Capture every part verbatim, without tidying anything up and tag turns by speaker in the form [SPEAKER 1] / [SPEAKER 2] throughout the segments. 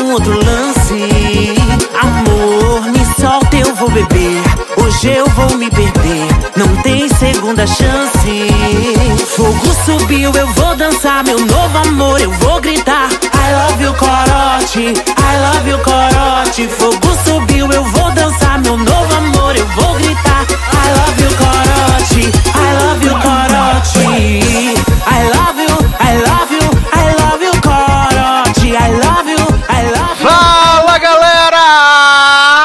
[SPEAKER 1] um outro lance. Amor, me solta, eu vou beber. Hoje eu vou me perder, não tem segunda chance. Fogo subiu, eu vou dançar, meu novo amor, eu vou gritar I love you, corote, I love you, corote. Fogo subiu, eu vou dançar, meu novo amor, eu vou gritar I love you, corote, I love you, corote. I love you, I love you, I love you, corote. I love you, I love you.
[SPEAKER 2] Fala, galera!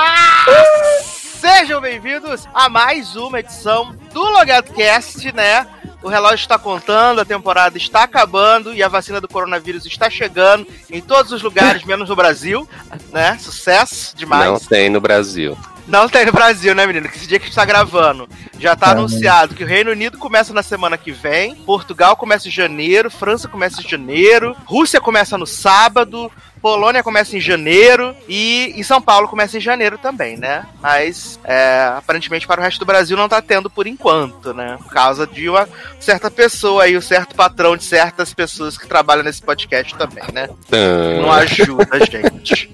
[SPEAKER 2] Sejam bem-vindos a mais uma edição do LogadoCast, né? O relógio está contando, a temporada está acabando e a vacina do coronavírus está chegando em todos os lugares, menos no Brasil, né? Sucesso demais.
[SPEAKER 3] Não tem no Brasil.
[SPEAKER 2] Não tem no Brasil, né, menino? Que esse dia que a gente tá gravando já tá é, anunciado que o Reino Unido começa na semana que vem, Portugal começa em janeiro, França começa em janeiro, Rússia começa no sábado, Polônia começa em janeiro e em São Paulo começa em janeiro também, né? Mas, é, aparentemente, para o resto do Brasil não tá tendo por enquanto, né? Por causa de uma certa pessoa aí, um certo patrão de certas pessoas que trabalham nesse podcast também, né? Que não ajuda a gente.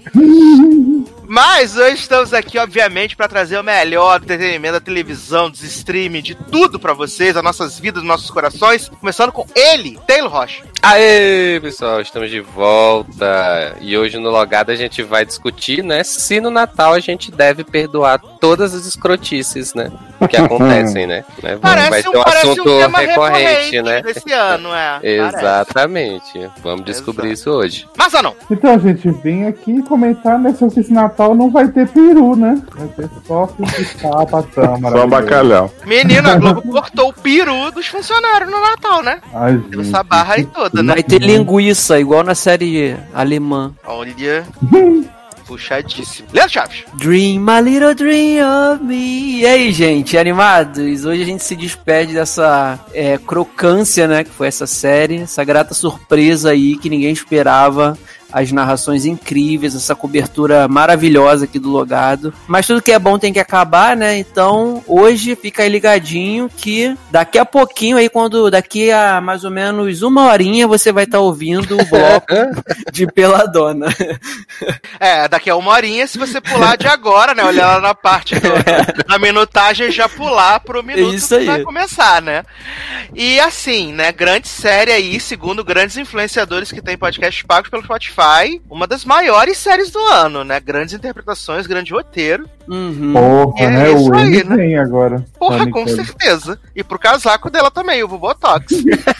[SPEAKER 2] Mas hoje estamos aqui, obviamente, para trazer o melhor do entretenimento, da televisão, dos streaming, de tudo para vocês, as nossas vidas, nossos corações. Começando com ele, Taylor Rocha.
[SPEAKER 3] Aê, pessoal, estamos de volta. E hoje no Logado a gente vai discutir, né, se no Natal a gente deve perdoar todas as escrotices, né, que acontecem, né. né
[SPEAKER 2] parece
[SPEAKER 3] vai ter
[SPEAKER 2] um,
[SPEAKER 3] um assunto
[SPEAKER 2] um tema
[SPEAKER 3] recorrente,
[SPEAKER 2] recorrente,
[SPEAKER 3] né.
[SPEAKER 2] Desse ano, é.
[SPEAKER 3] Exatamente. Vamos descobrir Exato. isso hoje.
[SPEAKER 2] Mas ou não?
[SPEAKER 4] Então, gente, vem aqui comentar, né, se esse Natal não vai ter peru, né? Vai ter só fiscal,
[SPEAKER 5] só bacalhau.
[SPEAKER 2] Menino, a Globo cortou o peru dos funcionários no Natal, né?
[SPEAKER 4] Ai,
[SPEAKER 2] essa barra aí toda, né?
[SPEAKER 6] Vai ter linguiça, igual na série alemã.
[SPEAKER 2] Olha... puxadíssimo. Leandro Chaves.
[SPEAKER 6] Dream, a little dream of me. E aí, gente, animados? Hoje a gente se despede dessa é, crocância, né, que foi essa série, essa grata surpresa aí que ninguém esperava. As narrações incríveis, essa cobertura maravilhosa aqui do Logado. Mas tudo que é bom tem que acabar, né? Então, hoje fica aí ligadinho que daqui a pouquinho, aí quando daqui a mais ou menos uma horinha, você vai estar tá ouvindo o bloco de Peladona.
[SPEAKER 2] É, daqui a uma horinha, se você pular de agora, né? Olhar lá na parte do, da minutagem, já pular pro minuto
[SPEAKER 6] Isso
[SPEAKER 2] que
[SPEAKER 6] aí.
[SPEAKER 2] vai começar, né? E assim, né? Grande série aí, segundo grandes influenciadores que tem podcast pagos pelo Spotify, uma das maiores séries do ano, né? Grandes interpretações, grande roteiro.
[SPEAKER 6] Uhum.
[SPEAKER 4] Porra,
[SPEAKER 2] é
[SPEAKER 4] né? O
[SPEAKER 2] aí,
[SPEAKER 4] N
[SPEAKER 2] né?
[SPEAKER 4] Vem agora.
[SPEAKER 2] Porra, com certeza. E pro casaco dela também, o Bubotox.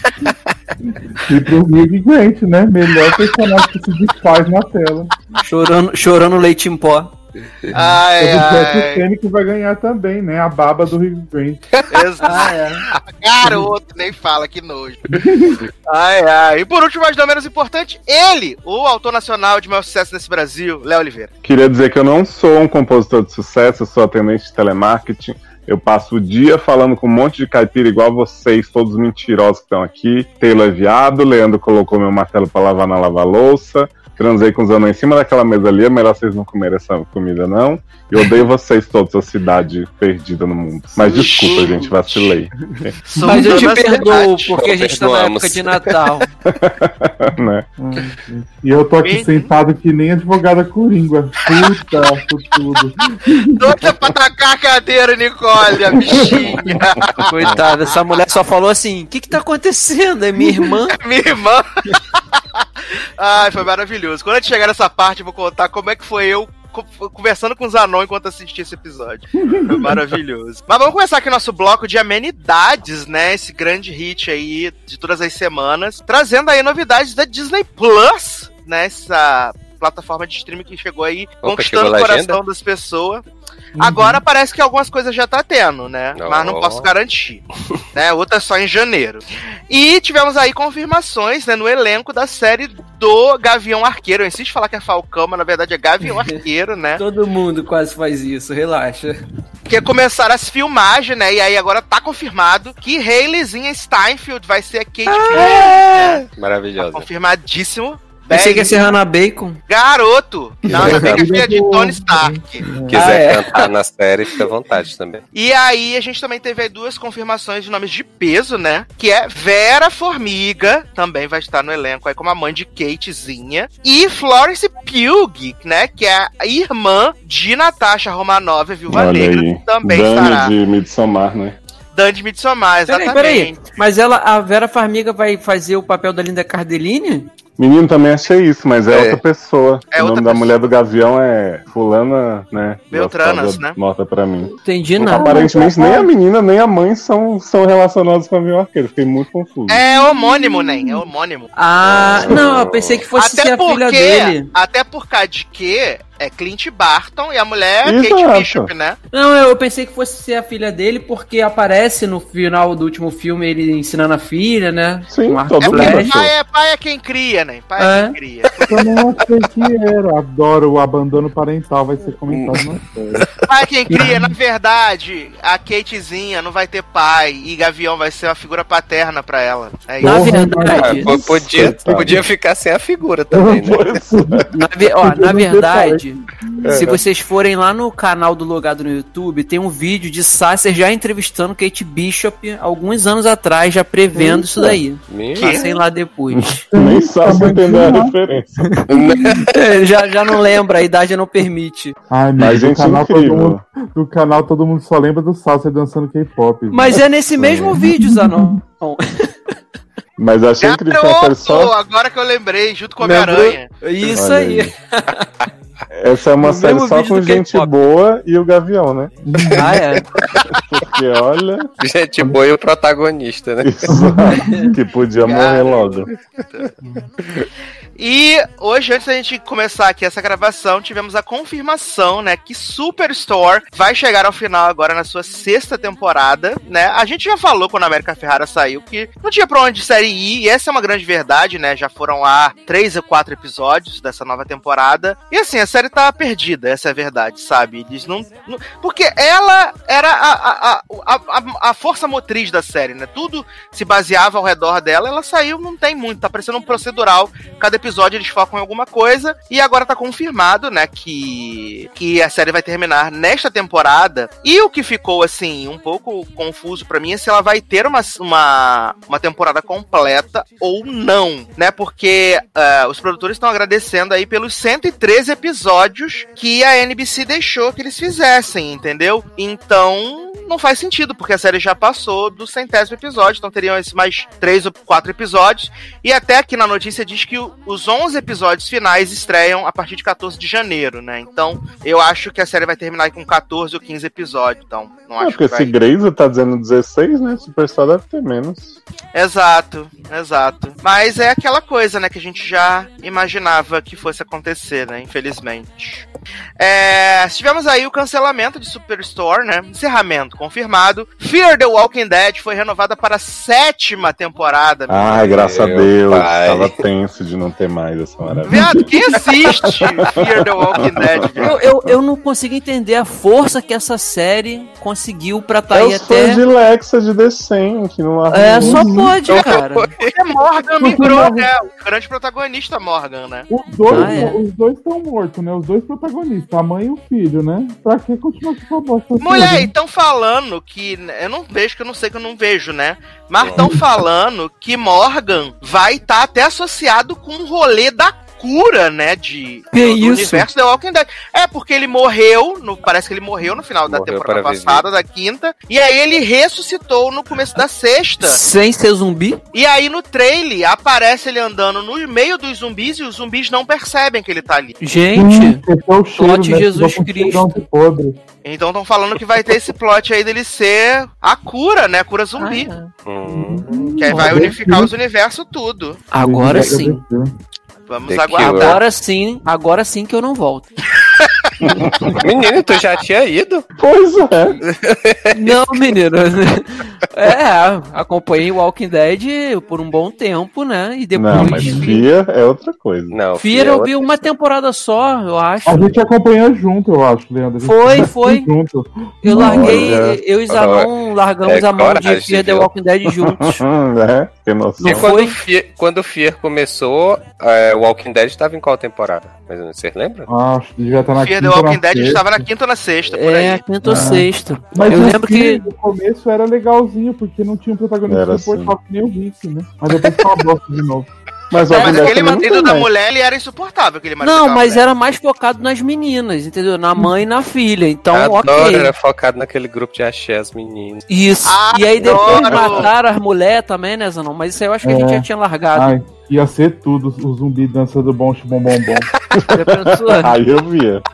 [SPEAKER 4] E pro Hugh Grant, né? Melhor personagem que se desfaz na tela.
[SPEAKER 6] Chorando, chorando leite em pó.
[SPEAKER 2] Ai,
[SPEAKER 4] é do
[SPEAKER 2] ai.
[SPEAKER 4] Jack Chan que vai ganhar também, né? A baba do Hugh Grant.
[SPEAKER 2] Exato. Ah, é. Garoto, nem fala, que nojo. Ai, ai. E por último, mas não menos importante, ele, o autor nacional de maior sucesso nesse Brasil, Léo Oliveira.
[SPEAKER 5] Queria dizer que eu não sou um compositor de sucesso, eu sou atendente de telemarketing. Eu passo o dia falando com um monte de caipira igual vocês, todos mentirosos que estão aqui. Taylor é viado, Leandro colocou meu martelo pra lavar na lava-louça. Transei com os anões em cima daquela mesa ali, é melhor vocês não comerem essa comida, não. Eu odeio vocês todos, a cidade perdida no mundo. Mas desculpa, gente, vacilei.
[SPEAKER 6] Mas eu te perdoo, porque a gente tá na época de Natal.
[SPEAKER 5] Né?
[SPEAKER 4] E eu tô aqui e... sentado que nem advogada coringa. Puta, tudo.
[SPEAKER 2] Doida pra tacar a cadeira, Nicole, a bichinha.
[SPEAKER 6] Coitada, essa mulher só falou assim, o que que tá acontecendo? É minha irmã?
[SPEAKER 2] Minha irmã? Ai, foi maravilhoso. Quando a gente chegar nessa parte, eu vou contar como é que foi eu conversando com os anões enquanto assisti esse episódio. Foi maravilhoso. Mas vamos começar aqui nosso bloco de amenidades, né? Esse grande hit aí de todas as semanas. Trazendo aí novidades da Disney Plus, né? Essa plataforma de streaming que chegou aí, Opa, conquistando o coração das pessoas. Uhum. Agora parece que algumas coisas já tá tendo, né? Oh. Mas não posso garantir. Né? Outra só em janeiro. E tivemos aí confirmações, né, no elenco da série do Gavião Arqueiro. Eu insisto em falar que é Falcão, mas na verdade é Gavião Arqueiro, né?
[SPEAKER 6] Todo mundo quase faz isso, relaxa.
[SPEAKER 2] Que começaram as filmagens, né? E aí agora tá confirmado que Haileyzinha Steinfeld vai ser a Kate Bishop.
[SPEAKER 3] Ah, né? Maravilhosa.
[SPEAKER 2] Tá confirmadíssimo.
[SPEAKER 6] Pensei que ia ser Hannah Bacon.
[SPEAKER 2] Garoto! Não, Hannah Bacon é filha de Tony Stark.
[SPEAKER 3] Quiser
[SPEAKER 6] Ah, é.
[SPEAKER 3] cantar na série, fica à vontade também.
[SPEAKER 2] E aí a gente também teve aí duas confirmações de nomes de peso, né? Que é Vera Formiga, também vai estar no elenco aí como a mãe de Katezinha. E Florence Pugh, né? Que é a irmã de Natasha Romanoff, Viúva
[SPEAKER 5] Olha
[SPEAKER 2] Negra,
[SPEAKER 5] aí.
[SPEAKER 2] também
[SPEAKER 5] Dani
[SPEAKER 2] estará.
[SPEAKER 5] de Midsommar, né?
[SPEAKER 2] Dani de Midsommar,
[SPEAKER 6] Peraí,
[SPEAKER 2] exatamente.
[SPEAKER 6] peraí. Mas ela, a Vera Farmiga vai fazer o papel da Linda Cardellini?
[SPEAKER 5] Menino, também achei isso, mas é,
[SPEAKER 3] É.
[SPEAKER 5] outra pessoa.
[SPEAKER 2] É
[SPEAKER 5] o
[SPEAKER 2] outra
[SPEAKER 5] nome da
[SPEAKER 2] pessoa.
[SPEAKER 5] mulher do Gavião é fulana, né?
[SPEAKER 2] Beltranas,
[SPEAKER 5] Gostosa,
[SPEAKER 2] né?
[SPEAKER 5] Morta pra mim.
[SPEAKER 6] Entendi nada.
[SPEAKER 5] Aparentemente, nem a menina, nem a mãe são, são relacionados com a Gavião Arqueiro. Fiquei muito confuso.
[SPEAKER 2] É homônimo, né? É homônimo.
[SPEAKER 6] Ah, não, eu pensei que fosse ser
[SPEAKER 2] Até
[SPEAKER 6] a filha
[SPEAKER 2] porque,
[SPEAKER 6] dele.
[SPEAKER 2] até por causa de que é Clint Barton e a mulher é
[SPEAKER 5] Exato.
[SPEAKER 2] Kate Bishop, né?
[SPEAKER 6] Não, eu pensei que fosse ser a filha dele, porque aparece no final do último filme ele ensinando a filha, né?
[SPEAKER 5] Sim,
[SPEAKER 6] Com arco
[SPEAKER 5] todo
[SPEAKER 2] É
[SPEAKER 6] e
[SPEAKER 5] mundo
[SPEAKER 2] porque
[SPEAKER 6] flecha.
[SPEAKER 5] achou.
[SPEAKER 2] pai é, pai é quem cria, né? Pai é,
[SPEAKER 6] É.
[SPEAKER 2] quem cria.
[SPEAKER 4] Também achei que era. Adoro o abandono parental, vai ser comentado na série.
[SPEAKER 2] Pai é quem cria, na verdade, a Katezinha não vai ter pai e Gavião vai ser uma figura paterna pra ela. É isso.
[SPEAKER 6] Na
[SPEAKER 4] Porra,
[SPEAKER 6] verdade,
[SPEAKER 3] Ah, po- podia,
[SPEAKER 5] Coitado.
[SPEAKER 3] podia ficar sem a figura também, né?
[SPEAKER 5] Pois é.
[SPEAKER 6] na, ve- ó, na verdade,
[SPEAKER 5] É.
[SPEAKER 6] se vocês forem lá no canal do Logado no YouTube, tem um vídeo de Sasser já entrevistando Kate Bishop alguns anos atrás, já prevendo isso daí.
[SPEAKER 3] Minha-
[SPEAKER 6] Passem lá depois.
[SPEAKER 5] Nem sabe se entender a referência.
[SPEAKER 6] É, já, já não lembra, a idade não permite.
[SPEAKER 4] Ai, amigo,
[SPEAKER 5] Mas,
[SPEAKER 4] do
[SPEAKER 5] gente,
[SPEAKER 4] canal, todo
[SPEAKER 5] incrível.
[SPEAKER 4] mundo, do canal todo mundo só lembra do Sasser dançando K-pop.
[SPEAKER 6] Mas é nesse mesmo vídeo, Zanon.
[SPEAKER 5] Mas achei incrível que a série
[SPEAKER 2] Garoto!
[SPEAKER 5] só.
[SPEAKER 2] Agora que eu lembrei, junto com
[SPEAKER 6] Lembrou?
[SPEAKER 2] Homem-Aranha.
[SPEAKER 6] Isso
[SPEAKER 5] Olha
[SPEAKER 6] aí.
[SPEAKER 5] aí. Essa é uma
[SPEAKER 6] No
[SPEAKER 5] série
[SPEAKER 6] mesmo
[SPEAKER 5] só
[SPEAKER 6] vídeo
[SPEAKER 5] com
[SPEAKER 6] do
[SPEAKER 5] gente
[SPEAKER 6] K-pop.
[SPEAKER 5] boa e o Gavião, né?
[SPEAKER 6] Ah, é.
[SPEAKER 5] Porque olha,
[SPEAKER 3] Gente boa e o protagonista, né?
[SPEAKER 5] isso que podia morrer logo.
[SPEAKER 2] E hoje, antes da gente começar aqui essa gravação, tivemos a confirmação, né, que Superstore vai chegar ao final agora na sua sexta temporada, né? A gente já falou quando a América Ferrara saiu que não tinha pra onde série ir, e essa é uma grande verdade, né? Já foram lá três ou quatro episódios dessa nova temporada. E assim, a série tá perdida, essa é a verdade, sabe? Eles não. não porque ela era a, a, a, a, a força motriz da série, né? Tudo se baseava ao redor dela, ela saiu, não tem muito, tá parecendo um procedural. Cada episódio eles focam em alguma coisa, e agora tá confirmado, né, que, que a série vai terminar nesta temporada. E o que ficou, assim, um pouco confuso pra mim é se ela vai ter uma, uma, uma temporada completa ou não, né, porque uh, os produtores estão agradecendo aí pelos cento e treze episódios que a N B C deixou que eles fizessem, entendeu? Então não faz sentido, porque a série já passou do centésimo episódio, então teriam esses mais três ou quatro episódios, e até aqui na notícia diz que o, os onze episódios finais estreiam a partir de quatorze de janeiro, né? Então, eu acho que a série vai terminar com quatorze ou quinze episódios, então não
[SPEAKER 5] É,
[SPEAKER 2] acho
[SPEAKER 5] porque
[SPEAKER 2] que vai...
[SPEAKER 5] se Grey's tá dizendo dezesseis, né? Superstar deve ter menos.
[SPEAKER 2] Exato, exato. Mas é aquela coisa, né, que a gente já imaginava que fosse acontecer, né, infelizmente. É, tivemos aí o cancelamento de Superstore, né, encerramento confirmado. Fear the Walking Dead foi renovada para a sétima temporada.
[SPEAKER 5] Ai, graças a
[SPEAKER 3] Meu
[SPEAKER 5] Deus.
[SPEAKER 3] pai.
[SPEAKER 5] Tava tenso de não ter mais essa maravilha.
[SPEAKER 2] Viado, quem assiste Fear the Walking Dead, viado?
[SPEAKER 6] Eu, eu, eu não consigo entender a força que essa série conseguiu pra tá
[SPEAKER 5] É
[SPEAKER 6] aí
[SPEAKER 5] os
[SPEAKER 6] até.
[SPEAKER 5] fãs de Lexa de The cem, que não largam
[SPEAKER 6] É,
[SPEAKER 5] muito.
[SPEAKER 6] só pode, cara.
[SPEAKER 2] Porque Morgan migrou, né, o grande protagonista Morgan, né?
[SPEAKER 4] Os dois
[SPEAKER 6] Ah, é.
[SPEAKER 4] os dois estão mortos, né? Os dois protagonistas, a mãe e o filho, né? Pra que continuar com essa bosta?
[SPEAKER 2] Mulher,
[SPEAKER 4] toda?
[SPEAKER 2] estão falando que. Eu não vejo, que eu não sei que eu não vejo, né? Mas estão falando que Morgan vai estar até associado com o rolê da cura, né? De,
[SPEAKER 6] Que
[SPEAKER 2] do, do
[SPEAKER 6] isso?
[SPEAKER 2] universo The Walking Dead. É, porque ele morreu, no, parece que ele morreu no final da
[SPEAKER 3] Morreu
[SPEAKER 2] temporada
[SPEAKER 3] para viver.
[SPEAKER 2] passada, da quinta. E aí ele ressuscitou no começo da sexta.
[SPEAKER 6] Sem ser zumbi?
[SPEAKER 2] E aí no trailer aparece ele andando no meio dos zumbis e os zumbis não percebem que ele tá ali.
[SPEAKER 6] Gente,
[SPEAKER 4] Esse é o cheiro,
[SPEAKER 6] Plot
[SPEAKER 4] né?
[SPEAKER 6] Jesus
[SPEAKER 4] Ficou com cheirão
[SPEAKER 6] Cristo.
[SPEAKER 4] de podre.
[SPEAKER 2] Então estão falando que vai ter esse plot aí dele ser a cura, né? A cura zumbi.
[SPEAKER 6] Ah,
[SPEAKER 3] Hum,
[SPEAKER 2] Que aí vai
[SPEAKER 4] Ah,
[SPEAKER 2] unificar
[SPEAKER 4] Deus.
[SPEAKER 2] os universos tudo.
[SPEAKER 6] agora
[SPEAKER 4] Deus
[SPEAKER 6] sim.
[SPEAKER 4] abençoe.
[SPEAKER 2] Vamos
[SPEAKER 3] The
[SPEAKER 2] aguardar.
[SPEAKER 3] Cure.
[SPEAKER 6] Agora sim, agora sim que eu não volto.
[SPEAKER 3] Menino, tu já tinha ido?
[SPEAKER 5] Pois é.
[SPEAKER 6] Não, menino. É, acompanhei o Walking Dead por um bom tempo, né? E depois.
[SPEAKER 5] Não, mas Fia é outra coisa.
[SPEAKER 3] Não,
[SPEAKER 6] Fear
[SPEAKER 3] filha,
[SPEAKER 6] eu vi uma temporada só, eu acho.
[SPEAKER 4] A gente acompanhou junto, eu acho, Leandro. A gente
[SPEAKER 6] Foi,
[SPEAKER 4] assistiu
[SPEAKER 6] foi.
[SPEAKER 4] Junto.
[SPEAKER 6] Eu larguei,
[SPEAKER 5] Olha,
[SPEAKER 6] eu e Zanon largamos
[SPEAKER 3] é
[SPEAKER 6] a mão de
[SPEAKER 3] coragem,
[SPEAKER 6] Fear the
[SPEAKER 3] viu?
[SPEAKER 6] Walking Dead juntos.
[SPEAKER 5] né? Que noção.
[SPEAKER 3] E
[SPEAKER 6] Não
[SPEAKER 3] quando
[SPEAKER 6] foi?
[SPEAKER 3] o, Fear, quando o Fear começou, é, o Walking Dead estava em qual temporada? Mas vocês lembram?
[SPEAKER 4] Ah, acho que devia estar na
[SPEAKER 2] Fear
[SPEAKER 4] quinta
[SPEAKER 2] the
[SPEAKER 4] ou na
[SPEAKER 2] Walking Dead
[SPEAKER 4] sexta.
[SPEAKER 2] estava na quinta ou na sexta, por
[SPEAKER 6] É,
[SPEAKER 2] aí.
[SPEAKER 6] quinto ou
[SPEAKER 4] Ah.
[SPEAKER 6] sexto.
[SPEAKER 4] Mas
[SPEAKER 6] eu
[SPEAKER 4] o
[SPEAKER 6] lembro que.
[SPEAKER 4] no começo era legalzinho, porque não tinha um protagonista
[SPEAKER 5] Era
[SPEAKER 4] suportável
[SPEAKER 5] assim.
[SPEAKER 4] que nem o Rick, né? Mas depois ficou uma bosta de novo.
[SPEAKER 5] Mas o
[SPEAKER 2] É,
[SPEAKER 5] Walking
[SPEAKER 2] mas
[SPEAKER 5] Dead
[SPEAKER 2] aquele
[SPEAKER 5] também não
[SPEAKER 2] marido
[SPEAKER 5] tem
[SPEAKER 2] da
[SPEAKER 5] mais.
[SPEAKER 2] mulher, ele era insuportável, aquele marido
[SPEAKER 6] Não,
[SPEAKER 2] da
[SPEAKER 6] mas
[SPEAKER 2] mulher.
[SPEAKER 6] era mais focado nas meninas, entendeu? Na mãe e na filha. Então,
[SPEAKER 3] Adoro,
[SPEAKER 6] ok.
[SPEAKER 3] era focado naquele grupo de axé, as meninas.
[SPEAKER 6] Isso.
[SPEAKER 2] Ah,
[SPEAKER 6] E aí depois
[SPEAKER 2] adoro.
[SPEAKER 6] mataram as mulheres também, né, Zanon? Mas isso aí eu acho que a gente
[SPEAKER 4] É.
[SPEAKER 6] já tinha largado.
[SPEAKER 4] Ai, ia ser tudo, o zumbi dançando bom, bom, bom, bom.
[SPEAKER 6] Já pensou?
[SPEAKER 5] Aí eu via.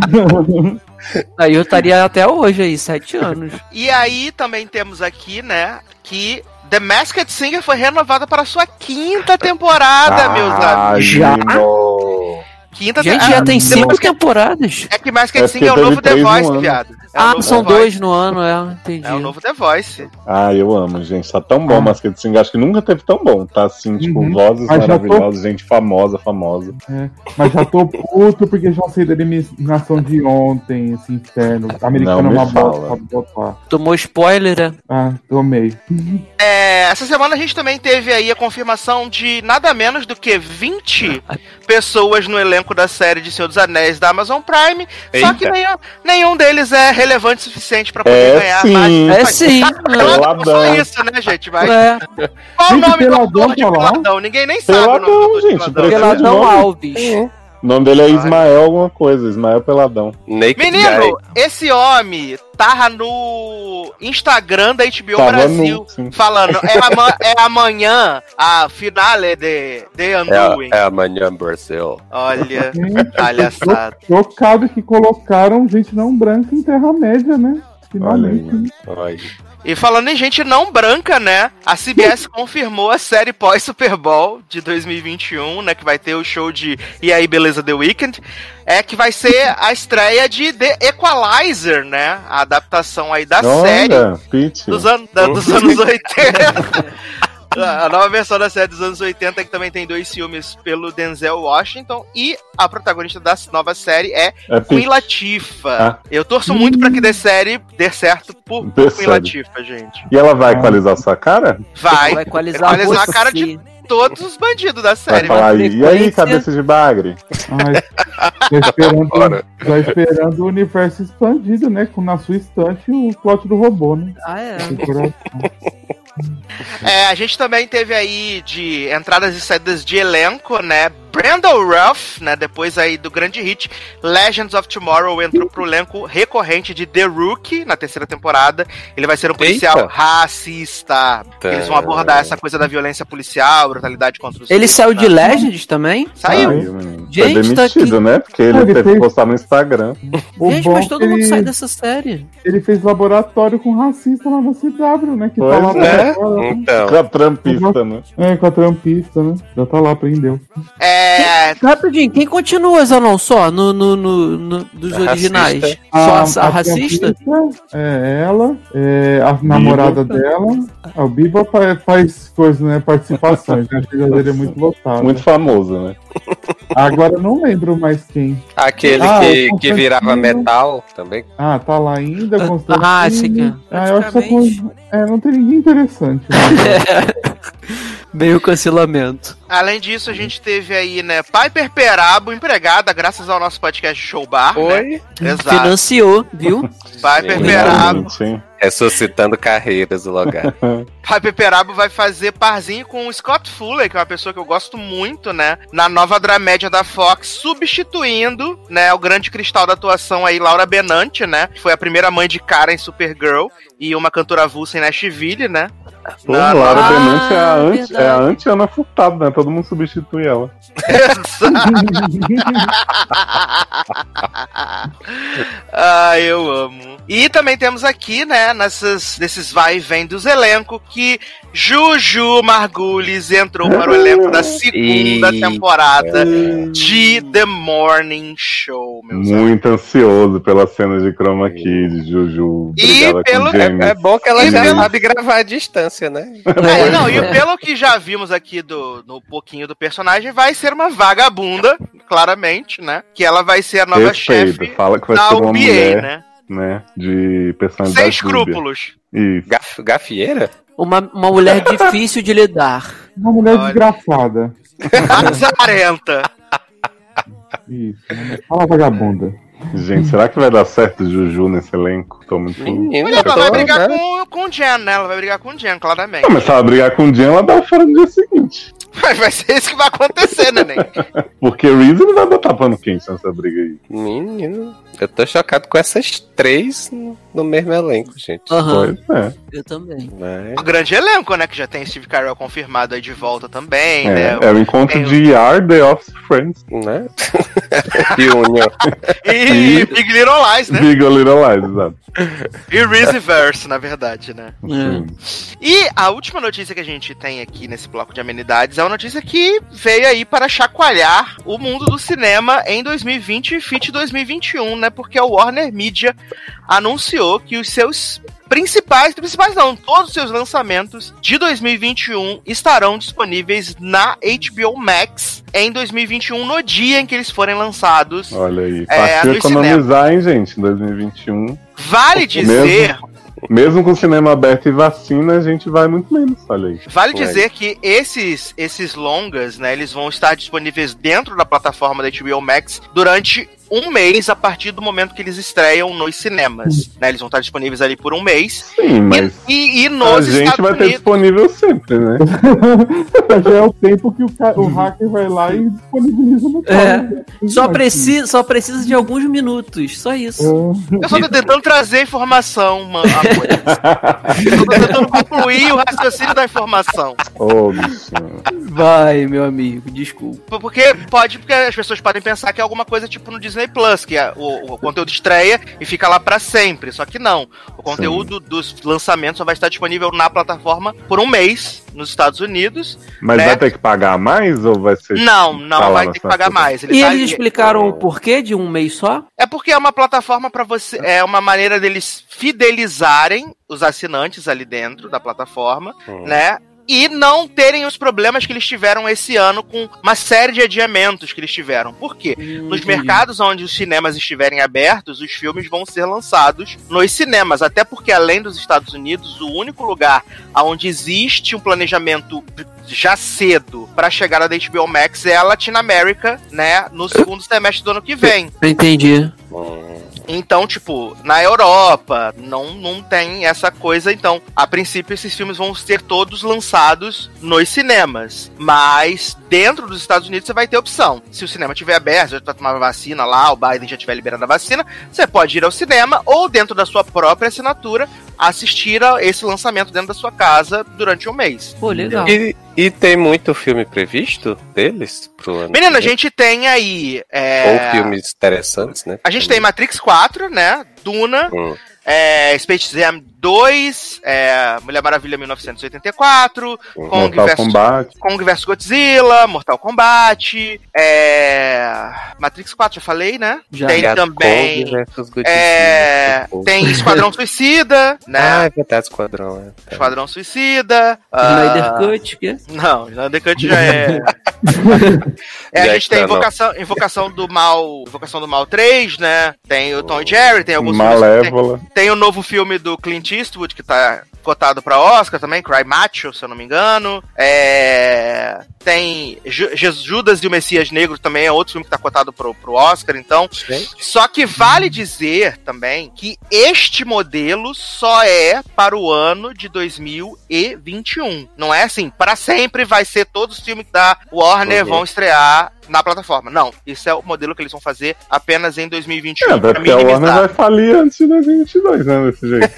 [SPEAKER 6] Aí eu estaria até hoje aí, sete anos.
[SPEAKER 2] E aí também temos aqui, né, que The Masked Singer foi renovada para a sua quinta temporada, meus amigos.
[SPEAKER 6] Já?
[SPEAKER 5] Menino.
[SPEAKER 2] Quinta
[SPEAKER 6] Gente,
[SPEAKER 2] te-
[SPEAKER 6] já
[SPEAKER 2] ah,
[SPEAKER 6] tem
[SPEAKER 2] The
[SPEAKER 6] cinco
[SPEAKER 2] Masked-
[SPEAKER 6] temporadas.
[SPEAKER 2] É que Masked
[SPEAKER 5] É
[SPEAKER 2] Singer é o
[SPEAKER 5] porque
[SPEAKER 2] novo
[SPEAKER 5] teve
[SPEAKER 2] The
[SPEAKER 5] três no
[SPEAKER 2] Voice,
[SPEAKER 5] ano.
[SPEAKER 2] viado. É o
[SPEAKER 6] Ah,
[SPEAKER 2] novo
[SPEAKER 6] são
[SPEAKER 2] The Voice.
[SPEAKER 6] dois no ano, é, entendi.
[SPEAKER 2] É o novo The Voice.
[SPEAKER 5] Ah, eu amo, gente. Tá tão bom,
[SPEAKER 4] Ah.
[SPEAKER 5] mas que assim, acho que nunca teve tão bom. Tá assim, tipo,
[SPEAKER 4] Uhum.
[SPEAKER 5] vozes
[SPEAKER 4] Mas já tô-
[SPEAKER 5] maravilhosas, gente famosa, famosa.
[SPEAKER 4] É, mas já tô puto porque já sei da eliminação de ontem, esse inferno. Americano
[SPEAKER 5] Não
[SPEAKER 4] é
[SPEAKER 5] me
[SPEAKER 4] uma bosta
[SPEAKER 5] fala.
[SPEAKER 4] pra botar.
[SPEAKER 6] Tomou spoiler, né?
[SPEAKER 4] Ah, tomei.
[SPEAKER 2] É, essa semana a gente também teve aí a confirmação de nada menos do que vinte pessoas no elenco da série de Senhor dos Anéis da Amazon Prime. Só
[SPEAKER 3] Eita.
[SPEAKER 2] que nenhum, nenhum deles é relevante o suficiente pra poder
[SPEAKER 5] É
[SPEAKER 2] ganhar
[SPEAKER 5] sim.
[SPEAKER 2] mais.
[SPEAKER 6] É sim.
[SPEAKER 2] Pelado, só isso, né, gente? Mas
[SPEAKER 6] É.
[SPEAKER 2] qual o
[SPEAKER 4] Gente,
[SPEAKER 2] nome do
[SPEAKER 4] Peladão
[SPEAKER 2] autor de
[SPEAKER 4] tá lá?
[SPEAKER 2] Peladão? Ninguém nem sabe o
[SPEAKER 5] Peladão,
[SPEAKER 2] nome do autor de
[SPEAKER 5] gente,
[SPEAKER 2] Peladão.
[SPEAKER 5] precisa-
[SPEAKER 6] Peladão
[SPEAKER 5] nome?
[SPEAKER 6] Alves.
[SPEAKER 5] O nome dele é
[SPEAKER 2] Olha.
[SPEAKER 5] Ismael alguma coisa, Ismael Peladão.
[SPEAKER 3] Naked
[SPEAKER 2] Menino,
[SPEAKER 3] Guy.
[SPEAKER 2] esse homem tava no Instagram da H B O
[SPEAKER 5] Tava
[SPEAKER 2] Brasil
[SPEAKER 5] nu, sim.
[SPEAKER 2] falando, é, ama- é amanhã a finale de, de
[SPEAKER 3] É,
[SPEAKER 2] Undoing.
[SPEAKER 3] a- é amanhã, Brasil.
[SPEAKER 2] Olha,
[SPEAKER 4] Gente,
[SPEAKER 2] palhaçada.
[SPEAKER 4] chocado que colocaram gente não branca em Terra-média, né?
[SPEAKER 5] Olha aí,
[SPEAKER 4] Finalmente.
[SPEAKER 5] olha.
[SPEAKER 2] E falando em gente não branca, né? A C B S confirmou a série pós-Super Bowl de dois mil e vinte e um, né? Que vai ter o show de E aí, Beleza, The Weeknd. É que vai ser a estreia de The Equalizer, né? A adaptação aí da série
[SPEAKER 5] Olha, Pete.
[SPEAKER 2] dos, an da- dos anos oitenta. A nova versão da série dos anos oitenta, que também tem dois filmes pelo Denzel Washington. E a protagonista da nova série é
[SPEAKER 5] É
[SPEAKER 2] Queen
[SPEAKER 5] Pete.
[SPEAKER 2] Latifah.
[SPEAKER 5] Ah.
[SPEAKER 2] Eu torço muito pra que dê série dê certo por,
[SPEAKER 5] Dê
[SPEAKER 2] por Queen
[SPEAKER 5] série.
[SPEAKER 2] Latifah, gente.
[SPEAKER 5] E ela vai equalizar sua cara?
[SPEAKER 2] Vai,
[SPEAKER 6] Vai equalizar,
[SPEAKER 2] equalizar a
[SPEAKER 6] você.
[SPEAKER 2] cara de todos os bandidos da
[SPEAKER 5] Vai
[SPEAKER 2] série.
[SPEAKER 5] falar
[SPEAKER 2] mano.
[SPEAKER 5] aí. E aí,
[SPEAKER 6] frequência.
[SPEAKER 5] cabeça de bagre?
[SPEAKER 4] Ai, tô esperando,
[SPEAKER 3] Bora.
[SPEAKER 4] tô esperando o universo expandido, né? Com na sua estante o plot do robô, né?
[SPEAKER 6] Ah, é.
[SPEAKER 4] Do coração.
[SPEAKER 2] É, a gente também teve aí de entradas e saídas de elenco, né? Brandon Ruff, né? Depois aí do grande hit Legends of Tomorrow, entrou pro elenco recorrente de The Rookie na terceira temporada. Ele vai ser um policial
[SPEAKER 3] Eita.
[SPEAKER 2] racista. Eles vão abordar essa coisa da violência policial, brutalidade contra os
[SPEAKER 6] Ele saiu de
[SPEAKER 2] né?
[SPEAKER 6] Legends também?
[SPEAKER 2] Saiu.
[SPEAKER 5] Ai, menino.
[SPEAKER 6] Gente,
[SPEAKER 5] Foi
[SPEAKER 6] tá
[SPEAKER 5] demitido,
[SPEAKER 6] aqui.
[SPEAKER 5] né? Porque ele
[SPEAKER 4] Ah, ele
[SPEAKER 5] teve que
[SPEAKER 4] fez-
[SPEAKER 5] postar no Instagram.
[SPEAKER 4] O
[SPEAKER 6] Gente,
[SPEAKER 4] bom
[SPEAKER 6] mas
[SPEAKER 4] é
[SPEAKER 6] todo
[SPEAKER 4] que
[SPEAKER 6] mundo
[SPEAKER 4] ele,
[SPEAKER 6] sai dessa série.
[SPEAKER 4] ele fez laboratório com racista lá na C W, né? Que
[SPEAKER 5] Pois
[SPEAKER 4] tá lá
[SPEAKER 5] é.
[SPEAKER 4] pra fora,
[SPEAKER 3] Então,
[SPEAKER 5] Com a trampista, né?
[SPEAKER 4] É, com a trampista, né? Já tá lá, prendeu.
[SPEAKER 2] É,
[SPEAKER 6] Rapidinho, quem continua, Zanon, só no, no, no, no- dos
[SPEAKER 3] Racista.
[SPEAKER 6] originais? Só a, a racista?
[SPEAKER 4] trampista É ela, é a namorada dela. Ah, o Biba fa- faz coisas, né? Participações, né? A filha dele é muito lotada.
[SPEAKER 5] Muito famoso, né?
[SPEAKER 4] Agora eu não lembro mais quem.
[SPEAKER 3] aquele
[SPEAKER 4] Ah,
[SPEAKER 3] que,
[SPEAKER 4] o
[SPEAKER 3] que virava
[SPEAKER 4] Constantino.
[SPEAKER 3] metal também.
[SPEAKER 4] Ah, tá lá ainda, Constantino.
[SPEAKER 6] Ah, esse aqui.
[SPEAKER 4] Ah, eu acho que só
[SPEAKER 6] Praticamente.
[SPEAKER 4] com... É, não tem ninguém interessante. Né?
[SPEAKER 6] Meio cancelamento.
[SPEAKER 2] além disso, a gente teve aí, né, Piper Perabo, empregada, graças ao nosso podcast Show Bar, né?
[SPEAKER 3] Oi.
[SPEAKER 2] Exato.
[SPEAKER 6] Financiou, viu?
[SPEAKER 2] Piper
[SPEAKER 3] Sim.
[SPEAKER 2] Perabo.
[SPEAKER 5] Realmente, hein?
[SPEAKER 3] Ressuscitando carreiras o lugar.
[SPEAKER 2] Piper Perabo vai fazer parzinho com o Scott Fuller, que é uma pessoa que eu gosto muito, né? Na nova dramédia da Fox, substituindo, né, o grande cristal da atuação aí, Laura Benanti, né? Que foi a primeira mãe de cara em Supergirl e uma cantora avulsa em Nashville, né?
[SPEAKER 5] Pô,
[SPEAKER 2] Na-
[SPEAKER 5] Laura
[SPEAKER 6] Ah,
[SPEAKER 5] Benante é a anti-
[SPEAKER 6] verdade.
[SPEAKER 5] é a anti-Ana Furtado, né? Todo mundo substitui ela.
[SPEAKER 2] Ah, eu amo. E também temos aqui, né, nessas, nesses vai e vem dos elencos, que Juju Margulies entrou para o elenco da segunda
[SPEAKER 3] E-
[SPEAKER 2] temporada de The Morning Show, meus amigos.
[SPEAKER 5] Muito ansioso pelas cenas de chroma key de Juju.
[SPEAKER 2] E
[SPEAKER 5] Obrigada
[SPEAKER 2] pelo-
[SPEAKER 5] com James.
[SPEAKER 3] É, é bom que ela
[SPEAKER 2] E
[SPEAKER 3] já
[SPEAKER 2] pelo-
[SPEAKER 3] sabe gravar à distância, né?
[SPEAKER 2] É, não, e pelo que já vimos aqui do, no pouquinho do personagem, vai ser uma vagabunda, claramente, né? Que ela vai ser a nova
[SPEAKER 5] Respeito,
[SPEAKER 2] chefe
[SPEAKER 5] fala que vai
[SPEAKER 2] da
[SPEAKER 5] ser uma
[SPEAKER 2] U B A,
[SPEAKER 5] mulher,
[SPEAKER 2] né?
[SPEAKER 5] né? De
[SPEAKER 2] Sem
[SPEAKER 5] personalidade dúbia.
[SPEAKER 2] escrúpulos.
[SPEAKER 5] Isso.
[SPEAKER 3] Gaf, gafieira?
[SPEAKER 6] Uma, uma mulher difícil de lidar.
[SPEAKER 4] Uma mulher
[SPEAKER 2] Olha.
[SPEAKER 4] desgraçada.
[SPEAKER 2] Lazarenta.
[SPEAKER 4] Isso, né? Fala vagabunda.
[SPEAKER 5] Gente, será que vai dar certo Juju nesse elenco? Tô muito
[SPEAKER 3] Menino,
[SPEAKER 2] Olha, ela
[SPEAKER 3] tô,
[SPEAKER 2] vai brigar
[SPEAKER 3] né?
[SPEAKER 2] com, com o Jen, né? Ela vai brigar com o Jen, claramente.
[SPEAKER 5] Não, mas se ela brigar com o Jen, ela dá fora no dia seguinte.
[SPEAKER 2] Vai, vai ser isso que vai acontecer, neném.
[SPEAKER 5] Porque Reese não vai botar pano quente nessa briga aí.
[SPEAKER 3] Menino, eu tô chocado com essas três no, no mesmo elenco, gente.
[SPEAKER 6] Aham,
[SPEAKER 5] Pois é.
[SPEAKER 6] eu também.
[SPEAKER 3] Mas...
[SPEAKER 2] Um grande elenco, né? Que já tem Steve Carell confirmado aí de volta também,
[SPEAKER 5] É,
[SPEAKER 2] né?
[SPEAKER 5] é o encontro
[SPEAKER 2] Tem o-
[SPEAKER 5] de Yar, The Office Friends.
[SPEAKER 3] Né? Reunion.
[SPEAKER 2] E Big Little Lies, né?
[SPEAKER 5] Big Little Lies, exato.
[SPEAKER 2] E Reeseverse, na verdade, né?
[SPEAKER 6] É.
[SPEAKER 2] E a última notícia que a gente tem aqui nesse bloco de amenidades é uma notícia que veio aí para chacoalhar o mundo do cinema em dois mil e vinte e fit dois mil e vinte e um, né? Porque a Warner Media anunciou que os seus principais, principais não, todos os seus lançamentos de dois mil e vinte e um estarão disponíveis na H B O Max em dois mil e vinte e um, no dia em que eles forem lançados.
[SPEAKER 5] Olha aí.
[SPEAKER 2] É,
[SPEAKER 5] Partiu
[SPEAKER 2] no
[SPEAKER 5] economizar, hein, gente, em dois mil e vinte e um.
[SPEAKER 2] Vale dizer...
[SPEAKER 5] Mesmo com cinema aberto e vacina, a gente vai muito menos, olha aí.
[SPEAKER 2] Vale
[SPEAKER 3] Ué.
[SPEAKER 2] dizer que esses, esses longas, né, eles vão estar disponíveis dentro da plataforma da H B O Max durante um mês a partir do momento que eles estreiam nos cinemas. Né, eles vão estar disponíveis ali por um mês.
[SPEAKER 5] Sim, mas
[SPEAKER 2] E, e, e
[SPEAKER 5] a
[SPEAKER 2] nos
[SPEAKER 5] gente
[SPEAKER 2] Estados
[SPEAKER 5] vai ter
[SPEAKER 2] Unidos.
[SPEAKER 5] disponível sempre, né?
[SPEAKER 4] Já é o tempo que o, ca- o hacker vai lá e disponibiliza no
[SPEAKER 6] É. Só, precisa, só precisa de alguns minutos, só isso.
[SPEAKER 2] Eu só tô tentando trazer informação, mano. Eu tô tentando concluir o raciocínio da informação.
[SPEAKER 5] Ô, bichinho.
[SPEAKER 6] Vai, meu amigo, desculpa.
[SPEAKER 2] Porque pode, porque as pessoas podem pensar que é alguma coisa tipo no Disney Plus, que é o, o conteúdo estreia e fica lá pra sempre. Só que não. O conteúdo dos lançamentos só vai estar disponível na plataforma por um mês nos Estados Unidos.
[SPEAKER 5] Mas
[SPEAKER 2] né?
[SPEAKER 5] vai ter que pagar mais ou vai ser.
[SPEAKER 2] Não, não
[SPEAKER 5] Tá lá
[SPEAKER 2] vai
[SPEAKER 5] na
[SPEAKER 2] ter que pagar
[SPEAKER 5] assinatura.
[SPEAKER 2] mais.
[SPEAKER 6] E
[SPEAKER 2] tá-
[SPEAKER 6] eles explicaram o porquê de um mês só?
[SPEAKER 2] É porque é uma plataforma pra você. É uma maneira deles fidelizarem os assinantes ali dentro da plataforma,
[SPEAKER 3] Hum.
[SPEAKER 2] né? E não terem os problemas que eles tiveram esse ano com uma série de adiamentos que eles tiveram. Por quê? Nos
[SPEAKER 6] Entendi.
[SPEAKER 2] mercados onde os cinemas estiverem abertos, os filmes vão ser lançados nos cinemas. Até porque, além dos Estados Unidos, o único lugar onde existe um planejamento já cedo para a chegada da H B O Max é a Latinoamérica, né? No segundo semestre do ano que vem.
[SPEAKER 6] Entendi.
[SPEAKER 3] Hum.
[SPEAKER 2] Então, tipo, na Europa não, não tem essa coisa. Então, a princípio, esses filmes vão ser todos lançados nos cinemas. Mas dentro dos Estados Unidos você vai ter opção. Se o cinema estiver aberto, já tá tomando vacina lá, o Biden já tiver liberando a vacina, você pode ir ao cinema ou dentro da sua própria assinatura assistir a esse lançamento dentro da sua casa durante um mês.
[SPEAKER 6] Pô, legal.
[SPEAKER 3] E, e tem muito filme previsto deles pro ano?
[SPEAKER 2] Menina, a
[SPEAKER 3] que vem?
[SPEAKER 2] gente tem aí. é,
[SPEAKER 3] Ou filmes interessantes, né?
[SPEAKER 2] A gente tem Matrix quatro, né? Duna.
[SPEAKER 3] Hum.
[SPEAKER 2] É, Space Jam dois, é, Mulher Maravilha mil novecentos e oitenta e quatro, Kong
[SPEAKER 5] Mortal
[SPEAKER 2] versus,
[SPEAKER 5] Kombat.
[SPEAKER 2] Kong versus Godzilla, Mortal Kombat, é, Matrix quatro, já falei, né?
[SPEAKER 6] Já.
[SPEAKER 2] Tem
[SPEAKER 3] King
[SPEAKER 2] também,
[SPEAKER 3] Kong versus Godzilla,
[SPEAKER 2] é,
[SPEAKER 3] tipo.
[SPEAKER 2] tem Esquadrão Suicida,
[SPEAKER 3] Ah,
[SPEAKER 2] né?
[SPEAKER 3] é verdade, Esquadrão. É.
[SPEAKER 2] Esquadrão Suicida.
[SPEAKER 6] Snyder
[SPEAKER 2] ah,
[SPEAKER 6] Cut, que?
[SPEAKER 2] Não, Snyder Cut já é. É, a
[SPEAKER 3] Já
[SPEAKER 2] gente tem
[SPEAKER 3] está, não.
[SPEAKER 2] Invocação, Invocação do Mal, Invocação do Mal três, né? Tem o Tom e Jerry, tem alguns filmes-
[SPEAKER 5] Malévola.
[SPEAKER 2] Tem o novo filme do Clint Eastwood, que tá cotado pra Oscar também, Cry Macho, se eu não me engano. É... Tem Ju- Judas e o Messias Negro também, é outro filme que tá cotado pro, pro Oscar, então. Só que vale dizer também que este modelo só é para o ano de dois mil e vinte e um. Não é assim, para sempre vai ser todos os filmes da Warner
[SPEAKER 3] Uhum.
[SPEAKER 2] vão estrear na plataforma. Não, isso é o modelo que eles vão fazer apenas em dois mil e vinte e um.
[SPEAKER 5] É, até
[SPEAKER 2] pra
[SPEAKER 5] porque a Warner
[SPEAKER 2] minimizar.
[SPEAKER 5] vai falir antes de dois mil e vinte e dois, né? Desse jeito.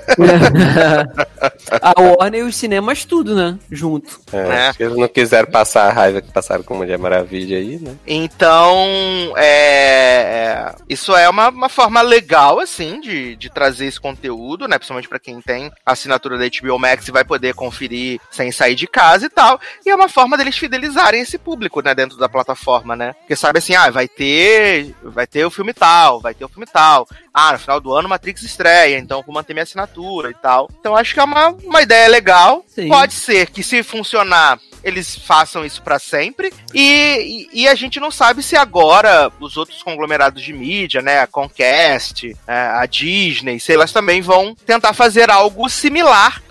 [SPEAKER 6] A Warner e os cinemas tudo, né? Junto.
[SPEAKER 3] É,
[SPEAKER 2] Né?
[SPEAKER 3] acho que eles não quiseram passar a raiva que passaram com Mulher Maravilha aí, né?
[SPEAKER 2] Então, é, isso é uma, uma forma legal, assim, de, de trazer esse conteúdo, né? Principalmente pra quem tem a assinatura da H B O Max e vai poder conferir sem sair de casa e tal. E é uma forma deles fidelizarem esse público, né? Dentro da plataforma, né? Porque sabe assim, ah, vai ter, vai ter o filme tal, vai ter o filme tal. Ah, no final do ano Matrix estreia, então eu vou manter minha assinatura e tal. Então acho que é uma, uma ideia legal.
[SPEAKER 6] Sim.
[SPEAKER 2] Pode ser que se funcionar, eles façam isso pra sempre. E, e, e a gente não sabe se agora os outros conglomerados de mídia, né, a Comcast, é, a Disney, sei lá, também vão tentar fazer algo similar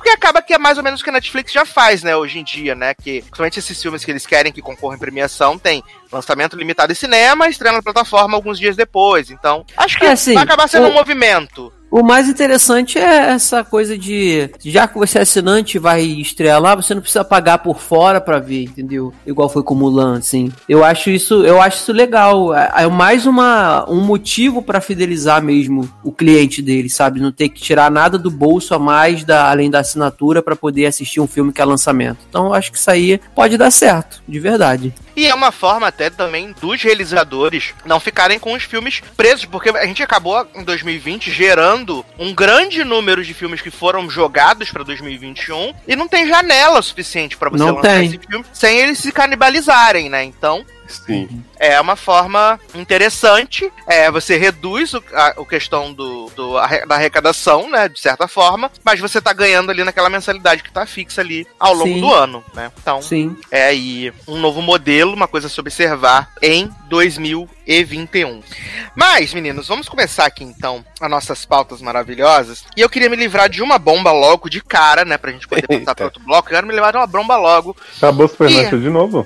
[SPEAKER 2] porque acaba que é mais ou menos o que a Netflix já faz, né, hoje em dia, né, que principalmente esses filmes que eles querem que concorram em premiação, tem lançamento limitado em cinema, estreia na plataforma alguns dias depois, então acho que
[SPEAKER 6] É, assim,
[SPEAKER 2] vai acabar sendo
[SPEAKER 6] o-
[SPEAKER 2] um movimento.
[SPEAKER 6] O mais interessante é essa coisa de, já que você é assinante e vai estrear lá, você não precisa pagar por fora pra ver, entendeu? Igual foi com Mulan, assim. Eu acho isso, eu acho isso legal. É mais uma, um motivo pra fidelizar mesmo o cliente dele, sabe? Não ter que tirar nada do bolso a mais, da, além da assinatura, pra poder assistir um filme que é lançamento. Então eu acho que isso aí pode dar certo, de verdade.
[SPEAKER 2] E é uma forma até também dos realizadores não ficarem com os filmes presos, porque a gente acabou em dois mil e vinte gerando um grande número de filmes que foram jogados pra dois mil e vinte e um e não tem janela suficiente pra você
[SPEAKER 6] Não
[SPEAKER 2] lançar
[SPEAKER 6] tem.
[SPEAKER 2] esse filme sem eles se canibalizarem, né? Então,
[SPEAKER 5] Sim.
[SPEAKER 2] é uma forma interessante, é, você reduz o, a, o questão do, do, da arrecadação, né, de certa forma, mas você tá ganhando ali naquela mensalidade que tá fixa ali ao longo
[SPEAKER 6] Sim.
[SPEAKER 2] do ano, né? Então,
[SPEAKER 6] Sim.
[SPEAKER 2] é aí um novo modelo, uma coisa a se observar em dois mil e vinte e um. Mas, meninos, vamos começar aqui então as nossas pautas maravilhosas. E eu queria me livrar de uma bomba logo de cara, né, pra gente poder passar para outro bloco. Eu quero me livrar de uma bomba logo.
[SPEAKER 5] Acabou Supernatural de novo?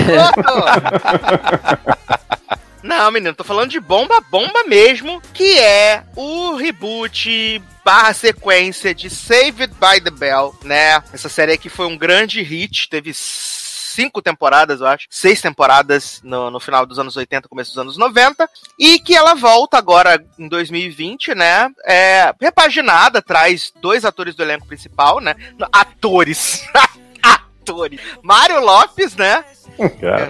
[SPEAKER 2] Não, menino, tô falando de bomba, bomba mesmo, que é o reboot barra sequência de Saved by the Bell, né? Essa série aqui foi um grande hit, teve cinco temporadas, eu acho, seis temporadas no, no final dos anos oitenta, começo dos anos noventa, e que ela volta agora em dois mil e vinte, né, é, repaginada, traz dois atores do elenco principal, né, atores, atores, Mário Lopes, né,
[SPEAKER 5] Cara.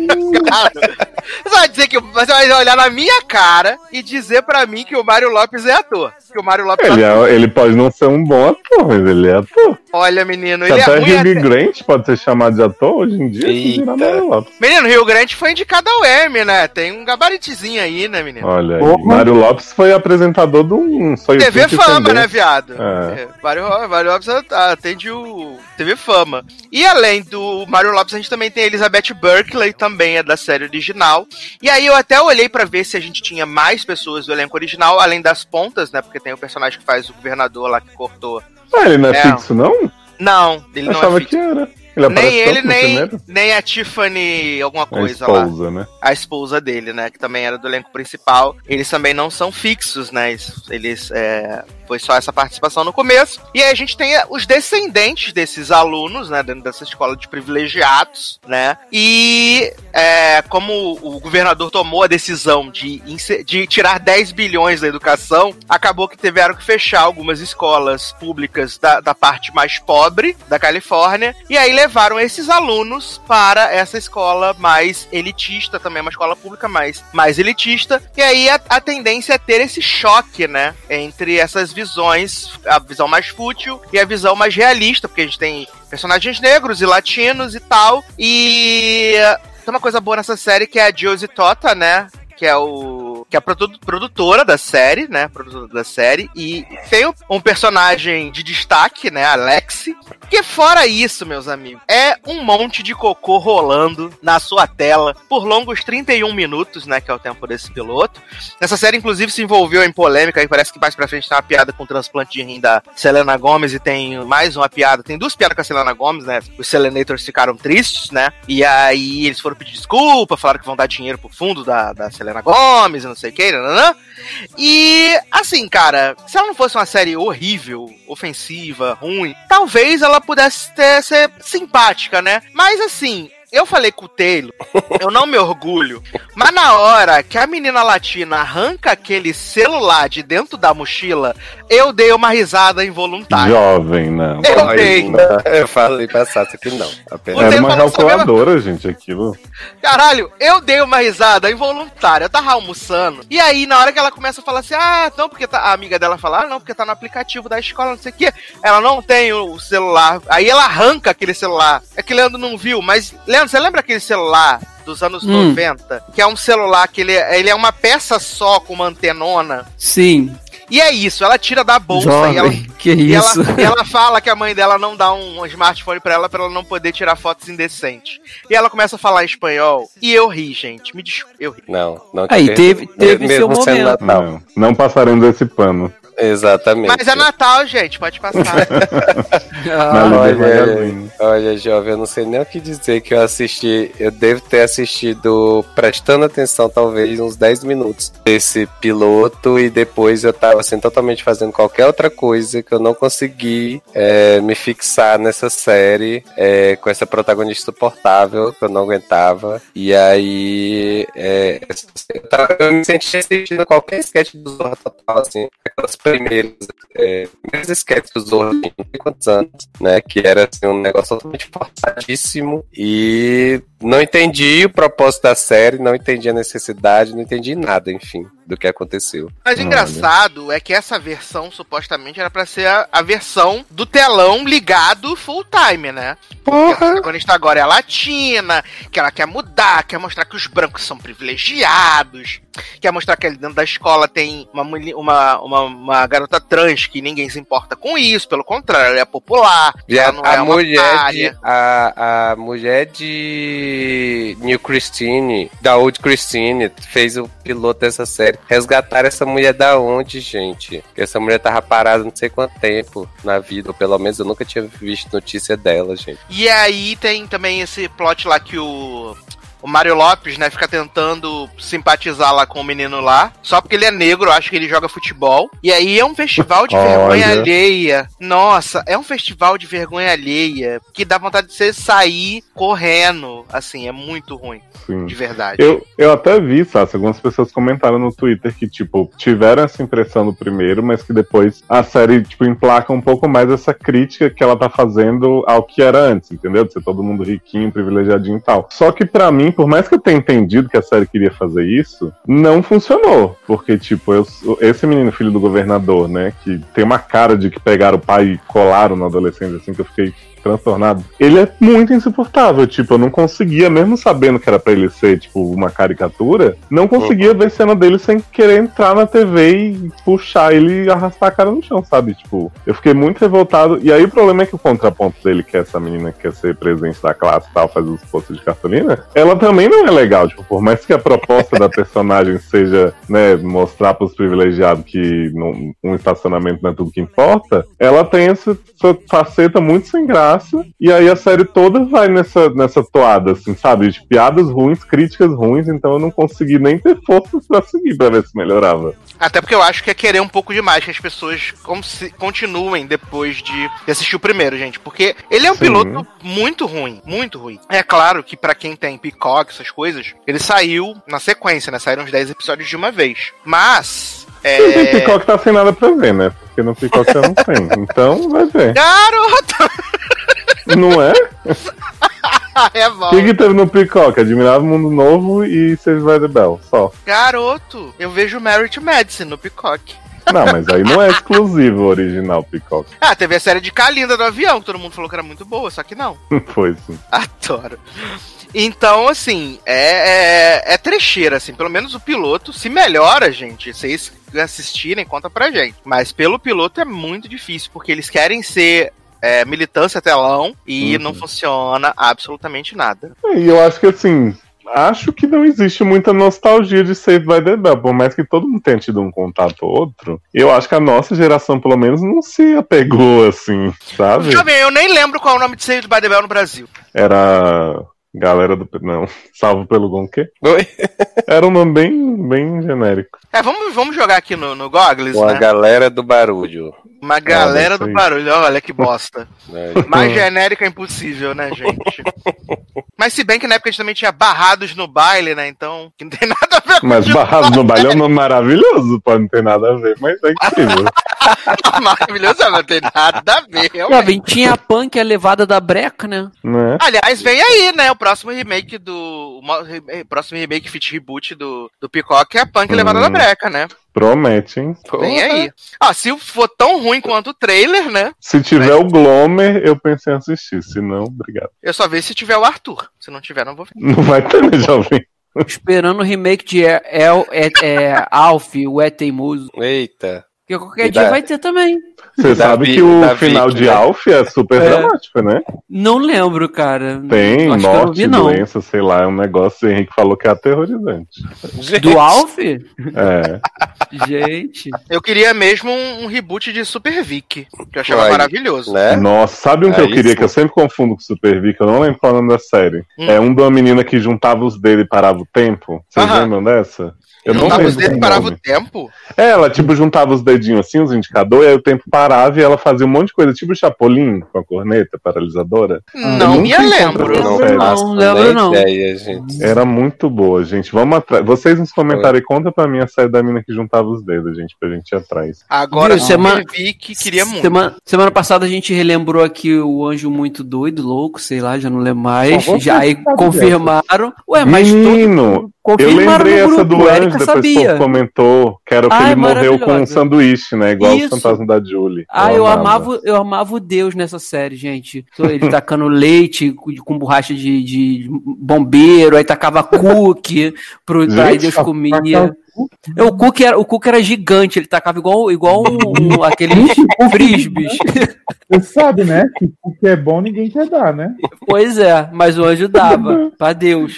[SPEAKER 2] Cara, você vai dizer que você vai olhar na minha cara e dizer pra mim que o Mário Lopes é ator. Que o Mário Lopes
[SPEAKER 5] Ele,
[SPEAKER 2] é ator.
[SPEAKER 5] é, ele pode não ser um bom ator, mas ele é ator.
[SPEAKER 2] Olha, menino, ele
[SPEAKER 5] Até
[SPEAKER 2] é ruim.
[SPEAKER 5] Hugh
[SPEAKER 2] Até...
[SPEAKER 5] Grant pode ser chamado de ator hoje em dia.
[SPEAKER 3] Eita.
[SPEAKER 5] Se virar Mário Lopes.
[SPEAKER 2] Menino, Rio Grande foi indicado ao Emmy, né? Tem um gabaritezinho aí, né, menino?
[SPEAKER 5] Olha aí.
[SPEAKER 4] Porra.
[SPEAKER 5] Mário Lopes foi apresentador de um Só
[SPEAKER 2] T V
[SPEAKER 5] YouTube
[SPEAKER 2] Fama,
[SPEAKER 5] Tendência.
[SPEAKER 2] né, viado?
[SPEAKER 5] É.
[SPEAKER 2] É, Mário, Mário Lopes atende o T V Fama. E além do Mário Lopes, a gente também tem a Elizabeth Berkley, também é da série original. E aí eu até olhei pra ver se a gente tinha mais pessoas do elenco original, além das pontas, né? Porque tem o personagem que faz o governador lá que cortou.
[SPEAKER 5] Ah, ele não é,
[SPEAKER 2] É.
[SPEAKER 5] fixo, não?
[SPEAKER 2] Não, ele
[SPEAKER 5] Eu
[SPEAKER 2] não
[SPEAKER 5] achava
[SPEAKER 2] é fixo.
[SPEAKER 5] que era. Ele
[SPEAKER 2] Nem
[SPEAKER 5] aparece
[SPEAKER 2] ele,
[SPEAKER 5] tanto no
[SPEAKER 2] nem,
[SPEAKER 5] primeiro.
[SPEAKER 2] nem a Tiffany alguma
[SPEAKER 5] A
[SPEAKER 2] coisa lá.
[SPEAKER 5] esposa, né?
[SPEAKER 2] A esposa dele, né? Que também era do elenco principal. Eles também não são fixos, né? Eles, eles é, foi só essa participação no começo. E aí a gente tem os descendentes desses alunos, né? Dentro dessa escola de privilegiados, né? E é, como o governador tomou a decisão de, de tirar dez bilhões da educação, acabou que tiveram que fechar algumas escolas públicas da, da parte mais pobre da Califórnia. E aí levaram esses alunos para essa escola mais elitista, também uma escola pública mais, mais elitista, e aí a, a tendência é ter esse choque, né, entre essas visões, a visão mais fútil e a visão mais realista, porque a gente tem personagens negros e latinos e tal, e tem uma coisa boa nessa série que é a Josie Tota, né, que é o que é a produ- produtora da série, né, produtora da série, e tem um personagem de destaque, né, Alexi, que fora isso, meus amigos, é um monte de cocô rolando na sua tela por longos trinta e um minutos, né, que é o tempo desse piloto. Essa série, inclusive, se envolveu em polêmica, e parece que mais pra frente tem uma piada com o transplante de rim da Selena Gomez, e tem mais uma piada, tem duas piadas com a Selena Gomez, né, os Selenators ficaram tristes, né, e aí eles foram pedir desculpa, falaram que vão dar dinheiro pro fundo da, da Selena Gomez, não sei o que, nananã. E, assim, cara, se ela não fosse uma série horrível, ofensiva, ruim, talvez ela pudesse ter, ser simpática, né? Mas, assim, eu falei com o Taylor, eu não me orgulho, mas na hora que a menina latina arranca aquele celular de dentro da mochila, eu dei uma risada involuntária.
[SPEAKER 5] Jovem, não.
[SPEAKER 2] Eu
[SPEAKER 3] Ai,
[SPEAKER 2] dei.
[SPEAKER 3] não, eu falei pra Sassi que não. Apenas.
[SPEAKER 2] Você
[SPEAKER 5] Era uma
[SPEAKER 2] falou essa
[SPEAKER 5] calculadora, gente, aquilo.
[SPEAKER 2] Caralho, eu dei uma risada involuntária. Eu tava almoçando. E aí, na hora que ela começa a falar assim, ah, não, porque tá... a amiga dela fala, ah, não, porque tá no aplicativo da escola, não sei o quê. Ela não tem o celular. Aí ela arranca aquele celular. É que o Leandro não viu, mas, Leandro, você lembra aquele celular dos anos
[SPEAKER 6] Hum.
[SPEAKER 2] noventa? Que é um celular que ele, ele é uma peça só com uma antenona.
[SPEAKER 6] Sim.
[SPEAKER 2] E é isso, ela tira da bolsa
[SPEAKER 6] Jovem,
[SPEAKER 2] e ela...
[SPEAKER 6] que
[SPEAKER 2] E ela,
[SPEAKER 6] isso.
[SPEAKER 2] e ela fala que a mãe dela não dá um, um smartphone pra ela, pra ela não poder tirar fotos indecentes. E ela começa a falar em espanhol. E eu ri, gente. Me desculpa, eu ri.
[SPEAKER 3] Não, não te
[SPEAKER 6] Aí,
[SPEAKER 3] perdoe.
[SPEAKER 6] teve- teve
[SPEAKER 3] Mesmo
[SPEAKER 6] seu
[SPEAKER 3] sendo
[SPEAKER 6] momento.
[SPEAKER 3] Natal.
[SPEAKER 5] Não, não passaremos esse pano.
[SPEAKER 3] Exatamente.
[SPEAKER 2] Mas é Natal, gente, pode passar.
[SPEAKER 3] Ah, olha, olha, jovem, eu não sei nem o que dizer que eu assisti. Eu devo ter assistido, prestando atenção, talvez, uns dez minutos desse piloto, e depois eu tava assim, totalmente fazendo qualquer outra coisa, que eu não consegui é, me fixar nessa série é, com essa protagonista insuportável, que eu não aguentava. E aí é, eu, tava, eu me senti assistindo qualquer sketch do Zorra Total, assim, aquelas primeiras, é, primeiras sketches do Zorra, não sei quantos anos, né, que era assim, um negócio totalmente forçadíssimo, e não entendi o propósito da série, não entendi a necessidade, não entendi nada, enfim, do que aconteceu.
[SPEAKER 2] Mas o engraçado é que essa versão, supostamente, era pra ser a, a versão do telão ligado full time, né? Porra. A protagonista agora é a latina, que ela quer mudar, quer mostrar que os brancos são privilegiados, quer mostrar que ali dentro da escola tem uma, uma, uma, uma garota trans que ninguém se importa com isso, pelo contrário, ela é popular,
[SPEAKER 3] e
[SPEAKER 2] ela
[SPEAKER 3] a,
[SPEAKER 2] não é
[SPEAKER 3] a
[SPEAKER 2] uma
[SPEAKER 3] mulher de, a, a mulher de New Christine, da Old Christine, fez o piloto dessa série. Resgatar essa mulher da onde, gente? Porque essa mulher tava parada não sei quanto tempo na vida, ou pelo menos eu nunca tinha visto notícia dela, gente.
[SPEAKER 2] E aí tem também esse plot lá que o... O Mário Lopes, né, fica tentando simpatizar lá com o menino lá, só porque ele é negro, eu acho que ele joga futebol. E aí é um festival de vergonha alheia. Nossa, é um festival de vergonha alheia que dá vontade de você sair correndo. Assim, é muito ruim. Sim. De verdade.
[SPEAKER 5] Eu, eu até vi, sabe, algumas pessoas comentaram no Twitter que, tipo, tiveram essa impressão no primeiro, mas que depois a série, tipo, emplaca um pouco mais essa crítica que ela tá fazendo ao que era antes, entendeu? De ser todo mundo riquinho, privilegiadinho e tal. Só que pra mim, por mais que eu tenha entendido que a série queria fazer isso, não funcionou. Porque, tipo, eu, esse menino filho do governador, né, que tem uma cara de que pegaram o pai e colaram na adolescência, assim, que eu fiquei transtornado. Ele é muito insuportável, tipo, eu não conseguia, mesmo sabendo que era pra ele ser, tipo, uma caricatura, não conseguia uhum. ver cena dele sem querer entrar na T V e puxar ele e arrastar a cara no chão, sabe? Tipo, eu fiquei muito revoltado, e aí o problema é que o contraponto dele, que é essa menina que quer ser presidente da classe e tal, faz os postos de cartolina, ela também não é legal, tipo, por mais que a proposta da personagem seja, né, mostrar pros privilegiados que não, um estacionamento não é tudo que importa, ela tem essa, essa faceta muito sem graça. E aí a série toda vai nessa, nessa toada, assim, sabe? De piadas ruins, críticas ruins, então eu não consegui nem ter forças pra seguir pra ver se melhorava.
[SPEAKER 2] Até porque eu acho que é querer um pouco demais que as pessoas continuem depois de assistir o primeiro, gente. Porque ele é um Sim. piloto muito ruim, muito ruim. É claro que pra quem tem Peacock, essas coisas, ele saiu na sequência, né? Saíram os dez episódios de uma vez. Mas... É...
[SPEAKER 5] O Peacock tá sem nada pra ver, né? Porque no Peacock você não tem. Então, vai ver.
[SPEAKER 2] Garoto!
[SPEAKER 5] Não é?
[SPEAKER 2] É bom.
[SPEAKER 5] O que, que teve no Peacock? Admirável Mundo Novo e Save by the Bell, só.
[SPEAKER 2] Garoto, eu vejo Married Medicine no Peacock.
[SPEAKER 5] Não, mas aí não é exclusivo o original Peacock.
[SPEAKER 2] Ah, teve a série de Kalinda do avião, que todo mundo falou que era muito boa, só que não.
[SPEAKER 5] Foi sim.
[SPEAKER 2] Adoro. Então, assim, é, é, é trecheira, assim. Pelo menos o piloto se melhora, gente. Vocês assistirem, conta pra gente. Mas pelo piloto é muito difícil, porque eles querem ser... É, militância telão e uhum. não funciona absolutamente nada.
[SPEAKER 5] E eu acho que assim, acho que não existe muita nostalgia de Saved by the Bell, por mais que todo mundo tenha tido um contato ou outro, eu acho que a nossa geração, pelo menos, não se apegou assim, sabe?
[SPEAKER 2] Jovem, eu nem lembro qual é o nome de Saved by the Bell no Brasil.
[SPEAKER 5] Era... Galera do... Não. Salvo pelo Gonquê?
[SPEAKER 3] Oi?
[SPEAKER 5] Era um nome bem, bem genérico.
[SPEAKER 2] É, vamos, vamos jogar aqui no, no Goggles,
[SPEAKER 3] Uma
[SPEAKER 2] né?
[SPEAKER 3] galera do barulho.
[SPEAKER 2] Uma galera ah, do barulho. Olha que bosta. É. Mais genérica impossível, né, gente? Mas se bem que na época a gente também tinha Barrados no Baile, né? Então, que não tem nada a ver com
[SPEAKER 5] Mas Barrados no Baile é um nome maravilhoso. Pode não ter nada a ver, mas é incrível.
[SPEAKER 2] Maravilhoso, não tem nada a ver.
[SPEAKER 6] Realmente. Tinha a Punk, a levada da breca, né?
[SPEAKER 5] né?
[SPEAKER 2] Aliás, vem aí, né? O próximo remake do... O próximo remake fit reboot do, do Peacock é a Punk, hum. levada da breca, né?
[SPEAKER 5] Promete, hein?
[SPEAKER 2] Vem aí. Ah, se for tão ruim quanto o trailer, né?
[SPEAKER 5] Se tiver Mas... o Glomer, eu pensei em assistir. Se não, obrigado.
[SPEAKER 2] Eu só vejo se tiver o Arthur. Se não tiver, não vou ver.
[SPEAKER 5] Não vai ter, né, jovem?
[SPEAKER 6] Esperando o remake de El, é, é, é, Alf, o É Teimoso.
[SPEAKER 3] Eita.
[SPEAKER 6] Porque qualquer dia vai ter também.
[SPEAKER 5] Você sabe
[SPEAKER 3] Vi-
[SPEAKER 5] que o
[SPEAKER 3] da
[SPEAKER 5] final
[SPEAKER 3] Vicky,
[SPEAKER 5] de
[SPEAKER 3] né?
[SPEAKER 5] Alf é super
[SPEAKER 6] É.
[SPEAKER 5] dramático, né?
[SPEAKER 6] Não lembro, cara.
[SPEAKER 5] Tem
[SPEAKER 6] Acho que eu não
[SPEAKER 5] morte,
[SPEAKER 6] vi, não.
[SPEAKER 5] doença, sei lá, é um negócio, o Henrique falou que é aterrorizante.
[SPEAKER 3] Gente,
[SPEAKER 6] Do Alf?
[SPEAKER 5] É.
[SPEAKER 6] Gente.
[SPEAKER 2] Eu queria mesmo um, um reboot de Super Vic, que eu achava
[SPEAKER 3] Aí,
[SPEAKER 2] maravilhoso.
[SPEAKER 3] né?
[SPEAKER 5] Nossa, sabe um que eu
[SPEAKER 3] Aí
[SPEAKER 5] queria,
[SPEAKER 3] sim.
[SPEAKER 5] que eu sempre confundo com Super Vic, eu não lembro qual é o nome da série.
[SPEAKER 2] Hum.
[SPEAKER 5] É um de uma menina que juntava os dedos e parava o tempo. Vocês
[SPEAKER 2] Aham.
[SPEAKER 5] lembram dessa? Eu não
[SPEAKER 2] Juntava os
[SPEAKER 5] lembro
[SPEAKER 2] dedos
[SPEAKER 5] o
[SPEAKER 2] e parava
[SPEAKER 5] nome.
[SPEAKER 2] o tempo?
[SPEAKER 5] É, ela tipo juntava os dedinhos assim, os indicadores, e aí o tempo parava e ela fazia um monte de coisa, tipo o Chapolin com a corneta paralisadora.
[SPEAKER 2] Não
[SPEAKER 5] eu
[SPEAKER 2] me
[SPEAKER 5] nunca
[SPEAKER 2] lembro.
[SPEAKER 5] encontrei
[SPEAKER 3] Não
[SPEAKER 5] essa série.
[SPEAKER 3] faço
[SPEAKER 6] Não, lembro
[SPEAKER 3] nem
[SPEAKER 6] não.
[SPEAKER 3] ideia, gente.
[SPEAKER 5] Era muito boa, gente. Vamos atrás. Vocês nos comentários aí, conta pra mim a série da mina que juntava os dedos, gente, pra gente ir atrás.
[SPEAKER 2] Agora,
[SPEAKER 6] Viu,
[SPEAKER 2] Super
[SPEAKER 6] semana-
[SPEAKER 2] Vic, queria muito.
[SPEAKER 6] Semana, semana passada a gente relembrou aqui o Anjo Muito Doido, louco, sei lá, já não lembro mais.
[SPEAKER 4] Só você
[SPEAKER 6] Já aí
[SPEAKER 4] sabe
[SPEAKER 6] confirmaram. Ué, mas
[SPEAKER 5] Menino,
[SPEAKER 6] todo,
[SPEAKER 5] eu
[SPEAKER 6] confirmaram
[SPEAKER 5] lembrei
[SPEAKER 6] no
[SPEAKER 5] essa
[SPEAKER 6] grupo,
[SPEAKER 5] do
[SPEAKER 6] a
[SPEAKER 5] anjo,
[SPEAKER 6] Erika
[SPEAKER 5] depois que o
[SPEAKER 6] sabia.
[SPEAKER 5] povo comentou, que era o que
[SPEAKER 6] Ai,
[SPEAKER 5] ele morreu com um
[SPEAKER 6] maravilhosa.
[SPEAKER 5] sanduíche, né? Igual
[SPEAKER 6] Isso.
[SPEAKER 5] o fantasma da Julie.
[SPEAKER 6] Ah, eu amava, eu amava o Deus nessa série, gente. Ele tacando leite com, com borracha de, de bombeiro, aí tacava cookie, pro, aí
[SPEAKER 5] Gente,
[SPEAKER 6] Deus comia. É, O cookie, era, o cookie era gigante, ele tacava igual, igual um, um- aqueles frisbees.
[SPEAKER 4] Você sabe, né? Que o que é bom ninguém quer dar, né?
[SPEAKER 6] Pois é, mas o anjo dava, pra Deus.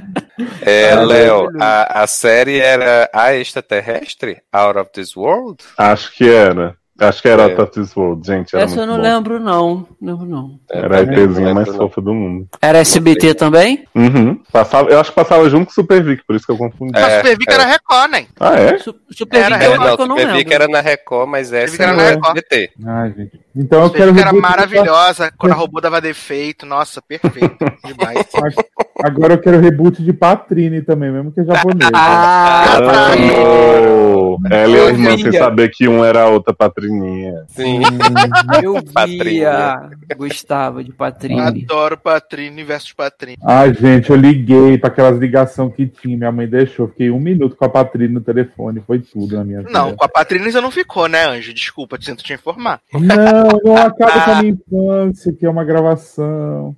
[SPEAKER 3] É,
[SPEAKER 6] Ah,
[SPEAKER 3] Léo,
[SPEAKER 6] maravilhoso.
[SPEAKER 3] a, a série era A Extraterrestre? Out of This World?
[SPEAKER 5] Acho que era. Acho que era
[SPEAKER 3] É.
[SPEAKER 5] Out of This World, gente. Era
[SPEAKER 6] Essa eu
[SPEAKER 5] muito
[SPEAKER 6] não
[SPEAKER 5] bom.
[SPEAKER 6] lembro, não. Lembro, não.
[SPEAKER 5] Era a
[SPEAKER 3] Eu também não
[SPEAKER 5] ETzinha mais
[SPEAKER 3] lembro, não.
[SPEAKER 5] fofa do mundo.
[SPEAKER 6] Era S B T também?
[SPEAKER 5] Uhum. Passava, eu acho que passava junto com o Super Vic, por isso que eu confundi.
[SPEAKER 2] Mas
[SPEAKER 3] É,
[SPEAKER 2] Super Vic
[SPEAKER 3] é.
[SPEAKER 2] era Record, né?
[SPEAKER 5] Ah, é?
[SPEAKER 6] Su- Super
[SPEAKER 2] Era,
[SPEAKER 6] Vic eu
[SPEAKER 3] É,
[SPEAKER 6] acho
[SPEAKER 3] não,
[SPEAKER 6] que eu não
[SPEAKER 3] Super Vic
[SPEAKER 6] lembro.
[SPEAKER 3] era na Record, mas essa
[SPEAKER 2] Vic era
[SPEAKER 3] era
[SPEAKER 2] na
[SPEAKER 3] no
[SPEAKER 2] Record.
[SPEAKER 3] S B T.
[SPEAKER 4] Ai, gente. Então eu
[SPEAKER 2] Super
[SPEAKER 4] quero
[SPEAKER 2] Vic era
[SPEAKER 4] reboot de
[SPEAKER 2] maravilhosa, quando a robô dava defeito. Nossa, perfeito. Demais.
[SPEAKER 4] Pat- Agora eu quero reboot de Patrine também, mesmo que é japonês.
[SPEAKER 6] Ah,
[SPEAKER 2] Ah,
[SPEAKER 5] Oh, ela e a
[SPEAKER 6] Eu
[SPEAKER 5] irmã sem
[SPEAKER 6] via.
[SPEAKER 5] saber que um era a outra patrininha.
[SPEAKER 3] Sim.
[SPEAKER 6] eu via.
[SPEAKER 3] Patrinha.
[SPEAKER 6] Gostava de Patrine.
[SPEAKER 2] Adoro Patrine versus Patrine.
[SPEAKER 4] Ai, gente, eu liguei pra aquelas ligações que tinha. Minha mãe deixou. Fiquei um minuto com a Patrine no telefone. Foi tudo na minha vida.
[SPEAKER 2] Não, com a Patrine você não ficou, né, Anjo? Desculpa, sinto te informar.
[SPEAKER 4] Não, não acaba com a minha infância, que é uma gravação.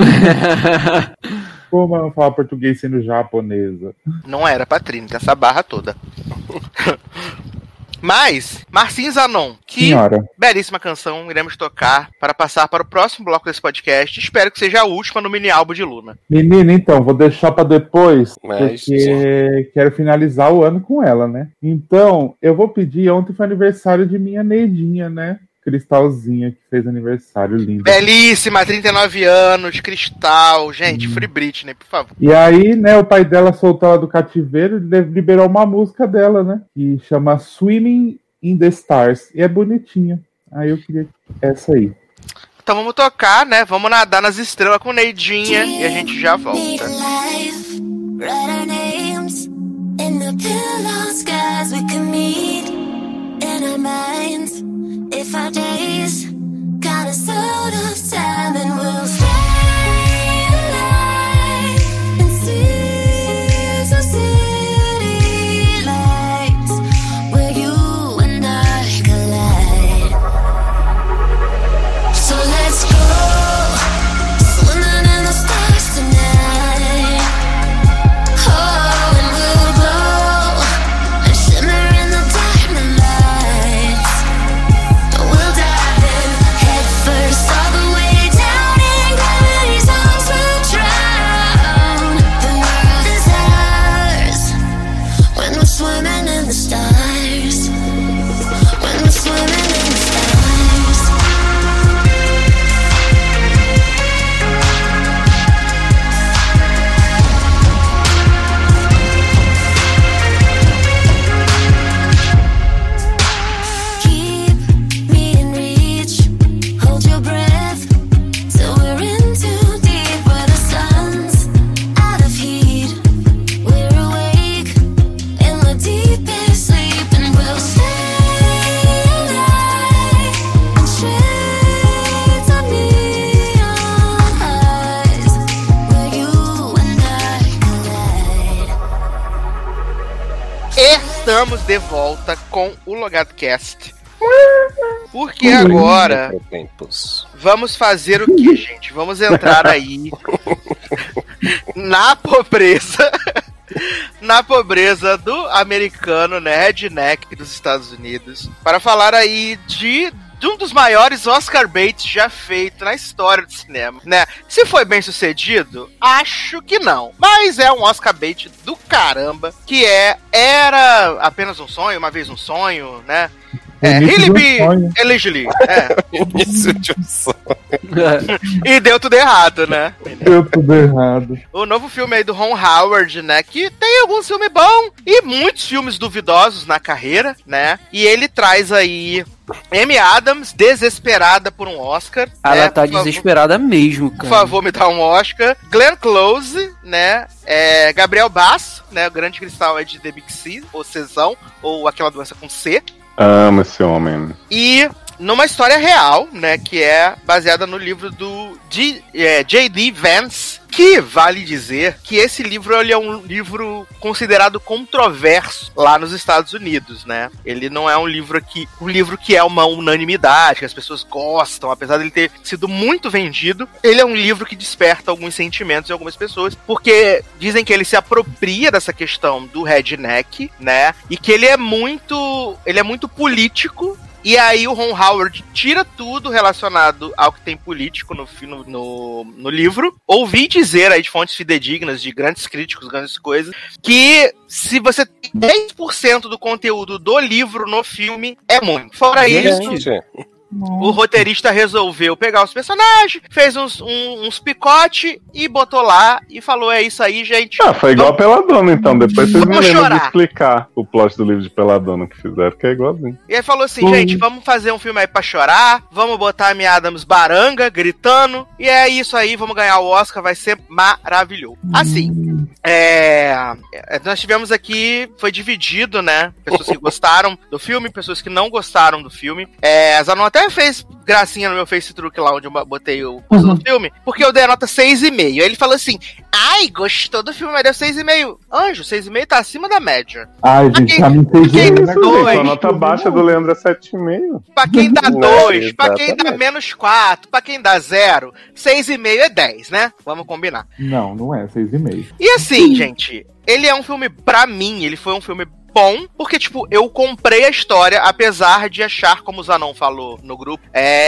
[SPEAKER 4] Como eu falar português sendo japonesa?
[SPEAKER 2] Não era Patrine, tem essa barra toda. Mas, Marcinho Zanon, que
[SPEAKER 4] Senhora.
[SPEAKER 2] belíssima canção iremos tocar para passar para o próximo bloco desse podcast. Espero que seja a última no mini álbum de Luna.
[SPEAKER 4] Menina, então, vou deixar pra depois,
[SPEAKER 3] Mas,
[SPEAKER 4] porque quero finalizar o ano com ela, né? Então, eu vou pedir, ontem foi aniversário de minha Neidinha, né? Cristalzinha, que fez aniversário lindo.
[SPEAKER 2] Belíssima, trinta e nove anos, Cristal. Gente, Free Britney, por favor.
[SPEAKER 4] E aí, né, o pai dela soltou ela do cativeiro e liberou uma música dela, né? Que chama Swimming in the Stars. E é bonitinha. Aí eu queria essa aí.
[SPEAKER 2] Então vamos tocar, né? Vamos nadar nas estrelas com Neidinha e a gente já volta.
[SPEAKER 7] Write our names in the pillow skies. We can meet in our minds. If our days got us out of time, then we'll stay alive and see some city lights where you and I collide. So let's go swimming in the stars tonight. Oh, and we'll glow and shimmer in the diamond lights. We'll dive in head first all the way down in gravity's arms. We'll drown. The world is ours when we're swimming in the stars. When we're swimming in the stars. Keep me in reach. Hold your breath till we're in too deep. Where the sun's out of heat. We're awake in the deepest sleep, and we'll stay alive in shades of neon eyes where you and I collide.
[SPEAKER 2] Estamos de volta com o LogadoCast. Porque agora
[SPEAKER 3] Tempos.
[SPEAKER 2] vamos fazer o que, gente? Vamos entrar aí na pobreza. Na pobreza do americano, né, redneck dos Estados Unidos, para falar aí de de um dos maiores Oscar baits já feito na história do cinema, né? Se foi bem sucedido, acho que não. Mas é um Oscar bait do caramba, que é Era Apenas um Sonho, Uma Vez um Sonho, né? É, Really Be Allegedly. É.
[SPEAKER 3] Início de um sonho.
[SPEAKER 2] E deu tudo errado, né?
[SPEAKER 4] Deu tudo errado.
[SPEAKER 2] O novo filme aí do Ron Howard, né? Que tem alguns filmes bons e muitos filmes duvidosos na carreira, né? E ele traz aí Amy Adams, desesperada por um Oscar.
[SPEAKER 6] Ela
[SPEAKER 2] né?
[SPEAKER 6] tá
[SPEAKER 2] Por
[SPEAKER 6] desesperada
[SPEAKER 2] favor,
[SPEAKER 6] mesmo, cara.
[SPEAKER 2] Por favor, me dá um Oscar. Glenn Close, né? É, Gabriel Basso, né? O grande cristal é de The Big C, ou Cesão, ou aquela doença com C.
[SPEAKER 5] Amo esse homem.
[SPEAKER 2] E numa história real, né, que é baseada no livro do J D Vance, que vale dizer que esse livro ele é um livro considerado controverso lá nos Estados Unidos, né? Ele não é um livro que um livro que é uma unanimidade, que as pessoas gostam, apesar de ele ter sido muito vendido. Ele é um livro que desperta alguns sentimentos em algumas pessoas, porque dizem que ele se apropria dessa questão do redneck, né? E que ele é muito, ele é muito político. E aí o Ron Howard tira tudo relacionado ao que tem político no, no, no, no livro. Ouvi dizer aí de fontes fidedignas, de grandes críticos, grandes coisas, que se você tem dez por cento do conteúdo do livro no filme, é muito. Fora isso...
[SPEAKER 3] Gente.
[SPEAKER 2] O roteirista resolveu pegar os personagens, fez uns, um, uns picote e botou lá e falou, é isso aí, gente.
[SPEAKER 5] Ah, foi igual a Peladona, então. Depois vocês
[SPEAKER 2] Vamos
[SPEAKER 5] me lembram
[SPEAKER 2] chorar.
[SPEAKER 5] de explicar o plot do livro de Peladona que fizeram, que é igualzinho.
[SPEAKER 2] E aí falou assim, gente, vamos fazer um filme aí pra chorar, vamos botar a Amy Adams baranga, gritando, e é isso aí, vamos ganhar o Oscar, vai ser maravilhoso. Assim, é... nós tivemos aqui, foi dividido, né, pessoas que gostaram do filme, pessoas que não gostaram do filme. É, a Zanon até fez gracinha no meu Facebook lá, onde eu botei o uhum. do filme, porque eu dei a nota seis e meio. Ele falou assim, ai, gostou do filme, mas deu seis e meio. Anjo, seis e meio tá acima da média.
[SPEAKER 4] Ai,
[SPEAKER 2] pra
[SPEAKER 4] gente,
[SPEAKER 2] quem,
[SPEAKER 4] tá me
[SPEAKER 2] quem dá dois,
[SPEAKER 5] a nota baixa do Leandro é sete e meio.
[SPEAKER 2] Pra quem dá dois, pra quem dá menos quatro, pra quem dá zero, seis e meio é dez, né? Vamos combinar.
[SPEAKER 4] Não, não é, seis e meio.
[SPEAKER 2] E assim, gente, ele é um filme, pra mim, ele foi um filme bom, porque, tipo, eu comprei a história, apesar de achar, como o Zanon falou no grupo,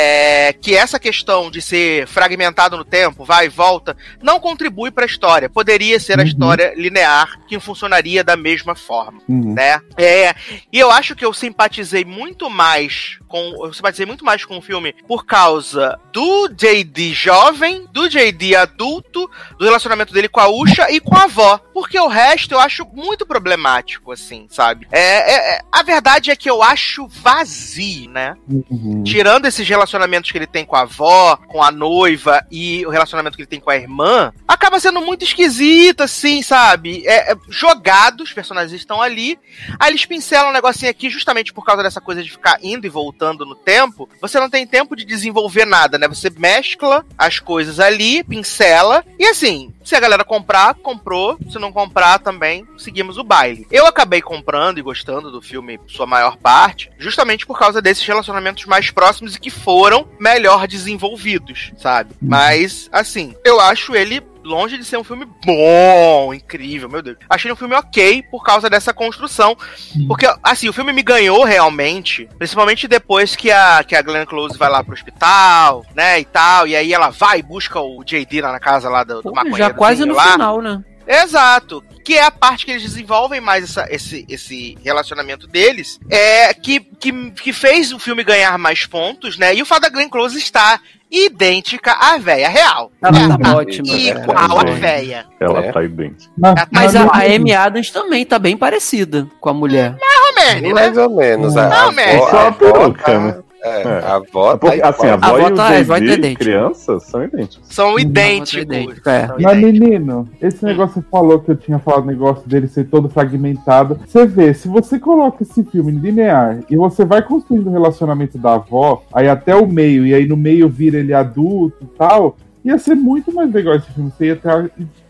[SPEAKER 2] é, que essa questão de ser fragmentado no tempo, vai e volta, não contribui pra história. Poderia ser uhum. a história linear, que funcionaria da mesma forma, uhum. né? É, e eu acho que eu simpatizei muito mais com, eu simpatizei muito mais com o filme por causa do J D jovem, do J D adulto, do relacionamento dele com a Usha e com a avó, porque o resto eu acho muito problemático, assim, sabe? É, é, a verdade é que eu acho vazio, né? Uhum. Tirando esses relacionamentos que ele tem com a avó, com a noiva e o relacionamento que ele tem com a irmã, acaba sendo muito esquisito, assim, sabe? É, é, jogado, os personagens estão ali, aí eles pincelam um negocinho aqui justamente por causa dessa coisa de ficar indo e voltando no tempo. Você não tem tempo de desenvolver nada, né? Você mescla as coisas ali, pincela, e assim, se a galera comprar, comprou, se não comprar também, seguimos o baile. Eu acabei comprando e gostando do filme, sua maior parte, justamente por causa desses relacionamentos mais próximos e que foram melhor desenvolvidos, sabe? Mas, assim, eu acho ele longe de ser um filme bom, incrível, meu Deus. Achei um filme ok por causa dessa construção. Porque, assim, o filme me ganhou realmente, principalmente depois que a, que a Glenn Close vai lá pro hospital, né, e tal, e aí ela vai e busca o J D lá na casa lá do, do maconheiro.
[SPEAKER 6] Já quase no
[SPEAKER 2] lá.
[SPEAKER 6] final, né?
[SPEAKER 2] Exato. Que é a parte que eles desenvolvem mais essa, esse, esse relacionamento deles, é que, que, que fez o filme ganhar mais pontos, né? E o fato da Glenn Close estar idêntica à véia real.
[SPEAKER 6] Ela
[SPEAKER 2] ela
[SPEAKER 6] tá ótima.
[SPEAKER 2] Igual
[SPEAKER 6] é.
[SPEAKER 2] à véia.
[SPEAKER 5] Ela
[SPEAKER 3] é.
[SPEAKER 5] tá idêntica.
[SPEAKER 4] Mas,
[SPEAKER 6] Mas a, a Amy Adams também tá bem parecida com a mulher.
[SPEAKER 2] Mais ou menos,
[SPEAKER 3] Mais
[SPEAKER 2] né?
[SPEAKER 3] ou menos. A,
[SPEAKER 2] Não,
[SPEAKER 3] a
[SPEAKER 2] mesmo.
[SPEAKER 3] avó,
[SPEAKER 5] Só a
[SPEAKER 3] a avó
[SPEAKER 5] peruca,
[SPEAKER 3] tá-
[SPEAKER 5] né?
[SPEAKER 3] É,
[SPEAKER 5] É.
[SPEAKER 3] a avó tá
[SPEAKER 5] Porque, assim, a
[SPEAKER 3] igual.
[SPEAKER 5] avó
[SPEAKER 6] A avó
[SPEAKER 5] e o
[SPEAKER 6] tá- é, vai ter
[SPEAKER 5] J D,
[SPEAKER 6] dente.
[SPEAKER 5] crianças, são idênticos.
[SPEAKER 2] São
[SPEAKER 6] Tá
[SPEAKER 2] idênticos.
[SPEAKER 6] idêntico, é.
[SPEAKER 2] São
[SPEAKER 4] Mas,
[SPEAKER 2] idênticos.
[SPEAKER 4] menino, esse negócio que você falou que eu tinha falado, o negócio dele ser todo fragmentado. Você vê, se você coloca esse filme linear e você vai construindo o relacionamento da avó, aí até o meio, e aí no meio vira ele adulto e tal, ia ser muito mais legal esse filme. Você ia ter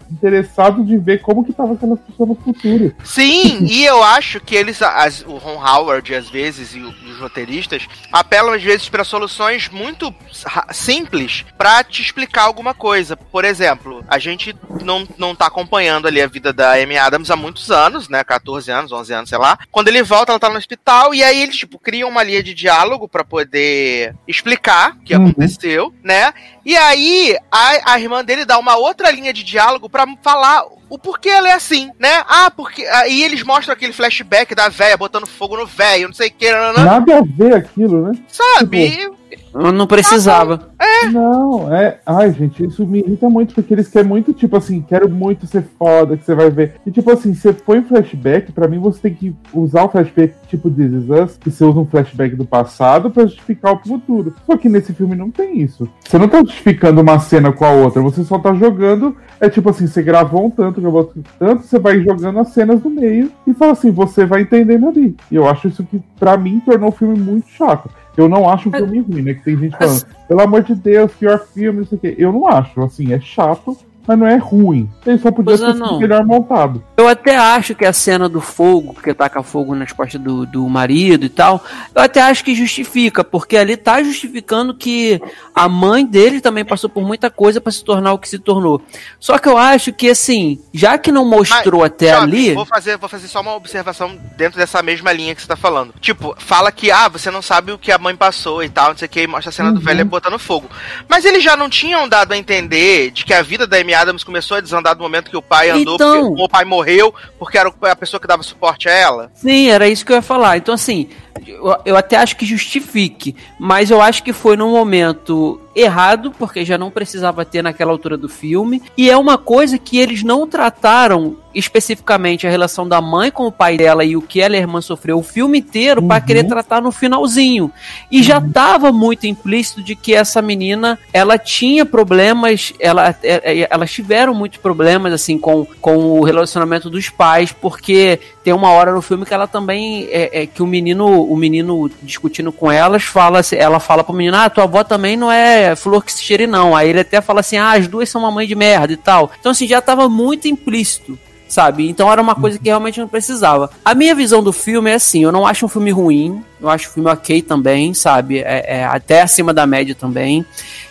[SPEAKER 4] interessado de ver como que tava aquelas pessoas no futuro.
[SPEAKER 2] Sim, e eu acho que eles, as, o Ron Howard, às vezes, e os roteiristas, apelam às vezes para soluções muito simples para te explicar alguma coisa. Por exemplo, a gente não, não tá acompanhando ali a vida da Amy Adams há muitos anos, né, catorze anos, onze anos, sei lá. Quando ele volta, ela tá no hospital, e aí eles, tipo, criam uma linha de diálogo para poder explicar o que uhum. aconteceu, né? E aí, a, a irmã dele dá uma outra linha de diálogo pra falar o porquê ela é assim, né? Ah, porque... Aí eles mostram aquele flashback da véia botando fogo no véio, não sei o que... Não, não.
[SPEAKER 4] Nada a ver aquilo, né?
[SPEAKER 2] Sabe?
[SPEAKER 4] Tipo...
[SPEAKER 6] Não precisava.
[SPEAKER 2] É.
[SPEAKER 4] Não, é. Ai, gente, isso me irrita muito, porque eles querem muito, tipo assim, quero muito ser foda, que você vai ver. E tipo assim, você põe flashback, pra mim você tem que usar o flashback tipo This Is Us, que você usa um flashback do passado pra justificar o futuro. Só que nesse filme não tem isso. Você não tá justificando uma cena com a outra, você só tá jogando. É tipo assim, você gravou um tanto, gravou outro tanto, você vai jogando as cenas no meio e fala assim, você vai entendendo ali. E eu acho isso que, pra mim, tornou o filme muito chato. Eu não acho um filme ruim, né? Que tem gente falando, pelo amor de Deus, pior filme, não sei o quê. Eu não acho, assim, é chato, mas não é ruim. Ele só podia ser melhor montado.
[SPEAKER 6] Eu até acho que a cena do fogo, que taca fogo nas costas do, do marido e tal, eu até acho que justifica, porque ali tá justificando que a mãe dele também passou por muita coisa pra se tornar o que se tornou. Só que eu acho que, assim, já que não mostrou mas, até Jovem, ali...
[SPEAKER 2] Vou fazer, vou fazer só uma observação dentro dessa mesma linha que você tá falando. Tipo, fala que, ah, você não sabe o que a mãe passou e tal, não sei o que, e mostra a cena uhum. do velho botando fogo. Mas eles já não tinham dado a entender de que a vida da Amy Adams começou a desandar do momento que o pai andou,
[SPEAKER 6] então,
[SPEAKER 2] porque o pai morreu, porque era a pessoa que dava suporte a ela?
[SPEAKER 6] Sim, era isso que eu ia falar. Então, assim, eu, eu até acho que justifique, mas eu acho que foi num momento errado, porque já não precisava ter naquela altura do filme, e é uma coisa que eles não trataram especificamente a relação da mãe com o pai dela e o que ela e a irmã sofreu o filme inteiro uhum. para querer tratar no finalzinho. E uhum. já estava muito implícito de que essa menina, ela tinha problemas, ela, elas tiveram muitos problemas assim com, com o relacionamento dos pais, porque tem uma hora no filme que ela também, é, é, que o menino, o menino discutindo com elas, fala, ela fala pro menino, ah, tua avó também não é flor que se cheire não. Aí ele até fala assim, ah, as duas são uma mãe de merda e tal. Então assim, já estava muito implícito, sabe? Então era uma coisa que realmente não precisava. A minha visão do filme é assim, eu não acho um filme ruim, eu acho o filme ok também, sabe? É, é até acima da média também.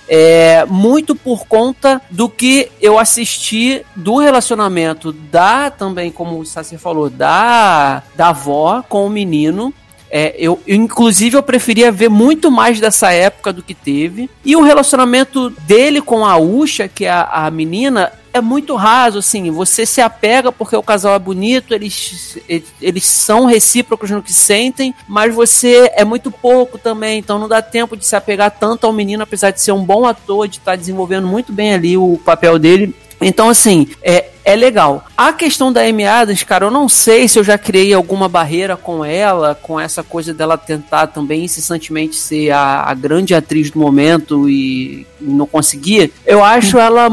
[SPEAKER 6] É, muito por conta do que eu assisti do relacionamento da, também como o Sacer falou, da, da avó com o menino. É, eu, eu, inclusive, eu preferia ver muito mais dessa época do que teve. E o relacionamento dele com a Usha, que é a, a menina, é muito raso, assim. Você se apega porque o casal é bonito, eles, eles, eles são recíprocos no que sentem, mas você é muito pouco também, então não dá tempo de se apegar tanto ao menino, apesar de ser um bom ator, de estar desenvolvendo muito bem ali o papel dele. Então, assim, é, é legal. A questão da Amy Adams, cara, eu não sei se eu já criei alguma barreira com ela, com essa coisa dela tentar também incessantemente ser a, a grande atriz do momento e não conseguir. Eu acho ela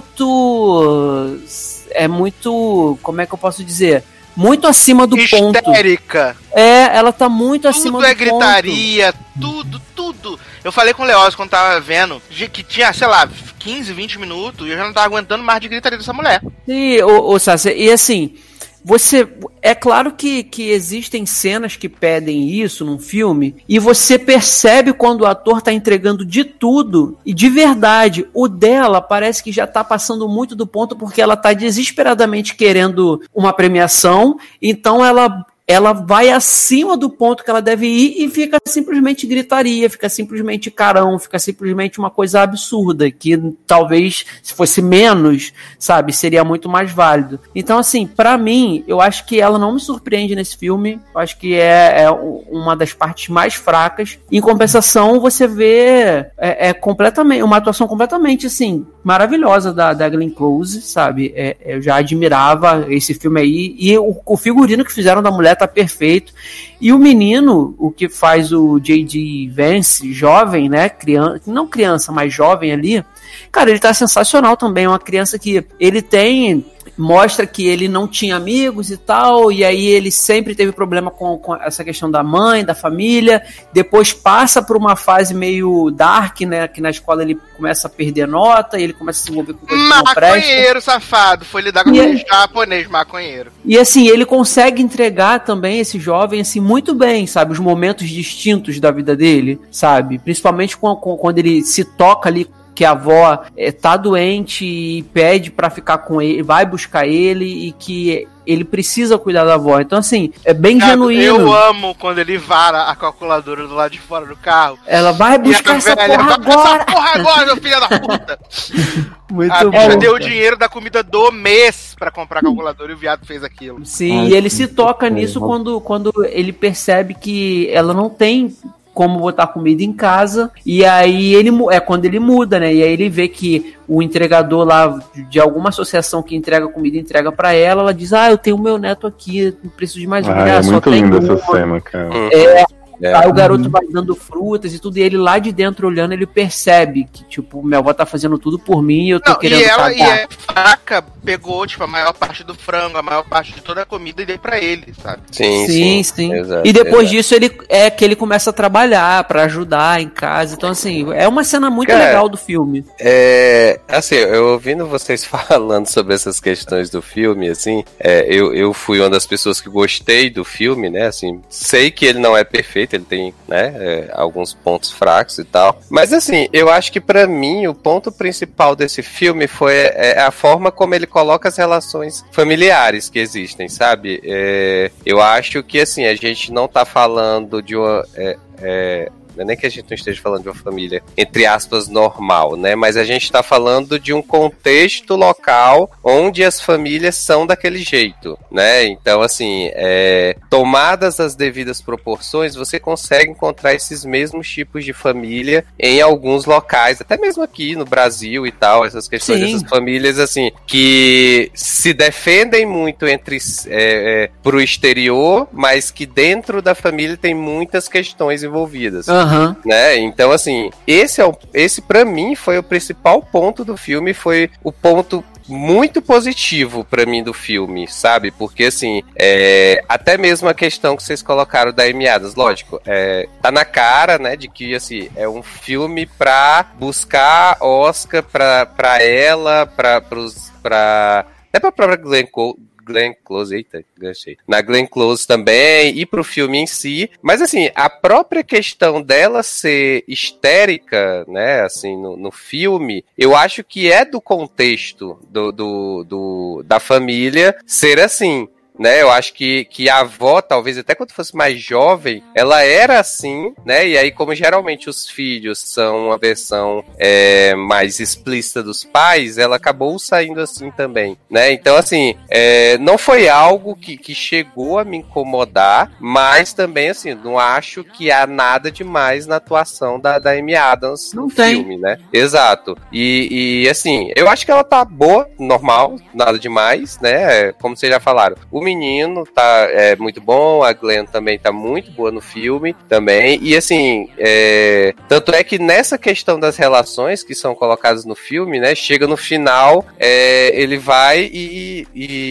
[SPEAKER 6] muito... É muito... Como é que eu posso dizer? Muito acima do
[SPEAKER 2] Histérica.
[SPEAKER 6] ponto. Histérica. É, ela tá muito
[SPEAKER 2] tudo
[SPEAKER 6] acima do
[SPEAKER 2] é
[SPEAKER 6] ponto.
[SPEAKER 2] Tudo é gritaria, tudo, tudo. Eu falei com o Leoz quando tava vendo que tinha, sei lá, quinze, vinte minutos e eu já não tava aguentando mais de gritaria dessa mulher.
[SPEAKER 6] E, ô, ô Sassi, e assim... Você, é claro que, que existem cenas que pedem isso num filme e você percebe quando o ator tá entregando de tudo e de verdade. O dela parece que já tá passando muito do ponto porque ela tá desesperadamente querendo uma premiação, então ela... ela vai acima do ponto que ela deve ir e fica simplesmente gritaria, fica simplesmente carão, fica simplesmente uma coisa absurda, que talvez se fosse menos, sabe, seria muito mais válido. Então, assim, pra mim, eu acho que ela não me surpreende nesse filme, eu acho que é, é uma das partes mais fracas. Em compensação, você vê é, é completamente, uma atuação completamente, assim, maravilhosa da, da Glenn Close, sabe, é, eu já admirava esse filme aí, e o, o figurino que fizeram da mulher tá perfeito. E o menino, o que faz o J D Vance, jovem, né, criança, não criança, mas jovem ali, cara, ele tá sensacional também, é uma criança que ele tem mostra que ele não tinha amigos e tal, e aí ele sempre teve problema com, com essa questão da mãe, da família, depois passa por uma fase meio dark, né, que na escola ele começa a perder nota, e ele começa a se envolver com coisas que não prestam.
[SPEAKER 2] Maconheiro, safado, foi lidar com
[SPEAKER 6] E
[SPEAKER 2] o japonês maconheiro.
[SPEAKER 6] E assim, ele consegue entregar também esse jovem, assim, muito bem, sabe, os momentos distintos da vida dele, sabe, principalmente com, com, quando ele se toca ali que a avó é, tá doente e pede pra ficar com ele, vai buscar ele e que ele precisa cuidar da avó. Então, assim, é bem
[SPEAKER 2] Cara,
[SPEAKER 6] genuíno.
[SPEAKER 2] Eu amo quando ele vara a calculadora do lado de fora do carro.
[SPEAKER 6] Ela vai buscar essa
[SPEAKER 2] velha,
[SPEAKER 6] porra
[SPEAKER 2] vai
[SPEAKER 6] agora.
[SPEAKER 2] Essa porra agora, meu filho da puta.
[SPEAKER 6] Muito
[SPEAKER 2] a
[SPEAKER 6] bom.
[SPEAKER 2] bicha deu o dinheiro da comida do mês pra comprar a calculadora e o viado fez aquilo.
[SPEAKER 6] Sim,
[SPEAKER 4] Ai,
[SPEAKER 6] e ele se toca
[SPEAKER 4] é,
[SPEAKER 6] nisso
[SPEAKER 4] uma-
[SPEAKER 6] quando, quando ele percebe que ela não tem como botar comida em casa, e aí ele mu- é quando ele muda, né? E aí ele vê que o entregador lá de alguma associação que entrega comida entrega pra ela, ela diz: ah, eu tenho o meu neto aqui, não preciso de mais um.
[SPEAKER 5] Ah,
[SPEAKER 6] Ah,
[SPEAKER 5] é
[SPEAKER 6] só
[SPEAKER 5] muito
[SPEAKER 6] tem
[SPEAKER 5] linda essa
[SPEAKER 6] uma.
[SPEAKER 5] cena, cara.
[SPEAKER 6] É,
[SPEAKER 3] É.
[SPEAKER 6] Aí o garoto vai dando frutas e tudo, e ele lá de dentro olhando, ele percebe que, tipo, minha avó tá fazendo tudo por mim e eu tô
[SPEAKER 2] Não,
[SPEAKER 6] querendo
[SPEAKER 2] e ela e
[SPEAKER 6] pagar.
[SPEAKER 2] é fraca, pegou tipo a maior parte do frango, a maior parte de toda a comida e deu pra ele, sabe?
[SPEAKER 3] Sim,
[SPEAKER 6] Sim,
[SPEAKER 3] sim.
[SPEAKER 6] sim.
[SPEAKER 3] Exato,
[SPEAKER 6] E depois
[SPEAKER 3] exato.
[SPEAKER 6] disso ele é que ele começa a trabalhar pra ajudar em casa. Então, assim, é uma cena muito
[SPEAKER 3] Cara,
[SPEAKER 6] legal do filme.
[SPEAKER 3] É, assim, eu ouvindo vocês falando sobre essas questões do filme, assim, é, eu, eu fui uma das pessoas que gostei do filme, né, assim, sei que ele não é perfeito, ele tem, né, é, alguns pontos fracos e tal, mas assim, eu acho que pra mim o ponto principal desse filme foi é, a forma como ele coloca as relações familiares que existem, sabe? É, eu acho que, assim, a gente não tá falando de uma... É, é, não é nem que a gente não esteja falando de uma família, entre aspas, normal, né? Mas a gente está falando de um contexto local onde as famílias são daquele jeito, né? Então, assim, é, tomadas as devidas proporções, você consegue encontrar esses mesmos tipos de família em alguns locais, até mesmo aqui no Brasil e tal, essas questões
[SPEAKER 6] Sim.
[SPEAKER 3] dessas famílias, assim, que se defendem muito entre é, é, pro exterior, mas que dentro da família tem muitas questões envolvidas.
[SPEAKER 6] Aham.
[SPEAKER 3] Né? Então, assim, esse, é o, esse pra mim foi o principal ponto do filme, foi o ponto muito positivo pra mim do filme, sabe? Porque, assim, é, até mesmo a questão que vocês colocaram da Amy Adams, lógico, é, tá na cara, né, de que, assim, é um filme pra buscar Oscar pra, pra ela, pra, pros, pra, até pra própria Glenn Cole, Glenn Close, eita, ganchei. Na Glenn Close também, e pro filme em si. Mas, assim, a própria questão dela ser histérica, né, assim, no, no filme, eu acho que é do contexto do, do, do, da família ser assim. Né, eu acho que, que a avó, talvez até quando fosse mais jovem, ela era assim, né? E aí, como geralmente os filhos são uma versão é, mais explícita dos pais, ela acabou saindo assim também, né? Então, assim, é, não foi algo que, que chegou a me incomodar, mas também, assim, não acho que há nada demais na atuação da, da Amy Adams
[SPEAKER 6] Não
[SPEAKER 3] no
[SPEAKER 6] tem.
[SPEAKER 3] filme, né? Exato. E, e, assim, eu acho que ela tá boa, normal, nada demais, né? Como vocês já falaram, o menino tá é, muito bom, a Glenn também tá muito boa no filme também, e assim, é, tanto é que nessa questão das relações que são colocadas no filme, né, chega no final, é, ele vai e,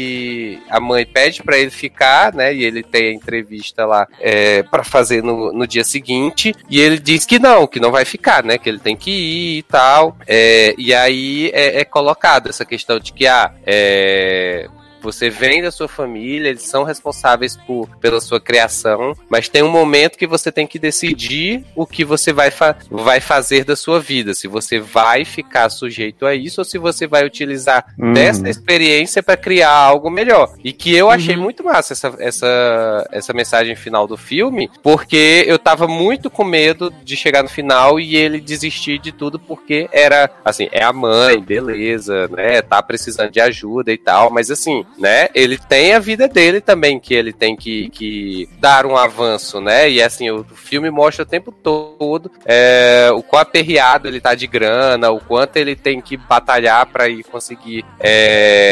[SPEAKER 3] e a mãe pede pra ele ficar, né, e ele tem a entrevista lá é, pra fazer no, no dia seguinte, e ele diz que não, que não vai ficar, né, que ele tem que ir e tal, é, e aí é, é colocado essa questão de que, ah, é... você vem da sua família, eles são responsáveis por, pela sua criação, mas tem um momento que você tem que decidir o que você vai, fa- vai fazer da sua vida, se você vai ficar sujeito a isso ou se você vai utilizar
[SPEAKER 5] Uhum.
[SPEAKER 3] dessa experiência para criar algo melhor. E que eu achei
[SPEAKER 6] Uhum.
[SPEAKER 3] muito massa essa, essa, essa mensagem final do filme, porque eu tava muito com medo de chegar no final e ele desistir de tudo, porque era, assim, é a mãe, beleza, né, tá precisando de ajuda e tal, mas assim, né, ele tem a vida dele também, que ele tem que, que dar um avanço, né, e assim, o filme mostra o tempo todo é, o quão aperreado ele tá de grana, o quanto ele tem que batalhar pra ir conseguir é,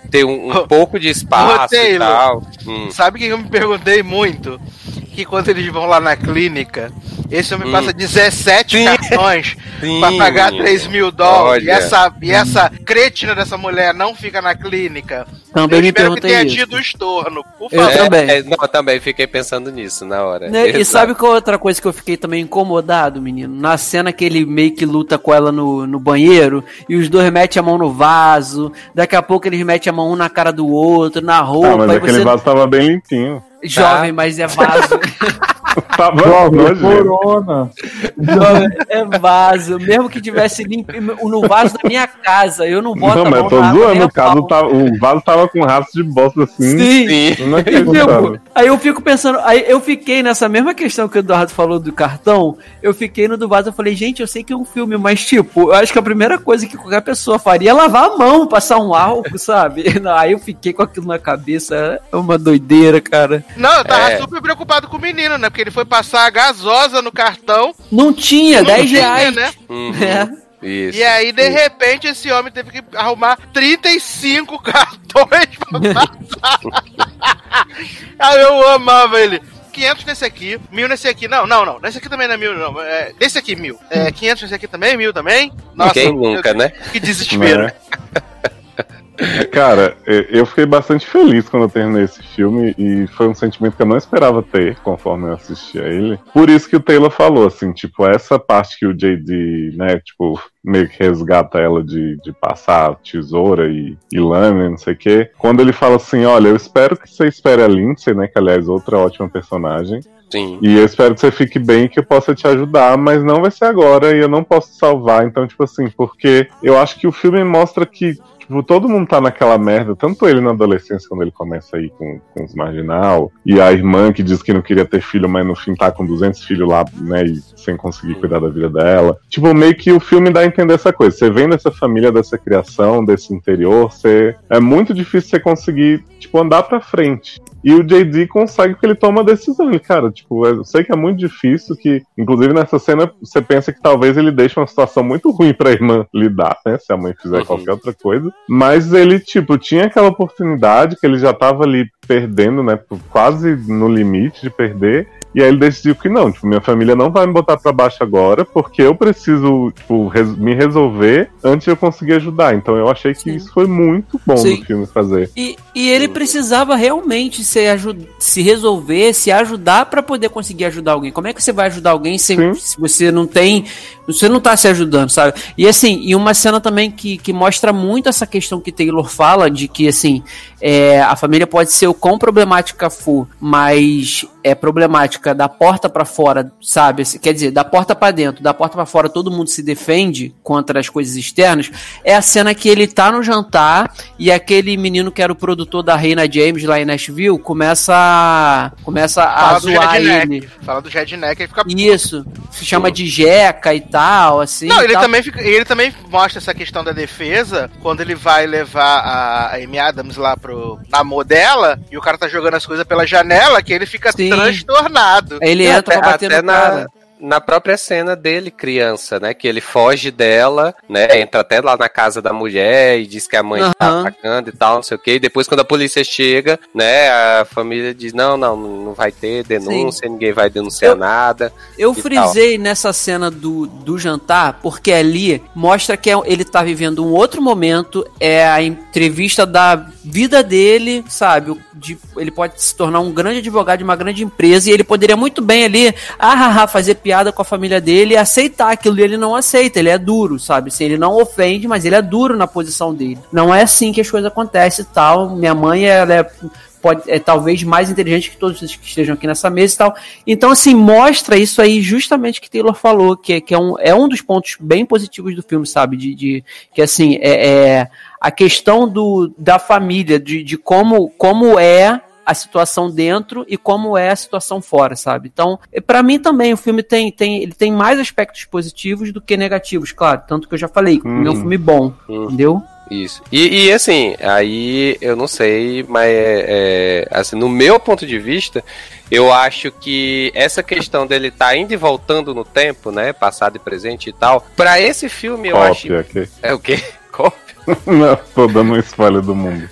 [SPEAKER 3] ter um, um pouco de espaço
[SPEAKER 2] Ô,
[SPEAKER 3] e tal. Hum.
[SPEAKER 2] Sabe o que eu me perguntei muito? Que quando eles vão lá na clínica, esse homem
[SPEAKER 3] Hum.
[SPEAKER 2] passa dezessete
[SPEAKER 3] Sim.
[SPEAKER 2] cartões
[SPEAKER 3] Sim.
[SPEAKER 2] pra pagar três mil dólares. E
[SPEAKER 3] Olha.
[SPEAKER 2] essa, e essa cretina dessa mulher não fica na clínica.
[SPEAKER 6] Também
[SPEAKER 2] eu
[SPEAKER 6] me
[SPEAKER 2] espero que
[SPEAKER 6] perguntei
[SPEAKER 2] tenha
[SPEAKER 6] isso.
[SPEAKER 2] tido estorno. Por
[SPEAKER 6] Eu
[SPEAKER 2] favor.
[SPEAKER 3] É,
[SPEAKER 6] também.
[SPEAKER 3] é, não, eu também fiquei pensando nisso na hora.
[SPEAKER 6] Né, E
[SPEAKER 3] Exato.
[SPEAKER 6] sabe qual outra coisa que eu fiquei também incomodado, menino? Na cena que ele meio que luta com ela no, no banheiro e os dois metem a mão no vaso, daqui a pouco eles metem a mão um na cara do outro, na roupa.
[SPEAKER 5] Ah, mas
[SPEAKER 6] e
[SPEAKER 5] aquele
[SPEAKER 6] você...
[SPEAKER 5] vaso tava bem limpinho.
[SPEAKER 6] Jovem, mas é vaso.
[SPEAKER 5] Tava
[SPEAKER 4] Jovem,
[SPEAKER 5] nojento.
[SPEAKER 4] corona.
[SPEAKER 6] Jovem, é vaso. Mesmo que tivesse limpo no vaso da minha casa, eu não boto
[SPEAKER 5] Não,
[SPEAKER 6] a
[SPEAKER 5] mas
[SPEAKER 6] mão
[SPEAKER 5] eu tô
[SPEAKER 6] na água nem
[SPEAKER 5] zoando,
[SPEAKER 6] a
[SPEAKER 5] o, caso
[SPEAKER 6] pau.
[SPEAKER 5] tava, o vaso tava com rastro de bosta assim.
[SPEAKER 6] Sim.
[SPEAKER 5] Eu não acreditava.
[SPEAKER 6] Tipo, aí eu fico pensando, aí eu fiquei nessa mesma questão que o Eduardo falou do cartão, eu fiquei no do vaso, eu falei, gente, eu sei que é um filme, mas tipo, eu acho que a primeira coisa que qualquer pessoa faria é lavar a mão, passar um álcool, sabe? Aí eu fiquei com aquilo na cabeça, é uma doideira, cara.
[SPEAKER 2] Não, eu tava
[SPEAKER 3] É.
[SPEAKER 2] super preocupado com o menino, né? Porque ele foi passar a gasosa no cartão.
[SPEAKER 6] Não tinha,
[SPEAKER 2] Não
[SPEAKER 6] dez
[SPEAKER 2] tinha,
[SPEAKER 6] reais.
[SPEAKER 2] né?
[SPEAKER 3] Uhum.
[SPEAKER 6] É.
[SPEAKER 3] Isso.
[SPEAKER 2] E aí, de repente, esse homem teve que arrumar trinta e cinco cartões pra passar. Aí eu amava ele. quinhentos nesse aqui, mil nesse aqui. Não, não, não. Nesse aqui também não é mil, não. É, nesse aqui, mil. É, quinhentos nesse aqui também, mil também. Nossa,
[SPEAKER 3] Quem nunca,
[SPEAKER 2] eu-
[SPEAKER 3] né?
[SPEAKER 2] Que desespero.
[SPEAKER 5] Né? Cara, e- eu fiquei bastante feliz quando eu terminei esse filme e foi um sentimento que eu não esperava ter conforme eu assisti a ele. Por isso que o Taylor falou, assim, tipo, essa parte que o J D, né, tipo, meio que resgata ela de, de passar tesoura e, e lâmina, não sei o quê. Quando ele fala assim, olha, eu espero que você espere a Lindsay, né, que aliás outra ótima personagem.
[SPEAKER 3] Sim.
[SPEAKER 5] E eu espero que você fique bem e que eu possa te ajudar, mas não vai ser agora e eu não posso te salvar. Então, tipo assim, porque eu acho que o filme mostra que tipo, todo mundo tá naquela merda, tanto ele na adolescência, quando ele começa aí com, com os marginal, e a irmã que diz que não queria ter filho, mas no fim tá com duzentos filhos lá, né, e sem conseguir cuidar da vida dela. Tipo, meio que o filme dá a entender essa coisa. Você vem dessa família, dessa criação, desse interior, você... é muito difícil você conseguir, tipo, andar pra frente. E o J D consegue porque ele toma a decisão. Ele, cara, tipo, eu sei que é muito difícil, que, inclusive nessa cena, você pensa que talvez ele deixe uma situação muito ruim pra irmã lidar, né? Se a mãe fizer
[SPEAKER 3] Uhum.
[SPEAKER 5] qualquer outra coisa. Mas ele, tipo, tinha aquela oportunidade que ele já tava ali perdendo, né? Quase no limite de perder. E aí ele decidiu que não, tipo, minha família não vai me botar pra baixo agora, porque eu preciso, tipo, res- me resolver antes de eu conseguir ajudar. Então eu achei que
[SPEAKER 6] Sim.
[SPEAKER 5] isso foi muito bom
[SPEAKER 6] Sim.
[SPEAKER 5] no filme fazer.
[SPEAKER 6] E, e ele precisava realmente se, aju- se resolver, se ajudar pra poder conseguir ajudar alguém. Como é que você vai ajudar alguém se,
[SPEAKER 5] Sim.
[SPEAKER 6] se você não tem. Você não tá se ajudando, sabe? E assim, e uma cena também que, que mostra muito essa questão que Taylor fala, de que assim, é, a família pode ser o quão problemática for, mas é problemática da porta pra fora, sabe? Quer dizer, da porta pra dentro, da porta pra fora todo mundo se defende contra as coisas externas. É a cena que ele tá no jantar e aquele menino que era o produtor da Reina James lá em Nashville começa a, começa a
[SPEAKER 2] Fala do
[SPEAKER 6] zoar
[SPEAKER 2] redneck.
[SPEAKER 6] ele.
[SPEAKER 2] Fala do redneck, ele fica
[SPEAKER 6] Isso, se chama de jeca e tal, assim.
[SPEAKER 2] Não,
[SPEAKER 6] e
[SPEAKER 2] ele
[SPEAKER 6] tal.
[SPEAKER 2] também, fica, ele também mostra essa questão da defesa quando ele vai levar a Amy Adams lá pro amor dela e o cara tá jogando as coisas pela janela, que ele fica
[SPEAKER 6] Sim.
[SPEAKER 2] transtornado.
[SPEAKER 6] Ele
[SPEAKER 3] É,
[SPEAKER 6] entra pra bater
[SPEAKER 3] até
[SPEAKER 6] no
[SPEAKER 3] na,
[SPEAKER 6] cara.
[SPEAKER 3] na própria cena dele, criança, né? Que ele foge dela, né? Entra até lá na casa da mulher e diz que a mãe tá
[SPEAKER 6] Aham.
[SPEAKER 3] atacando e tal, não sei o quê. E depois, quando a polícia chega, né? A família diz: não, não, não vai ter denúncia, ninguém vai denunciar
[SPEAKER 6] Eu-
[SPEAKER 3] nada.
[SPEAKER 6] Eu
[SPEAKER 3] e
[SPEAKER 6] frisei nessa cena do, do jantar, porque ali mostra que é- ele tá vivendo um outro momento, é a entrevista da vida dele, sabe? O- De, ele pode se tornar um grande advogado de uma grande empresa e ele poderia muito bem ali, ah, ah, ah, fazer piada com a família dele e aceitar aquilo, e ele não aceita, ele é duro, sabe? Assim, ele não ofende, mas ele é duro na posição dele. Não é assim que as coisas acontecem e tal. Minha mãe, ela é... Pode, é talvez mais inteligente que todos que estejam aqui nessa mesa e tal. Então, assim, mostra isso aí justamente que Taylor falou, que, é- que é, um, é um dos pontos bem positivos do filme, sabe? De, de que, assim, é, é a questão do, da família, de, de como, como é a situação dentro e como é a situação fora, sabe? Então, é, pra mim também, o filme tem, tem, ele tem mais aspectos positivos do que negativos, claro. Tanto que eu já falei,
[SPEAKER 5] Hum.
[SPEAKER 6] é um filme bom,
[SPEAKER 3] Hum.
[SPEAKER 6] entendeu?
[SPEAKER 3] Isso. E, e, assim, aí eu não sei, mas é, é, assim, no meu ponto de vista, eu acho que essa questão dele tá indo e voltando no tempo, né? Passado e presente e tal. Pra esse filme, eu acho.
[SPEAKER 5] Cópia aqui.
[SPEAKER 3] É o quê? Cópia?
[SPEAKER 5] Não, tô dando um spoiler do mundo.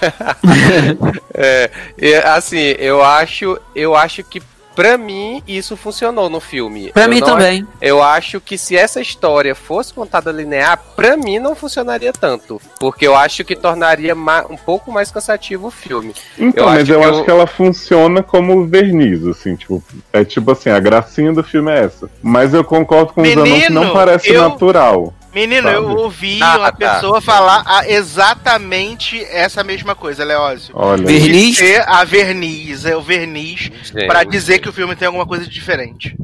[SPEAKER 3] É, e, assim, eu acho, eu acho que pra mim isso funcionou no filme.
[SPEAKER 6] Pra
[SPEAKER 3] eu
[SPEAKER 6] mim
[SPEAKER 3] não,
[SPEAKER 6] também.
[SPEAKER 3] Eu acho que se essa história fosse contada linear, pra mim não funcionaria tanto. Porque eu acho que tornaria ma- um pouco mais cansativo o filme.
[SPEAKER 5] Então,
[SPEAKER 3] Eu
[SPEAKER 5] mas
[SPEAKER 3] acho
[SPEAKER 5] eu
[SPEAKER 3] que
[SPEAKER 5] acho
[SPEAKER 3] eu-
[SPEAKER 5] que ela funciona como verniz, assim, tipo, é tipo assim, a gracinha do filme é essa. Mas eu concordo com o Zanon que
[SPEAKER 2] Menino,
[SPEAKER 5] não parece
[SPEAKER 2] eu-
[SPEAKER 5] natural.
[SPEAKER 2] Menino,
[SPEAKER 5] Sabe?
[SPEAKER 2] eu ouvi
[SPEAKER 3] Ah,
[SPEAKER 2] uma
[SPEAKER 3] tá.
[SPEAKER 2] pessoa falar a- exatamente essa mesma coisa, Leózio.
[SPEAKER 5] Olha,
[SPEAKER 6] Verniz?
[SPEAKER 2] De ser a verniz, é o verniz,
[SPEAKER 3] Gente.
[SPEAKER 2] pra dizer que o filme tem alguma coisa diferente.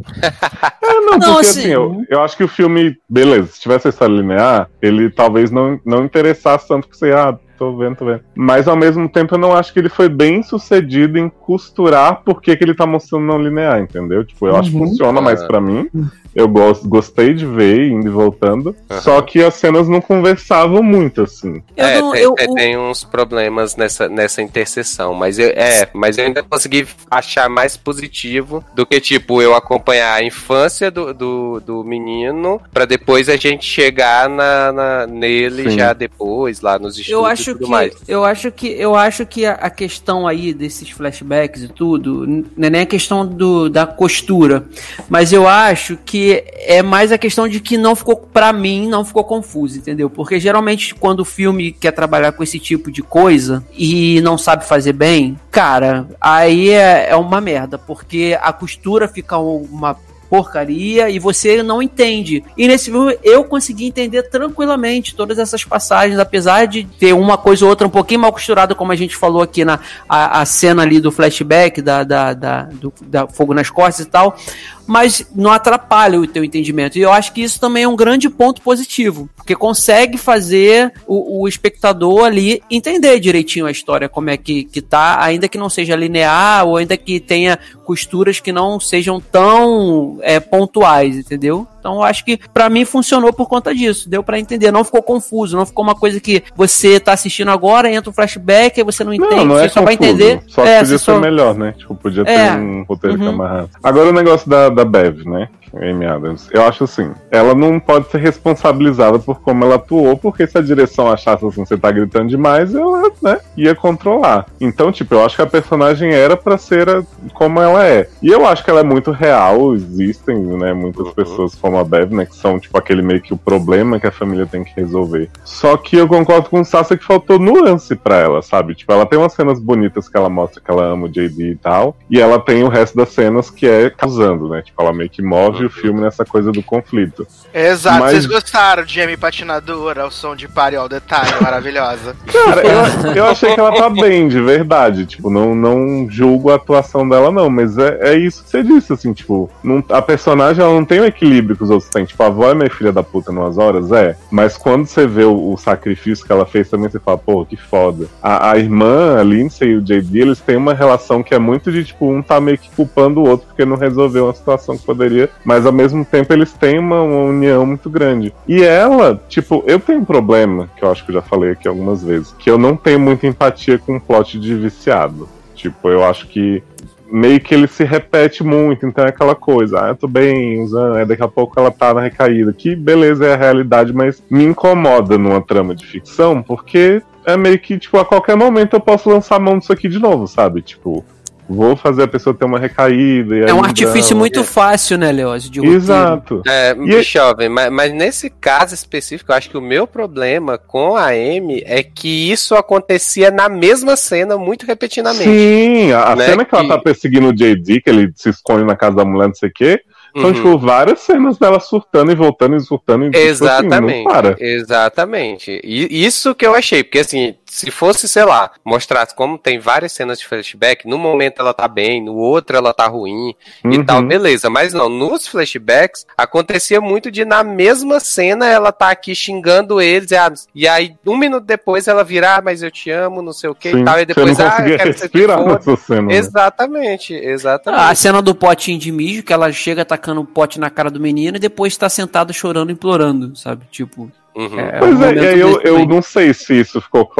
[SPEAKER 5] É, não,
[SPEAKER 6] Não,
[SPEAKER 5] porque
[SPEAKER 6] assim-
[SPEAKER 5] assim, eu, eu acho que o filme, beleza, se tivesse a história linear, ele talvez não, não interessasse tanto que você, ah, tô vendo, tô vendo. Mas ao mesmo tempo eu não acho que ele foi bem sucedido em costurar porque que ele tá mostrando não linear, entendeu? Tipo, eu acho que
[SPEAKER 4] Uhum.
[SPEAKER 5] funciona mais pra mim. Eu gosto, gostei de ver, indo e voltando.
[SPEAKER 3] Aham.
[SPEAKER 5] Só que as cenas não conversavam muito, assim.
[SPEAKER 6] Eu
[SPEAKER 3] é,
[SPEAKER 6] não-
[SPEAKER 3] tem,
[SPEAKER 6] eu-
[SPEAKER 3] tem-
[SPEAKER 6] o-
[SPEAKER 3] tem uns problemas nessa, nessa interseção, mas eu, é, mas eu ainda consegui achar mais positivo do que, tipo, eu acompanhar a infância do, do, do menino pra depois a gente chegar na, na- nele
[SPEAKER 5] Sim.
[SPEAKER 3] já depois, lá nos estudos
[SPEAKER 6] Eu
[SPEAKER 3] e
[SPEAKER 6] acho
[SPEAKER 3] tudo
[SPEAKER 6] que
[SPEAKER 3] mais.
[SPEAKER 6] eu acho que eu acho que a, a questão aí desses flashbacks e tudo n- não é nem a questão do, da costura, mas eu acho que é mais a questão de que não ficou, pra mim, não ficou confuso, entendeu? Porque geralmente quando o filme quer trabalhar com esse tipo de coisa e não sabe fazer bem, cara, aí é, é uma merda, porque a costura fica uma porcaria e você não entende. E nesse filme eu consegui entender tranquilamente todas essas passagens, apesar de ter uma coisa ou outra um pouquinho mal costurada, como a gente falou aqui na a, a cena ali do flashback da, da, da, do, da fogo nas costas e tal, mas não atrapalha o teu entendimento. E eu acho que isso também é um grande ponto positivo, porque consegue fazer o, o espectador ali entender direitinho a história, como é que, que tá, ainda que não seja linear, ou ainda que tenha costuras que não sejam tão é, pontuais, entendeu? Então eu acho que pra mim funcionou por conta disso, deu pra entender, não ficou confuso, não ficou uma coisa que você tá assistindo agora, entra um flashback, aí você não entende,
[SPEAKER 5] Não, não
[SPEAKER 6] você
[SPEAKER 5] é
[SPEAKER 6] só vai
[SPEAKER 5] confuso.
[SPEAKER 6] entender.
[SPEAKER 5] Só que
[SPEAKER 6] é,
[SPEAKER 5] podia
[SPEAKER 6] você
[SPEAKER 5] ser
[SPEAKER 6] só-
[SPEAKER 5] melhor, né? Tipo, podia ter
[SPEAKER 6] É.
[SPEAKER 5] um roteiro
[SPEAKER 6] Uhum.
[SPEAKER 5] que amarrasse. Agora o negócio da, da Bev, né? Amy Adams. Eu acho assim, ela não pode ser responsabilizada por como ela atuou, porque se a direção achasse assim, você tá gritando demais, ela, né, ia controlar. Então, tipo, eu acho que a personagem era pra ser a- como ela é. E eu acho que ela é muito real, existem, né, muitas
[SPEAKER 3] Uhum.
[SPEAKER 5] pessoas como a Bev, né, que são, tipo, aquele meio que o problema que a família tem que resolver. Só que eu concordo com o Sasha que faltou nuance pra ela, sabe? Tipo, ela tem umas cenas bonitas que ela mostra que ela ama o J D e tal, e ela tem o resto das cenas que é causando, né? Tipo, ela meio que move o filme nessa coisa do conflito.
[SPEAKER 2] Exato,
[SPEAKER 5] Mas-
[SPEAKER 2] vocês gostaram de Amy patinadora, ao som de Party All The Time, maravilhosa.
[SPEAKER 5] Cara, eu, eu achei que ela tá bem, de verdade. Tipo, não, não julgo a atuação dela, não. Mas é, é isso que você disse, assim, tipo, não- a personagem ela não tem o equilíbrio que os outros têm. Tipo, a avó é meio filha da puta numas horas, é. Mas quando você vê o, o sacrifício que ela fez também, você fala, pô, que foda. A, a irmã, a Lindsay e o J D, eles têm uma relação que é muito de, tipo, um tá meio que culpando o outro porque não resolveu uma situação que poderia. Mas ao mesmo tempo eles têm uma, uma união muito grande. E ela, tipo, eu tenho um problema, que eu acho que eu já falei aqui algumas vezes, que eu não tenho muita empatia com um plot de viciado. Tipo, eu acho que meio que ele se repete muito, então é aquela coisa, ah, eu tô bem usando, aí daqui a pouco ela tá na recaída, que beleza, é a realidade, mas me incomoda numa trama de ficção, porque é meio que, tipo, a qualquer momento eu posso lançar a mão disso aqui de novo, sabe? Tipo, vou fazer a pessoa ter uma recaída. E
[SPEAKER 6] É
[SPEAKER 5] aí
[SPEAKER 6] um
[SPEAKER 5] não
[SPEAKER 6] artifício
[SPEAKER 5] dá.
[SPEAKER 6] muito fácil, né, Leózio? de roteiro.
[SPEAKER 5] Exato.
[SPEAKER 3] É,
[SPEAKER 5] E-
[SPEAKER 3] jovem, mas, mas nesse caso específico, eu acho que o meu problema com a Amy é que isso acontecia na mesma cena muito repetidamente.
[SPEAKER 5] Sim, a, a
[SPEAKER 3] Né,
[SPEAKER 5] cena que, ela
[SPEAKER 3] que-
[SPEAKER 5] tá perseguindo o J D, que ele se esconde na casa da mulher, não sei o quê, são,
[SPEAKER 3] Uhum.
[SPEAKER 5] tipo, várias cenas dela surtando e voltando e surtando e tipo, assim,
[SPEAKER 3] Exatamente,
[SPEAKER 5] não para.
[SPEAKER 3] exatamente. E isso que eu achei, porque assim, se fosse, sei lá, mostrasse como tem várias cenas de flashback, no momento ela tá bem, no outro ela tá ruim e
[SPEAKER 5] Uhum.
[SPEAKER 3] tal, beleza. Mas não, nos flashbacks acontecia muito de na mesma cena ela tá aqui xingando eles, ah, e aí um minuto depois ela virar, ah, mas eu te amo, não sei o que
[SPEAKER 5] Sim,
[SPEAKER 3] e tal, e depois,
[SPEAKER 5] você não
[SPEAKER 3] ah, eu
[SPEAKER 5] conseguia
[SPEAKER 3] quero que você se
[SPEAKER 5] respirar
[SPEAKER 3] foda.
[SPEAKER 5] nessa cena. né?
[SPEAKER 3] Exatamente, exatamente.
[SPEAKER 6] Ah, a cena do potinho de mijo, que ela chega atacando o pote na cara do menino e depois tá sentada chorando, implorando, sabe? Tipo,
[SPEAKER 3] Uhum.
[SPEAKER 6] é um
[SPEAKER 5] Pois é,
[SPEAKER 6] momento
[SPEAKER 5] e aí eu,
[SPEAKER 6] desse
[SPEAKER 5] eu
[SPEAKER 6] também.
[SPEAKER 5] não sei se isso ficou claro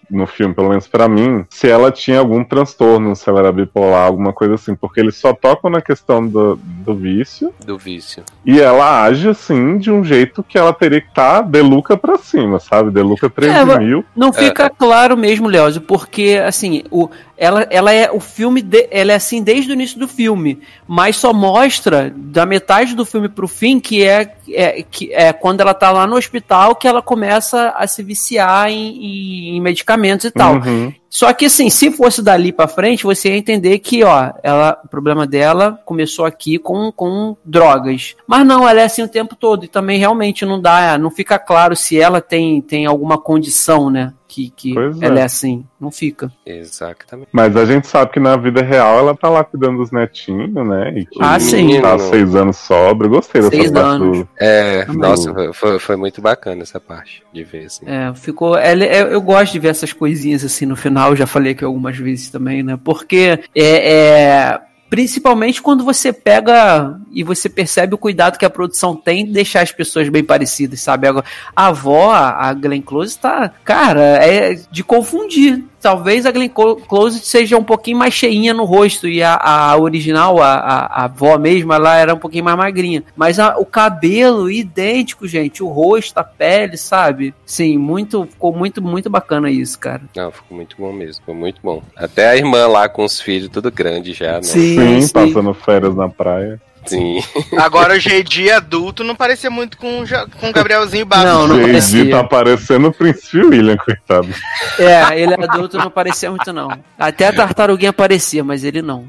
[SPEAKER 5] no filme, pelo menos pra mim, se ela tinha algum transtorno, se ela era bipolar, alguma coisa assim, porque eles só tocam na questão do, do vício.
[SPEAKER 3] Do vício.
[SPEAKER 5] E ela age, assim, de um jeito que ela teria que estar de Luca pra cima, sabe? De Luca treze mil.
[SPEAKER 6] Não fica é. claro mesmo, Leózio, porque, assim, o, ela, ela é o filme, de, ela é assim desde o início do filme, mas só mostra da metade do filme pro fim que é, é, que é quando ela tá lá no hospital que ela começa a se viciar em, em medicamentos e tal.
[SPEAKER 5] Uhum.
[SPEAKER 6] Só que, assim, se fosse dali pra frente, você ia entender que, ó, ela, o problema dela começou aqui com, com drogas. Mas não, ela é assim o tempo todo. E também, realmente, não dá, não fica claro se ela tem, tem alguma condição, né? Que, que ela é. é assim. Não fica.
[SPEAKER 3] Exatamente.
[SPEAKER 5] Mas a gente sabe que na vida real ela tá lá cuidando dos netinhos, né? E que
[SPEAKER 6] ah, sim.
[SPEAKER 5] Tá seis anos sóbrio. Gostei dessa
[SPEAKER 6] seis
[SPEAKER 5] parte
[SPEAKER 6] anos.
[SPEAKER 5] do...
[SPEAKER 3] É, nossa, foi, foi muito bacana essa parte de ver, assim.
[SPEAKER 6] É, ficou... Ela, eu, eu gosto de ver essas coisinhas assim no final, já falei aqui algumas vezes também, né? Porque é... é... principalmente quando você pega e você percebe o cuidado que a produção tem de deixar as pessoas bem parecidas, sabe? A avó, a Glenn Close, tá, cara, é de confundir. Talvez a Glenn Close seja um pouquinho mais cheinha no rosto e a, a original, a, a, a avó mesmo, ela era um pouquinho mais magrinha. Mas a, o cabelo idêntico, gente, o rosto, a pele, sabe? Sim, muito, ficou muito, muito bacana isso, cara.
[SPEAKER 3] Não, ficou muito bom mesmo, ficou muito bom. Até a irmã lá com os filhos, tudo grande já, né?
[SPEAKER 6] Sim,
[SPEAKER 5] sim,
[SPEAKER 6] sim.
[SPEAKER 5] Passando férias na praia.
[SPEAKER 3] Sim.
[SPEAKER 2] Agora o J D adulto não parecia muito com, com o Gabrielzinho Bastos.
[SPEAKER 6] Não, não
[SPEAKER 5] J D
[SPEAKER 6] parecia.
[SPEAKER 5] tá parecendo o Príncipe William, coitado.
[SPEAKER 6] É, ele adulto não parecia muito, não. Até a tartaruguinha parecia, mas ele não.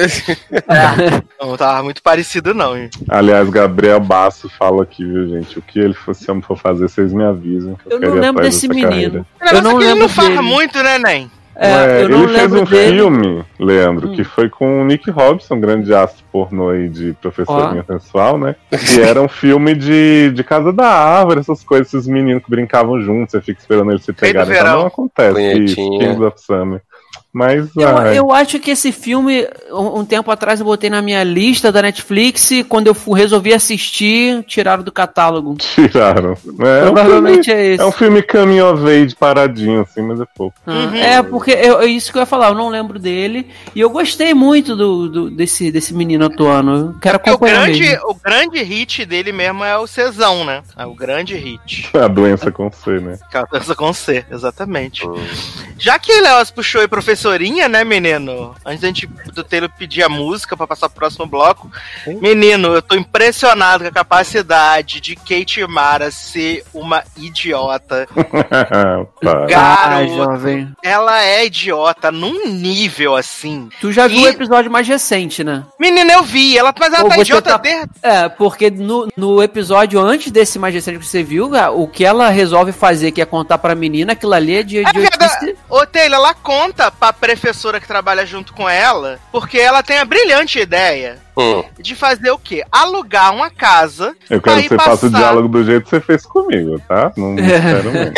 [SPEAKER 2] É, não tava muito parecido, não. Hein?
[SPEAKER 5] Aliás, Gabriel Basso fala aqui, viu, gente? O que ele for, se eu for fazer, vocês me avisam. Que eu
[SPEAKER 6] Eu não lembro desse menino.
[SPEAKER 2] Eu
[SPEAKER 6] Eu não
[SPEAKER 2] não ele
[SPEAKER 6] lembro
[SPEAKER 2] não farra
[SPEAKER 6] dele.
[SPEAKER 2] muito, né, Nen?
[SPEAKER 6] É,
[SPEAKER 5] Ué,
[SPEAKER 6] eu não
[SPEAKER 5] ele fez
[SPEAKER 6] lembro
[SPEAKER 5] um
[SPEAKER 6] dele.
[SPEAKER 5] filme, Leandro,
[SPEAKER 6] Hum.
[SPEAKER 5] que foi com o Nick Robson, grande astro pornô aí de professorinha sensual, né? Que era um filme de, de Casa da Árvore, essas coisas, esses meninos que brincavam juntos, você fica esperando eles se
[SPEAKER 2] Rei do
[SPEAKER 5] pegarem. Então
[SPEAKER 2] Verão.
[SPEAKER 5] não acontece isso,
[SPEAKER 3] Punhetinha.
[SPEAKER 5] Kings of Summer. Mas,
[SPEAKER 6] Eu,
[SPEAKER 5] ai,
[SPEAKER 6] eu acho que esse filme, um, um tempo atrás, eu botei na minha lista da Netflix e quando eu fui, resolvi assistir, tiraram do catálogo.
[SPEAKER 5] tiraram. É,
[SPEAKER 6] Provavelmente
[SPEAKER 5] um filme,
[SPEAKER 6] é esse.
[SPEAKER 5] é um filme coming of age paradinho, assim, mas é pouco.
[SPEAKER 6] Ah,
[SPEAKER 2] Uhum.
[SPEAKER 6] É, porque eu, é isso que eu ia falar, eu não lembro dele. E eu gostei muito do, do- desse, desse menino atuando. Eu quero
[SPEAKER 2] Porque o
[SPEAKER 6] acompanhar
[SPEAKER 2] grande,
[SPEAKER 6] mesmo.
[SPEAKER 2] o grande hit dele mesmo é o Cezão, né? É o grande hit.
[SPEAKER 5] A doença com C, né?
[SPEAKER 2] Que é a dança com C, exatamente. Já que Léo puxou aí professorinha, né, menino? Antes da gente do Taylor pedir a música pra passar pro próximo bloco. Menino, eu tô impressionado com a capacidade de Kate Mara ser uma idiota.
[SPEAKER 5] Para.
[SPEAKER 6] Ah,
[SPEAKER 2] Garoto,
[SPEAKER 6] jovem.
[SPEAKER 2] ela é idiota num nível assim.
[SPEAKER 6] Tu já viu
[SPEAKER 2] E-
[SPEAKER 6] o episódio mais recente, né?
[SPEAKER 2] Menina, eu vi, ela, mas ela
[SPEAKER 6] Ou
[SPEAKER 2] tá
[SPEAKER 6] você
[SPEAKER 2] idiota
[SPEAKER 6] tá-
[SPEAKER 2] desde.
[SPEAKER 6] É, porque no, no episódio antes desse mais recente que você viu, a- o que ela resolve fazer, que é contar pra menina, aquilo ali é de
[SPEAKER 2] É
[SPEAKER 6] idiotice.
[SPEAKER 2] verdade. Ô, Taylor, ela conta pra professora que trabalha junto com ela, porque ela tem a brilhante ideia
[SPEAKER 3] Hum.
[SPEAKER 2] de fazer o quê? Alugar uma casa.
[SPEAKER 5] Eu
[SPEAKER 2] pra
[SPEAKER 5] quero que
[SPEAKER 2] ir
[SPEAKER 5] você faça o
[SPEAKER 2] passar-
[SPEAKER 5] diálogo do jeito que você fez comigo, tá? Não me espero mesmo.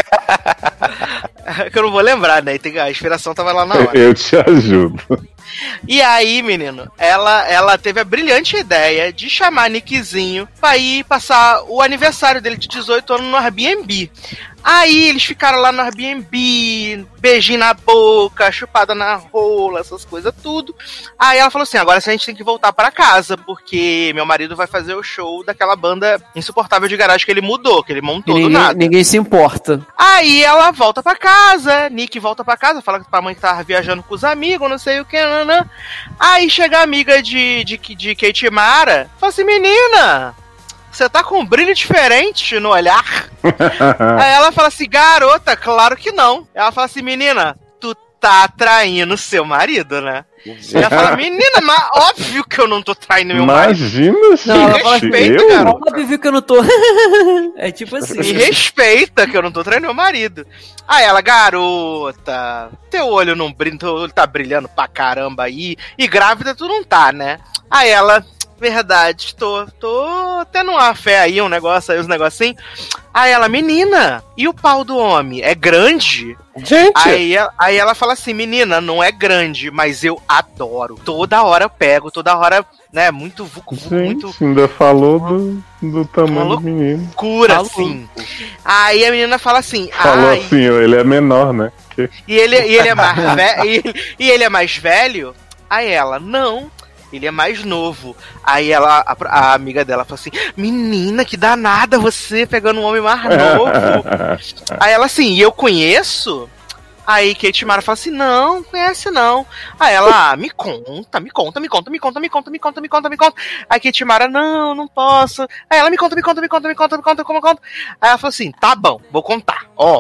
[SPEAKER 2] Que eu não vou lembrar, né? Tem- A inspiração tava lá na hora.
[SPEAKER 5] Eu te ajudo.
[SPEAKER 2] E aí, menino, ela, ela teve a brilhante ideia de chamar Nickzinho pra ir passar o aniversário dele de dezoito anos no Airbnb. Aí eles ficaram lá no Airbnb, beijinho na boca, chupada na rola, essas coisas tudo. Aí ela falou assim, agora a gente tem que voltar pra casa, porque meu marido vai fazer o show daquela banda insuportável de garagem que ele mudou, que ele montou do
[SPEAKER 6] ninguém,
[SPEAKER 2] nada.
[SPEAKER 6] ninguém se importa.
[SPEAKER 2] Aí ela volta pra casa, Nick volta pra casa, fala pra mãe que tava viajando com os amigos, não sei o que, nanã. Aí chega a amiga de, de, de Kate Mara, fala assim, menina, você tá com um brilho diferente no olhar. Aí ela fala assim, garota, claro que não. Ela fala assim, menina, tu tá traindo seu marido, né? E ela fala, menina, mas óbvio que eu não tô traindo meu marido.
[SPEAKER 5] Imagina, gente.
[SPEAKER 6] Não, ela
[SPEAKER 2] fala,
[SPEAKER 5] eu?
[SPEAKER 2] respeito, cara.
[SPEAKER 6] Óbvio que eu não tô. É tipo assim.
[SPEAKER 2] Me respeita que eu não tô traindo meu marido. Aí ela, garota, teu olho não brilha, teu olho tá brilhando pra caramba aí. E grávida tu não tá, né? Aí ela, verdade, tô, tô tendo uma fé aí, um negócio aí, uns negocinhos. Aí ela, menina, e o pau do homem? É grande?
[SPEAKER 3] Gente!
[SPEAKER 2] Aí, ela- aí ela fala assim, menina, não é grande, mas eu adoro. Toda hora eu pego, toda hora, né, muito vucu, vucu,
[SPEAKER 5] Gente,
[SPEAKER 2] muito
[SPEAKER 5] ainda falou do, do tamanho
[SPEAKER 2] Uma
[SPEAKER 5] do menino.
[SPEAKER 2] cura,
[SPEAKER 6] Falou.
[SPEAKER 2] assim. Aí a menina fala assim...
[SPEAKER 5] Falou
[SPEAKER 2] ai,
[SPEAKER 5] assim, ele é menor, né? Que-
[SPEAKER 2] e, ele, e, ele é mais ve- e, ele, e ele é mais velho? Aí ela, não... Ele é mais novo. Aí ela, a, a amiga dela fala assim: menina, que danada você pegando um homem mais novo. Aí ela assim, e eu conheço? Aí Kate Mara fala assim: não, conhece não. Aí ela, ah, me conta, me conta, me conta, me conta, me conta, me conta, me conta, me conta. Aí Kate Mara, não, não posso. Aí ela me conta, me conta, me conta, me conta, me conta, como conta. Aí ela fala assim: tá bom, vou contar. Ó.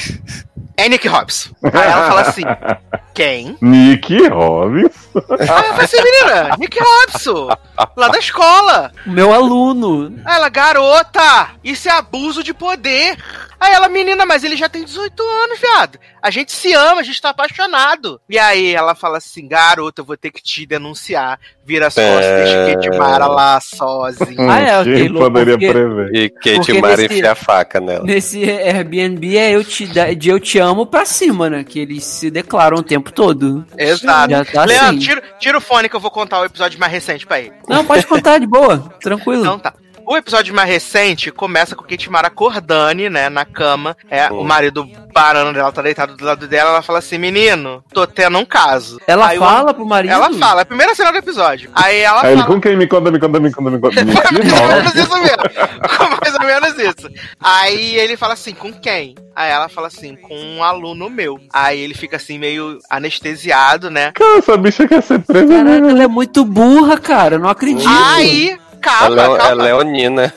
[SPEAKER 2] É Nick Robson. Aí ela fala assim: quem?
[SPEAKER 5] Nick Robinson.
[SPEAKER 2] Aí eu falei assim, menina, Nick Robson, lá da escola.
[SPEAKER 6] Meu aluno.
[SPEAKER 2] Aí ela, garota, isso é abuso de poder. Aí ela, menina, mas ele já tem dezoito anos, viado. A gente se ama, a gente tá apaixonado. E aí ela fala assim, garota, eu vou ter que te denunciar. Vira sócio,
[SPEAKER 3] É...
[SPEAKER 2] deixa Kate Mara lá sozinha.
[SPEAKER 6] Ah, é,
[SPEAKER 5] Quem
[SPEAKER 6] Taylor,
[SPEAKER 5] poderia
[SPEAKER 6] porque-
[SPEAKER 5] prever?
[SPEAKER 3] E Kate
[SPEAKER 6] Porque
[SPEAKER 3] Mara
[SPEAKER 6] nesse-
[SPEAKER 3] enfia a faca nela.
[SPEAKER 6] Nesse Airbnb é eu te, da- de eu te amo pra cima, né? Que eles se declaram o tempo todo.
[SPEAKER 2] Exato.
[SPEAKER 6] Já tá
[SPEAKER 2] Leandro,
[SPEAKER 6] assim.
[SPEAKER 2] tira, tira o fone que eu vou contar o episódio mais recente pra ele.
[SPEAKER 6] Não, pode contar de boa, tranquilo.
[SPEAKER 2] Então tá. O episódio mais recente começa com Kate Mara acordando, né, na cama. É,
[SPEAKER 3] Hum.
[SPEAKER 2] o marido banana dela tá deitado do lado dela. Ela fala assim, menino, tô tendo um caso.
[SPEAKER 6] Ela
[SPEAKER 2] Aí o-
[SPEAKER 6] fala pro marido?
[SPEAKER 2] Ela fala, é a primeira cena do episódio. Aí ela
[SPEAKER 5] Aí ele,
[SPEAKER 2] fala...
[SPEAKER 5] com quem? Me conta, me conta, me conta, me conta. Nick
[SPEAKER 2] Mais ou menos
[SPEAKER 5] Robinson.
[SPEAKER 2] isso mesmo. Mais ou menos isso. Aí ele fala assim, com quem? Aí ela fala assim, com um aluno meu. Aí ele fica assim, meio anestesiado, né?
[SPEAKER 5] Cara, essa bicha quer ser presa
[SPEAKER 6] Caraca,
[SPEAKER 5] mesmo.
[SPEAKER 6] ela é muito burra, cara. Eu não acredito.
[SPEAKER 2] Aí... Calma,
[SPEAKER 3] Ela é,
[SPEAKER 2] calma.
[SPEAKER 3] ela é onina.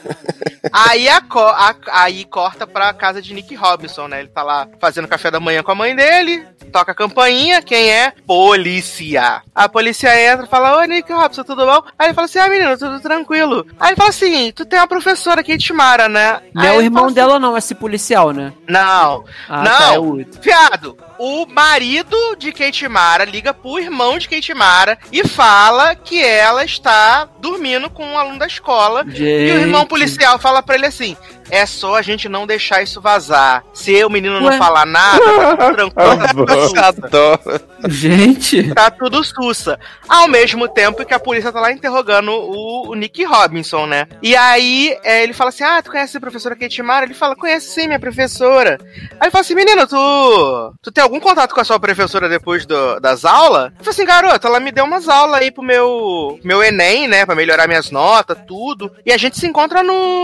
[SPEAKER 2] Aí, a co- a- aí corta pra casa de Nick Robinson, né? Ele tá lá fazendo café da manhã com a mãe dele, toca a campainha, quem é? Polícia. A polícia entra e fala, oi, Nick Robinson, tudo bom? Aí ele fala assim, ah, menino, tudo tranquilo. Aí ele fala assim, tu tem uma professora, Kate Mara, né?
[SPEAKER 6] Não
[SPEAKER 2] Aí
[SPEAKER 6] é o
[SPEAKER 2] ele
[SPEAKER 6] irmão
[SPEAKER 2] fala
[SPEAKER 6] dela, não, esse policial, né?
[SPEAKER 2] assim, não,
[SPEAKER 6] Ah,
[SPEAKER 2] não,
[SPEAKER 6] tá, é o outro.
[SPEAKER 2] viado. O marido de Kate Mara liga pro irmão de Kate Mara e fala que ela está dormindo com um aluno da escola. E o irmão
[SPEAKER 6] Gente.
[SPEAKER 2] policial fala pra ele assim: é só a gente não deixar isso vazar. Se o menino
[SPEAKER 6] Ué?
[SPEAKER 2] não falar nada, tá tudo tranquilo, tá tudo sussa.
[SPEAKER 3] Adoro.
[SPEAKER 6] Gente.
[SPEAKER 2] Tá tudo sussa. Ao mesmo tempo que a polícia tá lá interrogando o, o Nick Robinson, né? E aí é, ele fala assim: ah, tu conhece a professora Kate Mara? Ele fala: conhece sim, minha professora. Aí ele fala assim: menino, tu, tu tem algum contato com a sua professora depois do- das aulas? Ele fala assim: garota, ela me deu umas aulas aí pro meu, meu Enem, né? Pra melhorar minhas notas, tudo. E a gente se encontra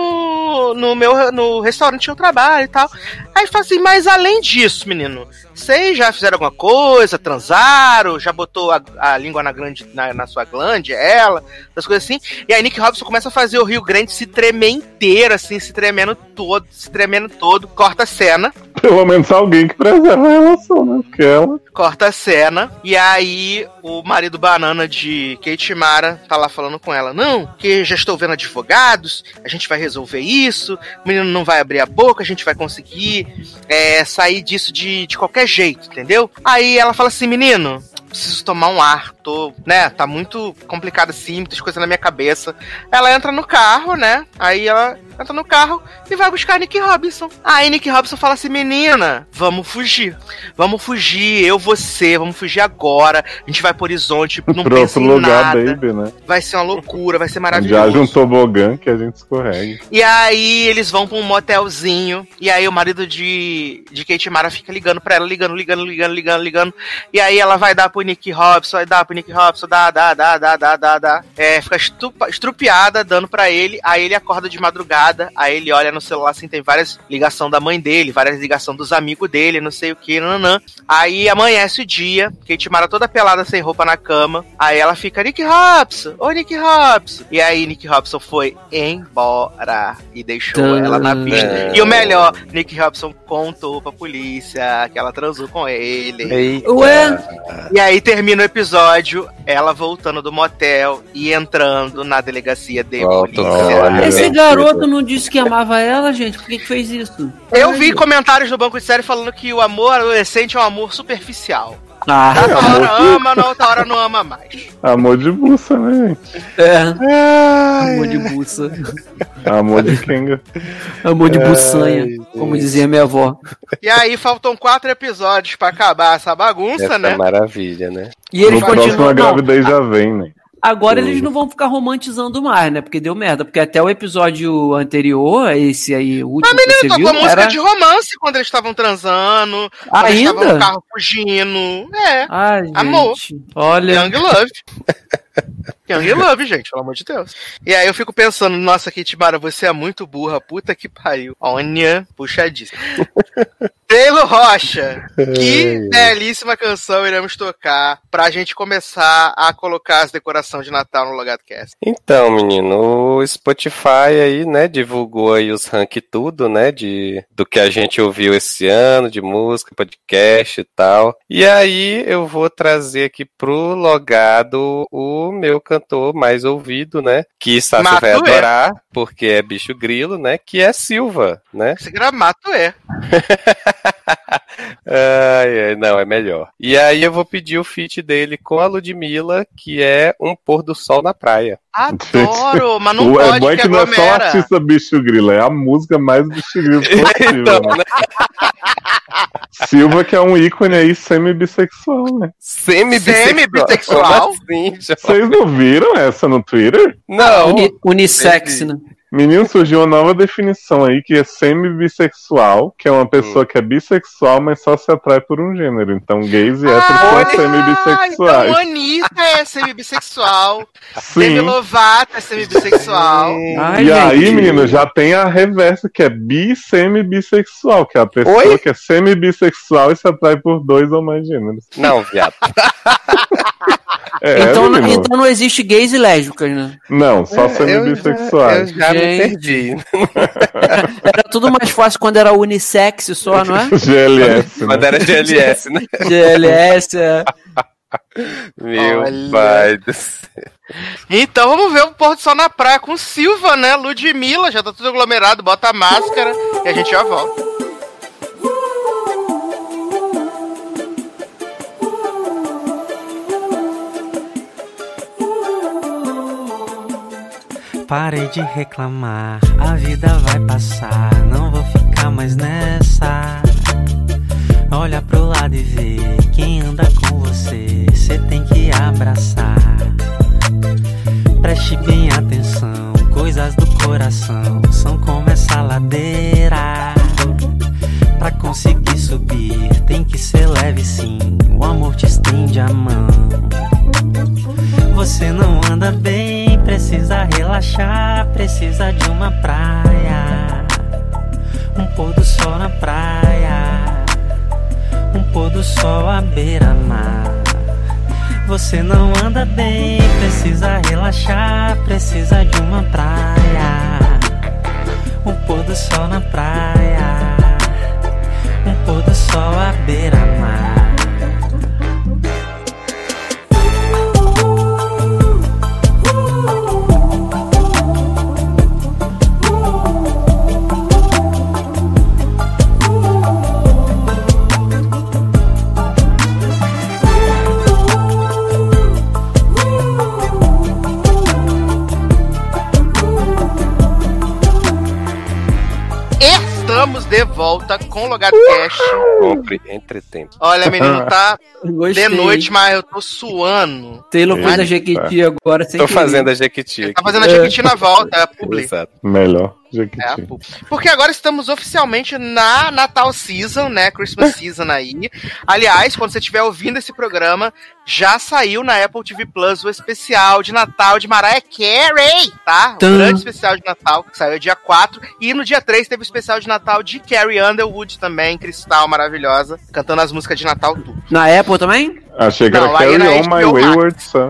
[SPEAKER 2] no, no meu no restaurante que eu trabalho e tal. Aí ele fala assim: mas além disso, menino, vocês já fizeram alguma coisa? Transaram? Já botou a, a língua na, grande, na, na sua glande? Ela? Essas coisas assim. E aí Nick Robinson começa a fazer o Rio Grande se tremer inteiro, assim, se tremendo todo, se tremendo todo. Corta a cena.
[SPEAKER 5] Pelo menos alguém que preserva a relação, né? Porque ela...
[SPEAKER 2] Corta a cena. E aí o marido banana de Kate Mara tá lá falando com ela. Não, que já estou vendo advogados, a gente vai resolver isso, o menino não vai abrir a boca, a gente vai conseguir é, sair disso de, de qualquer jeito, entendeu? Aí ela fala assim, menino, preciso tomar um ar, tô, né, tá muito complicado assim, muitas coisas na minha cabeça. Ela entra no carro, né, aí ela entra no carro e vai buscar Nick Robinson. Aí Nick Robinson fala assim, menina, vamos fugir, vamos fugir, eu, você, vamos fugir agora, a gente vai pro horizonte, não
[SPEAKER 5] Pro
[SPEAKER 2] pensa
[SPEAKER 5] outro
[SPEAKER 2] em
[SPEAKER 5] lugar,
[SPEAKER 2] nada,
[SPEAKER 5] baby, né?
[SPEAKER 2] vai ser uma loucura, vai ser
[SPEAKER 5] Já
[SPEAKER 2] maravilhoso.
[SPEAKER 5] juntou tobogã que a gente escorrega.
[SPEAKER 2] E aí eles vão pra um motelzinho. E aí o marido de, de Kate Mara fica ligando pra ela, ligando, ligando, ligando, ligando, ligando. E aí ela vai dar pro Nick Robinson, vai dar pro Nick Robinson, dá, dá, dá, dá, dá, dá, dá. É, fica estupa, estrupiada, dando pra ele. Aí ele acorda de madrugada. Aí ele olha no celular, assim, tem várias ligações da mãe dele, várias ligações dos amigos dele, não sei o que, nananã. Aí amanhece o dia, Kate Mara toda pelada, sem roupa na cama. Aí ela fica, Nick Robinson, ô Nick Robinson. E aí Nick Robinson foi embora e deixou
[SPEAKER 6] Tã.
[SPEAKER 2] ela na pista. E o melhor, Nick Robinson contou pra polícia que ela transou com ele.
[SPEAKER 3] Eita.
[SPEAKER 6] Ué?
[SPEAKER 2] E aí termina o episódio, ela voltando do motel e entrando na delegacia de
[SPEAKER 3] Volta,
[SPEAKER 2] polícia.
[SPEAKER 3] olha.
[SPEAKER 6] Esse
[SPEAKER 3] É,
[SPEAKER 6] garoto não disse que amava ela, gente? Por que, que fez isso?
[SPEAKER 2] Eu vi comentários no banco de série falando que o amor adolescente é um amor superficial.
[SPEAKER 6] Ah,
[SPEAKER 2] Na hora ama, na outra hora não ama mais.
[SPEAKER 5] Amor de buça, né, gente?
[SPEAKER 6] é. Amor de buça.
[SPEAKER 5] Amor de Kenga.
[SPEAKER 6] Amor de
[SPEAKER 3] Ai,
[SPEAKER 6] buçanha,
[SPEAKER 3] gente.
[SPEAKER 6] como dizia minha avó.
[SPEAKER 2] E aí faltam quatro episódios pra acabar essa bagunça,
[SPEAKER 3] Essa
[SPEAKER 2] né?
[SPEAKER 3] maravilha, né?
[SPEAKER 6] E eles
[SPEAKER 5] No próximo
[SPEAKER 6] continuam.
[SPEAKER 5] a
[SPEAKER 6] Não,
[SPEAKER 5] gravidez já vem, né?
[SPEAKER 6] Agora
[SPEAKER 5] Sim.
[SPEAKER 6] eles não vão ficar romantizando mais, né? Porque deu merda. Porque até o episódio anterior, esse aí, o último
[SPEAKER 2] A menina
[SPEAKER 6] que você
[SPEAKER 2] tocou
[SPEAKER 6] viu,
[SPEAKER 2] música
[SPEAKER 6] era...
[SPEAKER 2] de romance quando eles estavam transando. Quando eles estavam
[SPEAKER 6] Ainda?
[SPEAKER 2] no carro fugindo. É.
[SPEAKER 6] Ai,
[SPEAKER 2] Amor.
[SPEAKER 6] gente. Olha...
[SPEAKER 2] Young Love. Young Love, gente, pelo amor de Deus. E aí eu fico pensando, nossa, Kitmara, você é muito burra, puta que pariu. Olha, puxadíssima. Taylor Rocha, que belíssima canção iremos tocar pra gente começar a colocar as decorações de Natal no Logado Cast.
[SPEAKER 3] Então, menino, o Spotify aí, né, divulgou aí os rank tudo, né, de, do que a gente ouviu esse ano, de música, podcast e tal. E aí eu vou trazer aqui pro Logado o meu cantor mais ouvido, né, que Sassi vai
[SPEAKER 2] Matuê.
[SPEAKER 3] adorar, porque é bicho grilo, né, que é Silva, né.
[SPEAKER 2] Esse gramato é.
[SPEAKER 3] Ai, ai, não, é melhor. E aí eu vou pedir o feat dele com a Ludmilla, que é Um Pôr do Sol na Praia.
[SPEAKER 2] Adoro, mas não
[SPEAKER 5] O-
[SPEAKER 2] pode,
[SPEAKER 5] é bom
[SPEAKER 2] que
[SPEAKER 5] que não é só o
[SPEAKER 2] aglomera.
[SPEAKER 5] artista bicho grilo, é a música mais bicho grilo possível.
[SPEAKER 3] Então,
[SPEAKER 5] né?
[SPEAKER 3] né?
[SPEAKER 5] Silva, que é um ícone aí semi-bissexual, né?
[SPEAKER 3] Semi-bissexual.
[SPEAKER 2] Semi-bissexual?
[SPEAKER 3] Como assim, João?
[SPEAKER 5] Vocês não viram essa no Twitter?
[SPEAKER 3] Não.
[SPEAKER 6] Uni- unissex,
[SPEAKER 3] entendi.
[SPEAKER 6] né?
[SPEAKER 5] Menino, surgiu uma nova definição aí que é semi-bissexual, que é uma pessoa
[SPEAKER 3] Hum.
[SPEAKER 5] que é bissexual, mas só se atrai por um gênero. Então, gays e
[SPEAKER 2] Ah,
[SPEAKER 5] héteros são
[SPEAKER 2] então
[SPEAKER 5] semi-bissexuais.
[SPEAKER 2] a Anitta é semi-bissexual.
[SPEAKER 5] Sim.
[SPEAKER 2] Demi Lovato é semi-bissexual.
[SPEAKER 6] Ai,
[SPEAKER 5] E aí,
[SPEAKER 6] gente.
[SPEAKER 5] menino, já tem a reversa, que é bi-semi-bissexual, que é a pessoa
[SPEAKER 3] Oi?
[SPEAKER 5] que é semi-bissexual e se atrai por dois ou mais gêneros.
[SPEAKER 3] Não, viado.
[SPEAKER 5] É,
[SPEAKER 6] Então, não-
[SPEAKER 5] menino.
[SPEAKER 6] então não existe gays e lésbicas, né?
[SPEAKER 5] Não, só
[SPEAKER 3] Eu já, eu
[SPEAKER 5] semi-bissexuais.
[SPEAKER 3] já me
[SPEAKER 6] Gente.
[SPEAKER 3] perdi.
[SPEAKER 6] Era tudo mais fácil quando era unissex só, não é?
[SPEAKER 5] G L S, né?
[SPEAKER 3] Quando era G L S, né?
[SPEAKER 6] G L S, é.
[SPEAKER 3] Meu
[SPEAKER 2] Olha.
[SPEAKER 3] pai do céu.
[SPEAKER 2] Então vamos ver o pôr do sol na praia com Silva, né? Ludmilla, já tá tudo aglomerado, bota a máscara e a gente já volta.
[SPEAKER 1] Parei de reclamar, a vida vai passar, não vou ficar mais nessa. Olha pro lado e vê quem anda com você, cê tem que abraçar. Preste bem atenção, coisas do coração são como essa ladeira. Pra conseguir subir, tem que ser leve sim, o amor te estende a mão. Você não anda bem, precisa relaxar, precisa de uma praia. Um pôr do sol na praia, um pôr do sol à beira-mar. Você não anda bem, precisa relaxar, precisa de uma praia. Um pôr do sol na praia, um pôr do sol à beira-mar.
[SPEAKER 2] Estamos de volta com o Logado Cast.
[SPEAKER 3] Compre entretempo.
[SPEAKER 2] Olha, menino, tá
[SPEAKER 6] Gostei.
[SPEAKER 2] de noite, mas eu tô suando.
[SPEAKER 6] Taylor fez
[SPEAKER 5] Eita.
[SPEAKER 6] a Jequiti agora sem
[SPEAKER 3] Tô
[SPEAKER 6] querer.
[SPEAKER 3] fazendo a Jequiti
[SPEAKER 2] Tá
[SPEAKER 3] aqui.
[SPEAKER 2] fazendo a Jequiti na volta, é a publi.
[SPEAKER 3] Exato.
[SPEAKER 5] Melhor.
[SPEAKER 2] É a
[SPEAKER 5] Jequiti.
[SPEAKER 2] publi. Porque agora estamos oficialmente na Natal Season, né? Christmas Season aí. Aliás, quando você estiver ouvindo esse programa, já saiu na Apple T V Plus o especial de Natal de Mariah Carey, tá? O
[SPEAKER 6] Tum.
[SPEAKER 2] grande especial de Natal, que saiu dia quatro. E no dia três teve o especial de Natal de Carrie Underwood também, Cristal, maravilhosa, cantando as músicas de Natal tudo.
[SPEAKER 6] Na Apple também?
[SPEAKER 5] Achei que
[SPEAKER 2] Não,
[SPEAKER 5] era
[SPEAKER 2] aí
[SPEAKER 5] Carry
[SPEAKER 2] na
[SPEAKER 5] On
[SPEAKER 2] H B O
[SPEAKER 5] My
[SPEAKER 2] Max.
[SPEAKER 5] Wayward Son.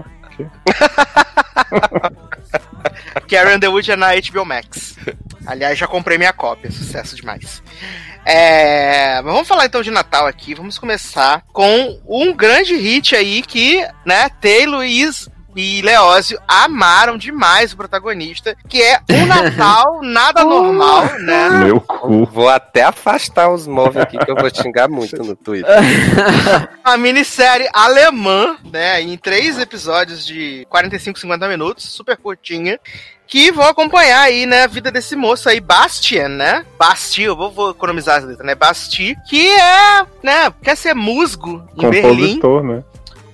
[SPEAKER 2] Carrie Underwood é na H B O Max. Aliás, já comprei minha cópia, sucesso demais. É, mas vamos falar então de Natal aqui. Vamos começar com um grande hit aí que, né, Taylor e, e Leózio amaram demais o protagonista, que é Um Natal Nada Normal, né?
[SPEAKER 5] Meu cu.
[SPEAKER 3] Vou até afastar os móveis aqui que eu vou xingar muito no Twitter.
[SPEAKER 2] A minissérie alemã, né, em três episódios de quarenta e cinco, cinquenta minutos, super curtinha, que vão acompanhar aí, né, a vida desse moço aí, Bastian, né? Basti, eu vou, vou economizar as letras, né? Basti, que é, né, quer ser musgo em Berlim.
[SPEAKER 5] Compositor, né?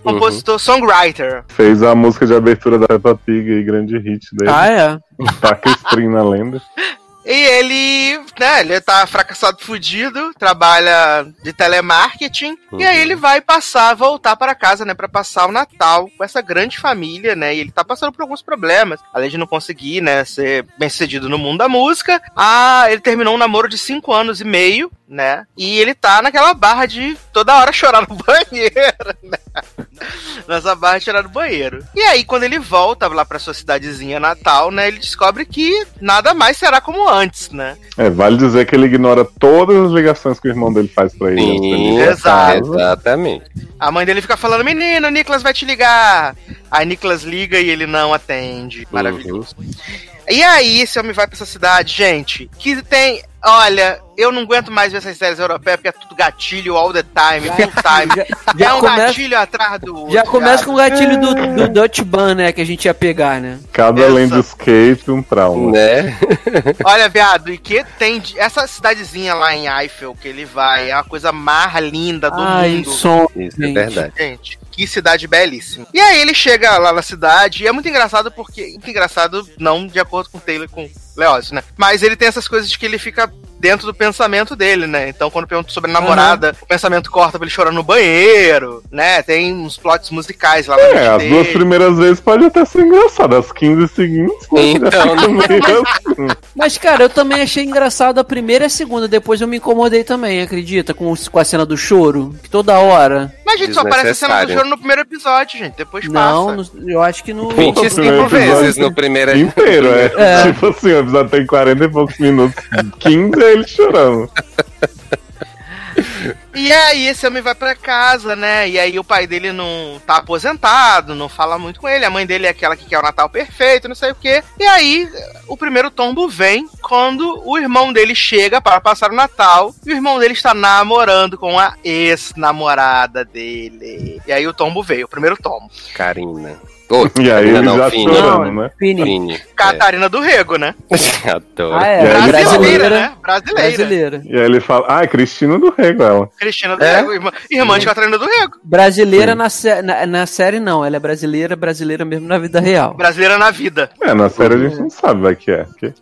[SPEAKER 2] compositor, songwriter.
[SPEAKER 5] Fez a música de abertura da Peppa Pig e grande hit dele.
[SPEAKER 6] Ah, é?
[SPEAKER 5] Taca String na lenda.
[SPEAKER 2] E ele, né, ele tá fracassado, fudido, trabalha de telemarketing, uhum. E aí ele vai passar, voltar para casa, né, pra passar o Natal com essa grande família, né, e ele tá passando por alguns problemas, além de não conseguir, né, ser bem-sucedido no mundo da música. Ah, ele terminou um namoro de cinco anos e meio, né, e ele tá naquela barra de toda hora chorar no banheiro, né, nessa barra de chorar no banheiro. E aí, quando ele volta lá pra sua cidadezinha natal, né, ele descobre que nada mais será como antes, né?
[SPEAKER 5] É, vale dizer que ele ignora todas as ligações que o irmão dele faz pra ele.
[SPEAKER 3] Sim,
[SPEAKER 2] exato.
[SPEAKER 3] Exatamente.
[SPEAKER 2] A mãe dele fica falando, menino, o Nicolas vai te ligar. Aí Nicolas liga e ele não atende. Maravilhoso. Uhum. E aí, esse homem vai pra essa cidade, gente, que tem... Olha, eu não aguento mais ver essas séries europeias, porque é tudo gatilho all the time, full time. Já, já é um começa, gatilho atrás do outro.
[SPEAKER 6] Já começa cara. com o gatilho do, do Dutch Ban, né, que a gente ia pegar, né?
[SPEAKER 5] Cada landscape um trauma.
[SPEAKER 3] Né?
[SPEAKER 2] Olha, viado, e que tem... Essa cidadezinha lá em Eiffel que ele vai, é uma coisa mais linda do
[SPEAKER 6] Ai,
[SPEAKER 2] mundo.
[SPEAKER 6] Som,
[SPEAKER 3] Isso gente. É verdade.
[SPEAKER 2] Gente, que cidade belíssima. E aí ele chega lá na cidade, e é muito engraçado porque... Muito engraçado, não de acordo com o Taylor e com Leózio, né? Mas ele tem essas coisas de que ele fica dentro do pensamento dele, né? Então, quando pergunta sobre a namorada, uhum. o pensamento corta pra ele chorar no banheiro, né? Tem uns plots musicais lá.
[SPEAKER 5] É, as duas primeiras vezes pode até ser engraçado, as quinze seguintes...
[SPEAKER 3] Então,
[SPEAKER 6] mas, mas, cara, eu também achei engraçado a primeira e a segunda, depois eu me incomodei também, acredita? Com, com a cena do choro, que toda hora...
[SPEAKER 2] Mas, gente, só aparece a cena do choro no primeiro episódio, gente, depois
[SPEAKER 6] não,
[SPEAKER 2] passa.
[SPEAKER 6] Não, eu acho que no...
[SPEAKER 3] vinte e cinco vezes no primeiro...
[SPEAKER 5] Inteiro, é. é. Tipo assim, o episódio tem quarenta e poucos minutos, quinze é ele chorando.
[SPEAKER 2] E aí esse homem vai pra casa, né? E aí o pai dele não tá aposentado, não fala muito com ele. A mãe dele é aquela que quer o Natal perfeito, não sei o quê. E aí o primeiro tombo vem quando o irmão dele chega para passar o Natal. E o irmão dele está namorando com a ex-namorada dele. E aí o tombo veio, o primeiro tombo.
[SPEAKER 3] Karina. Oh,
[SPEAKER 5] e aí ele
[SPEAKER 3] não,
[SPEAKER 5] já
[SPEAKER 3] Fini.
[SPEAKER 5] chorando, né?
[SPEAKER 6] Fini.
[SPEAKER 3] Fini.
[SPEAKER 2] Catarina é. do Rego, né?
[SPEAKER 3] Adoro.
[SPEAKER 6] Ah, é.
[SPEAKER 2] Brasileira,
[SPEAKER 6] Brasileira,
[SPEAKER 2] né? Brasileira.
[SPEAKER 6] Brasileira.
[SPEAKER 5] E aí ele fala, ah, é Cristina do Rego, ela.
[SPEAKER 2] Cristina do
[SPEAKER 3] é?
[SPEAKER 2] Rego, irmã, irmã de Catarina do Rego.
[SPEAKER 6] Brasileira na, na, na série, não. Ela é brasileira, brasileira mesmo na vida real.
[SPEAKER 2] Brasileira na vida.
[SPEAKER 5] É, na série a gente não sabe vai que é. Que...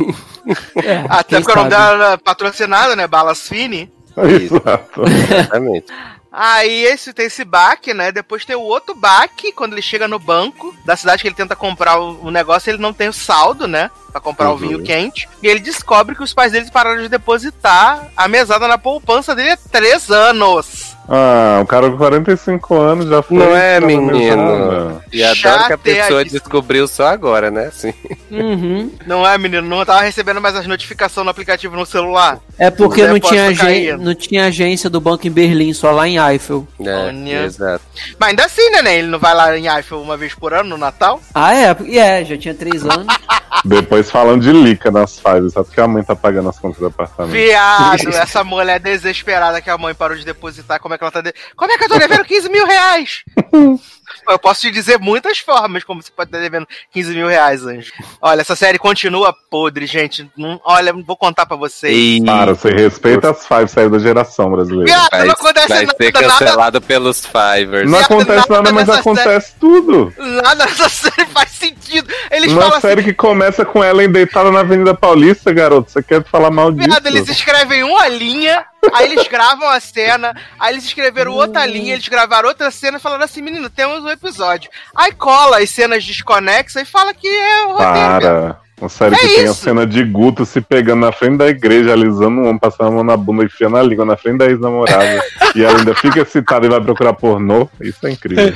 [SPEAKER 6] é
[SPEAKER 2] Até porque o nome dela era patrocinada, né? Balas Fini.
[SPEAKER 5] Exato.
[SPEAKER 3] Exatamente.
[SPEAKER 2] Aí esse, tem esse baque, né? Depois tem o outro baque, quando ele chega no banco da cidade que ele tenta comprar o, o negócio, ele não tem o saldo, né? Pra comprar uhum. o vinho quente. E ele descobre que os pais dele pararam de depositar a mesada na poupança dele há três anos.
[SPEAKER 5] Ah, o cara com quarenta e cinco anos já foi.
[SPEAKER 3] Não é, menino? E adoro que a pessoa descobriu só agora, né? Assim.
[SPEAKER 6] Uhum.
[SPEAKER 2] Não é, menino? Não tava recebendo mais as notificações no aplicativo no celular.
[SPEAKER 6] É porque não tinha, agen- não tinha agência do banco em Berlim, só lá em Eiffel.
[SPEAKER 3] É, exato.
[SPEAKER 2] Mas ainda assim, né? Ele não vai lá em Eiffel uma vez por ano, no Natal?
[SPEAKER 6] Ah, é? E é, já tinha três anos.
[SPEAKER 5] Depois falando de lica nas fases, só porque a mãe tá pagando as contas do apartamento.
[SPEAKER 2] Viado, essa mulher desesperada que a mãe parou de depositar, como é que ela tá... De... Como é que eu tô devendo quinze mil reais? Eu posso te dizer muitas formas como você pode estar devendo quinze mil reais, Anjo. Olha, essa série continua podre, gente. Não, olha, vou contar pra vocês.
[SPEAKER 3] E...
[SPEAKER 5] Para, você respeita as Five séries da geração brasileira.
[SPEAKER 2] Viado,
[SPEAKER 3] vai,
[SPEAKER 2] não acontece
[SPEAKER 3] vai
[SPEAKER 2] nada,
[SPEAKER 3] ser cancelado nada. Pelos Fivers.
[SPEAKER 5] Não
[SPEAKER 2] Viado,
[SPEAKER 5] acontece nada,
[SPEAKER 2] nada
[SPEAKER 5] mas acontece
[SPEAKER 2] série...
[SPEAKER 5] tudo.
[SPEAKER 2] Nada nessa série faz sentido. Eles
[SPEAKER 5] Uma
[SPEAKER 2] falam
[SPEAKER 5] série
[SPEAKER 2] assim...
[SPEAKER 5] que começa com ela deitada na Avenida Paulista, garoto. Você quer falar mal disso?
[SPEAKER 2] Viado, eles escrevem uma linha... Aí eles gravam a cena, aí eles escreveram outra linha, eles gravaram outra cena e falaram assim, menino, temos um episódio. Aí cola as cenas desconexas e fala que é o roteiro.
[SPEAKER 5] Para, uma série
[SPEAKER 2] é
[SPEAKER 5] que
[SPEAKER 2] isso.
[SPEAKER 5] tem a cena de Guto se pegando na frente da igreja, alisando um homem, passando a mão na bunda, enfiando a língua na frente da ex-namorada. E ela ainda fica excitada e vai procurar pornô. Isso é incrível.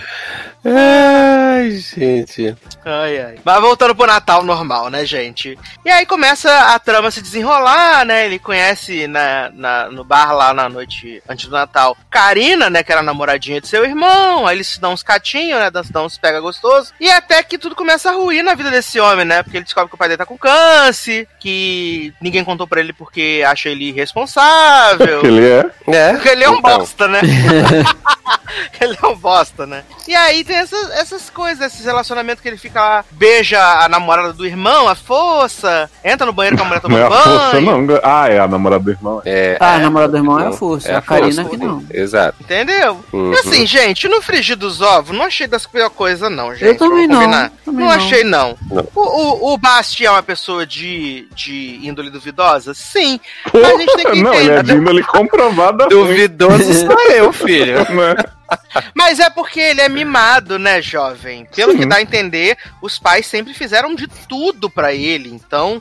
[SPEAKER 3] Ai, gente.
[SPEAKER 2] Ai, ai. Mas voltando pro Natal normal, né, gente? E aí começa a trama se desenrolar, né? Ele conhece na, na, no bar lá na noite antes do Natal Karina, né? Que era a namoradinha de seu irmão. Aí eles se dão uns catinhos, né? Dão uns pega gostoso. E até que tudo começa a ruir na vida desse homem, né? Porque ele descobre que o pai dele tá com câncer, que ninguém contou pra ele porque acha ele irresponsável.
[SPEAKER 5] Que ele é?
[SPEAKER 3] É.
[SPEAKER 2] Porque ele é um
[SPEAKER 3] então.
[SPEAKER 2] bosta, né? ele é um bosta, né? E aí tem essas, essas coisas, esses relacionamentos que ele fica lá, beija a namorada do irmão, a força, entra no banheiro com a mulher tomando
[SPEAKER 5] Não é a
[SPEAKER 2] banho.
[SPEAKER 5] força, não. Ah, é a namorada do irmão.
[SPEAKER 3] É,
[SPEAKER 6] Ah, a
[SPEAKER 3] é,
[SPEAKER 6] namorada do irmão é a
[SPEAKER 3] não,
[SPEAKER 6] força,
[SPEAKER 3] é
[SPEAKER 6] a
[SPEAKER 3] a
[SPEAKER 6] Karina
[SPEAKER 3] força,
[SPEAKER 6] que não.
[SPEAKER 3] Exato.
[SPEAKER 2] Entendeu?
[SPEAKER 3] Uhum.
[SPEAKER 2] E assim, gente, no frigir dos ovos, não achei das pior coisa, não, gente.
[SPEAKER 6] Eu também
[SPEAKER 2] Vamos
[SPEAKER 6] não,
[SPEAKER 2] combinar.
[SPEAKER 6] também
[SPEAKER 2] Não
[SPEAKER 6] não.
[SPEAKER 2] achei, não.
[SPEAKER 3] Não.
[SPEAKER 2] O, o, o Basti é uma pessoa de, de índole duvidosa? Sim. Mas a gente tem que
[SPEAKER 5] Não, ele é de
[SPEAKER 2] entender.
[SPEAKER 5] índole comprovada.
[SPEAKER 3] Duvidoso sou eu, filho.
[SPEAKER 5] Né?
[SPEAKER 2] Mas é porque ele é mimado, né, jovem? Pelo
[SPEAKER 5] Sim.
[SPEAKER 2] que dá a entender, os pais sempre fizeram de tudo pra ele. Então,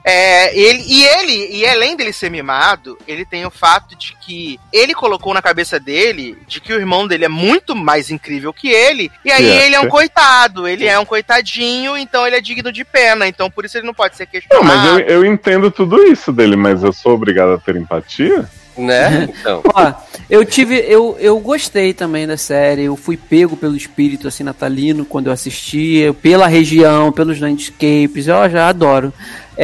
[SPEAKER 2] é, ele e ele, e além dele ser mimado, ele tem o fato de que ele colocou na cabeça dele de que o irmão dele é muito mais incrível que ele, e aí
[SPEAKER 5] Yeah.
[SPEAKER 2] ele é um coitado, ele é um coitadinho, então ele é digno de pena, então por isso ele não pode ser
[SPEAKER 5] Não,
[SPEAKER 2] questionado.
[SPEAKER 5] mas eu, eu entendo tudo isso dele, mas eu sou obrigado a ter empatia?
[SPEAKER 3] Né? Então.
[SPEAKER 6] Ó, eu tive. Eu, eu gostei também da série. Eu fui pego pelo espírito assim natalino quando eu assisti, pela região, pelos landscapes. Eu já adoro.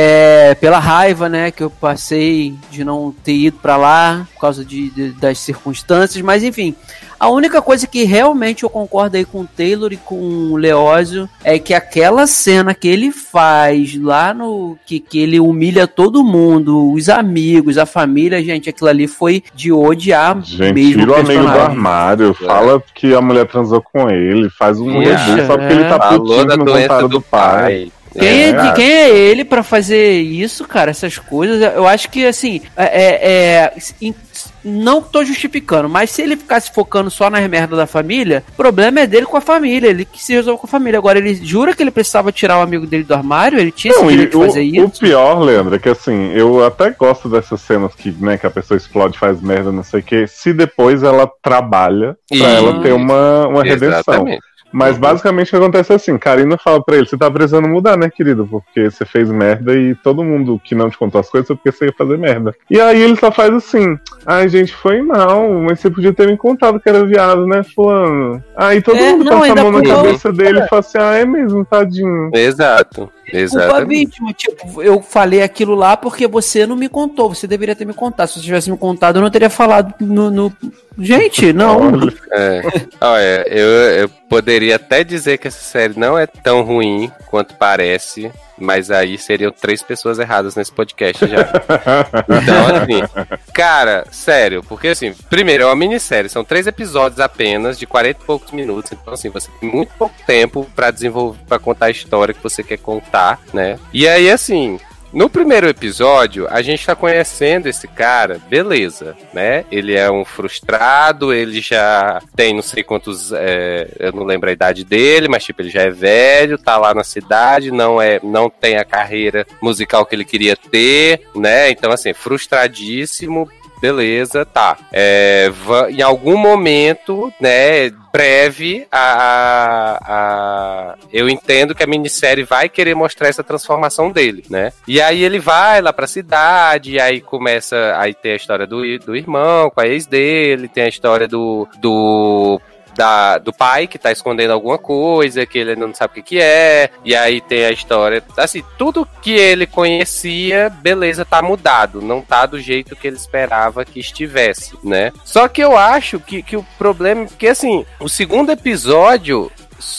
[SPEAKER 6] É, pela raiva, né, que eu passei de não ter ido pra lá por causa de, de- das circunstâncias, mas enfim. A única coisa que realmente eu concordo aí com o Taylor e com o Leózio é que aquela cena que ele faz lá no... Que, que ele humilha todo mundo, os amigos, a família, gente, aquilo ali foi de odiar
[SPEAKER 5] Gente,
[SPEAKER 6] mesmo
[SPEAKER 5] tira o amigo do
[SPEAKER 6] personagem.
[SPEAKER 5] armário, fala que a mulher transou com ele, faz um
[SPEAKER 3] Yeah.
[SPEAKER 5] rebu, só porque ele tá
[SPEAKER 3] Falou
[SPEAKER 5] putinho
[SPEAKER 3] da
[SPEAKER 5] no
[SPEAKER 3] doença
[SPEAKER 5] contato
[SPEAKER 3] do
[SPEAKER 5] do pai.
[SPEAKER 3] pai.
[SPEAKER 6] Quem é,
[SPEAKER 5] É.
[SPEAKER 6] de- quem é ele pra fazer isso, cara? Essas coisas, eu acho que assim, é, é- em- não tô justificando, mas se ele ficasse focando só nas merdas da família, o problema é dele com a família, ele que se resolve com a família. Agora, ele jura que ele precisava tirar o amigo dele do armário, ele tinha esse
[SPEAKER 5] Não, e
[SPEAKER 6] direito de fazer
[SPEAKER 5] o,
[SPEAKER 6] isso.
[SPEAKER 5] o pior, Leandro, é que assim, eu até gosto dessas cenas que, né, que a pessoa explode, faz merda, não sei o que, se depois ela trabalha pra
[SPEAKER 3] Isso.
[SPEAKER 5] ela ter uma, uma redenção.
[SPEAKER 3] Exatamente.
[SPEAKER 5] Mas
[SPEAKER 3] Uhum.
[SPEAKER 5] basicamente o que acontece é assim, Karina fala pra ele, você tá precisando mudar, né, querido? Porque você fez merda e todo mundo que não te contou as coisas foi porque você ia fazer merda. E aí ele só faz assim, ai gente, foi mal, mas você podia ter me contado que era viado, né, fulano? Aí todo
[SPEAKER 6] É,
[SPEAKER 5] mundo
[SPEAKER 6] não,
[SPEAKER 5] passa a
[SPEAKER 6] ainda
[SPEAKER 5] mão na
[SPEAKER 6] culpa-
[SPEAKER 5] cabeça dele e fala assim, ah, é mesmo, tadinho.
[SPEAKER 3] Exato.
[SPEAKER 6] Culpa
[SPEAKER 3] Exatamente.
[SPEAKER 6] vítima, tipo, eu falei aquilo lá porque você não me contou, você deveria ter me contado. Se você tivesse me contado, eu não teria falado no. no... Gente, não.
[SPEAKER 5] Olha.
[SPEAKER 3] É. Olha, eu, eu poderia até dizer que essa série não é tão ruim quanto parece, mas aí seriam três pessoas erradas nesse podcast já. Então, assim, cara, sério, porque assim, primeiro, é uma minissérie, são três episódios apenas, de quarenta e poucos minutos, então assim, você tem muito pouco tempo pra desenvolver, pra contar a história que você quer contar, né? E aí, assim, no primeiro episódio, a gente tá conhecendo esse cara, beleza, né? Ele é um frustrado, ele já tem não sei quantos, é, eu não lembro a idade dele, mas tipo, ele já é velho, tá lá na cidade, não é, não tem a carreira musical que ele queria ter, né? Então, assim, frustradíssimo. Beleza, tá. É, va- em algum momento, né, breve, a, a, a- eu entendo que a minissérie vai querer mostrar essa transformação dele, né? E aí ele vai lá pra cidade, e aí começa, aí tem a história do, i- do irmão com a ex dele, tem a história do... do Da, do pai que tá escondendo alguma coisa, que ele não sabe o que que é, e aí tem a história, assim, tudo que ele conhecia, beleza, tá mudado, não tá do jeito que ele esperava que estivesse, né? Só que eu acho que, que o problema, porque assim, o segundo episódio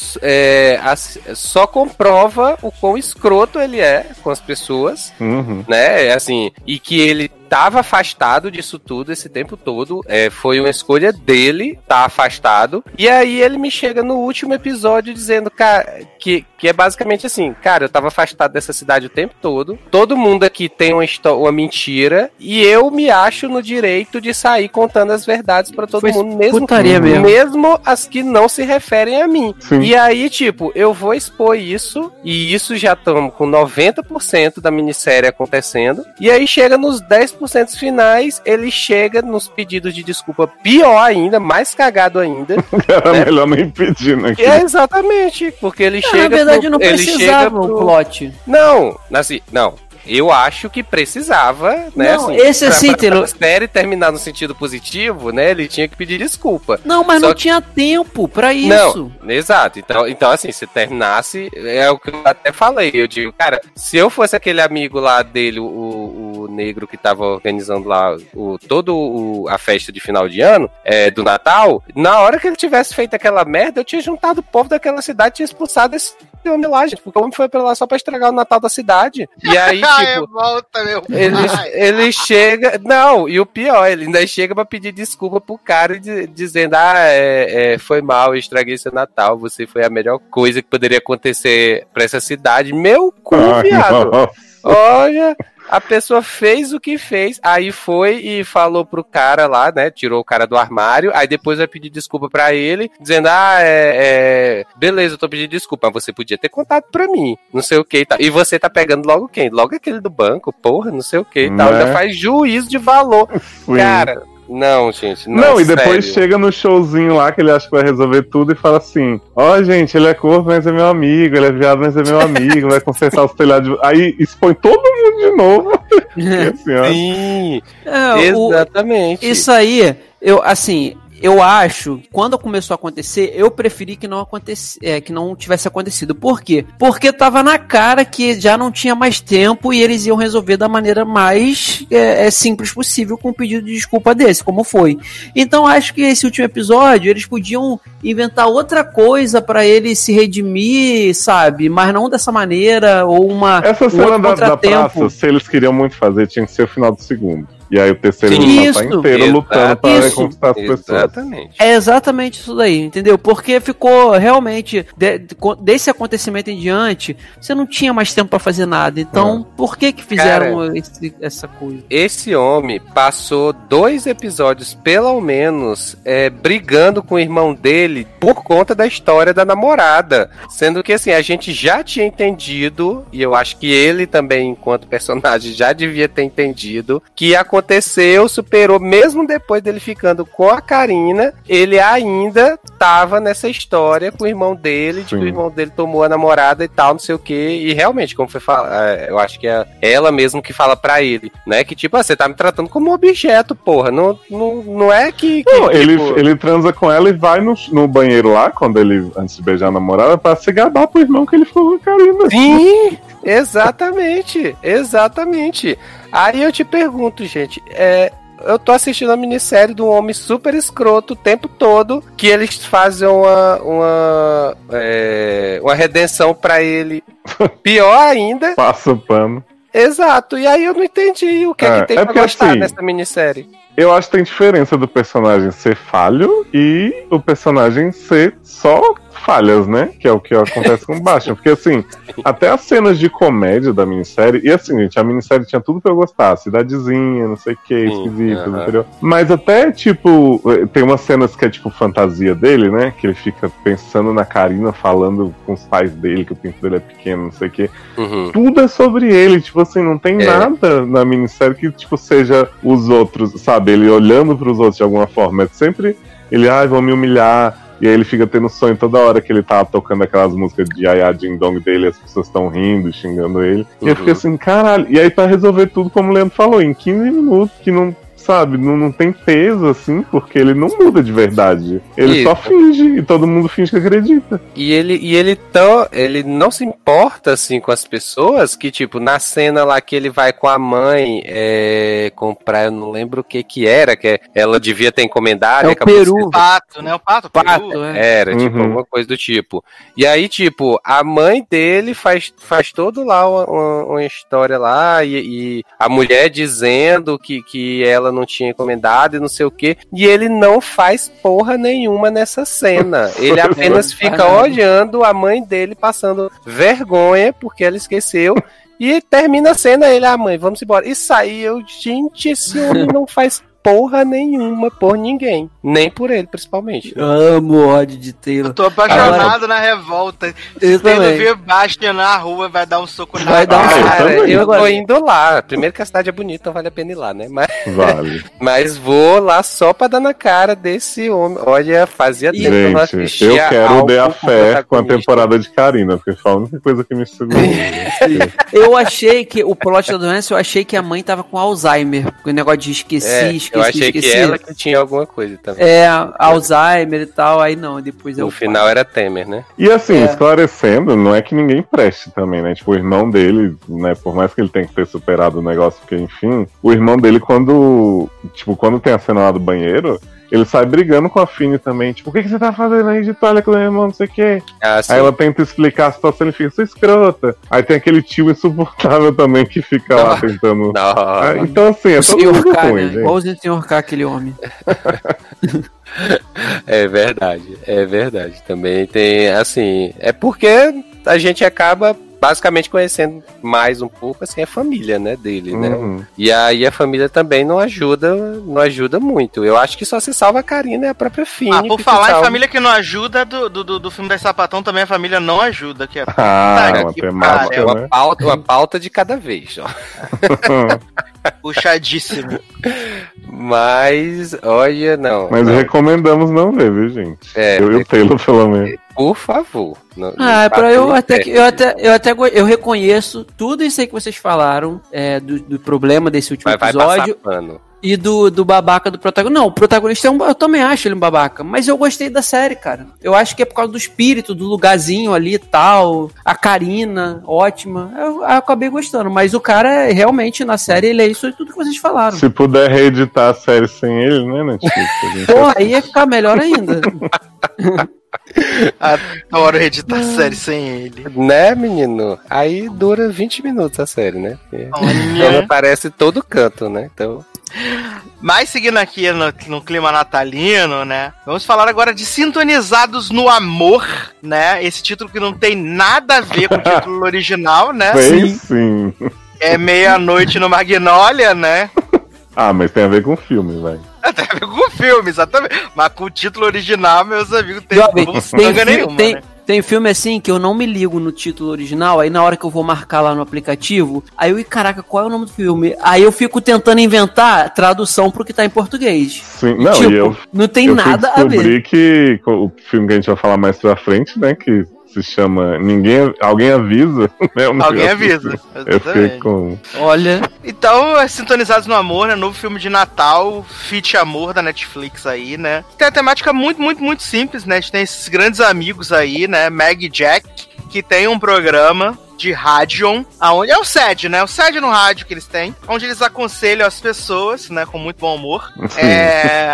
[SPEAKER 3] é, as- só comprova o quão escroto ele é com as pessoas,
[SPEAKER 5] Uhum.
[SPEAKER 3] né? Assim, e que ele estava afastado disso tudo esse tempo todo. É, foi uma escolha dele estar afastado. E aí ele me chega no último episódio dizendo, cara, que, que é basicamente assim, cara, eu tava afastado dessa cidade o tempo todo. Todo mundo aqui tem uma, histó- uma mentira. E eu me acho no direito de sair contando as verdades pra todo
[SPEAKER 6] Foi
[SPEAKER 3] mundo, mesmo,
[SPEAKER 6] putaria mesmo.
[SPEAKER 3] mesmo as que não se referem a mim.
[SPEAKER 5] Sim.
[SPEAKER 3] E aí, tipo, eu vou expor isso, e isso já estamos com noventa por cento da minissérie acontecendo, e aí chega nos dez por cento finais, ele chega nos pedidos de desculpa pior ainda, mais cagado ainda.
[SPEAKER 5] Era
[SPEAKER 3] né?
[SPEAKER 5] melhor nem pedir, né?
[SPEAKER 3] E é exatamente, porque ele
[SPEAKER 6] Não,
[SPEAKER 3] chega...
[SPEAKER 6] na verdade,
[SPEAKER 3] pro-
[SPEAKER 6] não
[SPEAKER 3] ele
[SPEAKER 6] precisava
[SPEAKER 3] chega pro-
[SPEAKER 6] o plot.
[SPEAKER 3] Não, assim, não. Eu acho que precisava, né?
[SPEAKER 6] Não,
[SPEAKER 3] assim,
[SPEAKER 6] esse
[SPEAKER 3] pra,
[SPEAKER 6] assim,
[SPEAKER 3] pra, pra
[SPEAKER 6] Taylor-
[SPEAKER 3] a série terminar no sentido positivo, né? Ele tinha que pedir desculpa.
[SPEAKER 6] Não, mas
[SPEAKER 3] Só
[SPEAKER 6] não
[SPEAKER 3] que-
[SPEAKER 6] tinha tempo pra isso.
[SPEAKER 3] Não, exato. Então, então, assim, se terminasse, é o que eu até falei. Eu digo, cara, se eu fosse aquele amigo lá dele, o, o o negro que tava organizando lá o, todo o, a festa de final de ano, é, do Natal, na hora que ele tivesse feito aquela merda, eu tinha juntado o povo daquela cidade e tinha expulsado esse homem lá, gente, porque o homem foi pra lá só pra estragar o Natal da cidade. E aí, tipo,
[SPEAKER 2] volta, meu
[SPEAKER 3] ele, ele chega... Não, e o pior, ele ainda chega pra pedir desculpa pro cara, de, dizendo, ah, é, é, foi mal, eu estraguei seu Natal, você foi a melhor coisa que poderia acontecer pra essa cidade. Meu cu, viado.
[SPEAKER 5] Ai,
[SPEAKER 3] Olha... A pessoa fez o que fez, aí foi e falou pro cara lá, né, tirou o cara do armário, aí depois vai pedir desculpa pra ele, dizendo, ah, é, é beleza, eu tô pedindo desculpa, mas você podia ter contado pra mim, não sei o que e tal. E você tá pegando logo quem? Logo aquele do banco, porra, não sei o que e tal,
[SPEAKER 5] Né?
[SPEAKER 3] ainda faz juízo de valor.
[SPEAKER 5] Sim.
[SPEAKER 3] Cara... Não, gente, não,
[SPEAKER 5] Não, e depois
[SPEAKER 3] sério.
[SPEAKER 5] chega no showzinho lá que ele acha que vai resolver tudo e fala assim: ó, oh, gente, ele é corpo, mas é meu amigo, ele é viado, mas é meu amigo, vai consertar os telhados. De... Aí expõe todo mundo de novo. E assim, ó.
[SPEAKER 3] Sim,
[SPEAKER 6] É, o-
[SPEAKER 3] exatamente.
[SPEAKER 6] Isso aí, eu, assim, eu acho, quando começou a acontecer, eu preferi que não acontecesse, é, que não tivesse acontecido. Por quê? Porque tava na cara que já não tinha mais tempo e eles iam resolver da maneira mais é, é, simples possível com um pedido de desculpa desse, como foi. Então acho que esse último episódio eles podiam inventar outra coisa pra ele se redimir, sabe? Mas não dessa maneira ou uma
[SPEAKER 5] Essa
[SPEAKER 6] um
[SPEAKER 5] cena
[SPEAKER 6] outro
[SPEAKER 5] da, da
[SPEAKER 6] contratempo.
[SPEAKER 5] praça, se eles queriam muito fazer, tinha que ser o final do segundo. E aí o terceiro
[SPEAKER 3] Sim.
[SPEAKER 5] ele tá
[SPEAKER 6] Isso.
[SPEAKER 5] inteiro lutando pra
[SPEAKER 6] Isso.
[SPEAKER 5] reconquistar as pessoas.
[SPEAKER 3] Exatamente.
[SPEAKER 6] É exatamente isso daí, entendeu? Porque ficou realmente, de- de- desse acontecimento em diante, você não tinha mais tempo pra fazer nada. Então, por que que fizeram esse- essa coisa?
[SPEAKER 3] Esse homem passou dois episódios, pelo menos, é, brigando com o irmão dele por conta da história da namorada. Sendo que, assim, a gente já tinha entendido, e eu acho que ele também, enquanto personagem, já devia ter entendido, que aconteceu, superou, mesmo depois dele ficando com a Karina, ele ainda tava nessa história com o irmão dele, de que
[SPEAKER 5] Sim.
[SPEAKER 3] o irmão dele tomou a namorada e tal, não sei o que, e realmente, como foi falar, eu acho que é ela mesmo que fala pra ele, né, que tipo, ah, você tá me tratando como objeto, porra, não, não, não é que... que,
[SPEAKER 5] Não, ele,
[SPEAKER 3] tipo,
[SPEAKER 5] ele transa com ela e vai no, no banheiro lá, quando ele, antes de beijar a namorada, pra se gabar pro irmão que ele ficou com a Karina.
[SPEAKER 3] Sim, exatamente, exatamente. Aí eu te pergunto, gente, é, eu tô assistindo a minissérie de um homem super escroto o tempo todo, que eles fazem uma, uma, é, uma redenção pra ele pior ainda.
[SPEAKER 5] Passa o pano.
[SPEAKER 3] Exato, e aí eu não entendi o que é,
[SPEAKER 5] É,
[SPEAKER 3] que tem
[SPEAKER 5] é
[SPEAKER 3] pra
[SPEAKER 5] porque,
[SPEAKER 3] gostar
[SPEAKER 5] assim,
[SPEAKER 3] dessa minissérie.
[SPEAKER 5] Eu acho que tem diferença do personagem ser falho e o personagem ser só falhas, né? Que é o que acontece com o Bastian. Porque, assim, até as cenas de comédia da minissérie... E, assim, gente, a minissérie tinha tudo pra eu gostar. Cidadezinha, não sei o que, esquisito,
[SPEAKER 3] aham.
[SPEAKER 5] entendeu? Mas até, tipo... Tem umas cenas que é, tipo, fantasia dele, né? Que ele fica pensando na Karina, falando com os pais dele, que o pinto dele é pequeno, não sei o que.
[SPEAKER 3] Uhum.
[SPEAKER 5] Tudo é sobre ele, tipo assim, não tem
[SPEAKER 3] É.
[SPEAKER 5] nada na minissérie que, tipo, seja os outros, sabe? Ele olhando pros outros de alguma forma. É sempre ele, ai, vão me humilhar. E aí ele fica tendo sonho toda hora que ele tá tocando aquelas músicas de Yaya Ding Dong dele, as pessoas estão rindo, xingando ele. E eu
[SPEAKER 3] Uhum.
[SPEAKER 5] fiquei assim, caralho. E aí pra resolver tudo, como o Leandro falou, em quinze minutos, que não, sabe, não, não tem peso, assim, porque ele não muda de verdade. Ele
[SPEAKER 3] Isso.
[SPEAKER 5] só finge, e todo mundo finge que acredita.
[SPEAKER 3] E ele, e ele, tão, ele não se importa, assim, com as pessoas, que, tipo, na cena lá que ele vai com a mãe é, comprar, eu não lembro o que que era, que ela devia ter encomendado.
[SPEAKER 6] É
[SPEAKER 3] e
[SPEAKER 6] o
[SPEAKER 3] acabou
[SPEAKER 6] peru.
[SPEAKER 3] sendo-
[SPEAKER 2] Pato, né? O pato,
[SPEAKER 6] Pato,
[SPEAKER 2] peru.
[SPEAKER 6] é.
[SPEAKER 3] Era, tipo,
[SPEAKER 5] Uhum.
[SPEAKER 3] alguma coisa do tipo. E aí, tipo, a mãe dele faz, faz todo lá uma, uma- uma história lá, e, e a mulher dizendo que, que ela não tinha encomendado e não sei o quê, e ele não faz porra nenhuma nessa cena. Ele apenas fica olhando a mãe dele passando vergonha, porque ela esqueceu. E termina a cena, ele, ah, mãe, vamos embora. E saiu, gente, esse homem não faz porra nenhuma por ninguém. Nem por ele, principalmente.
[SPEAKER 6] Amo o ódio de Taylor.
[SPEAKER 2] Eu tô apaixonado na revolta.
[SPEAKER 6] Eu
[SPEAKER 2] Se ele
[SPEAKER 6] também.
[SPEAKER 2] ver Bastian na rua, vai dar um soco na
[SPEAKER 6] Vai dar um
[SPEAKER 5] Ah, eu
[SPEAKER 3] Cara,
[SPEAKER 5] também.
[SPEAKER 3] eu tô indo lá. Primeiro que a cidade é bonita, então vale a pena ir lá, né? Mas,
[SPEAKER 5] Vale.
[SPEAKER 3] mas vou lá só pra dar na cara desse homem. Olha, fazia tempo que eu não
[SPEAKER 5] Gente,
[SPEAKER 3] assistia
[SPEAKER 5] eu quero
[SPEAKER 3] algo
[SPEAKER 5] The
[SPEAKER 3] com
[SPEAKER 5] Affair com a
[SPEAKER 3] protagonista.
[SPEAKER 5] temporada de Karina, porque foi a única coisa que me segurou.
[SPEAKER 6] Eu achei que o plot da doença, eu achei que a mãe tava com Alzheimer. Com o negócio de esqueci,
[SPEAKER 3] É,
[SPEAKER 6] esqueci,
[SPEAKER 3] Eu achei que ela que tinha alguma coisa também.
[SPEAKER 6] É, Alzheimer e tal, aí não, depois é
[SPEAKER 3] No
[SPEAKER 6] o
[SPEAKER 3] final
[SPEAKER 6] pai.
[SPEAKER 3] era Temer, né?
[SPEAKER 5] E assim,
[SPEAKER 6] É.
[SPEAKER 5] esclarecendo, não é que ninguém preste também, né? Tipo, o irmão dele, né, por mais que ele tenha que ter superado o negócio, porque enfim, o irmão dele quando, tipo, quando tem a cena lá do banheiro, ele sai brigando com a Fini também, tipo, o que, que você tá fazendo aí de toalha com o meu irmão, não sei o quê.
[SPEAKER 3] Ah, sim.
[SPEAKER 5] Aí ela tenta explicar a situação, ele fica, sou escrota. Aí tem aquele tio insuportável também que fica lá
[SPEAKER 3] Não.
[SPEAKER 5] tentando...
[SPEAKER 3] Não.
[SPEAKER 5] Ah, então assim, é
[SPEAKER 6] O
[SPEAKER 5] todo
[SPEAKER 6] senhor
[SPEAKER 5] mundo
[SPEAKER 6] K,
[SPEAKER 5] ruim,
[SPEAKER 6] né?
[SPEAKER 5] gente.
[SPEAKER 6] Igualzinho o senhor K, aquele homem.
[SPEAKER 3] É verdade, é verdade. Também tem, assim, é porque a gente acaba basicamente conhecendo mais um pouco, assim, a família, né, dele, né?
[SPEAKER 5] Uhum.
[SPEAKER 3] E aí a família também não ajuda, não ajuda muito. Eu acho que só se salva a Karina e a própria Fini.
[SPEAKER 2] Ah, por
[SPEAKER 3] que
[SPEAKER 2] falar em
[SPEAKER 3] salva.
[SPEAKER 2] família que não ajuda, do, do, do filme da Sapatão também a família não ajuda. Que é...
[SPEAKER 5] Ah,
[SPEAKER 2] Puta
[SPEAKER 5] uma
[SPEAKER 2] que
[SPEAKER 5] temática,
[SPEAKER 2] pariu,
[SPEAKER 3] É uma
[SPEAKER 5] né?
[SPEAKER 3] pauta, uma pauta de cada vez, ó.
[SPEAKER 2] Puxadíssimo.
[SPEAKER 3] Mas, olha, não.
[SPEAKER 5] Mas
[SPEAKER 3] não.
[SPEAKER 5] recomendamos não ver, viu, gente?
[SPEAKER 3] É,
[SPEAKER 5] eu e o Taylor, pelo menos.
[SPEAKER 3] Por favor. Não,
[SPEAKER 6] Ah,
[SPEAKER 3] não
[SPEAKER 6] pra eu
[SPEAKER 3] faça
[SPEAKER 6] até, que,
[SPEAKER 3] ideia.
[SPEAKER 6] eu até, eu até go- eu reconheço tudo isso aí que vocês falaram, é, do, do problema desse último
[SPEAKER 3] Mas vai passar
[SPEAKER 6] episódio
[SPEAKER 3] pano.
[SPEAKER 6] e do, do babaca do protagonista. Não, o protagonista é um, eu também acho ele um babaca, mas eu gostei da série, cara. Eu acho que é por causa do espírito, do lugarzinho ali e tal, a Karina, ótima. Eu, eu acabei gostando, mas o cara, é, realmente, na série, ele é isso tudo que vocês falaram.
[SPEAKER 5] Se puder reeditar a série sem ele, né, Netflix? A gente
[SPEAKER 6] Porra, aí ia ficar melhor ainda.
[SPEAKER 2] Adoro editar série sem ele.
[SPEAKER 3] Né, menino? Aí dura vinte minutos a série, né? Porque
[SPEAKER 2] Olha.
[SPEAKER 3] ela aparece em todo canto, né? Então.
[SPEAKER 2] Mas seguindo aqui no, no clima natalino, né? Vamos falar agora de Sintonizados no Amor, né? Esse título que não tem nada a ver com o título original, né?
[SPEAKER 5] Tem sim.
[SPEAKER 2] É Meia-Noite no Magnólia, né?
[SPEAKER 5] Ah, mas tem a ver com o filme, velho.
[SPEAKER 2] Até a ver com o filme, exatamente. Mas com o título original, meus amigos, tem
[SPEAKER 6] Jovem, tem,
[SPEAKER 2] buçanga
[SPEAKER 6] fi-
[SPEAKER 2] nenhuma,
[SPEAKER 6] tem,
[SPEAKER 2] né?
[SPEAKER 6] tem filme assim que eu não me ligo no título original, aí na hora que eu vou marcar lá no aplicativo, aí eu, "Ih, caraca, qual é o nome do filme?" Aí eu fico tentando inventar tradução pro que tá em português.
[SPEAKER 5] Sim,
[SPEAKER 6] E,
[SPEAKER 5] não,
[SPEAKER 6] tipo,
[SPEAKER 5] e eu,
[SPEAKER 6] não tem
[SPEAKER 5] eu
[SPEAKER 6] nada
[SPEAKER 5] fui
[SPEAKER 6] a ver.
[SPEAKER 5] descobrir que o filme que a gente vai falar mais pra frente, né, que se chama Ninguém, Alguém Avisa, né? o
[SPEAKER 2] Alguém
[SPEAKER 5] negócio
[SPEAKER 2] avisa.
[SPEAKER 5] assim. Eu fiquei
[SPEAKER 2] Exatamente.
[SPEAKER 5] com...
[SPEAKER 6] Olha,
[SPEAKER 2] Então, é Sintonizados no Amor, né? Novo filme de Natal, Fit Amor da Netflix aí, né? Tem a temática muito, muito, muito simples, né? A gente tem esses grandes amigos aí, né? Meg e Jack, que tem um programa de rádio, aonde é o S E D, né? O S E D no rádio que eles têm, onde eles aconselham as pessoas, né? Com muito bom humor.
[SPEAKER 5] Sim.
[SPEAKER 2] É...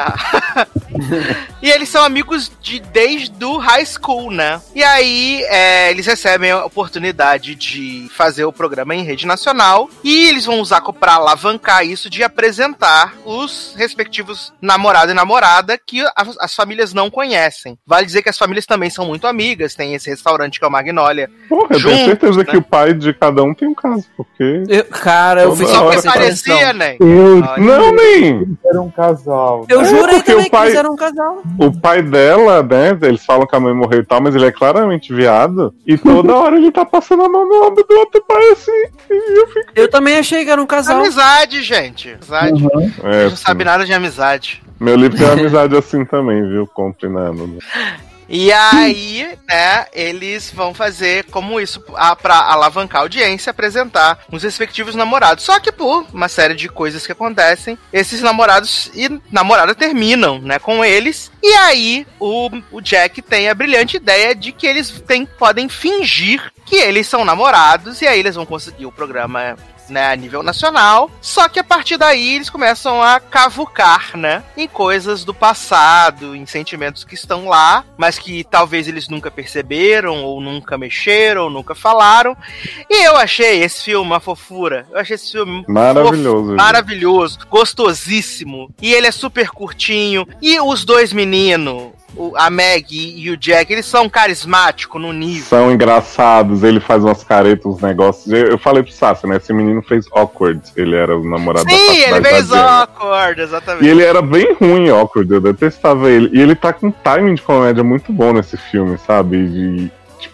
[SPEAKER 2] e eles são amigos de desde o high school, né? E aí é, eles recebem a oportunidade de fazer o programa em rede nacional e eles vão usar pra alavancar isso de apresentar os respectivos namorado e namorada que as, as famílias não conhecem. Vale dizer que as famílias também são muito amigas, tem esse restaurante que é o Magnólia.
[SPEAKER 5] Porra, eu
[SPEAKER 2] Juntos,
[SPEAKER 5] tenho certeza
[SPEAKER 2] né?
[SPEAKER 5] que o pai de cada um tem um caso, porque...
[SPEAKER 6] eu- cara, eu
[SPEAKER 5] Toda
[SPEAKER 6] fiz
[SPEAKER 5] hora
[SPEAKER 2] Só que
[SPEAKER 6] essa
[SPEAKER 2] parecia,
[SPEAKER 6] impressão.
[SPEAKER 2] né?
[SPEAKER 4] Eu
[SPEAKER 2] Olha.
[SPEAKER 5] Não, nem!
[SPEAKER 4] Eles eram um casal.
[SPEAKER 6] Eu
[SPEAKER 5] É,
[SPEAKER 6] jurei
[SPEAKER 5] porque
[SPEAKER 6] também
[SPEAKER 5] o pai-
[SPEAKER 6] que eles eram um casal.
[SPEAKER 5] O pai dela, né, eles falam que a mãe morreu e tal, mas ele é claramente viado, e toda hora ele tá passando a mão no ombro do outro pai, assim, e eu fico...
[SPEAKER 6] Eu também achei que era um casal.
[SPEAKER 2] Amizade, gente. Amizade.
[SPEAKER 4] Uhum.
[SPEAKER 5] É,
[SPEAKER 2] A gente não
[SPEAKER 5] assim,
[SPEAKER 2] sabe nada de amizade.
[SPEAKER 5] meu livro tem uma amizade assim também, viu, compre na Amazon.
[SPEAKER 2] E aí, né, eles vão fazer como isso a, pra alavancar a audiência, apresentar os respectivos namorados. Só que por uma série de coisas que acontecem, esses namorados e namorada terminam, né, com eles. E aí o, o Jack tem a brilhante ideia de que eles têm, podem fingir que eles são namorados e aí eles vão conseguir o programa, né, a nível nacional, só que a partir daí eles começam a cavucar, né, em coisas do passado, em sentimentos que estão lá, mas que talvez eles nunca perceberam, ou nunca mexeram, ou nunca falaram, e eu achei esse filme uma fofura, eu achei esse filme
[SPEAKER 5] Maravilhoso,
[SPEAKER 2] fofo, maravilhoso, gostosíssimo, e ele é super curtinho, e os dois meninos, o- a Meg e o Jack, eles são carismáticos no nível.
[SPEAKER 5] São engraçados, ele faz umas caretas, uns negócios. Eu, eu falei pro Sassi, né? Esse menino fez Awkward. Ele era o namorado
[SPEAKER 2] Sim,
[SPEAKER 5] da
[SPEAKER 2] ele
[SPEAKER 5] faculdade
[SPEAKER 2] fez
[SPEAKER 5] da Jenny.
[SPEAKER 2] awkward, exatamente.
[SPEAKER 5] E ele era bem ruim em Awkward, eu detestava ele. E ele tá com um timing de comédia muito bom nesse filme, sabe? De, tipo,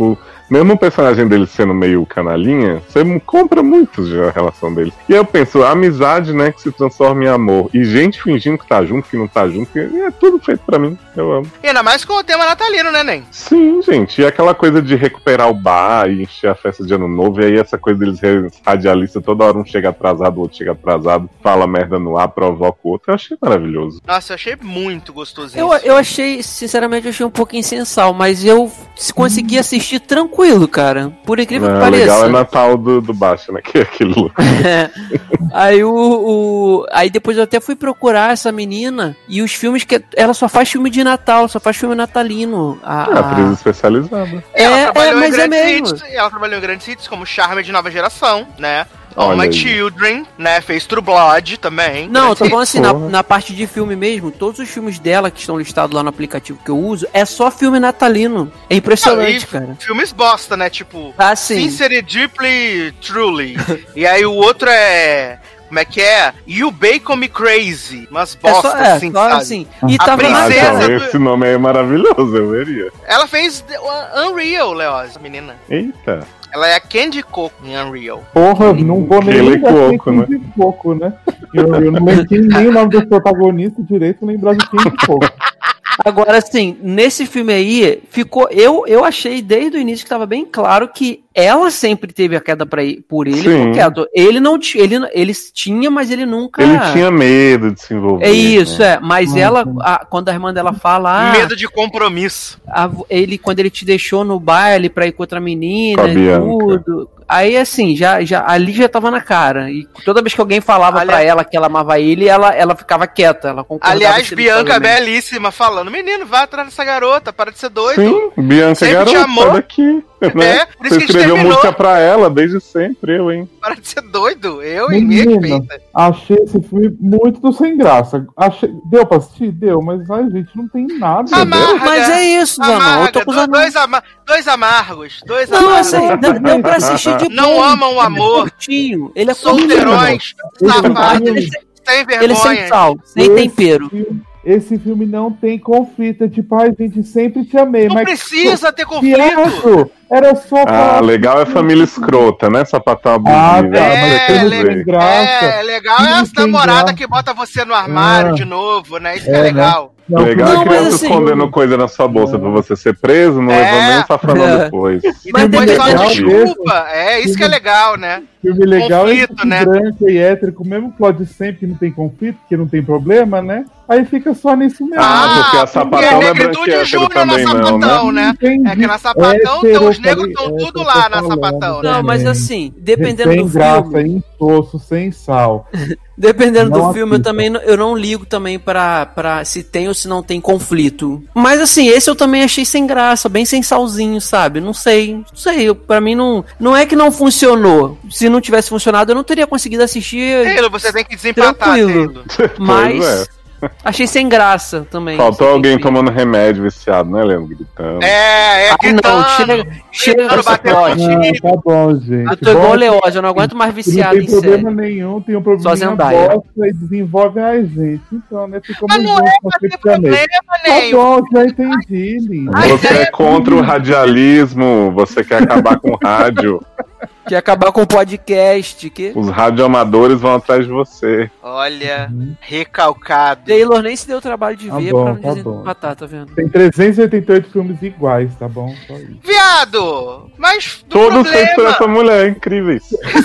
[SPEAKER 5] mesmo o personagem dele sendo meio canalinha, você compra muito já a relação deles. E eu penso, a amizade, né, que se transforma em amor. E gente fingindo que tá junto, que não tá junto, é tudo feito pra mim. Eu amo.
[SPEAKER 2] E ainda mais com o tema natalino, né, Nen?
[SPEAKER 5] Sim, gente. E aquela coisa de recuperar o bar e encher a festa de ano novo. E aí essa coisa deles radialistas, toda hora um chega atrasado, o outro chega atrasado, fala merda no ar, provoca o outro. Eu achei maravilhoso.
[SPEAKER 2] Nossa, eu achei muito gostosinho.
[SPEAKER 6] Eu, eu achei, sinceramente, eu achei um pouco insensal, mas eu consegui assistir tranquilo, cara. Por incrível que
[SPEAKER 5] É,
[SPEAKER 6] pareça.
[SPEAKER 5] legal é Natal do, do baixo, né? Que é aquilo.
[SPEAKER 6] É. Aí o, o. Aí depois eu até fui procurar essa menina e os filmes que. Ela só faz filme de Natal, só faz filme natalino. A,
[SPEAKER 5] É, atriz especializada.
[SPEAKER 6] É,
[SPEAKER 2] ela
[SPEAKER 6] é,
[SPEAKER 2] trabalhou
[SPEAKER 6] mas
[SPEAKER 2] em
[SPEAKER 6] é
[SPEAKER 2] grandes
[SPEAKER 6] mesmo.
[SPEAKER 2] hits, ela trabalhou em grandes hits como Charme de Nova Geração, né? All
[SPEAKER 5] Olha
[SPEAKER 2] My
[SPEAKER 5] aí.
[SPEAKER 2] Children, né? Fez True Blood também.
[SPEAKER 6] Não, eu tô
[SPEAKER 2] Grandes
[SPEAKER 6] falando
[SPEAKER 2] hits.
[SPEAKER 6] assim, na,
[SPEAKER 5] Porra.
[SPEAKER 6] na parte de filme mesmo, todos os filmes dela que estão listados lá no aplicativo que eu uso, é só filme natalino. É impressionante,
[SPEAKER 2] Não, e
[SPEAKER 6] cara.
[SPEAKER 2] Filmes bosta, né? Tipo,
[SPEAKER 6] Ah, sim.
[SPEAKER 2] Sincerely, Deeply, Truly. E aí o outro é... Como é que é? You Bacon Me Crazy. Umas
[SPEAKER 6] É
[SPEAKER 2] bosta,
[SPEAKER 6] só, é,
[SPEAKER 2] assim,
[SPEAKER 6] só
[SPEAKER 2] sabe?
[SPEAKER 6] assim. E
[SPEAKER 2] A
[SPEAKER 6] tava na
[SPEAKER 5] Ah,
[SPEAKER 2] princesa
[SPEAKER 5] então,
[SPEAKER 2] do-
[SPEAKER 5] esse nome aí é maravilhoso, eu veria.
[SPEAKER 2] Ela fez o Unreal, Léo, essa menina.
[SPEAKER 5] Eita.
[SPEAKER 2] Ela é a Candy Coco em Unreal.
[SPEAKER 4] Porra, não vou nem
[SPEAKER 5] Aquele
[SPEAKER 4] lembrar quem
[SPEAKER 5] coco,
[SPEAKER 4] é
[SPEAKER 5] né?
[SPEAKER 4] Candy Coco, né? Eu, eu não lembro quem- nem o nome dos protagonistas direito, não lembrar de Candy Coco.
[SPEAKER 6] Agora, assim, nesse filme aí, ficou. Eu, eu achei desde o início que tava bem claro que ela sempre teve a queda pra, ele- por ele,
[SPEAKER 5] Sim.
[SPEAKER 6] porque ele não tinha. Ele, ele tinha, mas ele nunca.
[SPEAKER 5] Ele tinha medo de se envolver.
[SPEAKER 6] É isso,
[SPEAKER 5] né?
[SPEAKER 6] é. Mas
[SPEAKER 4] Uhum.
[SPEAKER 6] ela, a- quando a irmã dela fala, ah,
[SPEAKER 2] Medo de compromisso.
[SPEAKER 6] a- ele, quando ele te deixou no baile pra ir com outra menina
[SPEAKER 5] Com a
[SPEAKER 6] e
[SPEAKER 5] Bianca.
[SPEAKER 6] tudo. Aí, assim, já, já, ali já tava na cara. E toda vez que alguém falava
[SPEAKER 2] Aliás-
[SPEAKER 6] pra ela que ela amava ele, ela, ela ficava quieta. Ela concordava
[SPEAKER 2] Aliás,
[SPEAKER 6] com ele
[SPEAKER 2] Bianca
[SPEAKER 6] também.
[SPEAKER 2] belíssima falando, menino, vai atrás dessa garota, para de ser doido.
[SPEAKER 5] Sim, Bianca
[SPEAKER 2] Sempre te
[SPEAKER 5] garota,
[SPEAKER 2] amou.
[SPEAKER 5] sai daqui. Né?
[SPEAKER 2] É, por isso
[SPEAKER 5] Você
[SPEAKER 2] que a gente
[SPEAKER 5] escreveu
[SPEAKER 2] terminou.
[SPEAKER 5] música pra ela desde sempre, eu, hein?
[SPEAKER 2] Para de ser doido. Eu e minha
[SPEAKER 4] Menina,
[SPEAKER 2] respeita.
[SPEAKER 4] achei esse filme muito do sem graça. Achei... Deu pra assistir? Deu, mas ai, gente, não tem nada.
[SPEAKER 2] Amarga.
[SPEAKER 4] Entendeu?
[SPEAKER 6] Mas é isso, Zanon. Eu
[SPEAKER 2] Amarga,
[SPEAKER 6] tô com os
[SPEAKER 2] do-
[SPEAKER 6] amigos.
[SPEAKER 2] dois, ama- dois amargos, dois
[SPEAKER 6] Não,
[SPEAKER 2] amargos.
[SPEAKER 6] assim, deu, deu pra assistir de
[SPEAKER 2] Não
[SPEAKER 6] boa.
[SPEAKER 2] amam o
[SPEAKER 6] Ele é
[SPEAKER 2] amor.
[SPEAKER 6] curtinho. Ele é
[SPEAKER 2] Solteirões,
[SPEAKER 4] Ele
[SPEAKER 2] safados,
[SPEAKER 4] tem-
[SPEAKER 2] sem
[SPEAKER 6] Ele é sem
[SPEAKER 2] vergonha.
[SPEAKER 6] sal, sem
[SPEAKER 4] Esse
[SPEAKER 6] tempero.
[SPEAKER 4] filme- Esse filme não tem conflito. É tipo, ai, gente, sempre te amei.
[SPEAKER 2] Não
[SPEAKER 4] mas
[SPEAKER 2] precisa ter conflito.
[SPEAKER 4] Viado, era só
[SPEAKER 5] Ah,
[SPEAKER 4] falar-
[SPEAKER 5] legal é família escrota, né? Sapatão abusivo.
[SPEAKER 4] Ah, tá,
[SPEAKER 5] né?
[SPEAKER 4] mas
[SPEAKER 2] É,
[SPEAKER 4] filme
[SPEAKER 2] le-
[SPEAKER 4] sem graça.
[SPEAKER 2] É, legal é
[SPEAKER 4] Filme
[SPEAKER 2] a
[SPEAKER 4] sem
[SPEAKER 2] namorada
[SPEAKER 4] graça.
[SPEAKER 2] que bota você no armário
[SPEAKER 4] Ah.
[SPEAKER 2] de novo, né? Isso que é,
[SPEAKER 4] É, né?
[SPEAKER 2] legal.
[SPEAKER 4] Não,
[SPEAKER 5] Legal
[SPEAKER 6] Não,
[SPEAKER 5] é
[SPEAKER 6] mas
[SPEAKER 5] criança
[SPEAKER 6] assim-
[SPEAKER 5] escondendo coisa na sua bolsa pra você ser preso, não
[SPEAKER 2] É.
[SPEAKER 5] levando nem safanão
[SPEAKER 6] É.
[SPEAKER 5] depois.
[SPEAKER 2] E
[SPEAKER 6] Mas
[SPEAKER 2] depois só
[SPEAKER 6] legal
[SPEAKER 2] desculpa. É, isso que é legal, né?
[SPEAKER 4] filme legal
[SPEAKER 2] conflito,
[SPEAKER 4] é tipo
[SPEAKER 2] né?
[SPEAKER 4] branca e hétero, com o mesmo plot de sempre, que não tem conflito, que não tem problema, né? Aí fica só nisso mesmo.
[SPEAKER 5] Ah, porque a
[SPEAKER 2] porque
[SPEAKER 5] sapatão
[SPEAKER 2] é
[SPEAKER 5] não é
[SPEAKER 2] negritude
[SPEAKER 5] branqueira
[SPEAKER 2] júnior na
[SPEAKER 5] também, não,
[SPEAKER 2] sapatão, né?
[SPEAKER 4] Entendi.
[SPEAKER 2] É que na sapatão
[SPEAKER 4] Hétero,
[SPEAKER 2] então, os
[SPEAKER 4] eu
[SPEAKER 2] negros
[SPEAKER 4] falei,
[SPEAKER 2] estão
[SPEAKER 4] é,
[SPEAKER 2] tudo
[SPEAKER 4] eu
[SPEAKER 2] lá
[SPEAKER 4] tô
[SPEAKER 2] na
[SPEAKER 4] falando
[SPEAKER 2] sapatão, né?
[SPEAKER 6] Não, mas
[SPEAKER 4] também.
[SPEAKER 6] assim, dependendo
[SPEAKER 4] sem
[SPEAKER 6] do
[SPEAKER 4] graça,
[SPEAKER 6] filme,
[SPEAKER 4] insosso, sem sal.
[SPEAKER 6] dependendo
[SPEAKER 4] Não
[SPEAKER 6] do filme, eu
[SPEAKER 4] assista.
[SPEAKER 6] também não- eu não ligo também pra, pra se tem ou se não tem conflito. Mas assim, esse eu também achei sem graça, bem sem salzinho, sabe? Não sei, não sei, eu- pra mim não, não é que não funcionou. Se não tivesse funcionado, eu não teria conseguido assistir,
[SPEAKER 2] Taylor, você tem que desempatar,
[SPEAKER 6] Tranquilo.
[SPEAKER 2] Taylor.
[SPEAKER 6] mas
[SPEAKER 5] Pois
[SPEAKER 6] achei sem graça também.
[SPEAKER 5] Faltou
[SPEAKER 6] Sem
[SPEAKER 5] alguém
[SPEAKER 6] sentido.
[SPEAKER 5] tomando remédio viciado, né, Leandro? Gritando.
[SPEAKER 2] É, é
[SPEAKER 6] Ah,
[SPEAKER 2] gritando.
[SPEAKER 6] não, chega, chega com
[SPEAKER 2] gritando,
[SPEAKER 6] esse
[SPEAKER 2] batendo
[SPEAKER 6] plot.
[SPEAKER 2] continho.
[SPEAKER 4] Ah, tá bom, gente.
[SPEAKER 6] Eu tô igual o
[SPEAKER 4] Bota-
[SPEAKER 6] Leoz, eu não aguento mais
[SPEAKER 4] Não
[SPEAKER 6] viciado
[SPEAKER 4] tem
[SPEAKER 6] em série.
[SPEAKER 4] problema nenhum, tem um
[SPEAKER 6] Só
[SPEAKER 4] problema
[SPEAKER 6] Zendaya.
[SPEAKER 4] bosta e desenvolve a gente. Então, né? Fica
[SPEAKER 2] Mas
[SPEAKER 4] muito
[SPEAKER 2] não
[SPEAKER 4] bom
[SPEAKER 2] é
[SPEAKER 4] pra
[SPEAKER 2] pra ter
[SPEAKER 4] sempre te amei.
[SPEAKER 2] problema,
[SPEAKER 4] Tá
[SPEAKER 2] nem.
[SPEAKER 4] bom, já entendi, lindo.
[SPEAKER 5] Você é contra o radialismo, você quer acabar com o rádio.
[SPEAKER 6] Quer acabar com o podcast, que
[SPEAKER 5] Os radioamadores vão atrás de você.
[SPEAKER 2] Olha, recalcado.
[SPEAKER 6] Taylor nem se deu o trabalho de
[SPEAKER 4] Tá
[SPEAKER 6] ver
[SPEAKER 4] bom,
[SPEAKER 6] pra não
[SPEAKER 4] tá
[SPEAKER 6] dizer
[SPEAKER 4] bom.
[SPEAKER 6] empatar, tá vendo?
[SPEAKER 4] Tem trezentos e oitenta e oito filmes iguais, tá bom? Só isso.
[SPEAKER 2] Viado! Mas do
[SPEAKER 5] Todos feitos por
[SPEAKER 2] problema...
[SPEAKER 5] essa mulher, incríveis.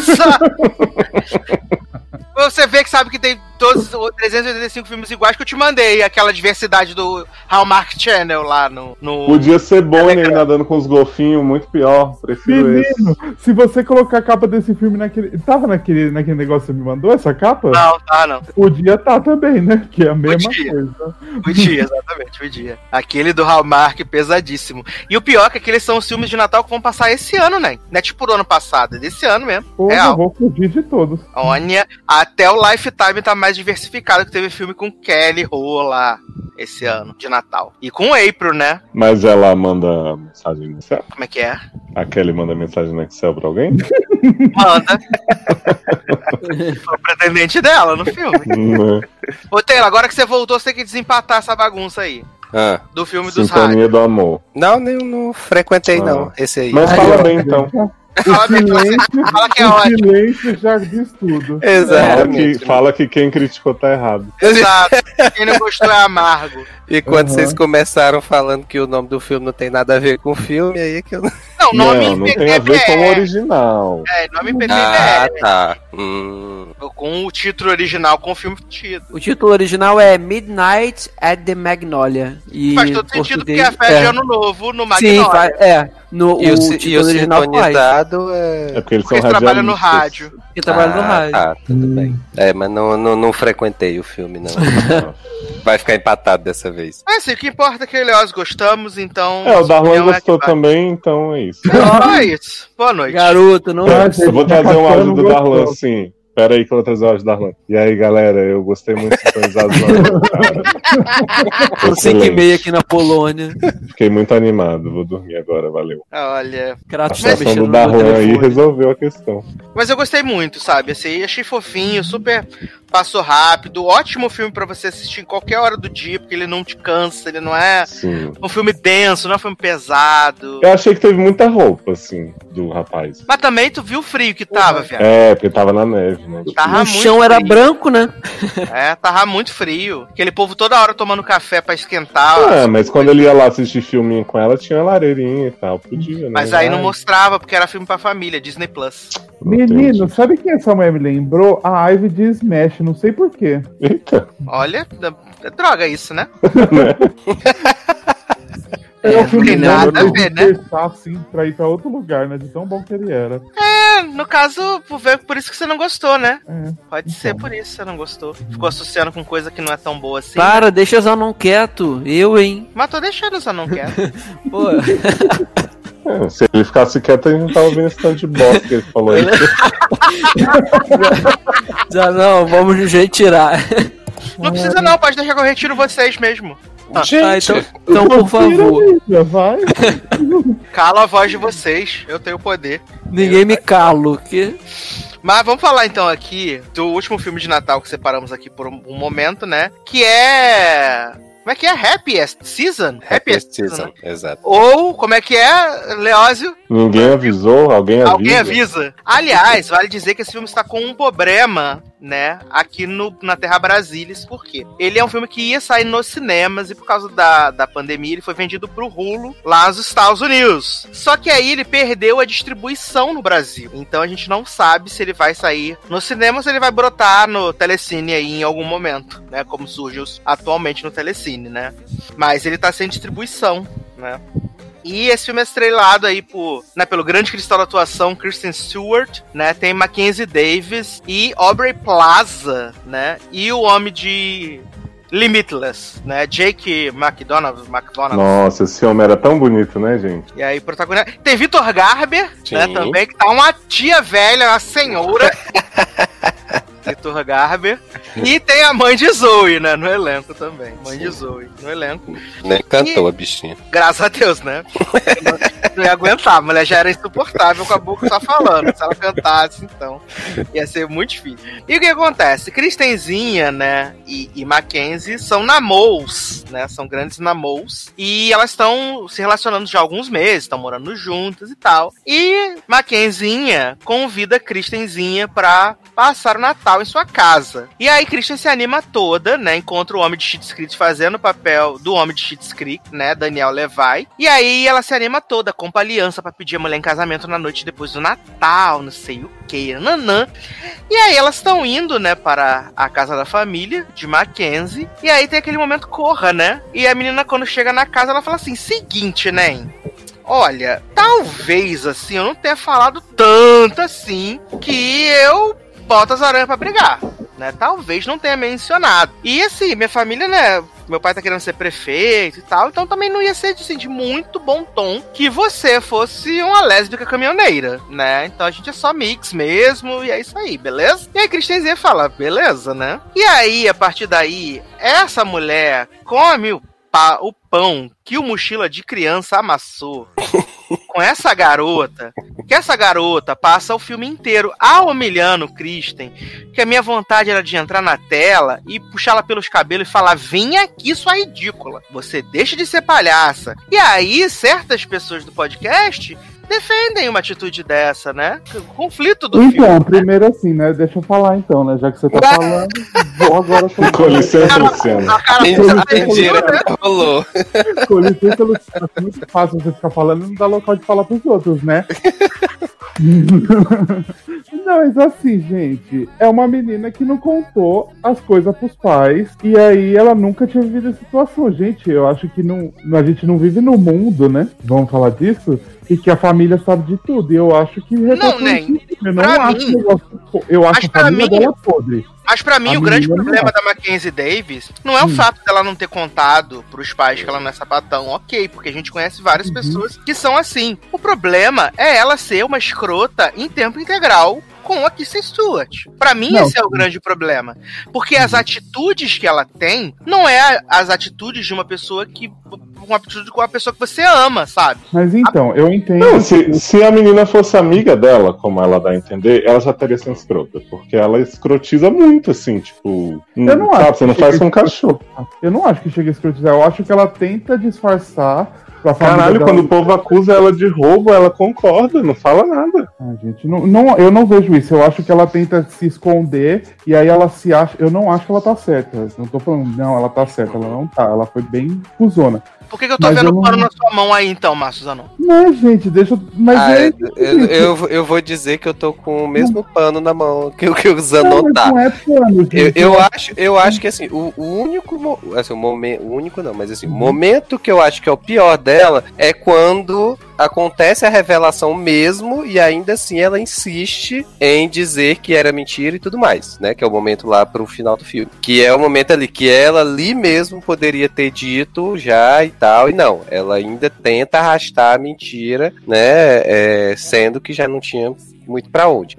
[SPEAKER 2] Você vê que sabe que tem todos os trezentos e oitenta e cinco filmes iguais que eu te mandei. Aquela diversidade do Hallmark Channel lá no... no...
[SPEAKER 5] Podia ser bom
[SPEAKER 2] É
[SPEAKER 5] ele nadando com os golfinhos, muito pior. Prefiro esse.
[SPEAKER 4] Menino, se você colocar a capa desse filme naquele. Tava naquele, naquele negócio que você me mandou, essa capa?
[SPEAKER 2] Não, tá, não.
[SPEAKER 4] Podia estar também, né? Que é a mesma
[SPEAKER 2] Podia.
[SPEAKER 4] coisa.
[SPEAKER 2] Podia, exatamente, podia. Aquele do Hallmark pesadíssimo. E o pior é que aqueles são os filmes de Natal que vão passar esse ano, né? Não é tipo do ano passado, é desse ano mesmo.
[SPEAKER 4] Pô, eu
[SPEAKER 2] Real.
[SPEAKER 4] vou fugir de todos.
[SPEAKER 2] Olha, até o Lifetime tá mais diversificado, que teve filme com Kelly Rola esse ano, de Natal. E com April, né?
[SPEAKER 5] Mas ela manda mensagem no Excel?
[SPEAKER 2] Como é que é?
[SPEAKER 5] A Kelly manda mensagem no Excel pra alguém?
[SPEAKER 2] Manda. Foi o pretendente dela no filme.
[SPEAKER 5] Não.
[SPEAKER 2] Ô, Taylor, agora que você voltou, você tem que desempatar essa bagunça aí.
[SPEAKER 3] Ah.
[SPEAKER 2] Do filme dos
[SPEAKER 5] Sintonia
[SPEAKER 2] rádios.
[SPEAKER 5] do Amor.
[SPEAKER 3] Não, nem não frequentei,
[SPEAKER 5] Ah.
[SPEAKER 3] não. Esse aí.
[SPEAKER 5] Mas fala bem, então.
[SPEAKER 2] Fala, bem, você fala que é
[SPEAKER 4] o
[SPEAKER 2] ótimo.
[SPEAKER 4] silêncio já diz tudo.
[SPEAKER 5] Fala que,
[SPEAKER 3] Exatamente.
[SPEAKER 5] fala que quem criticou tá errado.
[SPEAKER 2] Exato. Quem não gostou é amargo.
[SPEAKER 3] E quando
[SPEAKER 4] Uhum.
[SPEAKER 3] vocês começaram falando que o nome do filme não tem nada a ver com o filme, aí é que eu não.
[SPEAKER 2] Não, nome
[SPEAKER 5] Não,
[SPEAKER 2] em
[SPEAKER 5] não tem a ver com o
[SPEAKER 2] P P B R.
[SPEAKER 5] original.
[SPEAKER 2] É, nome em P P B
[SPEAKER 3] Ah,
[SPEAKER 2] R.
[SPEAKER 3] tá. Hum.
[SPEAKER 2] Com o título original, com o filme tido.
[SPEAKER 6] O título original é Midnight at the Magnolia. E
[SPEAKER 2] Faz todo sentido porque é a festa
[SPEAKER 6] é.
[SPEAKER 2] de Ano Novo no
[SPEAKER 6] Sim,
[SPEAKER 2] Magnolia.
[SPEAKER 6] faz, é. No,
[SPEAKER 3] E o,
[SPEAKER 6] o
[SPEAKER 3] si-
[SPEAKER 6] título
[SPEAKER 3] e o
[SPEAKER 6] original faz.
[SPEAKER 3] sintonizado
[SPEAKER 5] É
[SPEAKER 3] é.
[SPEAKER 5] porque eles
[SPEAKER 2] Porque
[SPEAKER 5] são
[SPEAKER 2] eles trabalham no
[SPEAKER 5] radialistas.
[SPEAKER 2] rádio.
[SPEAKER 6] Que trabalha no
[SPEAKER 3] Ah,
[SPEAKER 6] rádio.
[SPEAKER 3] tá, tudo bem. É, mas não, não, não frequentei o filme, não. Vai ficar empatado dessa vez.
[SPEAKER 2] Mas assim, o que importa é que eu e o Leoz gostamos, então...
[SPEAKER 5] É, o Darlan
[SPEAKER 2] opinião é
[SPEAKER 5] gostou
[SPEAKER 2] que vale.
[SPEAKER 5] também, então é isso.
[SPEAKER 2] Então é isso. Boa noite.
[SPEAKER 6] Garoto, não.
[SPEAKER 4] Ah,
[SPEAKER 5] Eu vou trazer um áudio do
[SPEAKER 4] Gostou.
[SPEAKER 5] Darlan, sim. Pera aí que eu vou trazer o áudio do Darlan. E aí, galera, eu gostei muito de sintonizado do Amor, cara.
[SPEAKER 6] Tô cinco e meia aqui na Polônia.
[SPEAKER 5] Fiquei muito animado, vou dormir agora, valeu.
[SPEAKER 2] Olha...
[SPEAKER 5] A
[SPEAKER 6] Kratos tá
[SPEAKER 5] situação
[SPEAKER 6] mexendo
[SPEAKER 5] do
[SPEAKER 6] no meu
[SPEAKER 5] Darlan aí
[SPEAKER 6] telefone.
[SPEAKER 5] resolveu a questão.
[SPEAKER 2] Mas eu gostei muito, sabe? Assim, achei fofinho, super passou rápido. Ótimo filme pra você assistir em qualquer hora do dia, porque ele não te cansa, ele não é
[SPEAKER 5] Sim.
[SPEAKER 2] um filme denso, não é um filme pesado.
[SPEAKER 5] Eu achei que teve muita roupa, assim, do rapaz.
[SPEAKER 2] Mas também tu viu o frio que tava, viado.
[SPEAKER 5] É, porque tava na neve, né?
[SPEAKER 2] Tava
[SPEAKER 6] O
[SPEAKER 2] muito
[SPEAKER 6] chão era
[SPEAKER 2] frio.
[SPEAKER 6] branco, né?
[SPEAKER 2] É, tava muito frio. Aquele povo toda hora tomando café pra esquentar. ó.
[SPEAKER 5] Ah, mas quando ele ia lá assistir filminho com ela, tinha lareirinha e tal, podia, né?
[SPEAKER 2] Mas aí não
[SPEAKER 5] Ai,
[SPEAKER 2] mostrava, porque era filme pra família, Disney Plus.
[SPEAKER 4] Menino, sabe quem essa mulher me lembrou? A Ivy de Smash, não sei porquê.
[SPEAKER 5] Eita,
[SPEAKER 2] Olha, é droga isso, né?
[SPEAKER 4] É, o filme
[SPEAKER 2] tem
[SPEAKER 4] dela
[SPEAKER 2] nada a
[SPEAKER 4] de
[SPEAKER 2] ver, né?
[SPEAKER 4] dispersar, assim, pra ir pra outro lugar, né? De tão bom que ele era.
[SPEAKER 2] É, no caso, por ver- por isso que você não gostou, né?
[SPEAKER 4] É.
[SPEAKER 2] Pode ser por isso que você não gostou. Ficou associando com coisa que não é tão boa assim.
[SPEAKER 6] Para, deixa eu não quieto. Eu, hein?
[SPEAKER 2] Mas tô deixando, só não quero.
[SPEAKER 6] Pô,
[SPEAKER 5] é, se ele ficasse quieto, a gente não tava ouvindo esse tanto de bosta que ele falou aí.
[SPEAKER 6] já não, vamos nos retirar.
[SPEAKER 2] Não precisa não, pode deixar que eu retiro vocês mesmo.
[SPEAKER 6] Ah, então, então, por favor.
[SPEAKER 4] Já vai?
[SPEAKER 2] Cala a voz de vocês, eu tenho poder.
[SPEAKER 6] Ninguém me calo. Que...
[SPEAKER 2] Mas vamos falar então aqui do último filme de Natal que separamos aqui por um, um momento, né? Que é... Como é que é? Happiest Season?
[SPEAKER 3] Happiest Season, exato.
[SPEAKER 2] Ou, como é que é, Leózio?
[SPEAKER 5] Ninguém avisou? Alguém avisa?
[SPEAKER 2] Alguém avisa. Aliás, vale dizer que esse filme está com um problema, né, aqui no, na Terra Brasilis. Por quê? Ele é um filme que ia sair nos cinemas e por causa da, da pandemia ele foi vendido pro Hulu lá nos Estados Unidos. Só que aí ele perdeu a distribuição no Brasil. Então a gente não sabe se ele vai sair nos cinemas ou se ele vai brotar no Telecine aí em algum momento, né, como surge os- atualmente no Telecine, né. Mas ele tá sem distribuição, né. E esse filme é estrelado aí por, né, pelo grande cristal da atuação Kristen Stewart, né? Tem Mackenzie Davis e Aubrey Plaza, né? E o homem de Limitless, né? Jake McDonald, McDonald.
[SPEAKER 5] Nossa, esse homem era tão bonito, né, gente?
[SPEAKER 2] E aí, protagonista. Tem Vitor Garber,
[SPEAKER 3] Sim.
[SPEAKER 2] né? Também, que tá uma tia velha, uma senhora. Vitor Garber. E tem a mãe de Zoe, né? No elenco também. Mãe de Zoe, no elenco.
[SPEAKER 3] Nem cantou a bichinha.
[SPEAKER 2] Graças a Deus, né? não, não ia aguentar, a mulher já era insuportável com a boca só falando. Se ela cantasse, então, ia ser muito difícil. E o que acontece? Kristenzinha, né, e, e Mackenzie são namous, né? São grandes namous. E elas estão se relacionando já há alguns meses, estão morando juntas e tal. E Mackenzinha convida Kristenzinha pra passar o Natal em sua casa. E aí Kristen se anima toda, né? Encontra o homem de Schitt's Creek fazendo o papel do homem de Schitt's Creek, né? Daniel Levy. E aí ela se anima toda, compra aliança pra pedir a mulher em casamento na noite depois do Natal, não sei o que, nanã. E aí elas estão indo, né, para a casa da família de Mackenzie. E aí tem aquele momento corra, né? E a menina, quando chega na casa, ela fala assim, seguinte, né? Olha, talvez, assim, eu não tenha falado tanto assim que eu boto as aranhas pra brigar, né? Talvez não tenha mencionado. E assim, minha família, né? Meu pai tá querendo ser prefeito e tal, então também não ia ser assim, de muito bom tom que você fosse uma lésbica caminhoneira, né? Então a gente é só mix mesmo, e é isso aí, beleza? E aí Kristenzinha fala, beleza, né? E aí, a partir daí, essa mulher come o pa- o pão que o Mochila de Criança amassou com essa garota, que essa garota passa o filme inteiro a humilhando Kristen, que a minha vontade era de entrar na tela e puxá-la pelos cabelos e falar: vem aqui, sua ridícula, você deixa de ser palhaça. E aí, certas pessoas do podcast defendem uma atitude dessa, né? O conflito do
[SPEAKER 4] então,
[SPEAKER 2] filme.
[SPEAKER 4] Então, primeiro assim, né? Deixa eu falar então, né? Já que você tá falando, vou agora falar.
[SPEAKER 5] Com licença, Luciano.
[SPEAKER 2] A cara
[SPEAKER 3] Quem
[SPEAKER 2] pensa-
[SPEAKER 3] quem direto rolou.
[SPEAKER 4] Com licença, Luciano, é muito fácil você ficar falando e não dá local de falar pros outros, né? Não, mas assim, gente, é uma menina que não contou as coisas pros pais e aí ela nunca tinha vivido essa situação. Gente, eu acho que não, a gente não vive no mundo, né? Vamos falar disso? E que a família sabe de tudo. E eu acho que...
[SPEAKER 2] Não, nem.
[SPEAKER 4] Eu não
[SPEAKER 2] Pra
[SPEAKER 4] acho
[SPEAKER 2] mim-
[SPEAKER 4] negócio, eu acho
[SPEAKER 2] Mas
[SPEAKER 4] a
[SPEAKER 2] pra
[SPEAKER 4] família
[SPEAKER 2] mim-
[SPEAKER 4] dela podre.
[SPEAKER 2] Mas pra mim,
[SPEAKER 4] A
[SPEAKER 2] o grande
[SPEAKER 4] menina
[SPEAKER 2] problema
[SPEAKER 4] não.
[SPEAKER 2] da Mackenzie Davis não é o
[SPEAKER 4] Hum.
[SPEAKER 2] fato dela não ter contado pros pais que ela não é sapatão, ok, porque a gente conhece várias
[SPEAKER 4] Uhum.
[SPEAKER 2] pessoas que são assim. O problema é ela ser uma escrota em tempo integral com a Kristen Stewart. Pra mim,
[SPEAKER 4] Não,
[SPEAKER 2] esse é o
[SPEAKER 4] sim.
[SPEAKER 2] grande problema. Porque as atitudes que ela tem não é a- as atitudes de uma pessoa que... uma atitude com a pessoa que você ama, sabe?
[SPEAKER 4] Mas então, eu entendo.
[SPEAKER 5] Não, se, se a menina fosse amiga dela, como ela dá a entender, ela já teria sido escrota. Porque ela escrotiza muito, assim, tipo.
[SPEAKER 4] Eu não
[SPEAKER 5] sabe,
[SPEAKER 4] acho
[SPEAKER 5] você não
[SPEAKER 4] que
[SPEAKER 5] faz
[SPEAKER 4] chega
[SPEAKER 5] com um
[SPEAKER 4] a
[SPEAKER 5] cachorro.
[SPEAKER 4] Eu não acho que chega a escrotizar. Eu acho que ela tenta disfarçar pra família
[SPEAKER 5] Caralho,
[SPEAKER 4] dela.
[SPEAKER 5] quando o povo acusa ela de roubo, ela concorda, não fala nada.
[SPEAKER 4] Ah, gente, não, não, eu não vejo isso. Eu acho que ela tenta se esconder e aí ela se acha. Eu não acho que ela tá certa. Não tô falando, não, ela tá certa. Ela não tá. Ela foi bem cuzona.
[SPEAKER 2] Por que, que eu tô
[SPEAKER 4] Mas
[SPEAKER 2] vendo
[SPEAKER 4] eu
[SPEAKER 2] o
[SPEAKER 4] não-
[SPEAKER 2] pano na sua mão aí, então, Márcio Zanon?
[SPEAKER 4] Não, gente, deixa. eu- Mas
[SPEAKER 3] Ah,
[SPEAKER 4] é.
[SPEAKER 3] eu, eu, eu vou dizer que eu tô com o mesmo pano na mão que, o- que o Zanon
[SPEAKER 4] mas
[SPEAKER 3] tá.
[SPEAKER 4] não é plano, gente.
[SPEAKER 3] Eu, eu acho, eu acho que assim, o, o único, mo- assim, o momento, o único não, mas assim, o momento que eu acho que é o pior dela é quando acontece a revelação mesmo e ainda assim ela insiste em dizer que era mentira e tudo mais, né? Que é o momento lá pro final do filme. Que é o momento ali que ela ali mesmo poderia ter dito já e tal, e não, ela ainda tenta arrastar a mentira, né? É, sendo que já não tinha muito pra onde.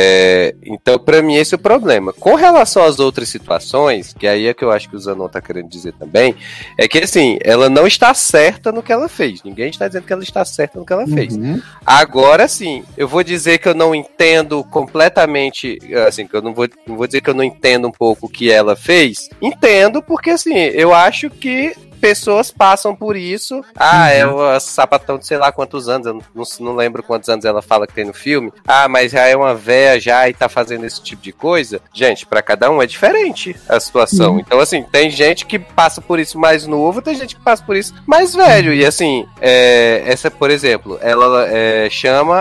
[SPEAKER 3] É, então, pra mim, esse é o problema. Com relação às outras situações, que aí é que eu acho que o Zanon tá querendo dizer também, é que, assim, ela não está certa no que ela fez. Ninguém está dizendo que ela está certa no que ela fez.
[SPEAKER 4] Uhum.
[SPEAKER 3] Agora, sim, eu vou dizer que eu não entendo completamente, assim, que eu não vou, não vou dizer que eu não entendo um pouco o que ela fez. Entendo, porque, assim, eu acho que pessoas passam por isso. Ah, é o sapatão de sei lá quantos anos, eu não, não lembro quantos anos ela fala que tem no filme. Ah, mas já é uma véia já e tá fazendo esse tipo de coisa. Gente, pra cada um é diferente a situação.
[SPEAKER 4] Uhum.
[SPEAKER 3] Então, assim, tem gente que passa por isso mais novo, tem gente que passa por isso mais velho. E, assim, é, essa, por exemplo, ela é, chama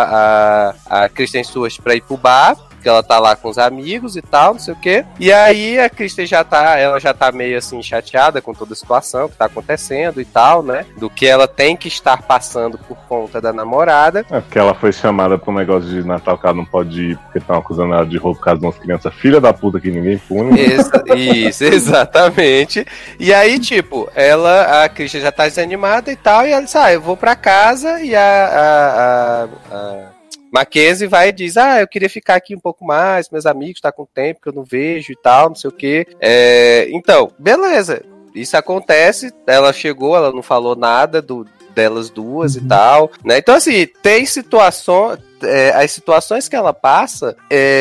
[SPEAKER 3] a, a, a Kristen Stewart pra ir pro bar, que ela tá lá com os amigos e tal, não sei o quê. E aí a Kristen já tá, ela já tá meio assim chateada com toda a situação que tá acontecendo e tal, né? Do que ela tem que estar passando por conta da namorada.
[SPEAKER 5] É porque ela foi chamada pra um negócio de Natal que ela não pode ir, porque estão acusando ela de roubo por causa de umas crianças filha da puta que ninguém pune.
[SPEAKER 3] Exa- isso, exatamente. E aí, tipo, ela, a Kristen já tá desanimada e tal, e ela diz, ah, eu vou pra casa, e a, a, a, a Mackenzie vai e diz, ah, eu queria ficar aqui um pouco mais, meus amigos, tá com tempo que eu não vejo e tal, não sei o quê. É, então, beleza, isso acontece, ela chegou, ela não falou nada do, delas duas
[SPEAKER 4] Uhum.
[SPEAKER 3] e tal, né? Então, assim, tem situações... É, as situações que ela passa,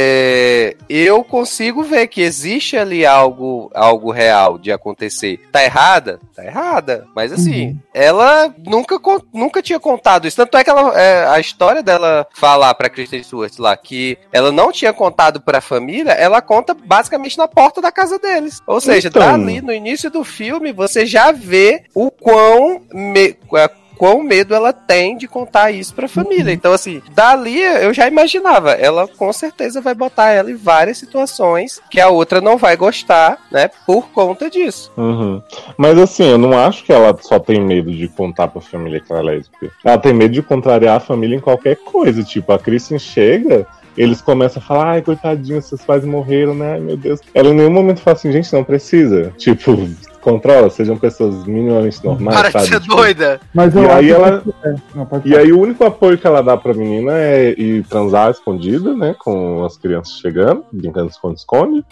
[SPEAKER 3] é, eu consigo ver que existe ali algo, algo real de acontecer. Tá errada? Tá errada. Mas assim,
[SPEAKER 4] Uhum.
[SPEAKER 3] ela nunca, con- nunca tinha contado isso. Tanto é que ela, é, a história dela falar pra Kristen Stewart lá que ela não tinha contado pra família, ela conta basicamente na porta da casa deles. Ou seja,
[SPEAKER 5] Então.
[SPEAKER 3] tá ali no início do filme, você já vê o quão... Me, quão medo ela tem de contar isso pra família. Então, assim, dali eu já imaginava, ela com certeza vai botar ela em várias situações que a outra não vai gostar, né, por conta disso.
[SPEAKER 5] Uhum. Mas assim, eu não acho que ela só tem medo de contar pra família que ela é lésbica. Ela tem medo de contrariar a família em qualquer coisa. Tipo, a Kristen chega, eles começam a falar, ai, coitadinho, seus pais morreram, né? Ai, meu Deus. Ela em nenhum momento fala assim, gente, não precisa. Tipo, controla, sejam pessoas minimamente normais,
[SPEAKER 2] Para de
[SPEAKER 5] sabe?
[SPEAKER 2] ser
[SPEAKER 5] Tipo,
[SPEAKER 2] doida.
[SPEAKER 4] Mas eu
[SPEAKER 5] E
[SPEAKER 4] acho
[SPEAKER 5] aí
[SPEAKER 4] que-
[SPEAKER 5] ela-
[SPEAKER 4] é, não, pode
[SPEAKER 5] E
[SPEAKER 4] falar.
[SPEAKER 5] aí o único apoio que ela dá pra menina é ir transar escondida, né? Com as crianças chegando, brincando de esconde-esconde.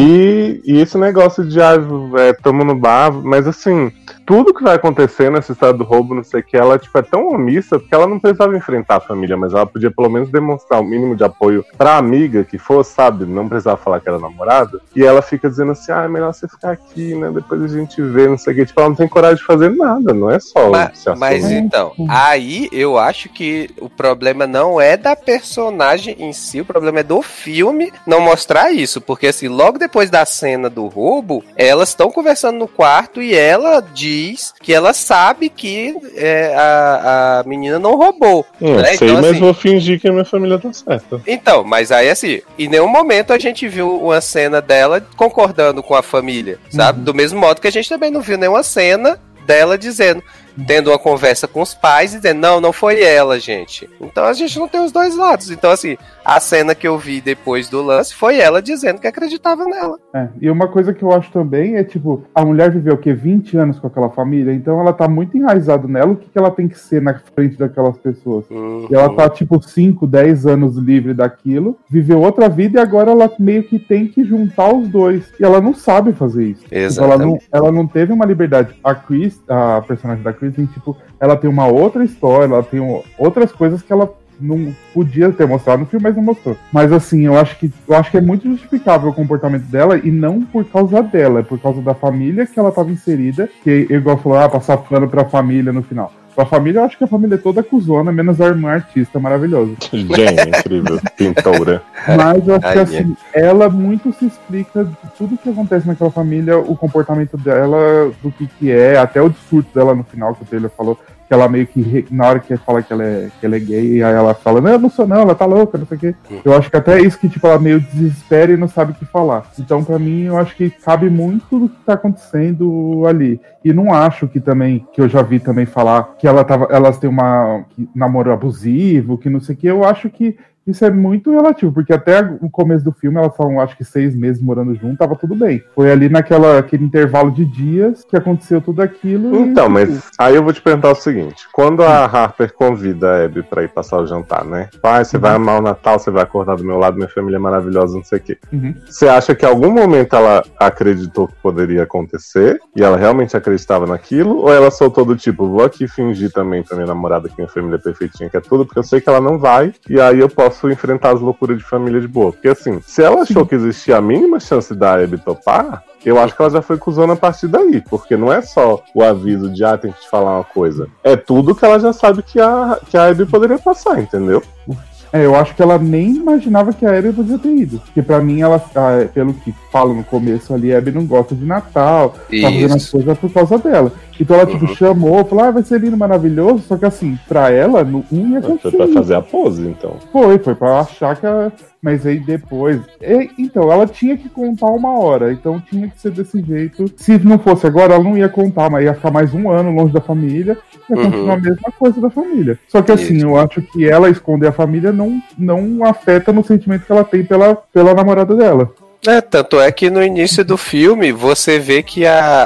[SPEAKER 5] E, e esse negócio de, ah, é, tamo no bar, mas assim, tudo que vai acontecer nessa história do roubo, não sei o que, ela tipo, é tão omissa, porque ela não precisava enfrentar a família, mas ela podia pelo menos demonstrar o mínimo de apoio pra amiga que fosse, sabe? Não precisava falar que era namorada. E ela fica dizendo assim, ah, é melhor você ficar aqui, né? Depois a gente vê, não sei o que. Tipo, ela não tem coragem de fazer nada, não é só
[SPEAKER 3] Ma-
[SPEAKER 5] se
[SPEAKER 3] Mas
[SPEAKER 5] assumir.
[SPEAKER 3] então, aí eu acho que o problema não é da personagem em si, o problema é do filme não mostrar isso. Porque assim, logo depois da cena do roubo, elas estão conversando no quarto e ela diz que ela sabe que é, a, a menina não roubou.
[SPEAKER 5] Hum,
[SPEAKER 3] né?
[SPEAKER 5] sei,
[SPEAKER 3] Então,
[SPEAKER 5] mas
[SPEAKER 3] assim,
[SPEAKER 5] vou fingir que a minha família tá certa.
[SPEAKER 3] Então, mas aí assim, em nenhum momento a gente viu uma cena dela concordando com a família, sabe? Do mesmo modo que a gente também não viu nenhuma cena dela dizendo, tendo uma conversa com os pais e dizendo, não, não foi ela, gente. Então a gente não tem os dois lados. Então assim, a cena que eu vi depois do lance foi ela dizendo que acreditava nela.
[SPEAKER 4] É, e uma coisa que eu acho também é, tipo, a mulher viveu o quê? vinte anos com aquela família, então ela tá muito enraizada nela, o que, que ela tem que ser na frente daquelas pessoas.
[SPEAKER 3] Uhum.
[SPEAKER 4] E ela tá, tipo, cinco, dez anos livre daquilo, viveu outra vida e agora ela meio que tem que juntar os dois. E ela não sabe fazer isso. Tipo, ela, não,
[SPEAKER 3] Exatamente.
[SPEAKER 4] ela não teve uma liberdade. A Chris, a personagem da Chris, tem, tipo, ela tem uma outra história, ela tem um- outras coisas que ela não podia ter mostrado no filme, mas não mostrou. Mas assim, eu acho que eu acho que é muito justificável o comportamento dela e não por causa dela, é por causa da família que ela estava inserida, que igual falou, ah, passar pano pra família no final. Pra família, eu acho que a família é toda cuzona, menos a irmã artista maravilhosa.
[SPEAKER 5] Gente, incrível, pintora.
[SPEAKER 4] Mas eu acho que
[SPEAKER 3] Ai,
[SPEAKER 4] assim, ela muito se explica de tudo que acontece naquela família, o comportamento dela, do que que é, até o surto dela no final, que o Taylor falou, que ela meio que, re- na hora que fala que ela é, que ela é gay, aí ela fala, não, eu não sou não, ela tá louca, não sei o quê. Eu acho que até isso que, tipo, ela meio desespera e não sabe o que falar. Então, pra mim, eu acho que cabe muito do que tá acontecendo ali. E não acho que também, que eu já vi também falar que ela tava, elas têm uma que namoro abusivo, que não sei o quê, eu acho que isso é muito relativo, porque até o começo do filme elas estavam, acho que seis meses morando junto, tava tudo bem. Foi ali naquela aquele intervalo de dias que aconteceu tudo aquilo. e,
[SPEAKER 5] Então,
[SPEAKER 4] tipo,
[SPEAKER 5] mas aí eu vou te perguntar o seguinte: quando a Harper convida a Abby pra ir passar o jantar, né? Pai, você vai amar o Natal, você vai acordar do meu lado, minha família é maravilhosa, não sei o quê.
[SPEAKER 4] Uhum.
[SPEAKER 5] Você acha que em algum momento ela acreditou que poderia acontecer e ela realmente acreditava naquilo? Ou ela soltou do tipo, vou aqui fingir também pra minha namorada que minha família é perfeitinha, que é tudo, porque eu sei que ela não vai, e aí eu posso enfrentar as loucuras de família de boa. Porque assim, se ela achou que existia a mínima chance da Abby topar, eu acho que ela já foi cuzona a partir daí, porque não é só o aviso de, ah, tem que te falar uma coisa. É tudo que ela já sabe que a, que a Abby poderia passar, entendeu?
[SPEAKER 4] É, eu acho que ela nem imaginava que a Abby podia ter ido. Porque pra mim, ela, ah, pelo que fala no começo ali, a Abby não gosta de Natal, tá fazendo as
[SPEAKER 3] Isso.
[SPEAKER 4] coisas por causa dela. Então ela, tipo, chamou, falou, ah, vai ser lindo, maravilhoso. Só que assim, pra ela, não ia acontecer.
[SPEAKER 5] Foi pra
[SPEAKER 4] isso.
[SPEAKER 5] fazer a pose, então.
[SPEAKER 4] Foi, foi pra achar que a... Mas aí depois... E, então, ela tinha que contar uma hora. Então tinha que ser desse jeito. Se não fosse agora, ela não ia contar, mas ia ficar mais um ano longe da família. Ia
[SPEAKER 3] Uhum.
[SPEAKER 4] continuar a mesma coisa da família. Só que assim,
[SPEAKER 3] Isso.
[SPEAKER 4] eu acho que ela esconder a família não, não afeta no sentimento que ela tem pela, pela namorada dela.
[SPEAKER 3] É, tanto é que no início do filme você vê que a,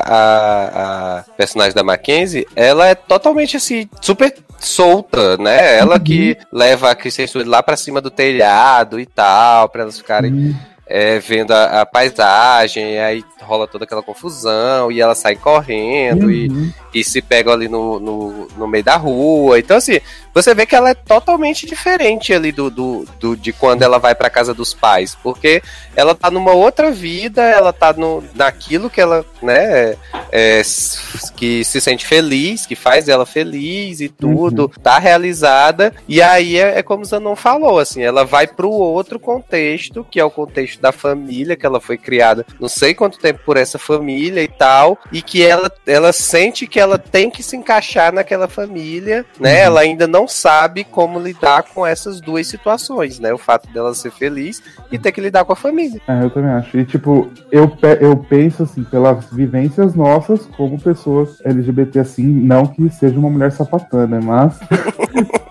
[SPEAKER 3] a, a personagem da Mackenzie, ela é totalmente assim, super solta, né? Ela que leva a Kristen Stewart lá pra cima do telhado e tal, pra elas ficarem
[SPEAKER 4] Hum.
[SPEAKER 3] é, vendo a, a paisagem, e aí rola toda aquela confusão, e ela sai correndo e,
[SPEAKER 4] Uhum.
[SPEAKER 3] e se pegam ali no, no, no meio da rua. Então, assim, você vê que ela é totalmente diferente ali do, do, do- de quando ela vai pra casa dos pais, porque ela tá numa outra vida, ela tá no, naquilo que ela, né, é, s- que se sente feliz, que faz ela feliz e tudo, tá realizada, e aí é, é como o Zanon falou, assim, ela vai pro outro contexto, que é o contexto da família, que ela foi criada não sei quanto tempo por essa família e tal, e que ela, ela sente que ela tem que se encaixar naquela família, né? Ela ainda não sabe como lidar com essas duas situações, né? O fato dela ser feliz e ter que lidar com a família.
[SPEAKER 4] É, eu também acho. E, tipo, eu, pe- eu penso, assim, pelas vivências nossas como pessoas L G B T, assim, não que seja uma mulher sapatã, né? Mas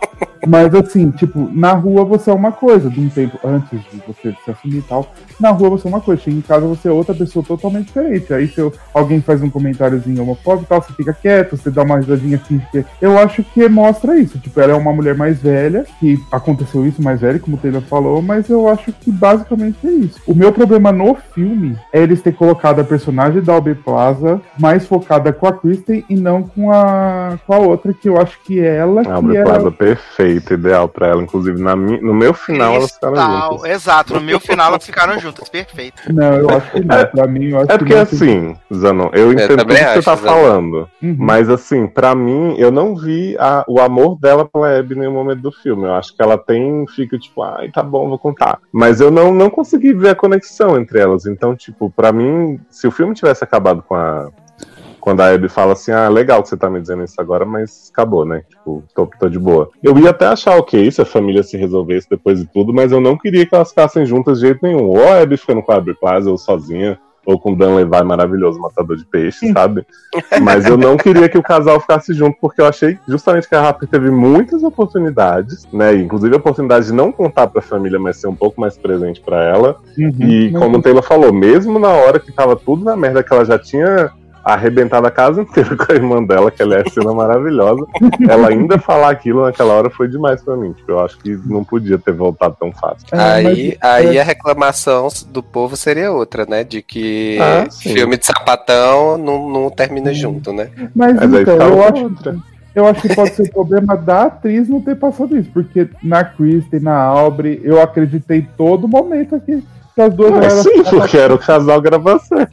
[SPEAKER 4] Mas assim, tipo, na rua você é uma coisa, de um tempo antes de você se assumir e tal. Na rua você é uma coisa, chega em casa você é outra pessoa totalmente diferente. Aí se alguém faz um comentáriozinho homofóbico e tal, você fica quieto, você dá uma risadinha assim. Eu acho que mostra isso. Tipo, ela é uma mulher mais velha, que aconteceu isso mais velha, como o Taylor falou, mas eu acho que basicamente é isso. O meu problema no filme é eles ter colocado a personagem da Aubrey Plaza mais focada com a Kristen e não com a, com a outra, que eu acho que ela
[SPEAKER 5] A
[SPEAKER 4] que
[SPEAKER 5] Aubrey
[SPEAKER 4] era...
[SPEAKER 5] Plaza perfeita, ideal pra ela. Inclusive, na mi... no meu final elas ficaram
[SPEAKER 2] Cristal,
[SPEAKER 5] juntas.
[SPEAKER 2] exato, no meu final elas ficaram juntas, perfeito.
[SPEAKER 4] Não, eu acho que não. Pra mim, eu acho
[SPEAKER 5] É
[SPEAKER 4] que
[SPEAKER 5] porque
[SPEAKER 4] não.
[SPEAKER 5] assim, Zanon, eu entendo tudo
[SPEAKER 3] também
[SPEAKER 5] que você
[SPEAKER 3] acho,
[SPEAKER 5] tá
[SPEAKER 3] Zanon.
[SPEAKER 5] falando.
[SPEAKER 4] Uhum.
[SPEAKER 5] Mas assim, pra mim, eu não vi a- o amor dela pela Abby em nenhum momento do filme. Eu acho que ela tem, fica tipo, ai, tá bom, vou contar. Mas eu não, não consegui ver a conexão entre elas. Então, tipo, pra mim, se o filme tivesse acabado com a. Quando a Abby fala assim, ah, legal que você tá me dizendo isso agora, mas acabou, né? Tipo, tô, tô de boa. Eu ia até achar ok se a família se resolvesse depois de tudo, mas eu não queria que elas ficassem juntas de jeito nenhum. Ou a Abby ficando com a Aubrey Plaza, ou sozinha, ou com o Dan Levi maravilhoso, matador de peixe, sabe? Mas eu não queria que o casal ficasse junto, porque eu achei justamente que a Harper teve muitas oportunidades, né? Inclusive a oportunidade de não contar pra família, mas ser um pouco mais presente pra ela.
[SPEAKER 4] Uhum.
[SPEAKER 5] E como o Taylor falou, mesmo na hora que tava tudo na merda, que ela já tinha arrebentado a casa inteira com a irmã dela, que ela é a cena maravilhosa, ela ainda falar aquilo naquela hora foi demais pra mim. Tipo, eu acho que não podia ter voltado tão fácil.
[SPEAKER 4] É,
[SPEAKER 3] Aí,
[SPEAKER 4] mas-
[SPEAKER 3] aí a reclamação do povo seria outra, né? De que
[SPEAKER 5] Ah, sim.
[SPEAKER 3] filme de sapatão não, não termina junto, né?
[SPEAKER 4] Mas,
[SPEAKER 5] Mas aí
[SPEAKER 4] então,
[SPEAKER 5] ficava
[SPEAKER 4] eu
[SPEAKER 5] com
[SPEAKER 4] acho,
[SPEAKER 5] outra.
[SPEAKER 4] eu acho que pode ser o problema da atriz não ter passado isso, porque na Kristen, na Aubrey, eu acreditei todo momento aqui que as duas
[SPEAKER 5] Não,
[SPEAKER 4] eram-
[SPEAKER 5] sim, porque era o casal gravação.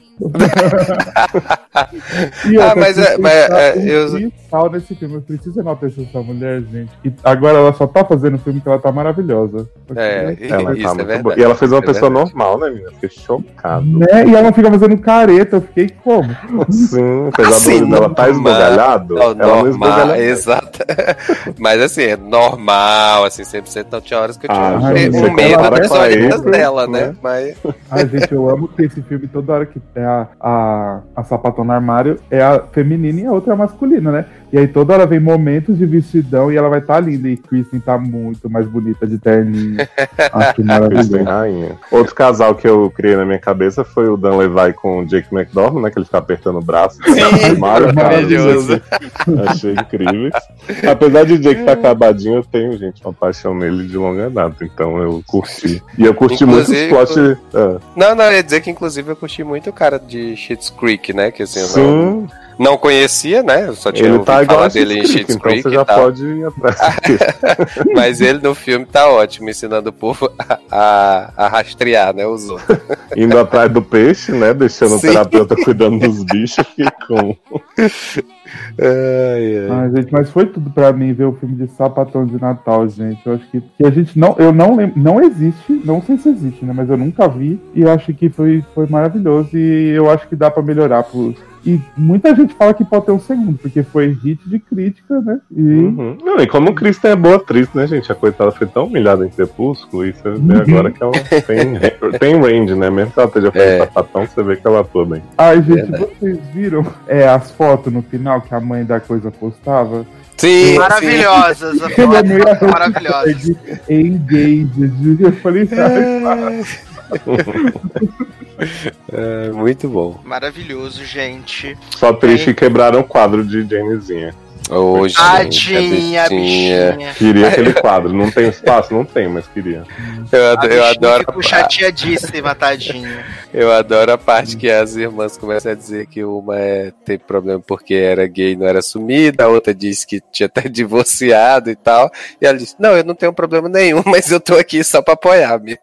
[SPEAKER 4] E
[SPEAKER 3] Ah,
[SPEAKER 4] outra,
[SPEAKER 3] mas é-
[SPEAKER 4] Kristen
[SPEAKER 3] mas é-
[SPEAKER 4] tá
[SPEAKER 3] é,
[SPEAKER 4] um
[SPEAKER 3] eu-
[SPEAKER 4] cristal nesse filme. Eu preciso enaltecer essa mulher, gente. E agora ela só tá fazendo filme que ela tá maravilhosa.
[SPEAKER 3] É,
[SPEAKER 5] Ela
[SPEAKER 3] isso
[SPEAKER 5] tá
[SPEAKER 3] é
[SPEAKER 5] muito
[SPEAKER 3] verdade.
[SPEAKER 5] boa. E ela fez uma
[SPEAKER 3] isso é
[SPEAKER 5] pessoa
[SPEAKER 3] verdade.
[SPEAKER 5] normal, né, menina? Fiquei chocado.
[SPEAKER 4] Né? E ela não fica fazendo careta, eu fiquei como?
[SPEAKER 5] Sim, apesar
[SPEAKER 3] Assim,
[SPEAKER 5] do olho dela tá
[SPEAKER 3] normal,
[SPEAKER 5] esbugalhado,
[SPEAKER 3] Não,
[SPEAKER 5] ela não
[SPEAKER 3] normal,
[SPEAKER 5] esbugalha mais.
[SPEAKER 3] exato. Mas assim, é normal, assim, cem por cento não tinha horas que eu tinha
[SPEAKER 5] Ah,
[SPEAKER 3] um
[SPEAKER 4] gente,
[SPEAKER 3] um
[SPEAKER 4] você
[SPEAKER 3] medo
[SPEAKER 4] compara
[SPEAKER 3] das
[SPEAKER 5] com a
[SPEAKER 3] olheiras
[SPEAKER 5] April,
[SPEAKER 3] dela, né?
[SPEAKER 5] né?
[SPEAKER 3] Mas
[SPEAKER 4] Ai, gente, eu amo que esse filme, toda hora que tem a, a, a sapatão no armário, é a feminina e a outra é a masculina, né? E aí toda hora vem momentos de vestidão e ela vai estar tá linda. E Kristen tá muito mais bonita de terninho. Acho
[SPEAKER 5] Kristen
[SPEAKER 4] maravilhoso.
[SPEAKER 5] rainha. Outro casal que eu criei na minha cabeça foi o Dan Levi com o Jake McDormand, né? Que ele fica apertando o braço.
[SPEAKER 3] Sim,
[SPEAKER 5] maravilhoso. Achei incrível. Apesar de Jake estar acabadinho, eu tenho, gente, uma paixão nele de longa data. Então eu curti. E eu curti
[SPEAKER 3] Inclusive,
[SPEAKER 5] muito os plot. Ah,
[SPEAKER 3] Não, não, eu ia dizer que inclusive eu curti muito o cara de Schitt's Creek, né? Que assim, eu não,
[SPEAKER 5] sim,
[SPEAKER 3] não conhecia, né? Eu só tinha
[SPEAKER 5] ele
[SPEAKER 3] ouvido
[SPEAKER 5] tá igual
[SPEAKER 3] falar
[SPEAKER 5] a
[SPEAKER 3] dele em
[SPEAKER 5] Schitt's
[SPEAKER 3] Schitt's
[SPEAKER 5] Creek, então
[SPEAKER 3] Creek
[SPEAKER 5] você
[SPEAKER 3] e
[SPEAKER 5] já
[SPEAKER 3] tal.
[SPEAKER 5] pode ir atrás dele.
[SPEAKER 3] Mas ele no filme tá ótimo, ensinando o povo a, a, a rastrear, né? Os outros.
[SPEAKER 5] Indo atrás do peixe, né? Deixando
[SPEAKER 3] Sim.
[SPEAKER 5] o terapeuta cuidando dos bichos, fiquei com.
[SPEAKER 3] Ai, ai.
[SPEAKER 4] Ai, gente, mas foi tudo pra mim ver o filme de sapatão de Natal, gente. Eu acho que, que a gente não. Eu não lembro. Não existe, não sei se existe, né? Mas eu nunca vi. E eu acho que foi, foi maravilhoso. E eu acho que dá pra melhorar. Por... E muita gente fala que pode ter um segundo, porque foi hit de crítica, né? E.
[SPEAKER 5] Uhum. Não, e como Kristen é boa atriz, né, gente? A coitada foi tão humilhada em Crepúsculo, e você vê
[SPEAKER 4] Uhum.
[SPEAKER 5] agora que ela tem, tem range, né? Mesmo que ela esteja fazendo
[SPEAKER 3] É.
[SPEAKER 5] sapatão, você vê que ela atua bem.
[SPEAKER 4] Ai, gente,
[SPEAKER 3] Verdade.
[SPEAKER 4] vocês viram é, as fotos no final que a mãe da coisa postava?
[SPEAKER 3] Sim,
[SPEAKER 2] Maravilhosas, as
[SPEAKER 4] Ela não ia-
[SPEAKER 2] fotos maravilhosas.
[SPEAKER 4] Engaged. Eu falei, ai,
[SPEAKER 3] É, muito bom.
[SPEAKER 2] Maravilhoso, gente.
[SPEAKER 5] Só triste que quebraram o quadro de Janezinha.
[SPEAKER 3] Hoje,
[SPEAKER 2] Tadinha, bichinha.
[SPEAKER 5] Queria aquele quadro. Não tem espaço? Não tem, mas queria.
[SPEAKER 3] Eu,
[SPEAKER 2] A
[SPEAKER 3] ado- eu
[SPEAKER 2] bichinha
[SPEAKER 3] adoro
[SPEAKER 2] ficou
[SPEAKER 3] a,
[SPEAKER 2] chateadíssima, tadinha.
[SPEAKER 3] eu adoro a parte que as irmãs começam a dizer que uma é, teve problema porque era gay e não era assumida, a outra disse que tinha até divorciado e tal. E ela disse, não, eu não tenho problema nenhum, mas eu tô aqui só pra apoiar mesmo.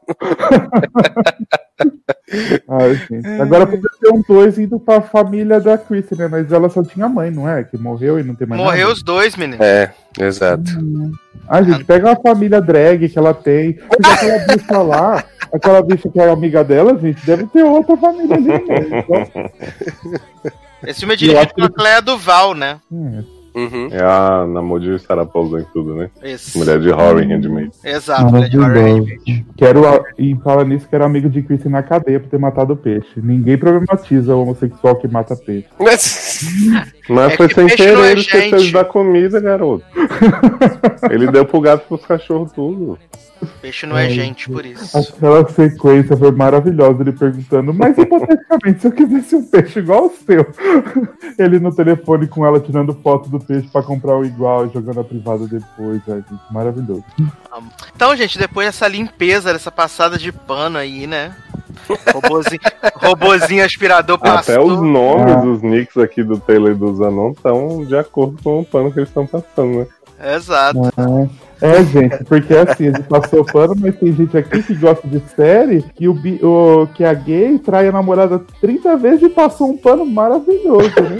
[SPEAKER 4] ai, gente. Agora podia ter um dois indo pra família da Kristen, né? Mas ela só tinha mãe, não é? Que morreu e não tem mais
[SPEAKER 2] Morreu
[SPEAKER 4] nada.
[SPEAKER 2] os dois, menino.
[SPEAKER 3] É, exato.
[SPEAKER 4] Ai, gente, pega uma família drag que ela tem. Porque aquela bicha lá, aquela bicha que é amiga dela, gente, deve ter outra família ali mesmo. Então,
[SPEAKER 2] Esse filme é
[SPEAKER 4] Eu
[SPEAKER 2] dirigido
[SPEAKER 4] acho que-
[SPEAKER 2] pela Cléa Duval, né?
[SPEAKER 4] hum,
[SPEAKER 3] Uhum.
[SPEAKER 5] É a namor de Sarah Paulson em tudo, né?
[SPEAKER 2] Isso.
[SPEAKER 5] Mulher de horror em Handmaid.
[SPEAKER 2] Exato, Mulher de Horror
[SPEAKER 4] maravilhoso.
[SPEAKER 2] Handmaid.
[SPEAKER 4] Quero, a- e fala nisso, quero amigo de Kristen na cadeia por ter matado o peixe. Ninguém problematiza o homossexual que mata peixe.
[SPEAKER 3] Mas,
[SPEAKER 5] Mas
[SPEAKER 2] É
[SPEAKER 5] foi
[SPEAKER 2] que
[SPEAKER 5] sem
[SPEAKER 2] peixe não é
[SPEAKER 5] querer, ele esqueceu
[SPEAKER 2] gente.
[SPEAKER 5] de dar comida, garoto. Ele deu pro gato e pros cachorros tudo.
[SPEAKER 2] Peixe não é gente, por isso.
[SPEAKER 4] Aquela sequência foi maravilhosa, ele perguntando, mas hipoteticamente, se eu quisesse um peixe igual ao seu, ele no telefone com ela tirando foto do peixe pra comprar o igual e jogando a privada depois, é, gente, maravilhoso.
[SPEAKER 2] Então, gente, depois dessa limpeza, dessa passada de pano aí, né? Robozinho, robozinho aspirador
[SPEAKER 5] Até
[SPEAKER 2] passou.
[SPEAKER 5] os nomes dos nicks aqui do Taylor e do Zanon estão de acordo com o pano que eles estão passando, né?
[SPEAKER 2] Exato.
[SPEAKER 4] É, é, gente, porque assim, a gente passou pano, mas tem gente aqui que gosta de série que, o, bi- o, que a gay trai a namorada trinta vezes e passou um pano maravilhoso, né?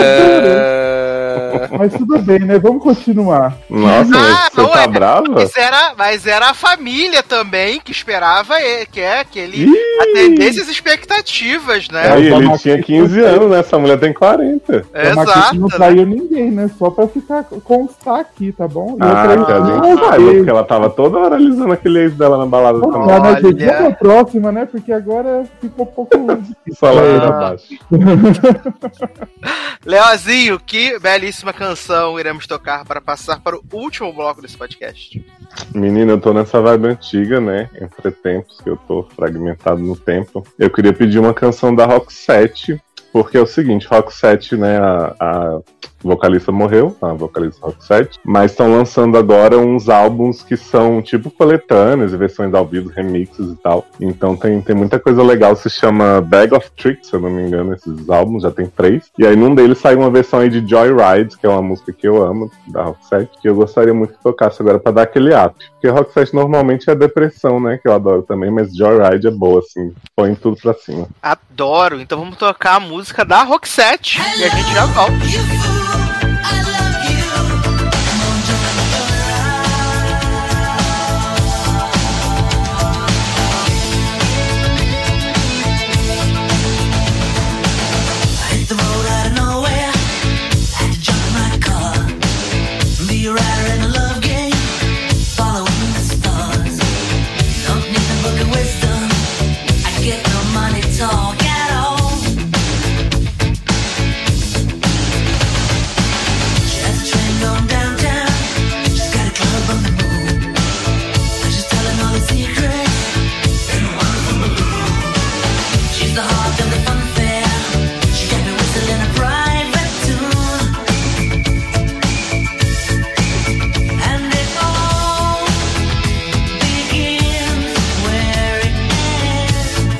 [SPEAKER 3] É...
[SPEAKER 4] Mas tudo bem, né? Vamos continuar.
[SPEAKER 5] Nossa, mas
[SPEAKER 2] Ah,
[SPEAKER 5] você
[SPEAKER 2] não,
[SPEAKER 5] tá
[SPEAKER 2] é-
[SPEAKER 5] brava?
[SPEAKER 2] Mas era, mas era a família também que esperava ele, que, é, que ele
[SPEAKER 5] Ih!
[SPEAKER 2] atendesse as expectativas, né?
[SPEAKER 5] Aí,
[SPEAKER 4] É,
[SPEAKER 5] ele
[SPEAKER 4] mas-
[SPEAKER 5] tinha quinze anos, né? Essa mulher tem quarenta.
[SPEAKER 4] É uma que
[SPEAKER 2] Exato.
[SPEAKER 4] não
[SPEAKER 2] né?
[SPEAKER 4] traiu ninguém, né? Só pra ficar constar aqui, tá bom? E
[SPEAKER 5] Ah,
[SPEAKER 4] outra
[SPEAKER 5] que a
[SPEAKER 4] aí,
[SPEAKER 5] gente saiba, porque ela tava toda hora alisando aquele ex dela na balada
[SPEAKER 4] Vamos
[SPEAKER 5] também.
[SPEAKER 4] lá, né, gente?
[SPEAKER 2] Olha.
[SPEAKER 4] Vamos pra próxima, né? Porque agora ficou um pouco difícil.
[SPEAKER 5] Só lá
[SPEAKER 2] Ah.
[SPEAKER 5] pra baixo.
[SPEAKER 2] Leozinho, que belíssima canção iremos tocar para passar para o último bloco desse podcast.
[SPEAKER 5] Menina, eu tô nessa vibe antiga, né? Entre tempos, que eu tô fragmentado no tempo. Eu queria pedir uma canção da Roxette, porque é o seguinte, Roxette, né, a, a vocalista morreu, a vocalista Roxette, mas estão lançando agora uns álbuns que são tipo coletâneas e versões ao vivo, remixes e tal. Então tem, tem muita coisa legal, se chama Bag of Tricks, se eu não me engano, esses álbuns, já tem três. E aí num deles saiu uma versão aí de Joyride, que é uma música que eu amo, da Roxette, que eu gostaria muito que tocasse agora pra dar aquele up. Porque Roxette normalmente é depressão, né, que eu adoro também, mas Joyride é boa, assim, põe tudo pra cima.
[SPEAKER 2] Adoro, então vamos tocar a música da Roxette e a gente já volta.
[SPEAKER 7] You fool, I love you. Come on, I hit the road out of nowhere. Had to jump in my car. Be a rider in a love game. Following the stars. Don't need the book of wisdom. I get no money talk at all. She has a train going downtown. She's got a club on the moon. And she's telling all the secrets in a wonderful balloon. She's the heart of the fun fair. She got me whistling a private tune. And it all begins where it ends.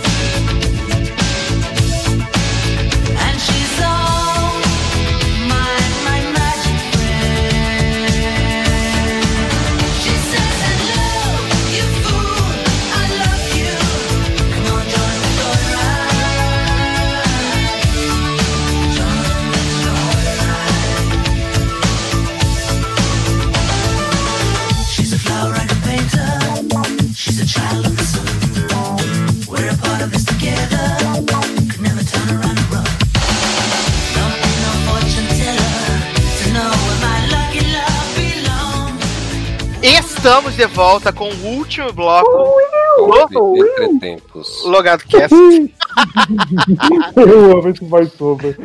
[SPEAKER 7] And she's all my, my magic friend. She says, hello, you fool, I love you. Come on, join the joyride. Join the joyride. She's a flower I can paint her. She's a child of the sun. We're a part of this together. Could never turn around and run. Don't need no fortune teller to know where my lucky love belongs.
[SPEAKER 2] Estamos de volta com o último bloco
[SPEAKER 3] Houve entretempos.
[SPEAKER 2] do Logado Cast.
[SPEAKER 4] Eu amo esse voiceover.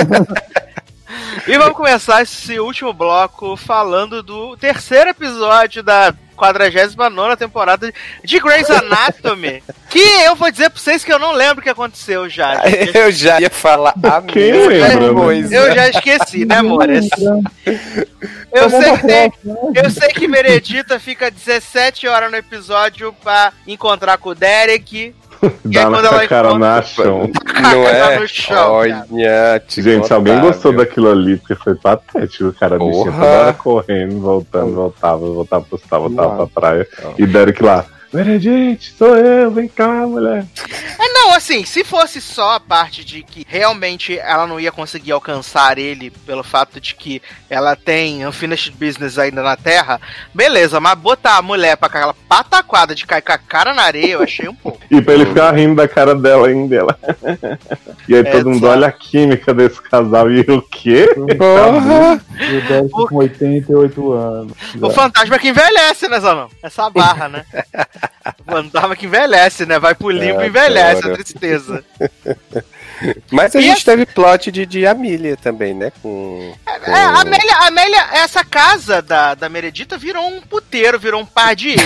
[SPEAKER 2] E vamos começar esse último bloco falando do terceiro episódio da quadragésima nona temporada de Grey's Anatomy. Que eu vou dizer pra vocês que eu não lembro o que aconteceu já.
[SPEAKER 3] Eu já ia falar a
[SPEAKER 5] Quem
[SPEAKER 3] mesma
[SPEAKER 5] lembra, né?
[SPEAKER 3] coisa.
[SPEAKER 2] Eu já esqueci, né, amores? Eu sei que tem, eu sei que Meredita fica dezessete horas no episódio pra encontrar com o Derek. E aí,
[SPEAKER 5] Dá
[SPEAKER 2] quando
[SPEAKER 5] na
[SPEAKER 2] ela
[SPEAKER 5] cara
[SPEAKER 2] encontra-
[SPEAKER 5] na chão.
[SPEAKER 3] Não é?
[SPEAKER 2] no chão,
[SPEAKER 3] Olha, te
[SPEAKER 5] Gente, se alguém
[SPEAKER 3] contar,
[SPEAKER 5] gostou
[SPEAKER 3] viu?
[SPEAKER 5] daquilo ali, porque foi patético, o cara bichinho
[SPEAKER 3] Porra.
[SPEAKER 5] toda hora correndo, voltando, voltava, voltava pro hospital, voltava
[SPEAKER 4] Uau.
[SPEAKER 5] pra praia. E Derek lá, Meredith, sou eu, vem cá, mulher.
[SPEAKER 2] É, não, assim, se fosse só a parte de que realmente ela não ia conseguir alcançar ele pelo fato de que ela tem unfinished business ainda na Terra, beleza, mas botar a mulher pra aquela pataquada de cair com a cara na areia, eu achei um pouco.
[SPEAKER 5] E pra ele ficar rindo da cara dela ainda. Ela. E aí todo mundo
[SPEAKER 2] Exato.
[SPEAKER 5] olha a química desse casal e o quê?
[SPEAKER 3] Porra!
[SPEAKER 4] Eu desce com oitenta e oito anos.
[SPEAKER 2] O fantasma que envelhece, né, Zanão? Essa barra, né? O fantasma que envelhece, né? Vai pro limbo e
[SPEAKER 3] É,
[SPEAKER 2] envelhece,
[SPEAKER 3] adoro.
[SPEAKER 2] a tristeza.
[SPEAKER 3] Mas a
[SPEAKER 2] E
[SPEAKER 3] gente
[SPEAKER 2] essa-
[SPEAKER 3] teve plot de, de Amélia também, né? Com, com...
[SPEAKER 2] É, a Amélia, a Amélia, essa casa da, da Meredita virou um puteiro, virou um pardieiro,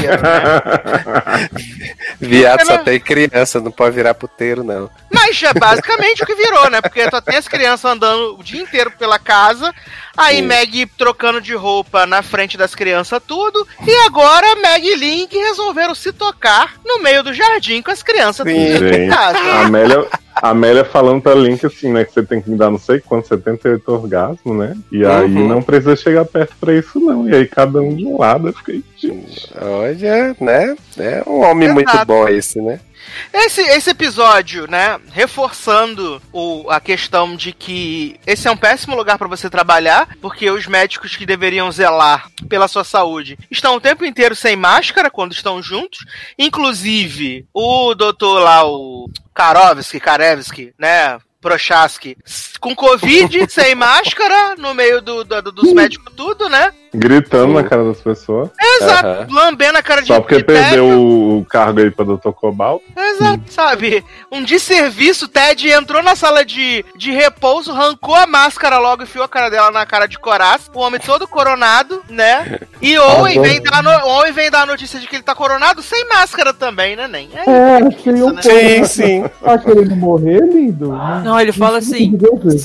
[SPEAKER 2] né?
[SPEAKER 3] Viado só
[SPEAKER 2] Ela-
[SPEAKER 3] tem criança, não pode virar puteiro, não.
[SPEAKER 2] Mas é basicamente o que virou, né? Porque só tem as crianças andando o dia inteiro pela casa, aí
[SPEAKER 3] Sim.
[SPEAKER 2] Meg trocando de roupa na frente das crianças, tudo, e agora Meg e Link resolveram se tocar no meio do jardim com as crianças tudo
[SPEAKER 3] Sim.
[SPEAKER 2] dentro de
[SPEAKER 5] Gente,
[SPEAKER 2] casa.
[SPEAKER 5] a Amélia, a Amélia falando pra Link assim, né? Que você tem que me dar não sei quanto, setenta e oito orgasmos, né? E aí
[SPEAKER 3] Uhum.
[SPEAKER 5] não precisa chegar perto pra isso, não. E aí cada um de um lado, eu fiquei, gente.
[SPEAKER 3] Olha, né? É um homem muito
[SPEAKER 2] Exato.
[SPEAKER 3] bom esse, né?
[SPEAKER 2] Esse, esse episódio, né, reforçando o, a questão de que esse é um péssimo lugar pra você trabalhar, porque os médicos que deveriam zelar pela sua saúde estão o tempo inteiro sem máscara quando estão juntos, inclusive o doutor lá, o Karovski, Karevski, né, Prochaski, com Covid, sem máscara, no meio do, do- dos médicos tudo, né?
[SPEAKER 5] Gritando na cara das pessoas.
[SPEAKER 2] Exato,
[SPEAKER 3] Aham.
[SPEAKER 2] lambendo a cara de
[SPEAKER 5] Só porque
[SPEAKER 2] de tédio.
[SPEAKER 5] perdeu o cargo aí pra doutor Cobalt.
[SPEAKER 2] Exato, sabe? Um desserviço, Ted entrou na sala de, de repouso, arrancou a máscara logo, enfiou a cara dela na cara de coraça, o homem todo coronado, né? E Owen vem dar, no, Owen vem dar a notícia de que ele tá coronado sem máscara também, né, Nen? É,
[SPEAKER 4] É, achei um
[SPEAKER 2] né?
[SPEAKER 4] pouco.
[SPEAKER 3] Sim, sim.
[SPEAKER 4] Tá querendo morrer, lindo?
[SPEAKER 6] Não, ele fala assim,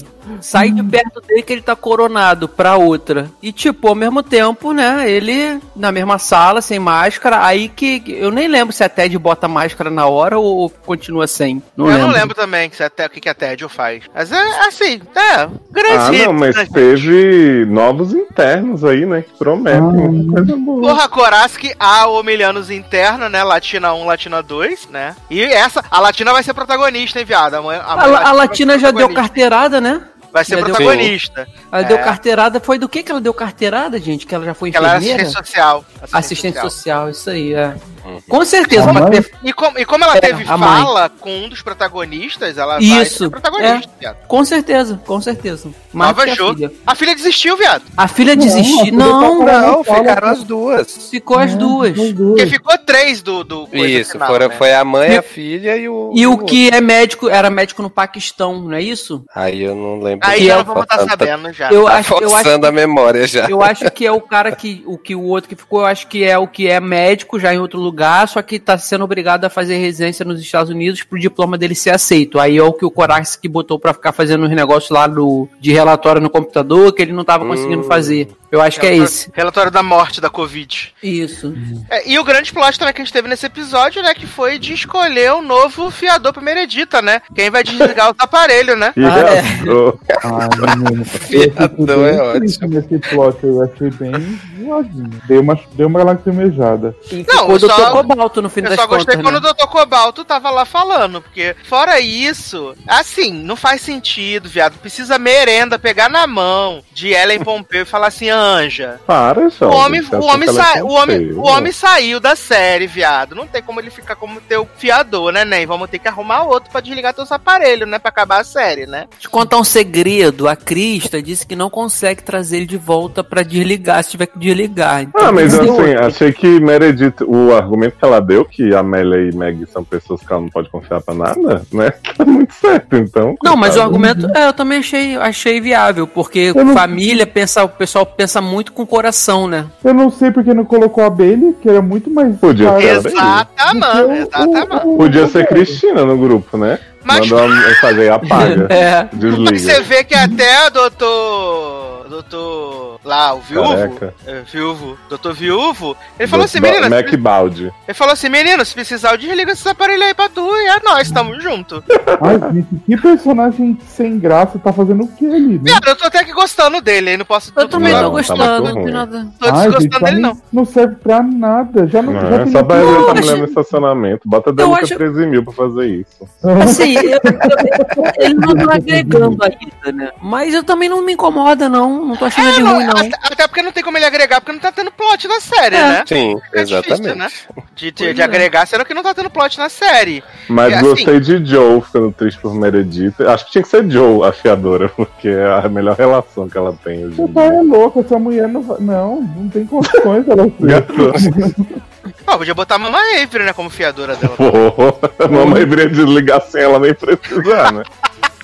[SPEAKER 6] sai de perto dele que ele tá coronado pra outra. E tipo, ao mesmo tempo, né, ele na mesma sala, sem máscara, aí que eu nem lembro se a Ted bota máscara na hora ou continua sem. Não
[SPEAKER 2] Eu
[SPEAKER 6] lembro.
[SPEAKER 2] não lembro também que se até, o que, que a Ted faz. Mas é assim, é, grande
[SPEAKER 5] Ah,
[SPEAKER 2] hit,
[SPEAKER 5] não, mas
[SPEAKER 2] né?
[SPEAKER 5] teve novos internos aí, né? Que prometem
[SPEAKER 4] Ah.
[SPEAKER 5] muita coisa boa.
[SPEAKER 2] Porra, Koraski, a Omilhanos interna, né? Latina um, Latina dois, né? E essa, a Latina vai ser protagonista, hein, viado? A, mãe- a,
[SPEAKER 6] A,
[SPEAKER 2] mãe
[SPEAKER 6] a Latina
[SPEAKER 2] vai ser
[SPEAKER 6] já deu
[SPEAKER 2] protagonista.
[SPEAKER 6] carteirada, né?
[SPEAKER 2] Vai ser
[SPEAKER 6] já deu-
[SPEAKER 2] protagonista.
[SPEAKER 6] Ela
[SPEAKER 2] É.
[SPEAKER 6] deu carteirada, foi do que que ela deu carteirada, gente? Que ela já foi
[SPEAKER 2] Que ela era
[SPEAKER 6] enfermeira?
[SPEAKER 2] assistente social.
[SPEAKER 6] Assistente social, isso aí, é.
[SPEAKER 3] Uhum.
[SPEAKER 6] Com certeza,
[SPEAKER 4] Ah,
[SPEAKER 6] pra
[SPEAKER 4] mas-
[SPEAKER 6] ter-
[SPEAKER 2] E, com- e como ela
[SPEAKER 6] É,
[SPEAKER 2] teve
[SPEAKER 6] a mãe.
[SPEAKER 2] fala com um dos protagonistas, ela vai
[SPEAKER 6] Isso,
[SPEAKER 2] ser protagonista, viado.
[SPEAKER 6] com certeza, com certeza. Mais
[SPEAKER 2] Nova
[SPEAKER 6] que a
[SPEAKER 2] Jo.
[SPEAKER 6] filha.
[SPEAKER 2] A filha desistiu, viado.
[SPEAKER 6] A filha
[SPEAKER 4] Não, a
[SPEAKER 6] desistiu.
[SPEAKER 4] filha
[SPEAKER 6] Não,
[SPEAKER 4] tá
[SPEAKER 3] Não,
[SPEAKER 4] Fala-
[SPEAKER 3] ficaram as duas.
[SPEAKER 6] ficou as duas.
[SPEAKER 2] Porque ficou três do, do coisa
[SPEAKER 3] Isso,
[SPEAKER 2] final,
[SPEAKER 3] foram,
[SPEAKER 2] né?
[SPEAKER 3] foi a mãe, a filha e o.
[SPEAKER 6] E o
[SPEAKER 3] outro.
[SPEAKER 6] que é médico, era médico no Paquistão, não é isso?
[SPEAKER 3] Aí eu não lembro.
[SPEAKER 2] Aí
[SPEAKER 6] que
[SPEAKER 2] já
[SPEAKER 6] é
[SPEAKER 2] não vamos estar
[SPEAKER 3] Tá-
[SPEAKER 2] sabendo já.
[SPEAKER 6] Eu
[SPEAKER 3] Tá
[SPEAKER 6] acho, eu acho,
[SPEAKER 3] forçando a memória já.
[SPEAKER 6] eu acho que é o cara que o que o outro que ficou, eu acho que é o que é médico já em outro lugar, só que tá sendo obrigado a fazer residência nos Estados Unidos pro diploma dele ser aceito. Aí é o que o Corax que botou pra ficar fazendo os negócios lá do, de relatório no computador que ele não tava conseguindo
[SPEAKER 3] Hum.
[SPEAKER 6] fazer. Eu acho que é
[SPEAKER 2] Relatório-
[SPEAKER 6] esse.
[SPEAKER 2] Relatório da morte da Covid.
[SPEAKER 6] Isso.
[SPEAKER 2] É, e o grande plot também que a gente teve nesse episódio, né? Que foi de escolher um novo fiador pra Meredita, né? Quem vai desligar os aparelhos, né?
[SPEAKER 5] E
[SPEAKER 6] Ah, é.
[SPEAKER 5] arrasou.
[SPEAKER 4] Ai, menino.
[SPEAKER 3] Fiador é ótimo.
[SPEAKER 4] Nesse plot eu achei bem zoadinho. Deu uma, deu uma lacrimejada.
[SPEAKER 6] E
[SPEAKER 2] Não,
[SPEAKER 6] ficou o
[SPEAKER 2] eu só-
[SPEAKER 6] doutor Cobalto no fim
[SPEAKER 2] Eu
[SPEAKER 6] das
[SPEAKER 2] só gostei
[SPEAKER 6] contas,
[SPEAKER 2] quando
[SPEAKER 6] né?
[SPEAKER 2] o doutor Cobalto tava lá falando, porque fora isso, assim, não faz sentido, viado. Precisa merenda, pegar na mão de Ellen Pompeu e falar assim, Anja.
[SPEAKER 5] Para,
[SPEAKER 2] O
[SPEAKER 5] jovem.
[SPEAKER 2] homem,
[SPEAKER 5] Você
[SPEAKER 2] o,
[SPEAKER 5] acha
[SPEAKER 2] homem
[SPEAKER 5] que ela é
[SPEAKER 2] sa- o, homem,
[SPEAKER 5] feio,
[SPEAKER 2] o
[SPEAKER 5] né?
[SPEAKER 2] homem saiu da série, viado. Não tem como ele ficar como teu fiador, né, Nen? Vamos ter que arrumar outro pra desligar teus aparelhos, né? Pra acabar a série, né?
[SPEAKER 6] Te contar um segredo, a Krista disse que não consegue trazer ele de volta pra desligar, se tiver que desligar. Então,
[SPEAKER 5] Ah, mas
[SPEAKER 6] tem que ser
[SPEAKER 5] assim,
[SPEAKER 6] outro.
[SPEAKER 5] achei que Meredith, o argumento que ela deu, que a Amélia e Meg são pessoas que ela não pode confiar pra nada, né? Tá muito certo, então.
[SPEAKER 6] Não, mas o
[SPEAKER 5] coitado.
[SPEAKER 6] argumento, é, eu também achei, achei viável, porque
[SPEAKER 4] Eu não-
[SPEAKER 6] família, pensa, o pessoal pensa muito com o coração, né?
[SPEAKER 4] Eu não sei porque não colocou a Bailey, que era muito mais.
[SPEAKER 5] Podia
[SPEAKER 4] cara,
[SPEAKER 5] ser.
[SPEAKER 2] Exatamente,
[SPEAKER 4] do que o-
[SPEAKER 2] exatamente.
[SPEAKER 4] o- o-
[SPEAKER 5] Podia
[SPEAKER 4] o-
[SPEAKER 5] ser Cristina no grupo, né?
[SPEAKER 2] Mas-
[SPEAKER 5] Manda uma mensagem aí, apaga.
[SPEAKER 6] É.
[SPEAKER 2] Mas você
[SPEAKER 5] Desliga.
[SPEAKER 2] vê que até o doutor. Doutor. Lá, o viúvo.
[SPEAKER 5] Careca.
[SPEAKER 2] É, viúvo. Doutor viúvo. Ele falou assim,
[SPEAKER 5] Do-
[SPEAKER 2] menina. se-
[SPEAKER 5] MacBaldi.
[SPEAKER 2] Ele falou assim, menino, se precisar, eu desligo esses aparelhos aí pra tu e é nós, tamo junto.
[SPEAKER 4] Ai, gente, que personagem sem graça tá fazendo o que ali, né?
[SPEAKER 2] Cara, eu tô até que gostando dele, aí não posso.
[SPEAKER 6] Eu também
[SPEAKER 5] Não,
[SPEAKER 6] tô
[SPEAKER 5] tá
[SPEAKER 6] gostando,
[SPEAKER 5] muito
[SPEAKER 6] não tem
[SPEAKER 5] ruim.
[SPEAKER 6] nada.
[SPEAKER 2] Tô
[SPEAKER 4] Ai, gente,
[SPEAKER 2] desgostando
[SPEAKER 4] pra
[SPEAKER 2] dele,
[SPEAKER 4] mim
[SPEAKER 2] não.
[SPEAKER 4] não serve pra nada. Já não,
[SPEAKER 5] Não,
[SPEAKER 4] já
[SPEAKER 5] é
[SPEAKER 4] tem
[SPEAKER 5] só pra
[SPEAKER 4] muito-
[SPEAKER 5] ver essa
[SPEAKER 6] achei-
[SPEAKER 5] mulher no estacionamento. Bota a
[SPEAKER 6] Eu
[SPEAKER 5] Danica
[SPEAKER 6] acho-
[SPEAKER 5] treze mil pra fazer isso.
[SPEAKER 6] Assim, eu- eu- ele não tá agregando ainda, né? Mas eu também não me incomoda, não. Não tô achando
[SPEAKER 2] É,
[SPEAKER 6] ele
[SPEAKER 2] não,
[SPEAKER 6] ruim, não.
[SPEAKER 2] até, até porque não tem como ele agregar, porque não tá tendo plot na série,
[SPEAKER 6] É.
[SPEAKER 2] né?
[SPEAKER 3] Sim,
[SPEAKER 2] É difícil,
[SPEAKER 3] exatamente.
[SPEAKER 2] né? De, de,
[SPEAKER 6] Pois
[SPEAKER 2] de
[SPEAKER 6] é.
[SPEAKER 2] agregar, sendo que não tá tendo plot na série.
[SPEAKER 5] Mas
[SPEAKER 2] É assim.
[SPEAKER 5] gostei de Joe ficando triste por Meredith. Acho que tinha que ser Joe a fiadora, porque é a melhor relação que ela tem hoje
[SPEAKER 4] Você
[SPEAKER 5] em
[SPEAKER 4] tá
[SPEAKER 5] dia.
[SPEAKER 4] é louca, essa mulher não vai. Não, não tem condições ela ser.
[SPEAKER 5] Gato.
[SPEAKER 2] Pô, podia botar a Mamãe Avery, né, como fiadora dela.
[SPEAKER 5] Pô, a mamãe viria desligar sem ela nem precisar, né?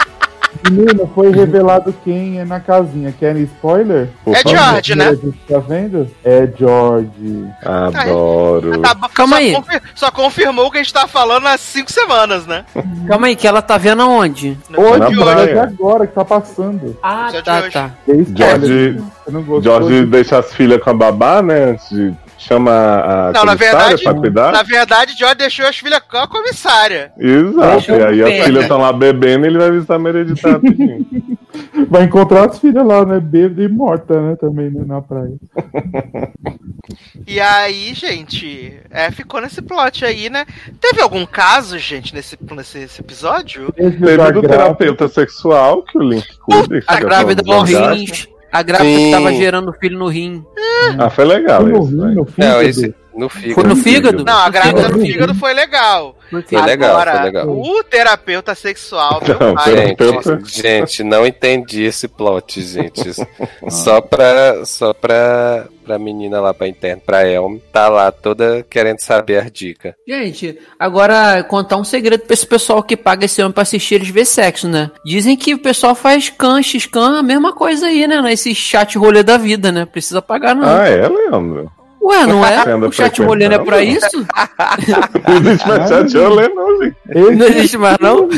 [SPEAKER 4] Menino, foi revelado quem é na casinha. Querem spoiler?
[SPEAKER 5] Por
[SPEAKER 2] É
[SPEAKER 5] favor.
[SPEAKER 2] George, né?
[SPEAKER 4] A gente tá vendo? É George.
[SPEAKER 5] Adoro.
[SPEAKER 2] Tá bom,
[SPEAKER 6] Calma
[SPEAKER 2] só
[SPEAKER 6] aí.
[SPEAKER 2] confi- só confirmou o que a gente tava falando há cinco semanas, né?
[SPEAKER 6] Calma aí, que ela tá vendo aonde?
[SPEAKER 2] No
[SPEAKER 4] Hoje,
[SPEAKER 5] na
[SPEAKER 2] de
[SPEAKER 5] praia.
[SPEAKER 2] hoje.
[SPEAKER 4] é agora que tá passando.
[SPEAKER 6] Ah,
[SPEAKER 2] Episódio
[SPEAKER 6] tá,
[SPEAKER 2] de hoje.
[SPEAKER 6] tá.
[SPEAKER 4] Tem spoiler.
[SPEAKER 5] George,
[SPEAKER 4] Você não gostou
[SPEAKER 5] George
[SPEAKER 4] de-
[SPEAKER 5] deixa as filhas com a babá, né? Antes de chama a
[SPEAKER 2] Não, na
[SPEAKER 5] comissária
[SPEAKER 2] verdade,
[SPEAKER 5] pra cuidar.
[SPEAKER 2] na verdade, George deixou as filhas com a comissária.
[SPEAKER 5] Exato.
[SPEAKER 6] Deixa
[SPEAKER 5] E
[SPEAKER 6] eu
[SPEAKER 5] aí
[SPEAKER 6] ver.
[SPEAKER 5] as filhas estão lá bebendo e ele vai visitar a Meredith rapidinho.
[SPEAKER 4] Vai encontrar as filhas lá, né? Bêbada e morta, né? Também, né? Na praia.
[SPEAKER 2] E aí, gente, é, ficou nesse plot aí, né? Teve algum caso, gente, nesse, nesse, nesse episódio?
[SPEAKER 4] Esse
[SPEAKER 5] Teve
[SPEAKER 4] da
[SPEAKER 5] do
[SPEAKER 4] Graça-
[SPEAKER 5] terapeuta sexual que o Link cuida. e
[SPEAKER 6] A
[SPEAKER 5] fica
[SPEAKER 6] grávida
[SPEAKER 5] falando
[SPEAKER 6] no
[SPEAKER 5] dos orgasmos.
[SPEAKER 6] rim. A grávida
[SPEAKER 3] Sim.
[SPEAKER 6] que tava gerando filho no rim.
[SPEAKER 5] Ah, foi legal
[SPEAKER 4] Foi no
[SPEAKER 5] esse,
[SPEAKER 4] rim,
[SPEAKER 5] né?
[SPEAKER 4] no
[SPEAKER 3] Não,
[SPEAKER 4] fígado.
[SPEAKER 3] esse no fígado.
[SPEAKER 6] Foi no fígado?
[SPEAKER 2] Não, a grávida
[SPEAKER 6] Fígado.
[SPEAKER 2] no fígado foi legal.
[SPEAKER 3] Foi legal,
[SPEAKER 2] Agora,
[SPEAKER 3] foi legal.
[SPEAKER 2] o terapeuta sexual, meu
[SPEAKER 5] Não,
[SPEAKER 2] pai.
[SPEAKER 5] pera-
[SPEAKER 3] Gente, gente, não entendi esse plot, gente. Só pra, só pra, pra menina lá, pra interna, pra Elm, tá lá toda querendo saber as dicas.
[SPEAKER 6] Gente, agora contar um segredo pra esse pessoal que paga esse homem pra assistir eles ver sexo, né? Dizem que o pessoal faz can, x-can, a mesma coisa aí, né? Nesse chat rolê da vida, né? Precisa pagar não.
[SPEAKER 5] Ah, é, Leandro?
[SPEAKER 6] Ué, não é?
[SPEAKER 5] Você anda
[SPEAKER 6] O chat rolê não é pra
[SPEAKER 5] frequentando?
[SPEAKER 6] isso?
[SPEAKER 5] Não existe mais chat rolê, não, gente.
[SPEAKER 4] Esse
[SPEAKER 6] Não existe mais, não?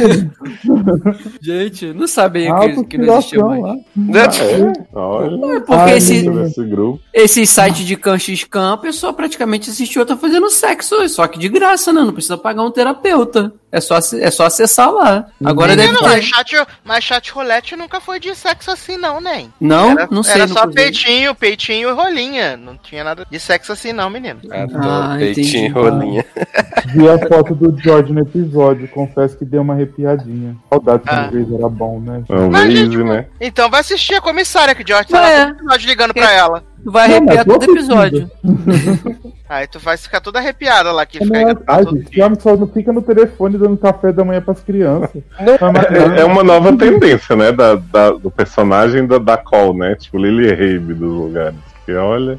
[SPEAKER 6] Gente, não sabia que, que não existia
[SPEAKER 4] autotiração
[SPEAKER 6] mais.
[SPEAKER 4] lá.
[SPEAKER 5] Ah, é? Olha.
[SPEAKER 6] Porque
[SPEAKER 4] Ai,
[SPEAKER 6] esse,
[SPEAKER 4] menino.
[SPEAKER 5] Esse grupo.
[SPEAKER 6] esse site de can, x-can, a pessoa praticamente assistiu outra fazendo sexo, só que de graça, né? Não precisa pagar um terapeuta. É só, ac- é só acessar lá. Agora deve
[SPEAKER 2] Não, mas
[SPEAKER 6] ter.
[SPEAKER 2] chat, mas chat roulette nunca foi de sexo assim, não, nem.
[SPEAKER 6] Não?
[SPEAKER 2] Era,
[SPEAKER 6] Não sei.
[SPEAKER 2] era
[SPEAKER 6] nunca
[SPEAKER 2] só
[SPEAKER 6] usei.
[SPEAKER 2] peitinho, peitinho e rolinha. Não tinha nada de sexo assim, não, menino.
[SPEAKER 3] Adoro
[SPEAKER 6] Ah,
[SPEAKER 3] peitinho
[SPEAKER 6] entendi.
[SPEAKER 3] e rolinha.
[SPEAKER 4] Vi a foto do George no episódio. Confesso que deu uma arrepiadinha. Saudade
[SPEAKER 2] Ah.
[SPEAKER 4] que o Grace era bom, né?
[SPEAKER 5] É um
[SPEAKER 2] Mas,
[SPEAKER 5] Waze,
[SPEAKER 2] gente,
[SPEAKER 5] né?
[SPEAKER 2] Então vai assistir a comissária, que o George tá
[SPEAKER 6] Ué.
[SPEAKER 2] lá todo episódio ligando pra ela.
[SPEAKER 6] Tu vai
[SPEAKER 4] Não,
[SPEAKER 6] arrepiar
[SPEAKER 4] mas
[SPEAKER 6] todo
[SPEAKER 4] tô
[SPEAKER 6] episódio.
[SPEAKER 2] Aí tu vai ficar toda arrepiada lá, que ele
[SPEAKER 4] Não
[SPEAKER 2] fica
[SPEAKER 4] é-
[SPEAKER 2] ligando
[SPEAKER 4] Ai,
[SPEAKER 2] todo
[SPEAKER 4] gente, que
[SPEAKER 2] dia.
[SPEAKER 4] homem só não fica no telefone dando café da manhã pras crianças. Mas,
[SPEAKER 5] É, é uma nova tendência, né? Da, da- do personagem da, da Call, né? Tipo, Lily Rabe dos lugares. Que olha.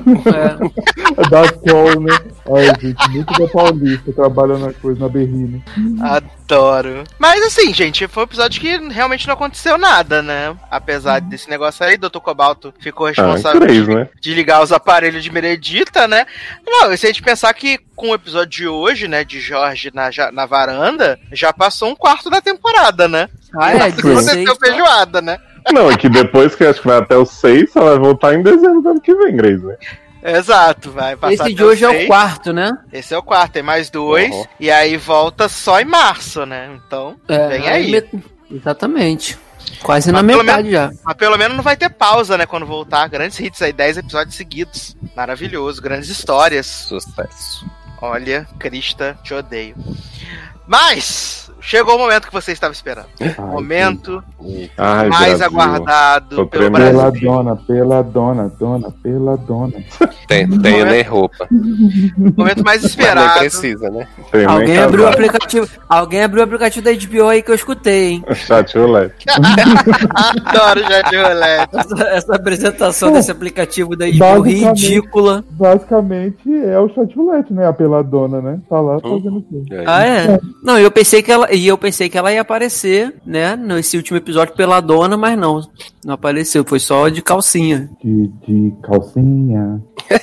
[SPEAKER 6] É.
[SPEAKER 4] é da Sol, né? Ai, gente, muito da Paulista trabalhando na coisa, na berrina.
[SPEAKER 2] Adoro. Mas assim, gente, foi um episódio que realmente não aconteceu nada, né? Apesar desse negócio aí, doutor Cobalto ficou
[SPEAKER 5] Ah,
[SPEAKER 2] responsável
[SPEAKER 5] três,
[SPEAKER 2] de,
[SPEAKER 5] né?
[SPEAKER 2] de ligar os aparelhos de Meredita, né? Não, e se a gente pensar que com o episódio de hoje, né, de Jorge na, ja- na varanda, já passou um quarto da temporada, né?
[SPEAKER 6] Ah, é,
[SPEAKER 2] Aconteceu
[SPEAKER 6] dezesseis.
[SPEAKER 2] feijoada, né?
[SPEAKER 5] Não, e que depois que acho que vai até o seis, só vai voltar em dezembro do ano que vem, Grace, né?
[SPEAKER 2] Exato, vai passar
[SPEAKER 6] Esse
[SPEAKER 2] até
[SPEAKER 6] de hoje é
[SPEAKER 2] seis.
[SPEAKER 6] o quarto, né?
[SPEAKER 2] Esse é o quarto, tem mais dois,
[SPEAKER 3] Uhum.
[SPEAKER 2] e aí volta só em março, né? Então,
[SPEAKER 6] É,
[SPEAKER 2] vem aí.
[SPEAKER 6] met- Exatamente. Quase na
[SPEAKER 2] Mas pelo
[SPEAKER 6] metade já.
[SPEAKER 2] Mas pelo menos não vai ter pausa, né, quando voltar. Grandes hits aí, dez episódios seguidos. Maravilhoso, grandes histórias.
[SPEAKER 3] Sucesso.
[SPEAKER 2] Olha, Crista, te odeio. Mas, chegou o momento que você estava esperando.
[SPEAKER 4] Ai,
[SPEAKER 2] Momento
[SPEAKER 5] Ai,
[SPEAKER 2] mais
[SPEAKER 5] Brasil.
[SPEAKER 2] aguardado
[SPEAKER 5] Tô
[SPEAKER 2] pelo
[SPEAKER 5] tremendo.
[SPEAKER 4] Pela
[SPEAKER 2] Brasil.
[SPEAKER 4] dona, pela dona, dona, pela dona.
[SPEAKER 3] Tem, tenho nem roupa.
[SPEAKER 2] Momento mais
[SPEAKER 3] Mas nem
[SPEAKER 2] esperado.
[SPEAKER 3] precisa, né?
[SPEAKER 5] Tem nem
[SPEAKER 6] Alguém abriu o
[SPEAKER 5] casal.
[SPEAKER 6] aplicativo. Alguém abriu o aplicativo da H B O aí que eu escutei, hein?
[SPEAKER 5] Chat roulette.
[SPEAKER 2] Adoro já de rolete.
[SPEAKER 6] Essa, essa apresentação desse aplicativo da H B O
[SPEAKER 4] Basicamente.
[SPEAKER 6] ridícula.
[SPEAKER 4] Basicamente é o chat roulette, né? A peladona, né? Tá lá fazendo o quê?
[SPEAKER 3] E aí?
[SPEAKER 6] Ah, é? Não, eu pensei que ela. E eu pensei que ela ia aparecer, né? Nesse último episódio pela dona, mas não. Não apareceu, foi só de calcinha.
[SPEAKER 4] De, de calcinha.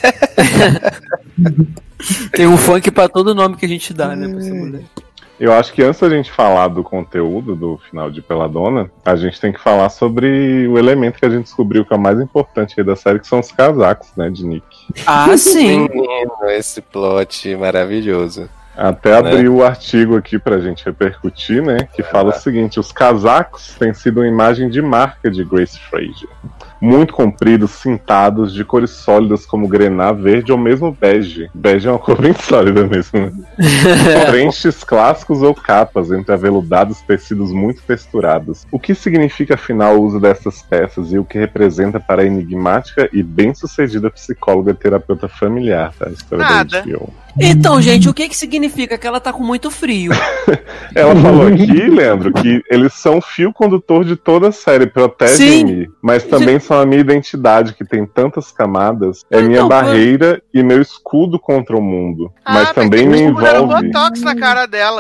[SPEAKER 6] Tem um funk pra todo nome que a gente dá, né? Pra essa mulher.
[SPEAKER 5] Eu acho que antes da gente falar do conteúdo do final de Peladona, a gente tem que falar sobre o elemento que a gente descobriu que é o mais importante aí da série, que são os casacos, né, de Nick.
[SPEAKER 6] Ah, sim.
[SPEAKER 3] Menino, esse plot maravilhoso.
[SPEAKER 5] Até abri o artigo aqui pra gente repercutir, né? Que fala o seguinte: os casacos têm sido uma imagem de marca de Grace Fraser. Muito compridos, cintados, de cores sólidas como grená, verde ou mesmo bege. Bege é uma cor bem sólida mesmo, né? Trenches clássicos ou capas, entre aveludados tecidos muito texturados. O que significa, afinal, o uso dessas peças e o que representa para a enigmática e bem-sucedida psicóloga e terapeuta familiar, tá? A história da
[SPEAKER 2] Nada.
[SPEAKER 5] H B O.
[SPEAKER 6] Então, gente, o que que significa que ela tá com muito frio?
[SPEAKER 5] Ela falou aqui, Leandro, que eles são fio condutor de toda a série, protegem-me, mas também são a minha identidade, que tem tantas camadas, é
[SPEAKER 6] Então,
[SPEAKER 5] minha
[SPEAKER 6] foi-
[SPEAKER 5] barreira e meu escudo contra o mundo, mas
[SPEAKER 2] Ah,
[SPEAKER 5] também me
[SPEAKER 2] Era um
[SPEAKER 5] envolve.
[SPEAKER 2] botox na cara dela.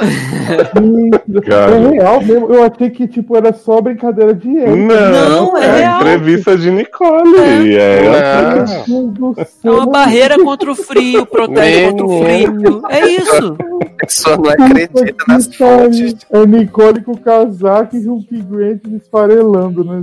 [SPEAKER 5] Cara.
[SPEAKER 4] É real mesmo. Eu achei que, tipo, era só brincadeira de ele.
[SPEAKER 5] Não,
[SPEAKER 6] Não, é
[SPEAKER 5] a
[SPEAKER 6] real.
[SPEAKER 5] entrevista de Nicole.
[SPEAKER 6] É.
[SPEAKER 5] E é,
[SPEAKER 3] Ah,
[SPEAKER 4] Meu Deus do
[SPEAKER 6] É
[SPEAKER 4] céu.
[SPEAKER 6] uma barreira contra o frio, protege contra o frio. É isso.
[SPEAKER 3] a pessoa não acredita nas
[SPEAKER 4] Que pariu.
[SPEAKER 3] fontes.
[SPEAKER 4] É Nicole com o casaco e o Hugh Grant esfarelando, né?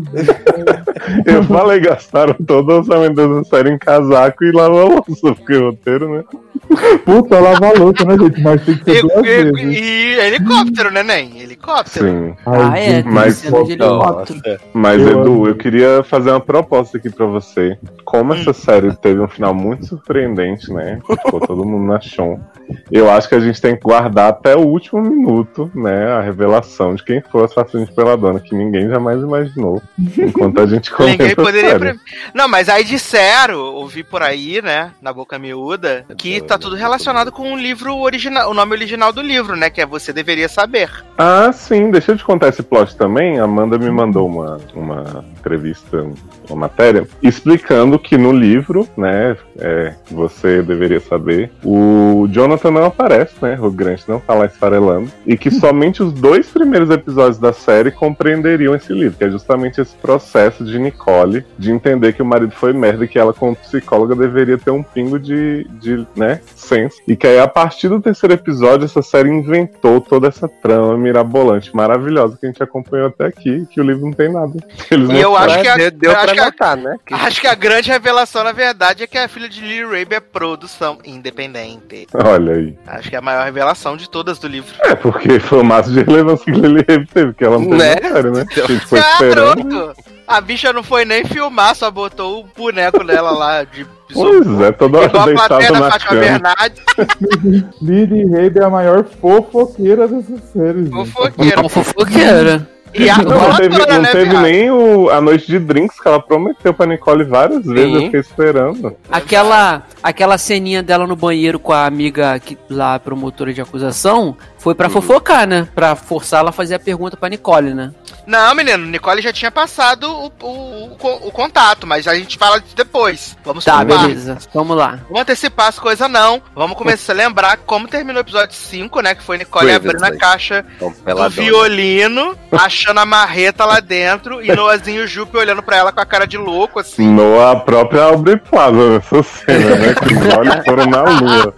[SPEAKER 5] Eu falei, gastaram todo o orçamento dessa série em casaco e lava louça, porque o roteiro, né?
[SPEAKER 4] Puta, lava louça, né, gente? Mas tem que
[SPEAKER 2] E,
[SPEAKER 4] ser duas
[SPEAKER 2] e-
[SPEAKER 4] vezes.
[SPEAKER 2] e helicóptero, neném? Helicóptero.
[SPEAKER 5] Sim.
[SPEAKER 6] Ah, é, tem
[SPEAKER 5] Mas-
[SPEAKER 6] cena de helicóptero.
[SPEAKER 5] Mas,
[SPEAKER 4] Eu
[SPEAKER 5] Edu,
[SPEAKER 4] amo.
[SPEAKER 5] eu queria fazer uma proposta aqui pra você. Como essa série teve um final muito surpreendente, né? Ficou todo mundo na chão. Eu acho que a gente tem que guardar até o último minuto, né? A revelação de quem foi o assassino pela dona, que ninguém jamais imaginou. Enquanto a gente comenta
[SPEAKER 2] Ninguém
[SPEAKER 5] a
[SPEAKER 2] poderia.
[SPEAKER 5] série.
[SPEAKER 2] Pre... Não, mas aí disseram, ouvi por aí, né, na boca miúda, que tá tudo relacionado com o livro original, o nome original do livro, né, que é Você Deveria Saber.
[SPEAKER 5] Ah, sim, deixa eu te contar esse plot também. A Amanda me mandou uma, uma entrevista, uma matéria, explicando que no livro, né, é, Você Deveria Saber, o Jonathan não aparece, né, o Grant não tá lá esfarelando, e que somente os dois primeiros episódios da série compreenderiam esse livro, que é justamente esse processo de Nicole de entender que o marido foi merda e que ela, como psicóloga, deveria ter um pingo de, de né, senso. E que aí, a partir do terceiro episódio, essa série inventou toda essa trama mirabolante, maravilhosa, que a gente acompanhou até aqui, que o livro não tem nada. Eles
[SPEAKER 2] E eu
[SPEAKER 5] não
[SPEAKER 2] acho que a,
[SPEAKER 3] Deu, deu
[SPEAKER 2] eu acho
[SPEAKER 3] pra
[SPEAKER 2] que a-
[SPEAKER 3] notar, né? Que-
[SPEAKER 2] acho que a grande revelação, na verdade, é que a filha de Lily Rabe é produção independente.
[SPEAKER 5] Olha aí.
[SPEAKER 2] Acho que é a maior revelação de todas do livro.
[SPEAKER 5] É, porque foi o máximo de relevância que Lily Rabe teve, que ela não teve
[SPEAKER 3] Né?
[SPEAKER 5] na série, né? A gente foi esperando.
[SPEAKER 2] Garoto! A bicha não foi nem filmar, só botou o boneco dela lá de
[SPEAKER 5] Pois é, toda hora
[SPEAKER 2] igual a plateia
[SPEAKER 5] deitado
[SPEAKER 2] da
[SPEAKER 5] na
[SPEAKER 2] Fátima
[SPEAKER 5] cama.
[SPEAKER 2] Bernardes,
[SPEAKER 4] Lily Rabe é a maior fofoqueira dessa série, gente.
[SPEAKER 2] fofoqueira.
[SPEAKER 6] Uma fofoqueira.
[SPEAKER 2] E a
[SPEAKER 5] Não, não teve,
[SPEAKER 2] autora,
[SPEAKER 5] não
[SPEAKER 2] né,
[SPEAKER 5] teve
[SPEAKER 2] viado?
[SPEAKER 5] nem o, a noite de drinks que ela prometeu pra Nicole várias vezes,
[SPEAKER 3] Sim.
[SPEAKER 5] eu fiquei esperando.
[SPEAKER 6] Aquela, aquela ceninha dela no banheiro com a amiga que, lá, promotora de acusação, foi pra fofocar, né? Pra forçar ela a fazer a pergunta pra Nicole, né?
[SPEAKER 2] Não, menino, Nicole já tinha passado o, o, o, o contato, mas a gente fala disso depois. Vamos
[SPEAKER 6] Tá,
[SPEAKER 2] pular.
[SPEAKER 6] beleza. Vamos lá.
[SPEAKER 2] Vamos antecipar as coisas, não. Vamos começar a lembrar como terminou o episódio cinco, né? Que foi Nicole
[SPEAKER 3] Previously.
[SPEAKER 2] abrindo a caixa
[SPEAKER 3] Então,
[SPEAKER 2] do
[SPEAKER 3] pela dona.
[SPEAKER 2] violino, achando a marreta lá dentro, e Noazinho Jupe olhando pra ela com a cara de louco, assim.
[SPEAKER 5] No, a própria Aubrey Plaza nessa cena, né? Que os olhos foram na lua.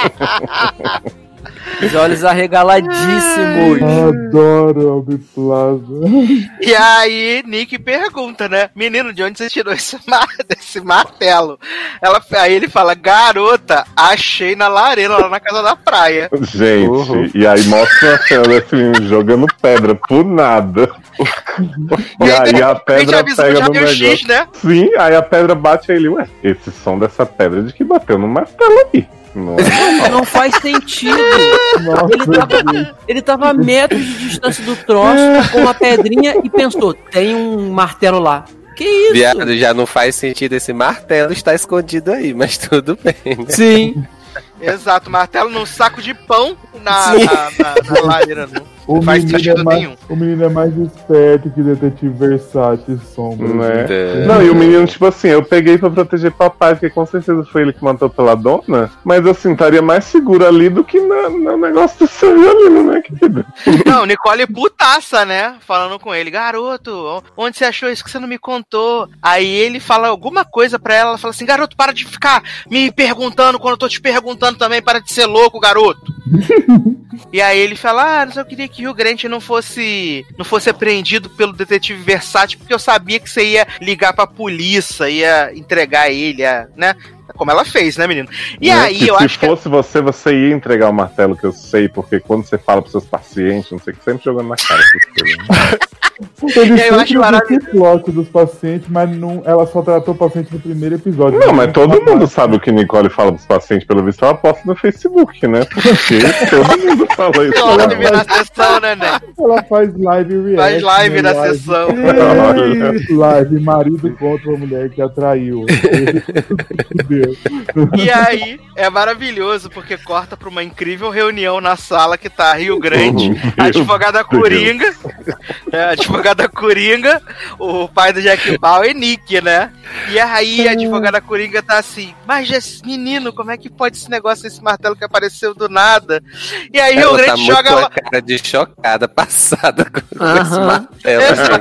[SPEAKER 6] Os olhos arregaladíssimos.
[SPEAKER 4] Adoro Albi Plaza.
[SPEAKER 2] E aí, Nick pergunta, né? Menino, de onde você tirou esse, mar esse martelo? Ela, aí ele fala, garota, achei na lareira lá na casa da praia.
[SPEAKER 5] Gente,
[SPEAKER 3] Uhum.
[SPEAKER 5] e aí mostra a cena desse menino jogando pedra por nada. E aí a pedra
[SPEAKER 2] avisou
[SPEAKER 5] pega
[SPEAKER 2] já
[SPEAKER 5] no
[SPEAKER 2] deu
[SPEAKER 5] negócio.
[SPEAKER 2] X, né?
[SPEAKER 5] Sim, aí a pedra bate aí ele, ué, esse som dessa pedra é de que bateu no martelo aí. Não é?
[SPEAKER 6] Não faz sentido.
[SPEAKER 4] Nossa,
[SPEAKER 6] Ele tava, ele tava a metros de distância do troço, com uma pedrinha e pensou, tem um martelo lá. Que isso?
[SPEAKER 3] Viado, já não faz sentido esse martelo estar escondido aí, mas tudo bem. Né?
[SPEAKER 6] Sim.
[SPEAKER 2] Exato, martelo num saco de pão na,
[SPEAKER 6] Sim.
[SPEAKER 2] na, na, na lareira. Não
[SPEAKER 4] O
[SPEAKER 2] faz
[SPEAKER 4] menino,
[SPEAKER 2] sentido
[SPEAKER 4] é mais,
[SPEAKER 2] nenhum.
[SPEAKER 4] o menino é mais esperto que detetive versátil e sombra.
[SPEAKER 5] Né?
[SPEAKER 3] É.
[SPEAKER 5] Não, e o menino, tipo assim, eu peguei pra proteger papai, porque com certeza foi ele que matou pela dona, mas assim, estaria mais seguro ali do que na- no negócio do seu violino, né, querido?
[SPEAKER 2] Não, Nicole putaça, né? Falando com ele, garoto, onde você achou isso que você não me contou? Aí ele fala alguma coisa pra ela, ela fala assim, garoto, para de ficar me perguntando quando eu tô te perguntando também, para de ser louco, garoto. E aí ele fala, ah, eu queria que o Grant não fosse não fosse apreendido pelo detetive versátil, porque eu sabia que você ia ligar pra polícia, ia entregar ele, ia, né? Como ela fez, né, menino? E
[SPEAKER 5] Né?
[SPEAKER 2] aí
[SPEAKER 5] Que
[SPEAKER 2] eu
[SPEAKER 5] se
[SPEAKER 2] acho que...
[SPEAKER 5] fosse você, você ia entregar o martelo, que eu sei, porque quando você fala pros seus pacientes, não sei o que, sempre jogando na cara essas coisas. Né?
[SPEAKER 4] Ele
[SPEAKER 2] E aí eu acho
[SPEAKER 4] sempre
[SPEAKER 2] maravilhoso.
[SPEAKER 4] esse plot dos pacientes, mas não, ela só tratou o paciente no primeiro episódio.
[SPEAKER 5] Não, mas todo mundo sabe o que Nicole fala pros pacientes, pelo visto, ela posta no Facebook, né? Porque todo mundo fala isso.
[SPEAKER 2] Live na sessão, né, né?
[SPEAKER 4] Ela faz live react.
[SPEAKER 2] Faz live
[SPEAKER 4] né?
[SPEAKER 2] na
[SPEAKER 4] Live-
[SPEAKER 2] sessão.
[SPEAKER 4] Live, marido contra uma mulher que atraiu. Fudeu.
[SPEAKER 2] E aí, é maravilhoso, porque corta pra uma incrível reunião na sala que tá Rio Grande, a advogada Coringa, é, a advogada Coringa, o pai do Jack Bauer e Nick, né? E aí a advogada Coringa tá assim, mas esse menino, como é que pode esse negócio, esse martelo que apareceu do nada? E aí Rio Grande
[SPEAKER 3] tá
[SPEAKER 2] joga
[SPEAKER 3] muito
[SPEAKER 2] lá...
[SPEAKER 3] com a cara de chocada, passada com, com
[SPEAKER 6] Aham.
[SPEAKER 3] esse martelo.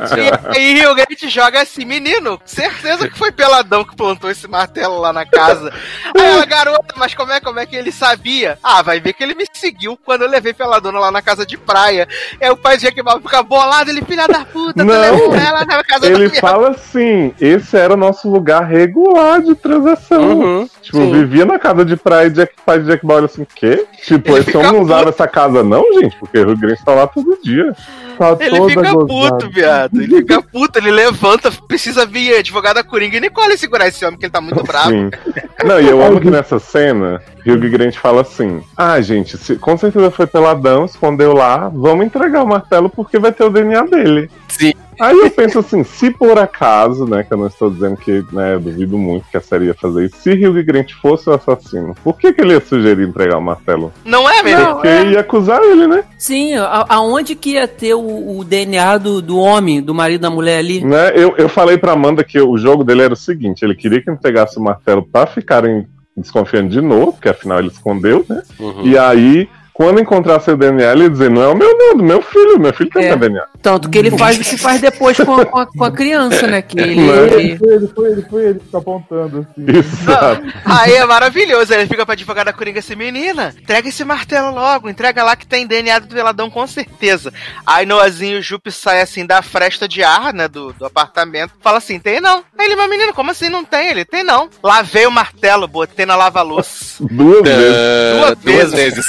[SPEAKER 2] E aí Rio Grande joga assim, menino, certeza que foi Peladão que plantou esse martelo lá na casa. Aí ela, garota, mas como é, como é que ele sabia? Ah, vai ver que ele me seguiu quando eu levei Peladona lá na casa de praia. Aí o pai de Jack Bauer fica bolado, ele, filha da puta, tu
[SPEAKER 5] Não,
[SPEAKER 2] levou ela na casa
[SPEAKER 5] Ele
[SPEAKER 2] da minha...
[SPEAKER 5] fala assim, esse era o nosso lugar regular de transação.
[SPEAKER 3] Uhum,
[SPEAKER 5] tipo,
[SPEAKER 3] sim.
[SPEAKER 5] vivia na casa de praia e Jack, pai de Jack Bauer assim, o quê? Tipo,
[SPEAKER 2] Ele
[SPEAKER 5] esse
[SPEAKER 2] fica
[SPEAKER 5] homem não usava
[SPEAKER 2] puto.
[SPEAKER 5] essa casa não, gente? Porque o Rio Grande tá lá todo dia.
[SPEAKER 4] Tá
[SPEAKER 2] Ele
[SPEAKER 4] toda
[SPEAKER 2] fica
[SPEAKER 4] gozada.
[SPEAKER 2] puto, viado. Ele fica puto, ele levanta, precisa vir a advogada Coringa e Nicole segurar esse homem, que ele tá muito bravo.
[SPEAKER 5] Sim. Não, e eu amo que nessa cena, Rio Grande fala assim, ah, gente, se, com certeza foi Peladão, escondeu lá, vamos entregar o martelo porque vai ter o D N A dele.
[SPEAKER 3] Sim.
[SPEAKER 5] Aí eu penso assim, se por acaso, né, que eu não estou dizendo que, né, eu duvido muito que a série ia fazer isso, se Rio Grande fosse o assassino, por que, que ele ia sugerir entregar o martelo?
[SPEAKER 2] Não é mesmo?
[SPEAKER 5] Porque ia acusar ele, né?
[SPEAKER 6] Sim, a- aonde que ia ter o, o D N A do, do homem, do marido da mulher ali?
[SPEAKER 5] né? Eu, eu falei pra Amanda que o jogo dele era o seguinte, ele queria que entregasse o martelo pra ficarem desconfiando de novo, porque afinal ele escondeu, né?
[SPEAKER 3] Uhum.
[SPEAKER 5] E aí, quando encontrasse o D N A, ele ia dizer, não é o meu não, do meu filho, meu filho tem
[SPEAKER 6] É.
[SPEAKER 5] o D N A.
[SPEAKER 6] Tanto que ele faz o que faz depois com a, com a- com a criança, né? Que ele,
[SPEAKER 5] Não é?
[SPEAKER 6] ele-
[SPEAKER 4] Foi ele, foi ele, foi ele que tá apontando assim.
[SPEAKER 5] Exato.
[SPEAKER 2] Aí é maravilhoso, ele fica pra advogada Coringa assim, menina, entrega esse martelo logo, entrega lá que tem D N A do Peladão com certeza. Aí Noazinho e o Jupe sai assim da fresta de ar, né, do, do apartamento, fala assim, tem não. Aí ele, mas menino, como assim não tem? Ele, tem não. Lavei o martelo, botei na lava-luz.
[SPEAKER 5] Duas vezes.
[SPEAKER 3] Ah,
[SPEAKER 2] Duas
[SPEAKER 3] duas vezes.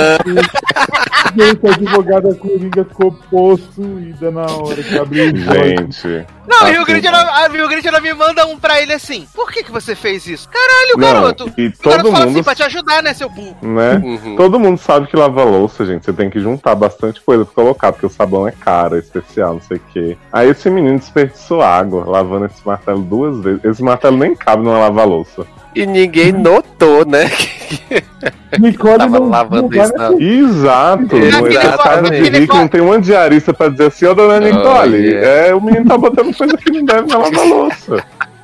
[SPEAKER 4] Gente, a advogada Coringa ficou possuída na hora que abriu o jogo.
[SPEAKER 5] Gente.
[SPEAKER 2] Não,
[SPEAKER 5] Assim,
[SPEAKER 2] Rio Grande, ela, a Rio Grande ela me manda um pra ele assim, por que que você fez isso? Caralho,
[SPEAKER 5] Não,
[SPEAKER 2] garoto.
[SPEAKER 5] e
[SPEAKER 2] O garoto
[SPEAKER 5] todo
[SPEAKER 2] fala
[SPEAKER 5] mundo-
[SPEAKER 2] assim, pra te ajudar, né, seu burro.
[SPEAKER 5] Né?
[SPEAKER 3] Uhum.
[SPEAKER 5] Todo mundo sabe que lava louça, gente. Você tem que juntar bastante coisa pra colocar, porque o sabão é caro, é especial, não sei o quê. Aí esse menino desperdiçou água, lavando esse martelo duas vezes. Esse martelo nem cabe numa lava-louça.
[SPEAKER 3] E ninguém notou, né?
[SPEAKER 4] Nicole
[SPEAKER 3] Tava
[SPEAKER 4] não,
[SPEAKER 3] lavando
[SPEAKER 4] não vai
[SPEAKER 3] isso na-
[SPEAKER 5] Exato!
[SPEAKER 2] É,
[SPEAKER 5] Não
[SPEAKER 2] aquele
[SPEAKER 5] é
[SPEAKER 2] co-
[SPEAKER 5] casa de
[SPEAKER 2] aquele
[SPEAKER 5] rico,
[SPEAKER 2] co-
[SPEAKER 5] não tem uma diarista pra dizer assim, ô dona Nicole,
[SPEAKER 3] yeah.
[SPEAKER 5] é, o menino tá botando coisa que não deve na lava-louça.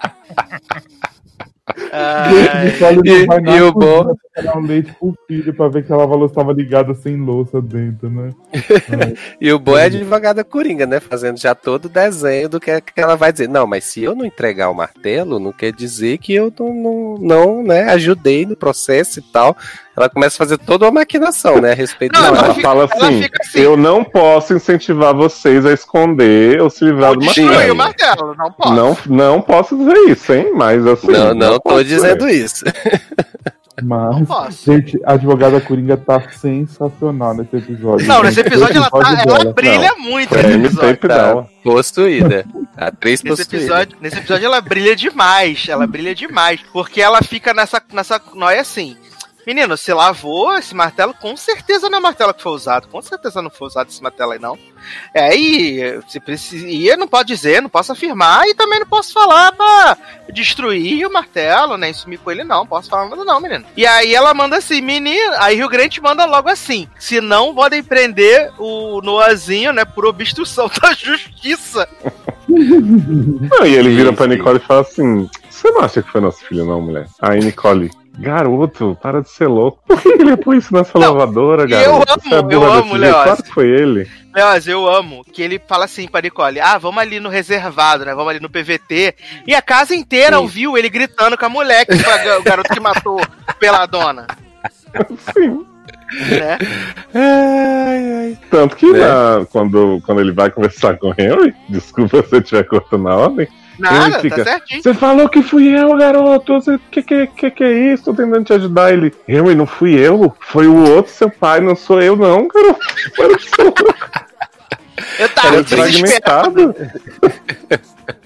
[SPEAKER 2] Ai,
[SPEAKER 4] Nicole não
[SPEAKER 3] E-
[SPEAKER 4] vai na
[SPEAKER 3] e o
[SPEAKER 4] cozinha
[SPEAKER 3] bom-
[SPEAKER 4] pra dar um leite pro filho pra ver que a lava-louça tava ligada sem louça dentro, né?
[SPEAKER 3] E o bom é a advogada Coringa, né? Fazendo já todo o desenho do que, é que ela vai dizer. Não, mas se eu não entregar o martelo, não quer dizer que eu não, não, não né, ajudei no processo e tal. Ela começa a fazer toda uma maquinação, né? A respeito
[SPEAKER 2] Não,
[SPEAKER 5] Não,
[SPEAKER 3] do
[SPEAKER 2] ela
[SPEAKER 5] ela
[SPEAKER 2] fica-
[SPEAKER 5] fala
[SPEAKER 2] ela
[SPEAKER 5] assim,
[SPEAKER 2] fica assim.
[SPEAKER 5] eu não posso incentivar vocês a esconder ou se livrar
[SPEAKER 2] ou
[SPEAKER 5] do
[SPEAKER 2] destruir
[SPEAKER 5] martelo.
[SPEAKER 2] o martelo, não pode.
[SPEAKER 5] Não, não posso dizer isso, hein? Mas assim.
[SPEAKER 3] Não, não tô
[SPEAKER 5] posso
[SPEAKER 3] dizendo
[SPEAKER 5] dizer.
[SPEAKER 3] isso.
[SPEAKER 4] Mas,
[SPEAKER 2] posso.
[SPEAKER 4] gente, a advogada Coringa tá sensacional nesse episódio.
[SPEAKER 2] Não,
[SPEAKER 4] gente.
[SPEAKER 2] nesse episódio ela, tá,
[SPEAKER 4] episódio
[SPEAKER 2] ela
[SPEAKER 4] dela.
[SPEAKER 2] brilha muito
[SPEAKER 5] Foi a
[SPEAKER 2] nesse
[SPEAKER 5] M
[SPEAKER 2] episódio.
[SPEAKER 5] tape
[SPEAKER 3] Tá
[SPEAKER 5] dela.
[SPEAKER 3] possuída. Atriz
[SPEAKER 2] Nesse
[SPEAKER 3] possuída.
[SPEAKER 2] episódio, nesse episódio ela brilha demais, ela brilha demais, porque ela fica nessa, nessa nóia assim, menino, você lavou esse martelo, com certeza não é o martelo que foi usado, com certeza não foi usado esse martelo aí não. É, e você precisa, e eu não pode dizer, não posso afirmar, e também não posso falar pra destruir o martelo, nem sumir com ele não, posso falar nada não, menino. E aí ela manda assim, menino, aí Rio Grande manda logo assim, se não podem prender o Noazinho, né, por obstrução da justiça.
[SPEAKER 5] Não, e ele vira
[SPEAKER 3] Sim,
[SPEAKER 5] pra
[SPEAKER 3] sim.
[SPEAKER 5] Nicole e fala assim: você não acha que foi nosso filho, não, mulher? Aí Nicole, garoto, para de ser louco. Por que ele pôs isso nessa
[SPEAKER 2] Não,
[SPEAKER 5] lavadora,
[SPEAKER 2] eu
[SPEAKER 5] garoto?
[SPEAKER 2] amo,
[SPEAKER 5] Você é
[SPEAKER 2] eu
[SPEAKER 5] burra desse
[SPEAKER 2] amo,
[SPEAKER 5] jeito?
[SPEAKER 2] Leoz.
[SPEAKER 5] Claro que foi ele.
[SPEAKER 2] Leoz, eu amo que ele fala assim pra Nicole, ah, vamos ali no reservado, né, vamos ali no P V T, e a casa inteira
[SPEAKER 3] Sim.
[SPEAKER 2] ouviu ele gritando com a mulher, que foi a- o garoto que matou pela dona,
[SPEAKER 5] Sim.
[SPEAKER 2] né?
[SPEAKER 3] Ai, ai.
[SPEAKER 5] Tanto que
[SPEAKER 3] Né?
[SPEAKER 5] na- quando, quando ele vai conversar com o Henry, desculpa se eu estiver cortando a ordem,
[SPEAKER 2] Nada,
[SPEAKER 5] Ele fica,
[SPEAKER 2] tá certinho.
[SPEAKER 5] você falou que fui eu, garoto. Você, que, que, que que é isso? Tô tentando te ajudar. Ele, Henry, não fui eu. Foi o outro seu pai, não sou eu, não, garoto. Para de ser louco.
[SPEAKER 2] Eu tava
[SPEAKER 5] Ele é
[SPEAKER 2] desesperado.
[SPEAKER 5] fragmentado.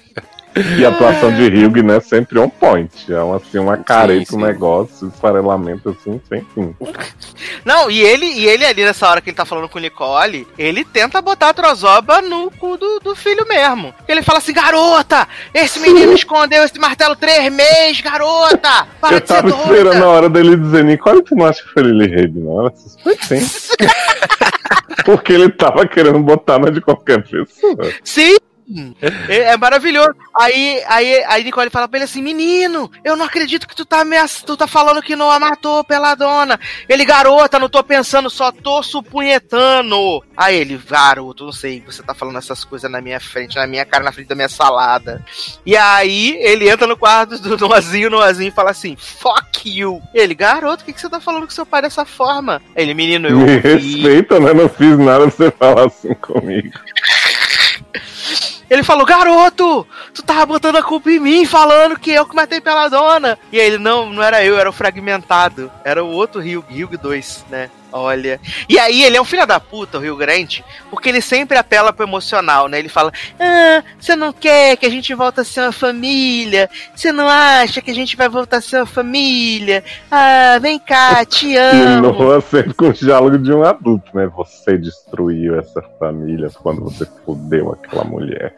[SPEAKER 5] E a atuação de Hugh, né, sempre on point. É uma, assim, uma careta, um
[SPEAKER 3] sim.
[SPEAKER 5] negócio, esfarelamento assim, sem fim.
[SPEAKER 2] Não, e ele, e ele ali nessa hora que ele tá falando com Nicole, ele tenta botar a trozoba no cu do, do filho mesmo. Ele fala assim, garota, esse menino escondeu esse martelo três meses, garota! Para
[SPEAKER 5] Eu
[SPEAKER 2] de ser
[SPEAKER 5] tava
[SPEAKER 2] doida!
[SPEAKER 5] esperando a hora dele dizer, Nicole, tu não acha que foi Lily Rabe, não? Ela suspeita, sim. Porque ele tava querendo botar na de qualquer pessoa.
[SPEAKER 2] Sim! É, é maravilhoso. Aí, aí, aí Nicole fala pra ele assim, menino, eu não acredito que tu tá, ameaça, tu tá falando que não a matou pela dona. Ele, garota, não tô pensando, só tô supunhetando. Aí ele, garoto, não sei, você tá falando essas coisas na minha frente, na minha cara, na frente da minha salada. E aí ele entra no quarto do Noazinho, Noazinho fala assim, fuck you. Ele, garoto, o que, que você tá falando com seu pai dessa forma? Ele, menino, eu
[SPEAKER 5] Me
[SPEAKER 2] ouvi.
[SPEAKER 5] respeita, né? Não fiz nada pra você falar assim comigo.
[SPEAKER 2] Ele falou, garoto, tu tava botando a culpa em mim, falando que eu que matei pela dona. E aí ele, não, não era eu, era o fragmentado. Era o outro Hugh, Hugh dois, né? Olha. E aí ele é um filho da puta, o Hugh Grant, porque ele sempre apela pro emocional, né? Ele fala, ah, você não quer que a gente volte a ser uma família? Você não acha que a gente vai voltar a ser uma família? Ah, vem cá, te
[SPEAKER 5] E
[SPEAKER 2] amo.
[SPEAKER 5] Noah sempre com o diálogo de um adulto, né? Você destruiu essa família quando você fudeu aquela mulher.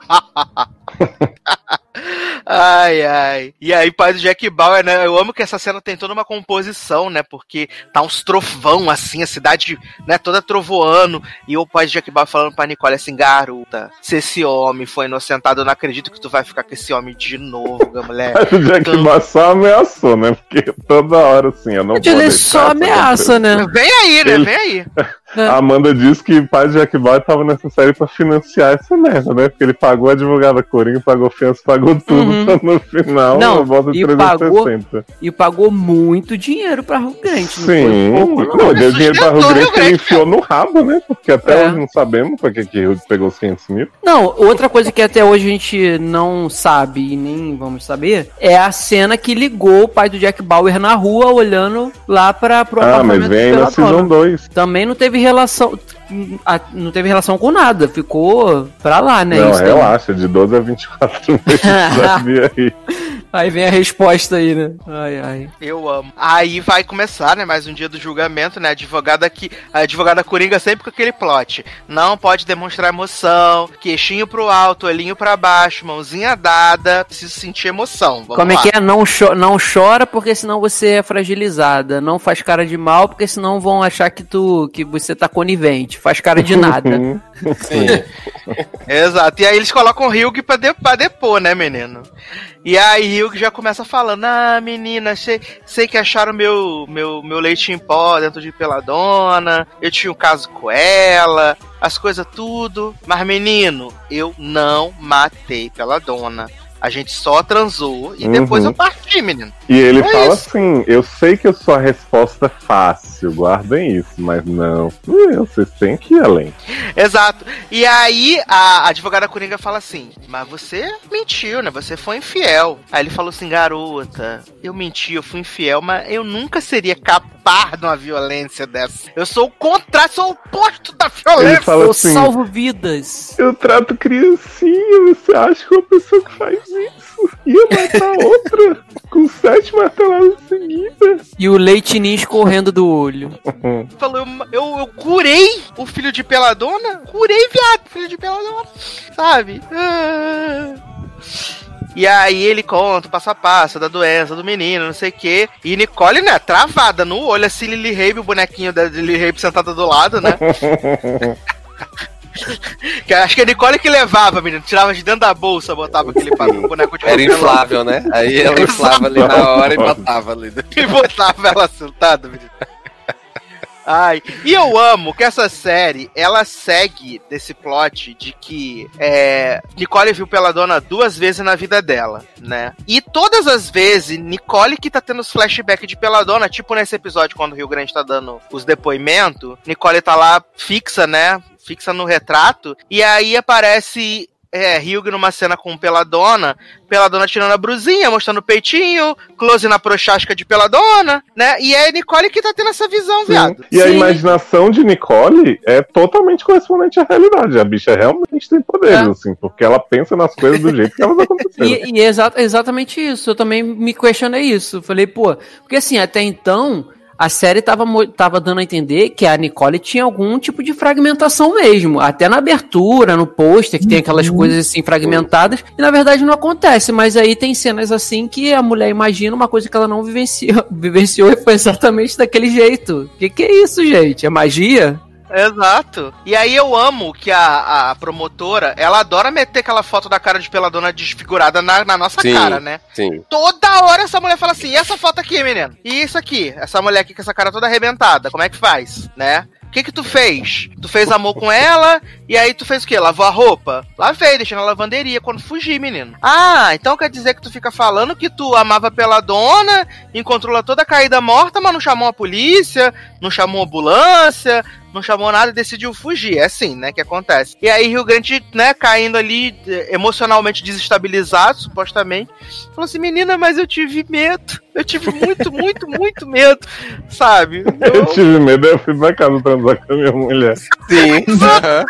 [SPEAKER 2] Ai, ai. E aí, pai do Jack Bauer, né? Eu amo que essa cena tem toda uma composição, né? Porque tá uns trovão, assim, a cidade, né, toda trovoando. E o pai do Jack Bauer falando pra Nicole assim, garota, se esse homem foi inocentado, eu não acredito que tu vai ficar com esse homem de novo, mulher.
[SPEAKER 5] Mas o Jack
[SPEAKER 2] Então-
[SPEAKER 5] Bauer só ameaçou, né? Porque toda hora, assim, eu não vou
[SPEAKER 6] Ele
[SPEAKER 5] deixar
[SPEAKER 6] só
[SPEAKER 5] isso
[SPEAKER 6] ameaça,
[SPEAKER 5] acontecer.
[SPEAKER 6] né?
[SPEAKER 2] Vem aí, né?
[SPEAKER 5] Ele-
[SPEAKER 2] Vem aí.
[SPEAKER 5] A Amanda disse que o pai de Jack Bauer tava nessa série pra financiar essa merda, né? Porque ele pagou a advogada Coringa, pagou fiança, pagou tudo,
[SPEAKER 6] Uhum.
[SPEAKER 5] pra no final
[SPEAKER 6] Não,
[SPEAKER 5] uma volta de
[SPEAKER 6] e
[SPEAKER 5] trezentos e sessenta.
[SPEAKER 6] E pagou muito dinheiro pra Hugh Grant, não
[SPEAKER 5] Sim,
[SPEAKER 6] foi pouco, não.
[SPEAKER 5] não, deu dinheiro pra Rio
[SPEAKER 2] sustentou
[SPEAKER 5] Grande
[SPEAKER 2] Rio
[SPEAKER 5] que ele
[SPEAKER 2] Grande,
[SPEAKER 5] enfiou no rabo, né? Porque até
[SPEAKER 6] É.
[SPEAKER 5] hoje não sabemos pra que que Rio pegou os quinhentos mil.
[SPEAKER 6] Não, outra coisa que até hoje a gente não sabe e nem vamos saber é a cena que ligou o pai do Jack Bauer na rua olhando lá para pro
[SPEAKER 5] Ah,
[SPEAKER 6] apartamento
[SPEAKER 5] mas vem aí
[SPEAKER 6] pela
[SPEAKER 5] na Season
[SPEAKER 6] dona.
[SPEAKER 5] dois.
[SPEAKER 6] Também não teve relação, a- não teve relação com nada, ficou pra lá, né?
[SPEAKER 5] Não,
[SPEAKER 6] isso daí.
[SPEAKER 5] relaxa, de doze a vinte e quatro meses sabia aí.
[SPEAKER 6] Aí vem a resposta aí, né? Ai, ai.
[SPEAKER 2] Eu amo. Aí vai começar, né, mais um dia do julgamento, né, a advogada que, a advogada Coringa sempre com aquele plot, não pode demonstrar emoção, queixinho pro alto, olhinho pra baixo, mãozinha dada, preciso sentir emoção, vamos
[SPEAKER 6] Como
[SPEAKER 2] lá.
[SPEAKER 6] é que é? Não, cho- não chora porque senão você é fragilizada. Não faz cara de mal porque senão vão achar que tu que você tá conivente. Faz cara de nada.
[SPEAKER 3] Sim.
[SPEAKER 2] Exato, e aí eles colocam o Hugh pra, de, pra depor, né, menino? E aí Hugh já começa falando, ah, menina, sei, sei que acharam meu, meu, meu leite em pó dentro de Peladona, eu tinha um caso com ela, as coisas tudo, mas menino, eu não matei Peladona. A gente só transou e depois
[SPEAKER 5] Uhum.
[SPEAKER 2] eu parti, menino.
[SPEAKER 5] E ele
[SPEAKER 2] É
[SPEAKER 5] fala
[SPEAKER 2] isso.
[SPEAKER 5] assim, eu sei que a sua resposta é fácil, guardem isso, mas não, eu, vocês têm que ir além.
[SPEAKER 2] Exato. E aí a advogada Coringa fala assim, mas você mentiu, né? Você foi infiel. Aí ele falou assim, garota, eu menti, eu fui infiel, mas eu nunca seria capaz de uma violência dessa. Eu sou o contrário, sou o oposto da violência.
[SPEAKER 5] Ele fala
[SPEAKER 6] Eu
[SPEAKER 5] assim,
[SPEAKER 6] salvo vidas.
[SPEAKER 5] eu trato criancinha, você acha que uma pessoa que faz isso ia matar outra com sete marteladas seguidas?
[SPEAKER 6] E o leite ninho escorrendo do olho.
[SPEAKER 2] Falou, eu, eu, eu curei o filho de Peladona? Curei, viado, filho de Peladona. Sabe? Ah. E aí ele conta o passo a passo da doença do menino, não sei o quê. E Nicole, né, travada no olho, assim, Lily Rabe, o bonequinho da Lily Rabe sentada do lado, né? Que acho que a Nicole que levava, menino. Tirava de dentro da bolsa, botava aquele boneco de
[SPEAKER 3] Era
[SPEAKER 2] papelão
[SPEAKER 3] inflável, né? Aí ela inflava ali na hora e botava ali.
[SPEAKER 2] e botava ela sentada, menino. Ai, e eu amo que essa série, ela segue desse plot de que é, Nicole viu Peladona duas vezes na vida dela, né? E todas as vezes, Nicole que tá tendo os flashbacks de Peladona, tipo nesse episódio quando o Rio Grande tá dando os depoimentos, Nicole tá lá fixa, né? Fixa no retrato, e aí aparece é, Hugh numa cena com Peladona, Peladona tirando a brusinha, mostrando o peitinho, close na prochasca de Peladona, né? E é a Nicole que tá tendo essa visão,
[SPEAKER 5] Sim.
[SPEAKER 2] viado.
[SPEAKER 5] E a
[SPEAKER 6] Sim.
[SPEAKER 5] imaginação de Nicole é totalmente correspondente à realidade. A bicha realmente tem poderes,
[SPEAKER 6] É.
[SPEAKER 5] assim, porque ela pensa nas coisas do jeito que elas aconteceram.
[SPEAKER 6] E, e é exa- exatamente isso. Eu também me questionei isso. Falei, pô, porque assim, até então, a série tava, mo- tava dando a entender que a Nicole tinha algum tipo de fragmentação mesmo. Até na abertura, no pôster, que tem aquelas coisas assim fragmentadas. E na verdade não acontece. Mas aí tem cenas assim que a mulher imagina uma coisa que ela não vivenciou, vivenciou e foi exatamente daquele jeito. Que que é isso, gente? É magia?
[SPEAKER 2] Exato. E aí eu amo que a, a promotora, ela adora meter aquela foto da cara de Peladona desfigurada na, na nossa
[SPEAKER 3] Sim.
[SPEAKER 2] cara, né?
[SPEAKER 3] Sim.
[SPEAKER 2] Toda hora essa mulher fala assim, e essa foto aqui, menino? E isso aqui? Essa mulher aqui com essa cara toda arrebentada, como é que faz? Né? O que que tu fez? Tu fez amor com ela, e aí tu fez o quê? Lavou a roupa? Lavei, deixei na lavanderia quando fugi, menino. Ah, então quer dizer que tu fica falando que tu amava Peladona, encontrou ela toda caída morta, mas não chamou a polícia, não chamou a ambulância, não chamou nada e decidiu fugir. É assim, né, que acontece. E aí Rio Grande, né, caindo ali, eh, emocionalmente desestabilizado, supostamente, falou assim, menina, mas eu tive medo. Eu tive muito, muito, muito medo, sabe?
[SPEAKER 5] Eu tive medo, eu fui pra casa transar com a minha mulher.
[SPEAKER 3] Sim. Aham.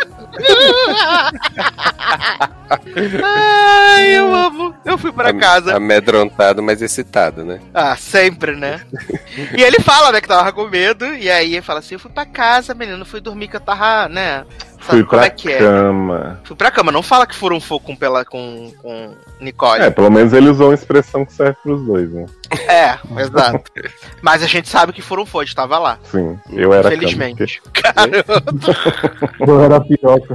[SPEAKER 2] Ai, eu amo. Eu fui pra
[SPEAKER 3] Am-
[SPEAKER 2] casa.
[SPEAKER 3] Amedrontado, mas excitado, né?
[SPEAKER 2] Ah, sempre, né? E ele fala, né, que tava com medo, e aí ele fala assim, eu fui pra casa, menino, fui dormir que eu tava, né... Sabe
[SPEAKER 5] Fui
[SPEAKER 2] como
[SPEAKER 5] pra
[SPEAKER 2] é que é?
[SPEAKER 5] cama.
[SPEAKER 2] Fui pra cama, não fala que foram um fogo com, pela, com, com Nicole.
[SPEAKER 5] É, pelo menos ele usou uma expressão que serve pros dois, né?
[SPEAKER 2] É, exato. Mas a gente sabe que foram fogo, tava lá.
[SPEAKER 5] Sim, eu era
[SPEAKER 2] Infelizmente.
[SPEAKER 4] Eu era piroca.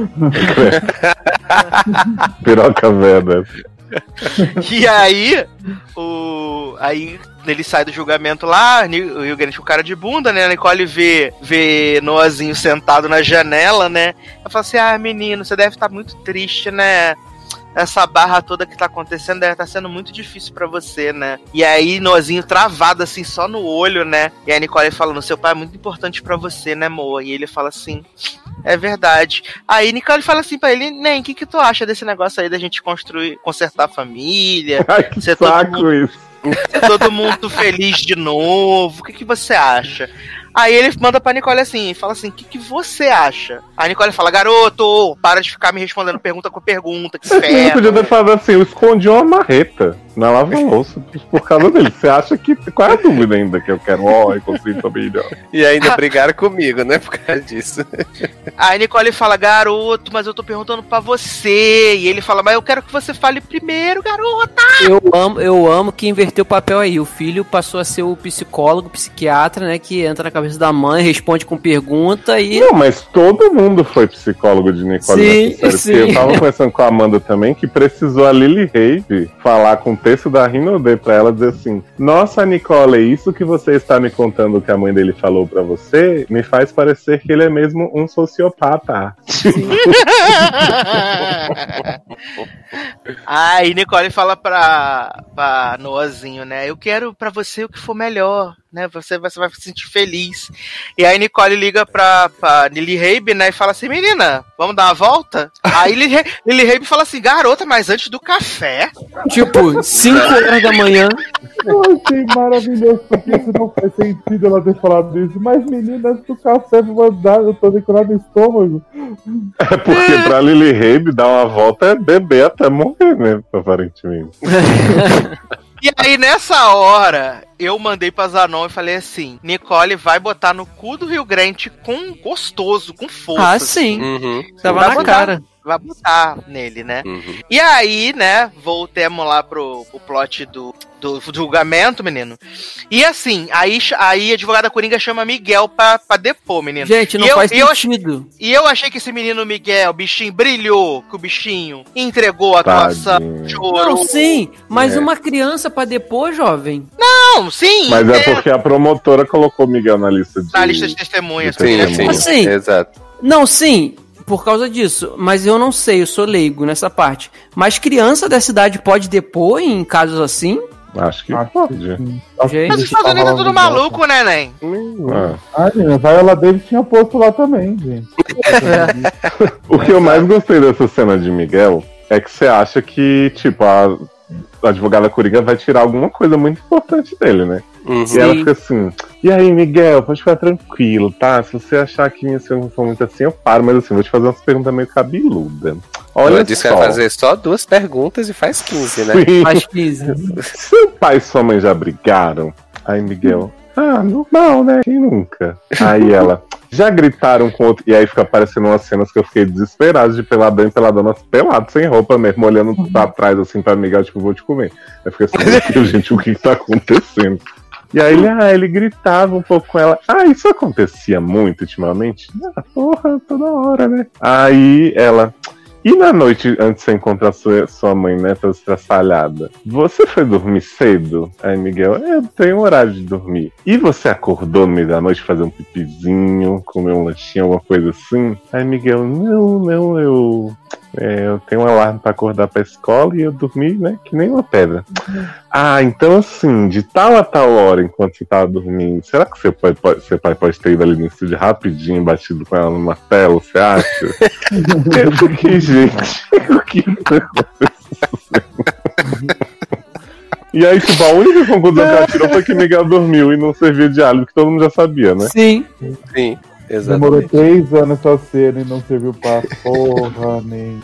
[SPEAKER 5] cama. Piroca velha.
[SPEAKER 2] E aí, o. Aí ele sai do julgamento lá, o Rio Grande com cara de bunda, né? A Nicole vê, vê Noazinho sentado na janela, né? Ela fala assim: ah, menino, você deve estar muito triste, né? Essa barra toda que tá acontecendo deve estar sendo muito difícil pra você, né? E aí, Noazinho travado assim, só no olho, né? E a Nicole falando: seu pai é muito importante pra você, né, Moa? E ele fala assim: é verdade. Aí Nicole fala assim pra ele: Nem, o que que tu acha desse negócio aí da gente construir, consertar a família?
[SPEAKER 5] Ai, que
[SPEAKER 2] Ser todo
[SPEAKER 5] saco
[SPEAKER 2] mundo-
[SPEAKER 5] isso.
[SPEAKER 2] ser todo mundo feliz de novo? O que que você acha? Aí ele manda pra Nicole assim, fala assim, o que, que você acha? Aí a Nicole fala, garoto, para de ficar me respondendo pergunta com pergunta, que
[SPEAKER 5] Você podia ter
[SPEAKER 2] inferno.
[SPEAKER 5] falado assim, eu escondi uma marreta na lava-louça por causa dele. Você acha que... Qual é a dúvida ainda que eu quero? Ó, eu consigo família.
[SPEAKER 3] E ainda brigaram comigo, né? Por causa disso.
[SPEAKER 2] Aí a Nicole fala, garoto, mas eu tô perguntando pra você. E ele fala, mas eu quero que você fale primeiro, garota.
[SPEAKER 6] Eu amo, eu amo que inverteu o papel aí. O filho passou a ser o psicólogo, psiquiatra, né? Que entra na cabeça da mãe, responde com pergunta e.
[SPEAKER 5] Não, mas todo mundo foi psicólogo de Nicole
[SPEAKER 6] Sim,
[SPEAKER 5] nessa série.
[SPEAKER 6] sim.
[SPEAKER 5] Porque eu tava conversando com a Amanda também, que precisou a Lily Rave falar com o texto da Rinode pra ela dizer assim, nossa, Nicole, isso que você está me contando que a mãe dele falou pra você, me faz parecer que ele é mesmo um sociopata.
[SPEAKER 2] Aí Nicole fala pra, pra Noazinho, né? Eu quero pra você o que for melhor, né? Você, você vai se sentir feliz. E aí Nicole liga pra, pra Lily Rabe, né? E fala assim, menina, vamos dar uma volta? Aí Lily, Lily Rabe fala assim, garota, mas antes do café?
[SPEAKER 6] Tipo, cinco horas da manhã.
[SPEAKER 4] Eu achei maravilhoso, porque isso não faz sentido ela ter falado isso. Mas, meninas, do café me mandaram, eu tô decorado no estômago.
[SPEAKER 5] É porque pra Lily Rabe dar uma volta é beber até morrer, né? Aparentemente.
[SPEAKER 2] E aí, nessa hora, eu mandei pra Zanon e falei assim, Nicole vai botar no cu do Rio Grande com gostoso, com força.
[SPEAKER 6] Ah, sim.
[SPEAKER 3] Uhum.
[SPEAKER 6] Tava
[SPEAKER 2] Vai
[SPEAKER 6] na
[SPEAKER 2] botar-
[SPEAKER 6] cara.
[SPEAKER 2] Vai botar nele, né?
[SPEAKER 3] Uhum.
[SPEAKER 2] E aí, né, voltemos lá pro, pro plot do, do, do julgamento, menino. E assim, aí, aí a advogada Coringa chama Miguel pra, pra depor, menino.
[SPEAKER 6] Gente, não
[SPEAKER 2] E eu-
[SPEAKER 6] faz
[SPEAKER 2] e eu
[SPEAKER 6] sentido.
[SPEAKER 2] E eu achei que esse menino Miguel, o bichinho, brilhou, que o bichinho entregou a atuação,
[SPEAKER 5] Tadinho.
[SPEAKER 2] chorou.
[SPEAKER 6] Não, sim, mas
[SPEAKER 5] É.
[SPEAKER 6] uma criança pra depor, jovem.
[SPEAKER 2] Não, sim.
[SPEAKER 5] Mas é
[SPEAKER 2] é,
[SPEAKER 5] porque a promotora colocou o Miguel na lista de...
[SPEAKER 2] Na lista de testemunhas.
[SPEAKER 5] Sim,
[SPEAKER 2] porque-
[SPEAKER 5] sim.
[SPEAKER 6] Assim,
[SPEAKER 3] Exato.
[SPEAKER 6] Não, sim, por causa disso. Mas eu não sei, eu sou leigo nessa parte. Mas criança dessa idade pode depor em casos assim?
[SPEAKER 5] Acho que
[SPEAKER 4] Acho
[SPEAKER 5] pode.
[SPEAKER 4] que sim.
[SPEAKER 6] Gente.
[SPEAKER 2] Mas os Estados Unidos é tudo maluco, né, Nen?
[SPEAKER 5] Ah.
[SPEAKER 4] Ah, gente, a Viola Davis tinha posto lá também, gente.
[SPEAKER 5] O que eu mais gostei dessa cena de Miguel é que você acha que, tipo, a a advogada Coringa vai tirar alguma coisa muito importante dele, né?
[SPEAKER 3] Uhum.
[SPEAKER 5] E ela fica assim, e aí, Miguel, pode ficar tranquilo, tá? Se você achar que minhas perguntas são muito assim, eu paro, mas assim, vou te fazer umas perguntas meio cabeludas. Olha
[SPEAKER 3] Ela disse
[SPEAKER 5] só.
[SPEAKER 3] que vai fazer só duas perguntas e faz quinze, né?
[SPEAKER 5] Sim.
[SPEAKER 6] Faz quinze.
[SPEAKER 5] Seu pai e sua mãe já brigaram? Aí Miguel, ah, normal, né? Quem nunca? Aí ela, já gritaram com outro. E aí fica aparecendo umas cenas que eu fiquei desesperado de peladão e peladona pelado, sem roupa mesmo, olhando pra trás assim pra Miguel, tipo, vou te comer. Aí fica assim, meu Deus, gente, o que que tá acontecendo? E aí ele, ah, ele gritava um pouco com ela. Ah, isso acontecia muito ultimamente? Ah, porra, toda hora, né? Aí ela, e na noite antes de você encontrar sua, sua mãe, né, toda estraçalhada, você foi dormir cedo? Aí Miguel, eu tenho horário de dormir. E você acordou no meio da noite fazer um pipizinho, comer um lanchinho, alguma coisa assim? Aí Miguel, não, não, eu... É, eu tenho um alarme pra acordar pra escola e eu dormi, né, que nem uma pedra. Ah, então assim, de tal a tal hora, enquanto você tava dormindo, será que seu pai pode, seu pai pode ter ido ali no estúdio rapidinho, batido com ela no martelo, você acha? Porque, gente, o que tá acontecendo? E aí, tipo, a única conclusão que ela tirou foi que Miguel dormiu e não servia de álibi, que todo mundo já sabia, né?
[SPEAKER 6] Sim.
[SPEAKER 3] Sim,
[SPEAKER 4] Demorou
[SPEAKER 3] exatamente.
[SPEAKER 4] três anos essa cena e não serviu pra porra, nem.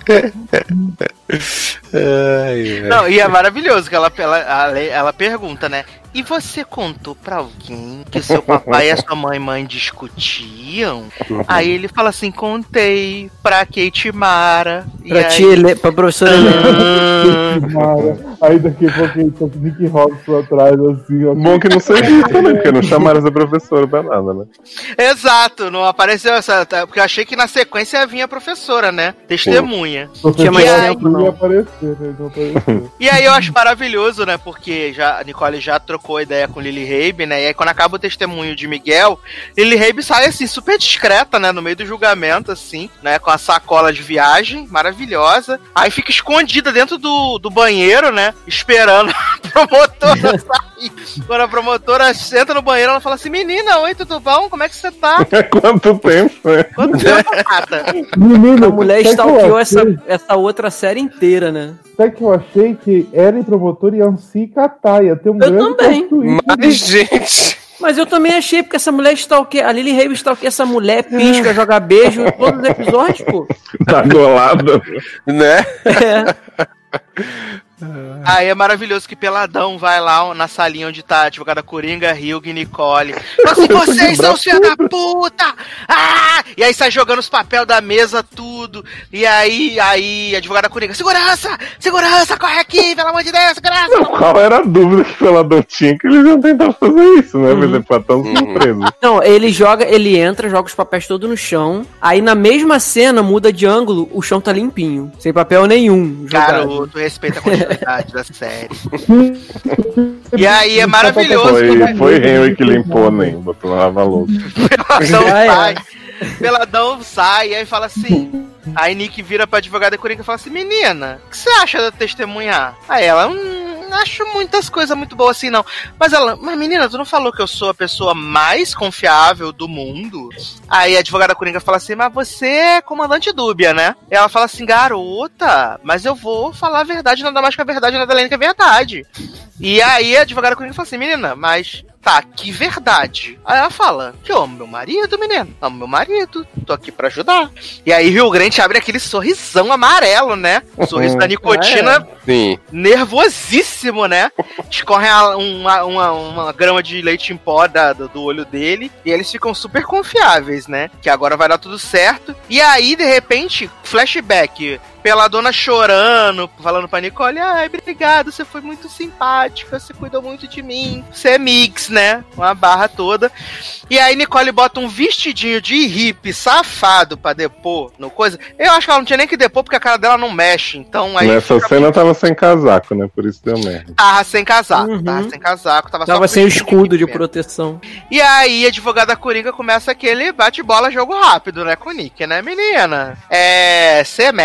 [SPEAKER 3] Ai, ai.
[SPEAKER 2] Não, e é maravilhoso que ela, ela, ela, ela pergunta, né? E você contou pra alguém que seu papai e a sua mãe mãe discutiam?
[SPEAKER 3] Uhum.
[SPEAKER 2] Aí ele fala assim, contei pra Kate Mara. E
[SPEAKER 6] Pra
[SPEAKER 2] aí...
[SPEAKER 6] tia, Ele... pra professora Helena.
[SPEAKER 4] Mara. Aí daqui a pouco ele tá com o Nick Robson atrás, assim, ó.
[SPEAKER 5] Bom que não serviu também, porque não chamaram essa professora pra nada, né?
[SPEAKER 2] Exato, não apareceu essa... Porque eu achei que na sequência vinha a professora, né? Testemunha.
[SPEAKER 6] Tinha mais
[SPEAKER 2] E aí-
[SPEAKER 6] tempo, não.
[SPEAKER 4] Ia aparecer, né? Não apareceu.
[SPEAKER 2] E aí eu acho maravilhoso, né? Porque já, a Nicole já trocou a ideia com Lily Rabe, né? E aí quando acaba o testemunho de Miguel, Lily Rabe sai assim, super discreta, né? No meio do julgamento, assim, né? Com a sacola de viagem, maravilhosa. Aí fica escondida dentro do, do banheiro, né? Esperando a promotora sair. Quando a promotora entra no banheiro, ela fala assim, menina, oi, tudo bom? Como é que você tá?
[SPEAKER 5] Quanto tempo, né?
[SPEAKER 2] Quanto tempo, gata?
[SPEAKER 4] Menino,
[SPEAKER 6] A mulher
[SPEAKER 4] sabe que eu
[SPEAKER 6] stalkeou essa,
[SPEAKER 4] achei?
[SPEAKER 6] essa outra série inteira, né?
[SPEAKER 4] Sabe que eu achei que ela e promotor iam se catar, ia ter um
[SPEAKER 6] Eu
[SPEAKER 4] grande
[SPEAKER 6] também.
[SPEAKER 4] plot twist.
[SPEAKER 3] Mas, gente.
[SPEAKER 6] Mas eu também achei, porque essa mulher stalkeia, a Lily Rabe stalkeia essa mulher, pisca, joga beijo, todos os episódios, pô.
[SPEAKER 5] Tá golada.
[SPEAKER 3] Né?
[SPEAKER 6] É.
[SPEAKER 2] Aí é maravilhoso que Peladão vai lá na salinha onde tá a advogada Coringa, Hugh e Nicole. Fala assim, vocês são os filhos da puta! Ah! E aí sai jogando os papéis da mesa, tudo. E aí, aí a advogada Coringa, segurança! Segurança, corre aqui, pelo amor de Deus, segurança!
[SPEAKER 5] Não, qual era a dúvida que pela tinha que eles iam tentar fazer isso, né? Mas ele foi tão surpreso.
[SPEAKER 6] Não, ele joga, ele entra, joga os papéis todos no chão. Aí na mesma cena, muda de ângulo, o chão tá limpinho. Sem papel nenhum. Jogado.
[SPEAKER 2] Garoto, respeita a continuidade da série. E aí é maravilhoso.
[SPEAKER 5] Foi, foi Henry que limpou, nem botou na lava-louça.
[SPEAKER 2] Peladão
[SPEAKER 6] Ah, é.
[SPEAKER 2] sai. Peladão sai, e aí fala assim. Aí Nick vira pra advogada Coringa e fala assim: menina, o que você acha da testemunhar? Aí ela, hum, não acho muitas coisas muito boas assim, não. Mas ela, mas menina, tu não falou que eu sou a pessoa mais confiável do mundo? Aí a advogada Coringa fala assim: mas você é comandante dúbia, né? E ela fala assim: garota, mas eu vou falar a verdade, nada mais que a verdade, nada além que a verdade. E aí a advogada Coringa fala assim: menina, mas tá, que verdade. Aí ela fala: que eu amo meu marido, menino. Amo meu marido, tô aqui pra ajudar. E aí Rio Grande abre aquele sorrisão amarelo, né? O sorriso da nicotina,
[SPEAKER 3] Sim.
[SPEAKER 2] nervosíssimo, né? Escorre a- uma, uma, uma grama de leite em pó da- do, do olho dele. E eles ficam super confiáveis, né? Que agora vai dar tudo certo. E aí, de repente, flashback. Pela dona chorando, falando pra Nicole: ai, obrigado, você foi muito simpática, você cuidou muito de mim. Você é mix, né? Uma barra toda. E aí Nicole bota um vestidinho de hippie safado pra depor no coisa. Eu acho que ela não tinha nem que depor porque a cara dela não mexe. Então aí.
[SPEAKER 5] Nessa
[SPEAKER 2] fica-
[SPEAKER 5] cena tava sem casaco, né? Por isso deu merda.
[SPEAKER 2] Tava sem casaco,
[SPEAKER 6] Uhum.
[SPEAKER 2] tava sem casaco, tava, só
[SPEAKER 6] Tava
[SPEAKER 2] com
[SPEAKER 6] sem o
[SPEAKER 2] vestido
[SPEAKER 6] escudo de
[SPEAKER 2] hippie mesmo.
[SPEAKER 6] proteção.
[SPEAKER 2] E aí, a advogada Coringa começa aquele bate-bola, jogo rápido, né, com o Nick, né, menina? É. Você é médica?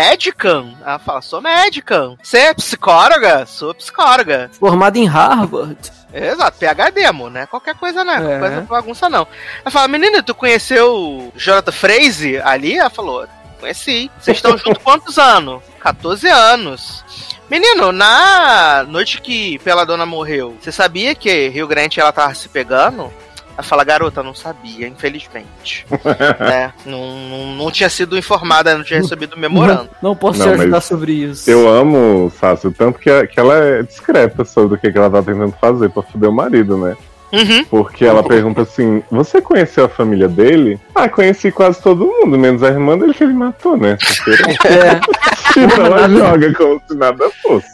[SPEAKER 2] médica? Ela fala, sou médica. Você é psicóloga? Sou psicóloga.
[SPEAKER 6] Formado em Harvard.
[SPEAKER 2] Exato, P H D, amor, né? Qualquer coisa, né? Qualquer
[SPEAKER 6] É.
[SPEAKER 2] coisa bagunça, não. Ela fala, menina, tu conheceu o Jonathan Frakes ali? Ela falou, conheci. Vocês estão juntos quantos anos? catorze anos. Menino, na noite que Peladona morreu, você sabia que Rio Grande ela tava se pegando? Ela fala, garota, não sabia, infelizmente. né? Não, não, não tinha sido informada, não tinha recebido o memorando.
[SPEAKER 6] Não, não posso
[SPEAKER 5] Não,
[SPEAKER 6] te ajudar
[SPEAKER 5] mas
[SPEAKER 6] sobre isso.
[SPEAKER 5] Eu amo, Sácio, tanto que, que ela é discreta sobre o que, que ela tá tentando fazer pra foder o marido, né?
[SPEAKER 2] Uhum.
[SPEAKER 5] Porque ela pergunta assim, você conheceu a família dele? Ah, conheci quase todo mundo, menos a irmã dele que ele matou, né? Porque
[SPEAKER 6] É.
[SPEAKER 5] então ela joga como se nada fosse.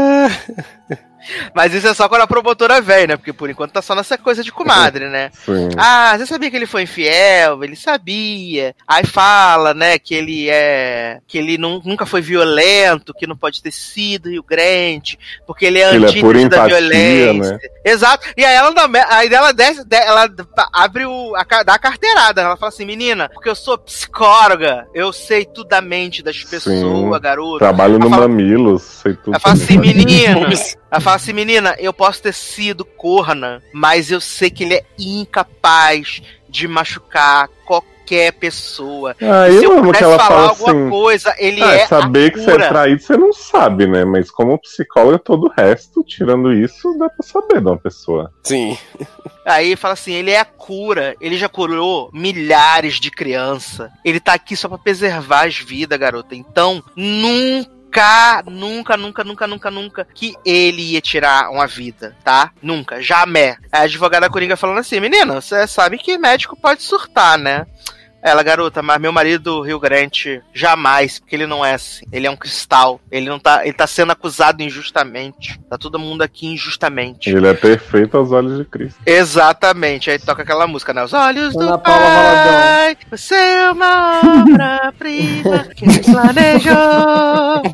[SPEAKER 2] Mas isso é só quando a promotora vem, né? Porque por enquanto tá só nessa coisa de comadre, né?
[SPEAKER 5] Sim.
[SPEAKER 2] Ah, você sabia que ele foi infiel? Ele sabia. Aí fala, né, que ele é... Que ele não, nunca foi violento, que não pode ter sido Rio Grande, porque ele é
[SPEAKER 5] Ele é
[SPEAKER 2] antídoto
[SPEAKER 5] pura
[SPEAKER 2] da
[SPEAKER 5] empatia,
[SPEAKER 2] violência.
[SPEAKER 5] né?
[SPEAKER 2] Exato. E aí ela, dá- aí ela desce, de- ela abre o... A, ca- dá a carteirada. Ela fala assim, menina, porque eu sou psicóloga, eu sei tudo da mente das pessoas,
[SPEAKER 5] Sim.
[SPEAKER 2] garoto.
[SPEAKER 5] Trabalho no
[SPEAKER 2] Ela fala-
[SPEAKER 5] Mamilos, sei tudo.
[SPEAKER 2] Ela fala assim, menina. Ela fala assim, menina, eu posso ter sido corna, mas eu sei que ele é incapaz de machucar qualquer pessoa.
[SPEAKER 5] Ah,
[SPEAKER 2] Se
[SPEAKER 5] eu
[SPEAKER 2] eu
[SPEAKER 5] amo que
[SPEAKER 2] pudesse
[SPEAKER 5] ela
[SPEAKER 2] falar
[SPEAKER 5] fala
[SPEAKER 2] alguma
[SPEAKER 5] assim.
[SPEAKER 2] coisa, ele
[SPEAKER 5] Ah,
[SPEAKER 2] é
[SPEAKER 5] saber
[SPEAKER 2] a
[SPEAKER 5] que você
[SPEAKER 2] cura.
[SPEAKER 5] é traído, você não sabe, né? Mas como psicóloga, todo o resto, tirando isso, dá pra saber de uma pessoa.
[SPEAKER 3] Sim.
[SPEAKER 2] Aí fala assim, ele é a cura, ele já curou milhares de crianças. Ele tá aqui só pra preservar as vidas, garota. Então, nunca Nunca, nunca, nunca, nunca, nunca que ele ia tirar uma vida, tá? Nunca, jamais. A advogada Coringa falando assim, menina, você sabe que médico pode surtar, né? Ela, garota, mas meu marido Rio Grande, jamais, porque ele não é assim. Ele é um cristal. Ele não tá. Ele tá sendo acusado injustamente. Tá todo mundo aqui injustamente.
[SPEAKER 5] Ele é perfeito aos olhos de Cristo.
[SPEAKER 2] Exatamente. Aí toca aquela música, né? Os olhos
[SPEAKER 6] Ana
[SPEAKER 2] do
[SPEAKER 6] Paula
[SPEAKER 2] Pai, você é uma obra-prima que Deus planejou.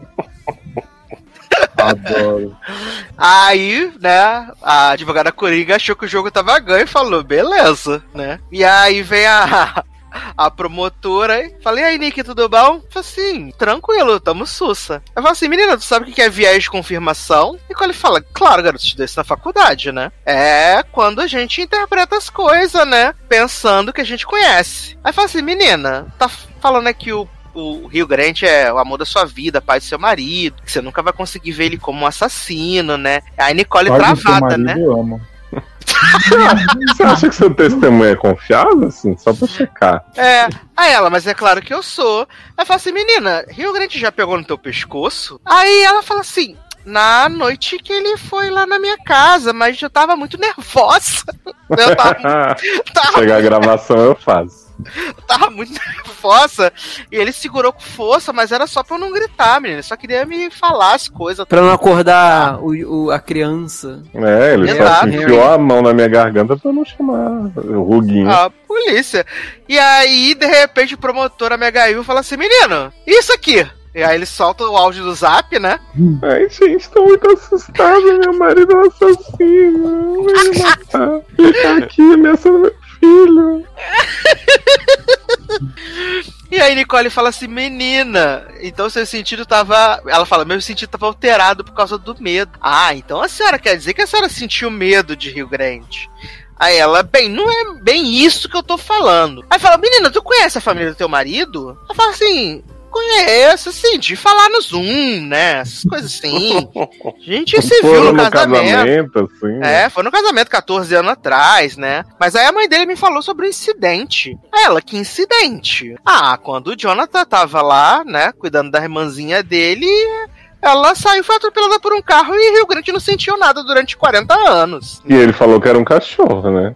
[SPEAKER 4] Adoro.
[SPEAKER 2] Aí, né, a advogada Coringa achou que o jogo tava ganho e falou, beleza, né? E aí vem a, a promotora e falei, e aí, Nick, tudo bom? Falei assim, tranquilo, tamo sussa. Eu falo assim, menina, tu sabe o que é viés de confirmação? E quando ele fala, claro, garoto, estudei isso na faculdade, né? É quando a gente interpreta as coisas, né? Pensando que a gente conhece. Aí fala assim, menina, tá falando aqui o o Rio Grande é o amor da sua vida, pai do seu marido, que você nunca vai conseguir ver ele como um assassino, né? Aí Nicole
[SPEAKER 4] Pai do seu
[SPEAKER 2] travada,
[SPEAKER 4] marido,
[SPEAKER 2] né?
[SPEAKER 4] eu amo.
[SPEAKER 5] Você acha que seu testemunho é confiável, assim? Só pra checar.
[SPEAKER 2] É, aí ela, mas é claro que eu sou. Aí fala assim, menina, Rio Grande já pegou no teu pescoço? Aí ela fala assim, na noite que ele foi lá na minha casa, mas eu tava muito nervosa. Eu tava, tava
[SPEAKER 5] Chegar a gravação, eu faço.
[SPEAKER 2] tava muito nervosa. E ele segurou com força, mas era só pra eu não gritar, menina. Ele só queria me falar as coisas.
[SPEAKER 6] Pra não acordar o, o- a criança.
[SPEAKER 5] É, ele só
[SPEAKER 2] Exato.
[SPEAKER 5] enfiou a mão na minha garganta pra não chamar o Ruguinho.
[SPEAKER 2] A polícia. E aí, de repente, o promotor, a Mega Ivo, fala assim, menino, isso aqui? E aí ele solta o áudio do Zap, né?
[SPEAKER 5] Ai, gente, tô muito assustada. Meu marido é um assassino. Vai me matar. Ele tá aqui ameaçando meu filho.
[SPEAKER 2] E aí Nicole fala assim, menina, então seu sentido tava... Ela fala, meu sentido tava alterado por causa do medo. Ah, então a senhora quer dizer que a senhora sentiu medo de Rio Grande? Aí ela, bem, não é bem isso que eu tô falando. Aí fala, menina, tu conhece a família do teu marido? Ela fala assim... Conheço, assim, de falar no Zoom, né? Essas coisas assim. A gente se viu
[SPEAKER 5] Foram
[SPEAKER 2] no casamento.
[SPEAKER 5] assim. né?
[SPEAKER 2] É, foi no casamento catorze anos atrás, né? Mas aí a mãe dele me falou sobre o incidente. Aí ela, que incidente? Ah, quando o Jonathan tava lá, né, cuidando da irmãzinha dele, ela saiu, foi atropelada por um carro e Rio Grande não sentiu nada durante quarenta anos.
[SPEAKER 5] E ele falou que era um cachorro, né?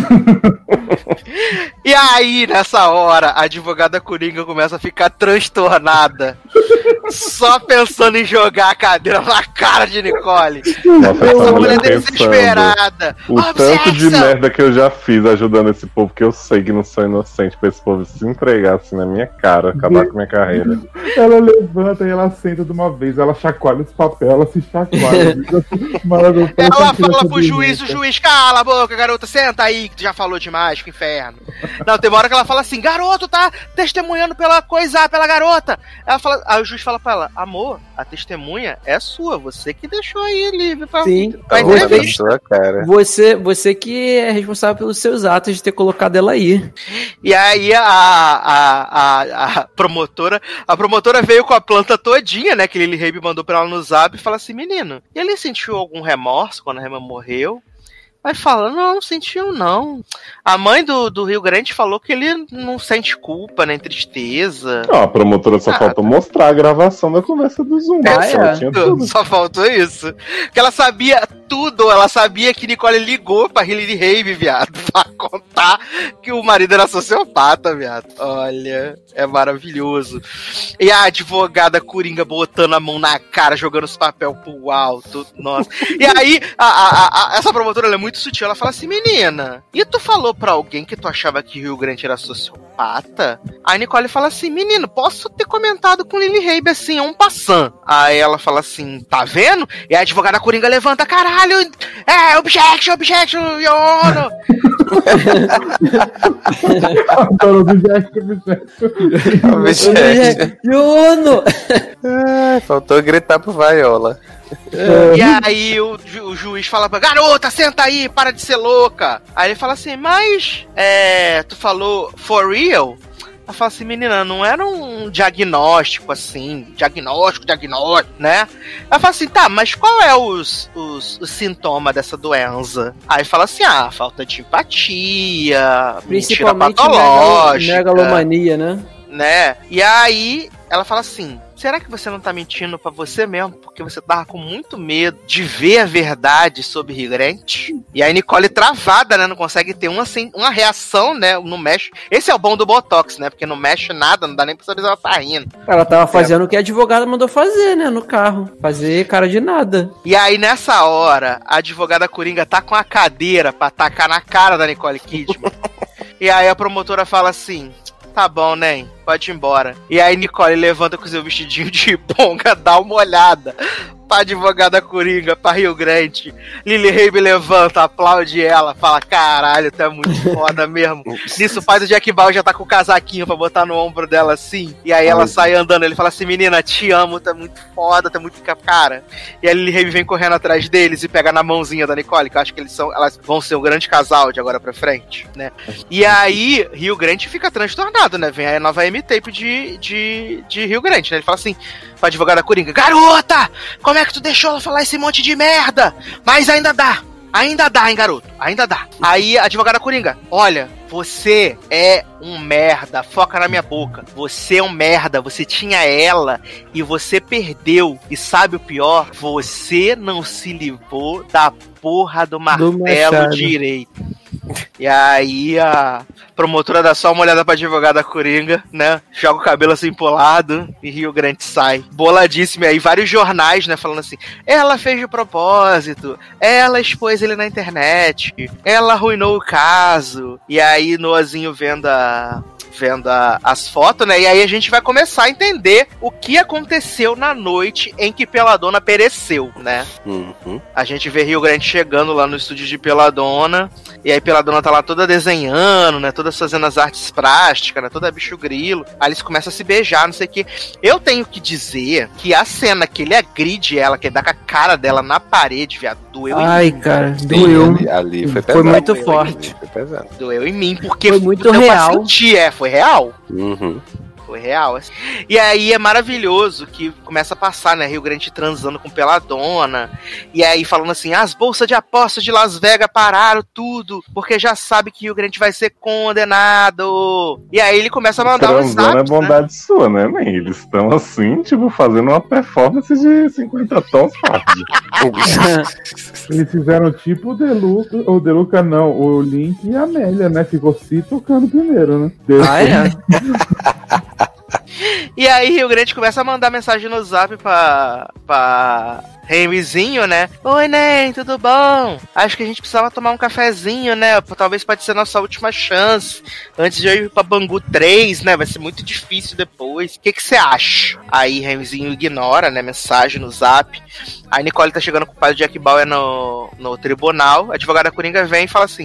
[SPEAKER 2] E aí, nessa hora, a advogada Coringa começa a ficar transtornada. Só pensando em jogar a cadeira na cara de Nicole.
[SPEAKER 5] Nossa, essa
[SPEAKER 2] Essa mulher
[SPEAKER 5] mulher
[SPEAKER 2] desesperada.
[SPEAKER 5] O tanto de merda que eu já fiz ajudando esse povo, que eu sei que não sou inocente, pra esse povo se entregar assim na minha cara, acabar com a minha carreira.
[SPEAKER 4] Ela levanta e ela senta de uma vez, ela chacoalha os papéis, ela se chacoalha. Maravilhoso, parece
[SPEAKER 2] Ela
[SPEAKER 4] uma criança
[SPEAKER 2] fala pro juiz, o
[SPEAKER 4] birrenta.
[SPEAKER 2] juiz, cala a boca, garota, senta aí, que tu já falou demais, que inferno. Não, tem uma hora que ela fala assim, garoto, tá testemunhando pela coisa, pela garota. Ela fala, aí o juiz fala fala pra ela, amor, a testemunha é sua, você que deixou aí livre pra,
[SPEAKER 6] Sim,
[SPEAKER 2] pra
[SPEAKER 3] Você,
[SPEAKER 2] entrevista.
[SPEAKER 3] sua cara.
[SPEAKER 6] Você, você que é responsável pelos seus atos de ter colocado ela aí.
[SPEAKER 2] E aí a, a, a, a promotora, a promotora veio com a planta todinha, né, que Lily Rabe mandou pra ela no zap e fala assim, menino, e ele sentiu algum remorso quando a Rema morreu? Aí fala, não, não sentiu não. A mãe do, do Rio Grande falou que ele não sente culpa, nem tristeza.
[SPEAKER 5] Não, a promotora só
[SPEAKER 2] Ah,
[SPEAKER 5] faltou mostrar a gravação da conversa do Zoom.
[SPEAKER 6] Ah,
[SPEAKER 5] Só
[SPEAKER 6] é?
[SPEAKER 5] tinha tudo.
[SPEAKER 2] Só faltou isso. Porque ela sabia tudo, ela sabia que Nicole ligou pra Lily Rabe, viado, pra contar que o marido era sociopata, viado. Olha, é maravilhoso. E a advogada Coringa botando a mão na cara, jogando os papéis pro alto. Nossa. E aí, a, a, a, essa promotora ela é muito sutil, ela fala assim, menina, e tu falou pra alguém que tu achava que Rio Grande era sociopata? Aí Nicole fala assim, menino, posso ter comentado com Lily Rabe assim, é um passant. Aí ela fala assim, tá vendo? E a advogada Coringa levanta, caralho, é, objection, objection, your honor.
[SPEAKER 4] Adoro objeto, objeto.
[SPEAKER 3] Objeto.
[SPEAKER 6] Jono!
[SPEAKER 3] Ai, faltou gritar pro Viola.
[SPEAKER 2] E aí o, ju- o juiz fala pra garota, senta aí, para de ser louca. Aí ele fala assim, mas é, tu falou for real? Ela fala assim, menina, não era um diagnóstico assim, diagnóstico, diagnóstico, né? Ela fala assim, tá, mas qual é os, os, os sintomas dessa doença? Aí fala assim, ah, falta de empatia, mentira
[SPEAKER 6] Principalmente
[SPEAKER 2] patológica,
[SPEAKER 6] megalomania, né?
[SPEAKER 2] né? E aí ela fala assim, será que você não tá mentindo pra você mesmo? Porque você tava com muito medo de ver a verdade sobre Rio Grande? E aí Nicole travada, né? Não consegue ter uma, assim, uma reação, né? Não mexe. Esse é o bom do Botox, né? Porque não mexe nada, não dá nem pra saber se ela tá rindo.
[SPEAKER 6] Ela tava fazendo o que a advogada mandou fazer, né? No carro. Fazer cara de nada.
[SPEAKER 2] E aí nessa hora, a advogada Coringa tá com a cadeira pra tacar na cara da Nicole Kidman. E aí a promotora fala assim, tá bom, né? Pode ir embora. E aí Nicole levanta com seu vestidinho de ponga, dá uma olhada pra advogada Coringa, pra Rio Grande. Lily Rabe levanta, aplaude ela, fala, caralho, tu é muito foda mesmo. Nisso o pai do Jack Bauer já tá com o casaquinho pra botar no ombro dela assim. E aí ela sai andando, ele fala assim, menina, te amo, tu é muito foda, tu é muito cara. E a Lily Rabe vem correndo atrás deles e pega na mãozinha da Nicole, que eu acho que eles são, elas vão ser um grande casal de agora pra frente, né? E aí Rio Grande fica transtornado, né? Vem a nova M-Tape de, de, de Rio Grande, né? Ele fala assim pra advogada Coringa, garota, como é que tu deixou ela falar esse monte de merda? Mas ainda dá, ainda dá, hein, garoto, ainda dá. Aí a advogada Coringa, olha, você é um merda, foca na minha boca. Você é um merda, você tinha ela e você perdeu. E sabe o pior? Você não se livrou da porra do martelo
[SPEAKER 6] machado.
[SPEAKER 2] direito. E aí a promotora dá só uma olhada pra advogada Coringa, né? Joga o cabelo assim pro lado e Rio Grande sai. Boladíssimo. E aí vários jornais, né? Falando assim, ela fez de propósito, ela expôs ele na internet, ela arruinou o caso. E aí Noazinho vendo a... vendo a, as fotos, né? E aí a gente vai começar a entender o que aconteceu na noite em que Peladona pereceu, né?
[SPEAKER 3] Uhum.
[SPEAKER 2] A gente vê Rio Grande chegando lá no estúdio de Peladona, e aí Peladona tá lá toda desenhando, né? Todas fazendo as artes plásticas, né? Toda bicho grilo. Aí eles começam a se beijar, não sei o que. Eu tenho que dizer que a cena que ele agride ela, que ele dá com a cara dela na parede, viado, doeu
[SPEAKER 6] Ai,
[SPEAKER 2] em mim.
[SPEAKER 6] cara,
[SPEAKER 3] Sim,
[SPEAKER 6] doeu.
[SPEAKER 3] ali, ali foi
[SPEAKER 6] Foi
[SPEAKER 3] pesado.
[SPEAKER 6] muito
[SPEAKER 2] Doeu em
[SPEAKER 6] forte.
[SPEAKER 2] mim.
[SPEAKER 3] Foi pesado.
[SPEAKER 2] Doeu em mim, porque
[SPEAKER 6] Foi muito
[SPEAKER 2] deu pra
[SPEAKER 6] real.
[SPEAKER 2] sentir, é, foi real.
[SPEAKER 3] Uhum.
[SPEAKER 2] Foi real. Assim. E aí é maravilhoso que começa a passar, né? Rio Grande transando com Peladona. E aí falando assim, as bolsas de apostas de Las Vegas pararam tudo, porque já sabe que Rio Grande vai ser condenado. E aí ele começa a mandar uns
[SPEAKER 5] Transando é
[SPEAKER 2] zaps, né?
[SPEAKER 5] bondade sua, né, man? Eles estão assim, tipo, fazendo uma performance de cinquenta tons hard.
[SPEAKER 4] Eles fizeram tipo o Deluca, ou Deluca não, o Link e a Amélia, né? Ficou se tocando primeiro, né?
[SPEAKER 6] Ah, é?
[SPEAKER 2] E aí Rio Grande começa a mandar mensagem no zap pra, pra Remizinho, né? Oi, Nen, tudo bom? Acho que a gente precisava tomar um cafezinho, né? Talvez pode ser nossa última chance. Antes de eu ir pra Bangu três, né? Vai ser muito difícil depois. O que que você acha? Aí Remizinho ignora, né? Mensagem no zap. Aí Nicole tá chegando com o pai do Jack Bauer no, no tribunal. A advogada Coringa vem e fala assim,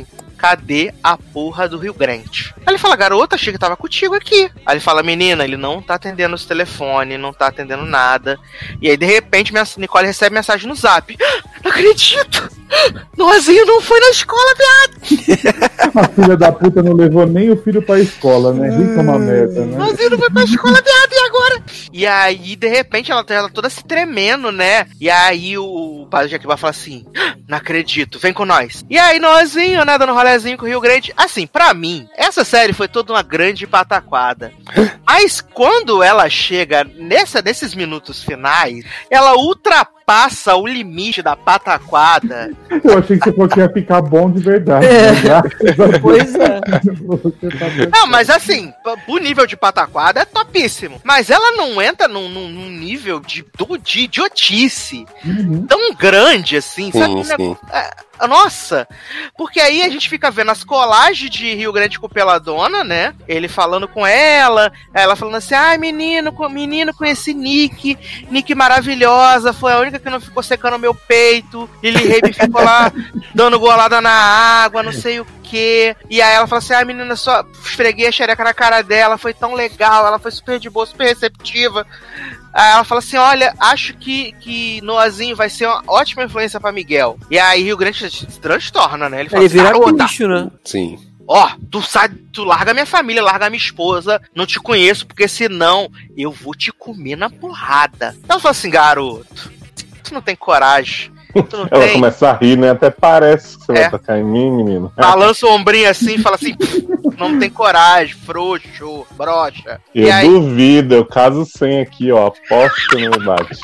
[SPEAKER 2] cadê a porra do Rio Grande? Aí ele fala, garota, achei que tava contigo aqui. Aí ele fala, menina, ele não tá atendendo os telefones, não tá atendendo nada. E aí, de repente, minha Nicole recebe mensagem no zap. Não acredito! Noazinho não foi na escola, viado!
[SPEAKER 4] A filha da puta não levou nem o filho pra escola, né? Rica é uma merda, né?
[SPEAKER 2] Noazinho não foi pra escola, viado, e agora? E aí, de repente, ela, ela toda se tremendo, né? E aí o padre Jequibal fala assim, não acredito, vem com nós. E aí, Noazinho, né, dando rolezinho com o Rio Grande. Assim, pra mim, essa série foi toda uma grande pataquada. Mas quando ela chega nessa, nesses minutos finais, ela ultrapassa o limite da pataquada.
[SPEAKER 4] Eu achei que você falou que ia ficar bom de verdade.
[SPEAKER 6] É.
[SPEAKER 4] Né?
[SPEAKER 6] Pois é.
[SPEAKER 2] Não, mas assim, o nível de pataquada é topíssimo. Mas ela não entra num, num, num nível de, de idiotice
[SPEAKER 4] Uhum.
[SPEAKER 2] tão grande assim, sabe?
[SPEAKER 3] Sim, sim.
[SPEAKER 2] É, nossa, porque aí a gente fica vendo as colagens de Rio Grande com Peladona, né? Ele falando com ela, ela falando assim, ai menino, menino conheci Nick, Nick maravilhosa, foi a única que não ficou secando meu peito, Lily Rabe ficou lá dando golada na água, não sei o que. E aí ela fala assim, ai menina, só esfreguei a xereca na cara dela, foi tão legal, ela foi super de boa, super receptiva. Aí ela fala assim, olha, acho que, que Noazinho vai ser uma ótima influência pra Miguel. E aí Rio Grande se transtorna, né? Ele fala
[SPEAKER 6] Ele
[SPEAKER 2] assim,
[SPEAKER 6] vira
[SPEAKER 2] garota,
[SPEAKER 6] bicho, né?
[SPEAKER 3] Sim.
[SPEAKER 2] ó, tu sai, tu larga minha família, larga minha esposa, não te conheço, porque senão eu vou te comer na porrada. Ela fala assim, garoto, tu não tem coragem. Tu não
[SPEAKER 5] Ela
[SPEAKER 2] tem...
[SPEAKER 5] começa a rir, né? Até parece que você
[SPEAKER 2] É.
[SPEAKER 5] vai tocar em mim, menino.
[SPEAKER 2] Balança o ombrinho assim e fala assim, não tem coragem, frouxo, broxa.
[SPEAKER 5] Eu
[SPEAKER 2] E aí...
[SPEAKER 5] duvido, eu caso sem aqui, ó. Aposto que não me bate.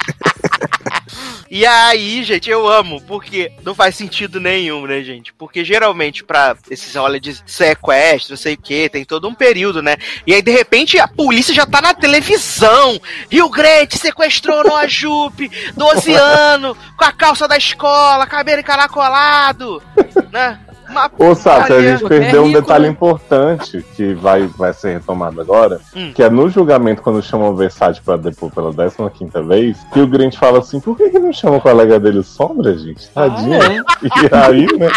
[SPEAKER 2] E aí, gente, eu amo, porque não faz sentido nenhum, né, gente? Porque geralmente pra esses olha de sequestro, não sei o que, tem todo um período, né? E aí, de repente, a polícia já tá na televisão. Rio Grande sequestrou Noa Jupe, doze anos, com a calça da escola, cabelo encaracolado, né? Uma...
[SPEAKER 5] Ô, Sasha, a
[SPEAKER 2] Olha,
[SPEAKER 5] gente perdeu
[SPEAKER 6] é
[SPEAKER 5] um
[SPEAKER 6] rico,
[SPEAKER 5] detalhe
[SPEAKER 6] né?
[SPEAKER 5] importante que vai, vai ser retomado agora,
[SPEAKER 2] Hum.
[SPEAKER 5] que é no julgamento, quando chamam o Versace pra depor pela décima quinta vez, que o Grant fala assim, por que, que não chama o colega dele Sombra, gente? Tadinho.
[SPEAKER 6] Ah,
[SPEAKER 5] E aí, né?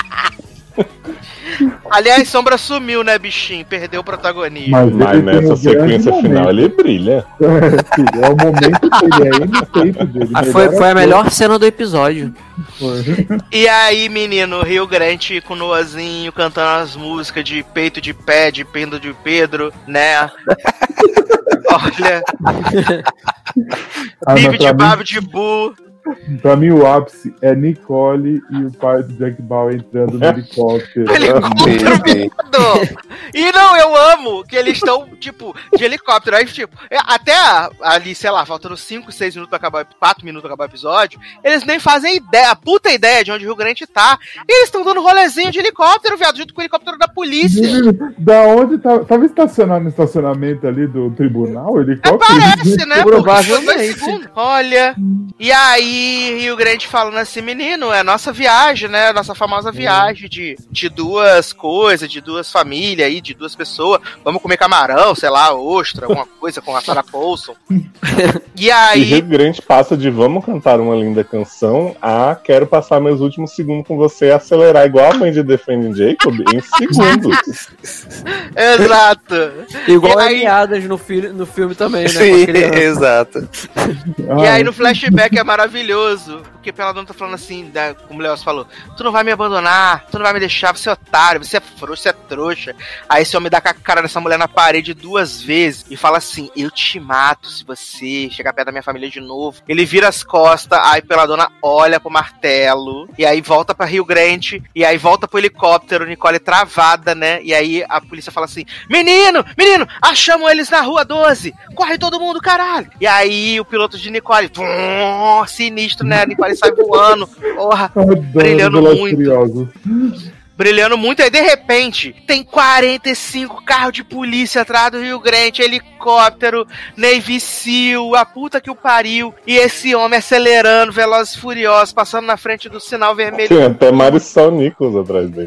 [SPEAKER 2] Aliás, Sombra sumiu, né, bichinho? Perdeu o protagonismo.
[SPEAKER 4] Mas,
[SPEAKER 5] Mas
[SPEAKER 4] ele tem
[SPEAKER 5] nessa
[SPEAKER 4] um
[SPEAKER 5] sequência
[SPEAKER 4] grande
[SPEAKER 5] final
[SPEAKER 4] momento.
[SPEAKER 5] ele brilha.
[SPEAKER 4] É, filho, é o momento dele, é ele feito dele.
[SPEAKER 6] Ah, foi,
[SPEAKER 4] Melhor
[SPEAKER 6] foi a
[SPEAKER 4] ator.
[SPEAKER 6] melhor cena do episódio.
[SPEAKER 4] Foi.
[SPEAKER 2] E aí, menino, Rio Grande com o Noazinho cantando as músicas de peito de pé, de pendo de Pedro, né? Olha,
[SPEAKER 4] Ah,
[SPEAKER 2] bibi
[SPEAKER 4] mas
[SPEAKER 2] de
[SPEAKER 4] pra,
[SPEAKER 2] babo
[SPEAKER 4] mim,
[SPEAKER 2] de bu.
[SPEAKER 4] pra mim, o ápice é Nicole e o pai do Jack Bauer entrando no helicóptero.
[SPEAKER 2] Helicóptero
[SPEAKER 3] Sim, sim.
[SPEAKER 2] voador. E não, eu amo que eles estão, tipo, de helicóptero. Aí, tipo, é, até ali, sei lá, faltando cinco, seis minutos pra acabar, quatro minutos pra acabar o episódio, eles nem fazem ideia, a puta ideia de onde o Rio Grande tá. E eles estão dando rolezinho de helicóptero, viado, junto com o helicóptero da polícia.
[SPEAKER 4] Da onde tava, tava estacionado no estacionamento ali do tribunal, o helicóptero?
[SPEAKER 2] Parece, né?
[SPEAKER 6] Provavelmente.
[SPEAKER 2] Porque dois segundos. Olha. E aí, Rio Grande falando assim, menino, é nossa viagem, né? Nossa famosa viagem de, de duas coisas, de duas famílias aí, de duas pessoas. Vamos comer camarão, sei lá, ostra, alguma coisa com a Sarah Paulson. E
[SPEAKER 5] E
[SPEAKER 2] aí.
[SPEAKER 5] Rio Grande passa de vamos cantar uma linda canção a quero passar meus últimos segundos com você e acelerar igual a mãe de Defending Jacob em segundos.
[SPEAKER 2] Exato.
[SPEAKER 6] Igual
[SPEAKER 2] E
[SPEAKER 6] a
[SPEAKER 2] aí-
[SPEAKER 6] Miadas no, fi no filme também, né? com a
[SPEAKER 3] Sim,
[SPEAKER 6] criança.
[SPEAKER 3] exato.
[SPEAKER 2] E aí no flashback é maravilhoso, porque Peladona tá falando assim, da, como o Leoz falou, tu não vai me abandonar, tu não vai me deixar, você é otário, você é frouxo, você é trouxa. Aí esse homem dá com a cara dessa mulher na parede duas vezes e fala assim, eu te mato se você chegar perto da minha família de novo. Ele vira as costas, aí Peladona olha pro martelo, e aí volta pra Rio Grande, e aí volta pro helicóptero, Nicole travada, né? E aí a polícia fala assim, menino, menino, achamos eles na rua doze, corre todo mundo, caralho. E aí o piloto de Nicole, tum, sinistro, né? Nicole sai voando, porra,
[SPEAKER 4] Adoro
[SPEAKER 2] brilhando
[SPEAKER 4] Velozes e
[SPEAKER 2] muito.
[SPEAKER 4] Furiosos.
[SPEAKER 2] brilhando muito. Aí de repente tem quarenta e cinco carros de polícia atrás do Rio Grande, helicóptero, Navy Seal, a puta que o pariu. E esse homem acelerando, Velozes e Furiosos, passando na frente do sinal vermelho.
[SPEAKER 5] Tem até Marisol Nichols atrás dele.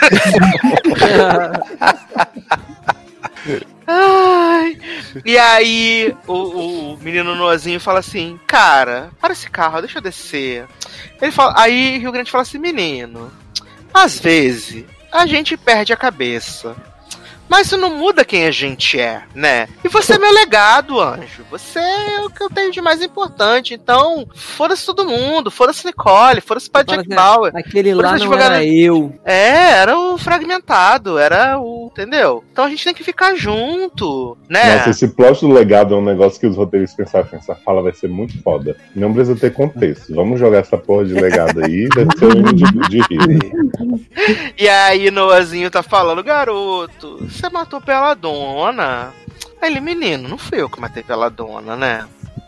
[SPEAKER 2] Ai. E aí o, o menino Noazinho fala assim, cara, para esse carro, deixa eu descer. Ele fala, aí Rio Grande fala assim, menino, às vezes a gente perde a cabeça. Mas isso não muda quem a gente é, né? E você é meu legado, anjo. Você é o que eu tenho de mais importante. Então, foda-se todo mundo. Foda-se Nicole. Foda-se pra Jack Bauer.
[SPEAKER 6] Aquele lá não era eu.
[SPEAKER 2] É, era o fragmentado. Era o... Entendeu? Então a gente tem que ficar junto, né?
[SPEAKER 5] Nossa, esse plot do legado é um negócio que os roteiristas pensaram, essa fala vai ser muito foda. Não precisa ter contexto. Vamos jogar essa porra de legado aí. Deve ser um de, de rir.
[SPEAKER 2] E aí Noahzinho tá falando, garoto, você matou pela dona. Aí ele, menino, não fui eu que matei pela dona, né?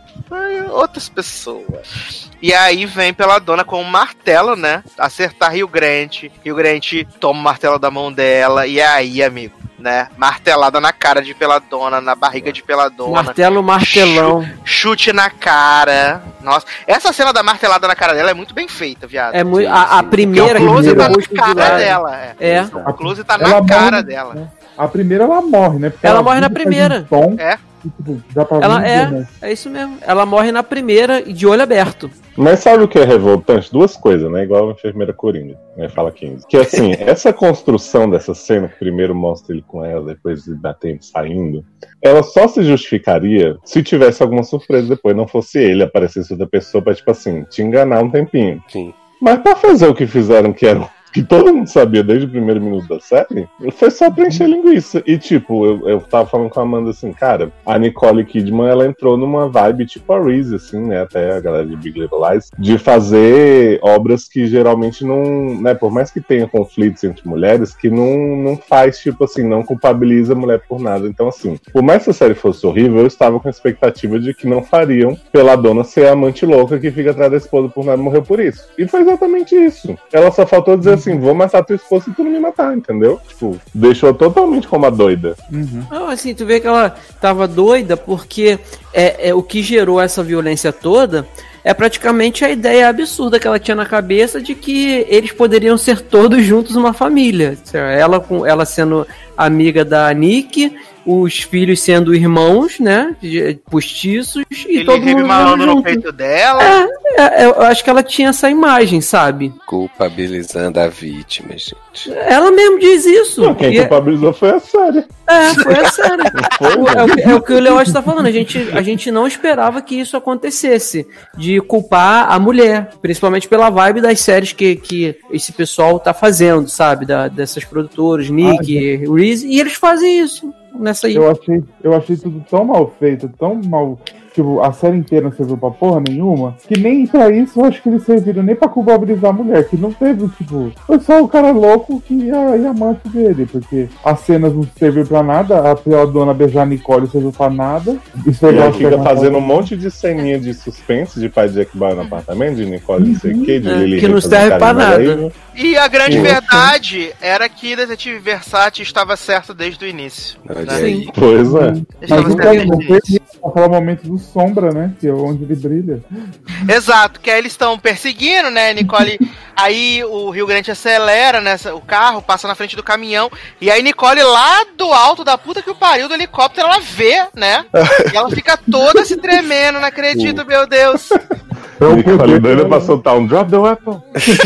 [SPEAKER 2] Foi outras pessoas. E aí vem pela dona com um martelo, né? Acertar Rio Grande. Rio Grande toma o martelo da mão dela. E aí, amigo, né? Martelada na cara de Peladona, na barriga de Peladona.
[SPEAKER 6] Martelo, martelão.
[SPEAKER 2] Chute na cara. Nossa, essa cena da martelada na cara dela é muito bem feita, viado.
[SPEAKER 6] É muito, a, a primeira
[SPEAKER 2] que o close tá na
[SPEAKER 6] de
[SPEAKER 2] cara dela. É.
[SPEAKER 6] é.
[SPEAKER 2] O close tá
[SPEAKER 4] Ela
[SPEAKER 2] na cara
[SPEAKER 4] morre,
[SPEAKER 2] dela.
[SPEAKER 4] né? A primeira ela morre, né? Porque
[SPEAKER 6] Ela,
[SPEAKER 4] ela
[SPEAKER 6] morre na
[SPEAKER 4] faz
[SPEAKER 6] primeira.
[SPEAKER 4] Um tom,
[SPEAKER 2] é.
[SPEAKER 4] E, tipo, dá pra
[SPEAKER 6] Ela
[SPEAKER 4] ver,
[SPEAKER 6] é,
[SPEAKER 4] né?
[SPEAKER 6] é isso mesmo. Ela morre na primeira e de olho aberto.
[SPEAKER 5] Mas sabe o que é revoltante? Duas coisas, né? Igual a enfermeira Coringa, né? Fala quinze. Que assim, essa construção dessa cena, que primeiro mostra ele com ela, depois ele batendo, saindo, ela só se justificaria se tivesse alguma surpresa depois, não fosse ele, aparecesse outra pessoa pra, tipo assim, te enganar um tempinho.
[SPEAKER 3] Sim.
[SPEAKER 5] Mas pra fazer o que fizeram, que era que todo mundo sabia desde o primeiro minuto da série, foi só preencher linguiça. E tipo, eu, eu tava falando com a Amanda assim, cara, a Nicole Kidman, ela entrou numa vibe tipo a Reese, assim, né, até a galera de Big Little Lies, de fazer obras que geralmente não, né, por mais que tenha conflitos entre mulheres, que não, não faz, tipo assim, não culpabiliza a mulher por nada. Então assim, por mais que a série fosse horrível, eu estava com a expectativa de que não fariam pela dona ser a amante louca que fica atrás da esposa por nada e morreu por isso. E foi exatamente isso. Ela só faltou dizer assim, vou matar tua esposa se tu não me matar, entendeu? Tipo, deixou totalmente como a doida.
[SPEAKER 4] Uhum.
[SPEAKER 6] Não, assim, tu vê que ela tava doida porque é, é o que gerou essa violência toda é praticamente a ideia absurda que ela tinha na cabeça de que eles poderiam ser todos juntos uma família. Ela, com, ela sendo amiga da Nick, os filhos sendo irmãos, né, postiços, e
[SPEAKER 2] ele
[SPEAKER 6] todo mundo
[SPEAKER 2] malando no
[SPEAKER 6] junto.
[SPEAKER 2] peito dela.
[SPEAKER 6] É, é, eu acho que ela tinha essa imagem, sabe?
[SPEAKER 3] Culpabilizando a vítima, gente.
[SPEAKER 6] Ela mesmo diz isso.
[SPEAKER 5] Não, quem
[SPEAKER 6] E-
[SPEAKER 5] culpabilizou foi a série.
[SPEAKER 6] É, foi a sério.
[SPEAKER 5] Foi,
[SPEAKER 6] O- é, o que- é o que o Leoz tá falando. A gente, a gente não esperava que isso acontecesse. De culpar a mulher. Principalmente pela vibe das séries que, que esse pessoal tá fazendo, sabe? Da, dessas produtoras, Nick,
[SPEAKER 4] Ah,
[SPEAKER 6] Reese. E eles fazem isso nessa aí.
[SPEAKER 4] Eu achei, eu achei tudo tão mal feito, tão mal. Tipo, a série inteira não serviu pra porra nenhuma, que nem pra isso eu acho que eles serviram nem pra culpabilizar a mulher, que não teve, tipo, foi só o cara louco que ia, ia amante dele, porque as cenas não serviram pra nada, a pela dona beijar a Nicole não serviu pra nada. Isso
[SPEAKER 5] E
[SPEAKER 4] é
[SPEAKER 5] ela fica fazendo um monte de ceninha de suspense de pai de Jack Bauer no apartamento, de Nicole não sei o que, de
[SPEAKER 6] É,
[SPEAKER 5] Lily
[SPEAKER 6] que não
[SPEAKER 5] fazendo
[SPEAKER 6] serve
[SPEAKER 5] carinho
[SPEAKER 6] pra
[SPEAKER 5] na
[SPEAKER 6] nada.
[SPEAKER 5] Raven.
[SPEAKER 2] E a grande
[SPEAKER 5] Sim.
[SPEAKER 2] verdade era que Detetive Versace estava certo desde o início.
[SPEAKER 3] Olha
[SPEAKER 2] Né?
[SPEAKER 3] aí.
[SPEAKER 5] Pois é.
[SPEAKER 2] Ele
[SPEAKER 4] Mas
[SPEAKER 2] estava
[SPEAKER 4] nunca
[SPEAKER 2] certo
[SPEAKER 4] não
[SPEAKER 2] desde o início.
[SPEAKER 4] teve aquele momento do Sombra, né? Que é onde ele brilha.
[SPEAKER 2] Exato, que aí eles estão perseguindo, né, Nicole? Aí o Rio Grande acelera, né, o carro, passa na frente do caminhão, e aí Nicole lá do alto da puta que o pariu do helicóptero, ela vê, né? E ela fica toda se tremendo, não acredito, meu Deus.
[SPEAKER 5] Nicole doida pra soltar um drop the weapon.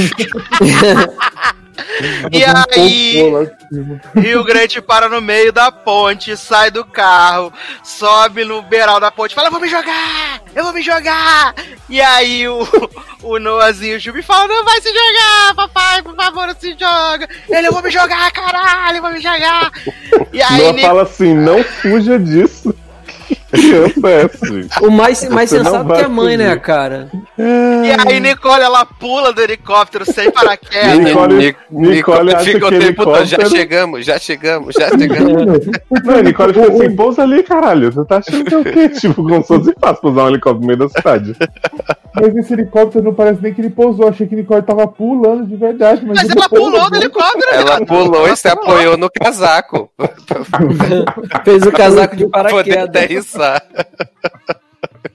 [SPEAKER 2] E aí, Rio Grande para no meio da ponte, sai do carro, sobe no beiral da ponte, fala, eu vou me jogar, eu vou me jogar. E aí o, o Noahzinho Jubi fala, não vai se jogar, papai, por favor, não se joga. Ele, eu vou me jogar, caralho, eu vou me jogar. E aí,
[SPEAKER 5] Ela
[SPEAKER 2] Nic-
[SPEAKER 5] fala assim, não fuja disso. Criança é essa, gente.
[SPEAKER 6] O mais, mais
[SPEAKER 5] Você não
[SPEAKER 6] sensato
[SPEAKER 5] vai
[SPEAKER 6] que a mãe, né,
[SPEAKER 5] fugir.
[SPEAKER 6] cara?
[SPEAKER 2] e aí Nicole, ela pula do helicóptero sem paraquedas.
[SPEAKER 5] Nicole-
[SPEAKER 3] Nic-
[SPEAKER 5] Nicole
[SPEAKER 3] Nicole
[SPEAKER 5] acha
[SPEAKER 3] fica o
[SPEAKER 5] que
[SPEAKER 3] tempo todo, já
[SPEAKER 5] helicóptero-
[SPEAKER 3] chegamos, já chegamos, já chegamos.
[SPEAKER 5] Não, a Nicole fica assim, pousa ali, caralho. Você tá achando que é o quê? Tipo, como se fosse fácil pousar um helicóptero no meio da cidade.
[SPEAKER 4] Mas esse helicóptero não parece nem que ele pousou. Achei que a Nicole tava pulando de verdade. Mas,
[SPEAKER 2] Mas
[SPEAKER 4] ele
[SPEAKER 2] ela
[SPEAKER 4] pousou.
[SPEAKER 2] pulou do helicóptero,
[SPEAKER 3] Ela
[SPEAKER 2] viado.
[SPEAKER 3] pulou e se apoiou no casaco.
[SPEAKER 6] Fez o casaco de
[SPEAKER 3] Pra poder
[SPEAKER 6] paraquedas.
[SPEAKER 3] aterrissar.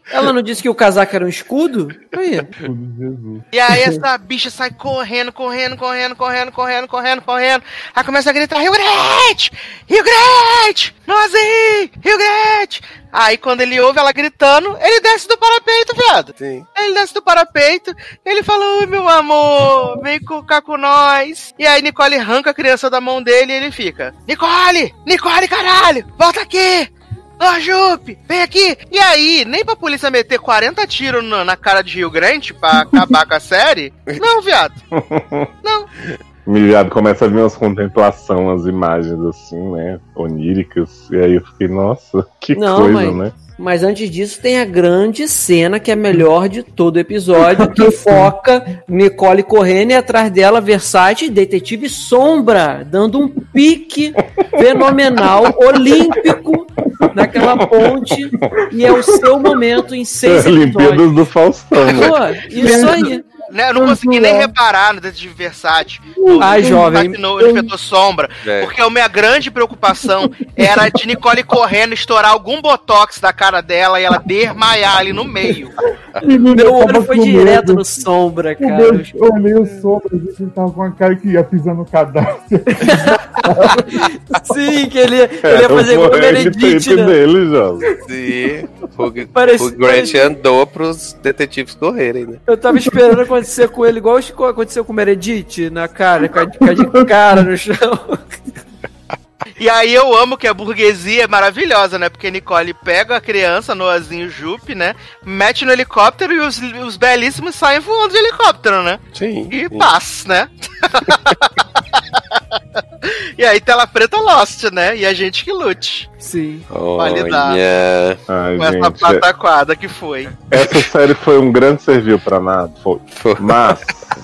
[SPEAKER 6] Ela não disse que o casaco era um escudo? Aí.
[SPEAKER 2] E aí essa bicha sai correndo, correndo, correndo, correndo, correndo, correndo, correndo. Aí começa a gritar, Rio Grande! Rio Grande! Nós aí! Rio Grande! Aí quando ele ouve ela gritando, ele desce do parapeito, viado.
[SPEAKER 3] Sim.
[SPEAKER 2] Ele desce do parapeito, ele fala, oi meu amor, vem ficar com nós. E aí Nicole arranca a criança da mão dele e ele fica, Nicole! Nicole, caralho! Volta aqui! Ô, Jupe, vem aqui! E aí, nem pra polícia meter quarenta tiros na, na cara de Rio Grande pra acabar com a série? Não, viado. Não.
[SPEAKER 5] Me viado começa a vir umas contemplações, umas imagens assim, né? Oníricas. E aí eu fiquei, nossa, que
[SPEAKER 6] Não,
[SPEAKER 5] coisa,
[SPEAKER 6] mas...
[SPEAKER 5] né?
[SPEAKER 6] Mas antes disso tem a grande cena que é a melhor de todo o episódio, que foca Nicole correndo e atrás dela Versace, detetive Sombra, dando um pique fenomenal, olímpico, naquela ponte, e é o seu momento em seis episódios.
[SPEAKER 5] Olimpíadas do Faustão, né?
[SPEAKER 6] Pô, isso aí.
[SPEAKER 2] Né, eu não consegui nem reparar no detetive Versace, no,
[SPEAKER 6] Ai, jovem.
[SPEAKER 2] no Inspetor Sombra,
[SPEAKER 3] É.
[SPEAKER 2] porque a minha grande preocupação era de Nicole correndo, estourar algum botox da cara dela e ela desmaiar ali no meio.
[SPEAKER 6] Meu olho foi direto no Sombra,
[SPEAKER 4] Eu
[SPEAKER 6] cara.
[SPEAKER 4] olhei- eu olhei o Sombra, a gente tava com a cara que ia pisar no cadastro.
[SPEAKER 6] Sim, que ele, ele ia fazer igual o Benedict, né?
[SPEAKER 5] dele, jovem.
[SPEAKER 3] Sim. O,
[SPEAKER 6] Parece-
[SPEAKER 3] o Grant andou pros detetives correrem, né?
[SPEAKER 6] Eu tava esperando acontecer com ele, igual aconteceu com o Meredith na cara, com a, com a cara no chão.
[SPEAKER 2] E aí eu amo que a burguesia é maravilhosa, né? Porque Nicole pega a criança, Noazinho Jupe, né? Mete no helicóptero e os, os belíssimos saem voando de helicóptero, né?
[SPEAKER 3] Sim.
[SPEAKER 2] E paz, né? E aí tela preta Lost, né? E a gente que lute
[SPEAKER 6] Sim.
[SPEAKER 2] Validado.
[SPEAKER 3] Olha.
[SPEAKER 5] Ai,
[SPEAKER 2] com essa
[SPEAKER 5] gente,
[SPEAKER 2] pataquada que foi.
[SPEAKER 5] essa série foi um grande serviço pra nada, foi.
[SPEAKER 3] Foi.
[SPEAKER 5] Mas,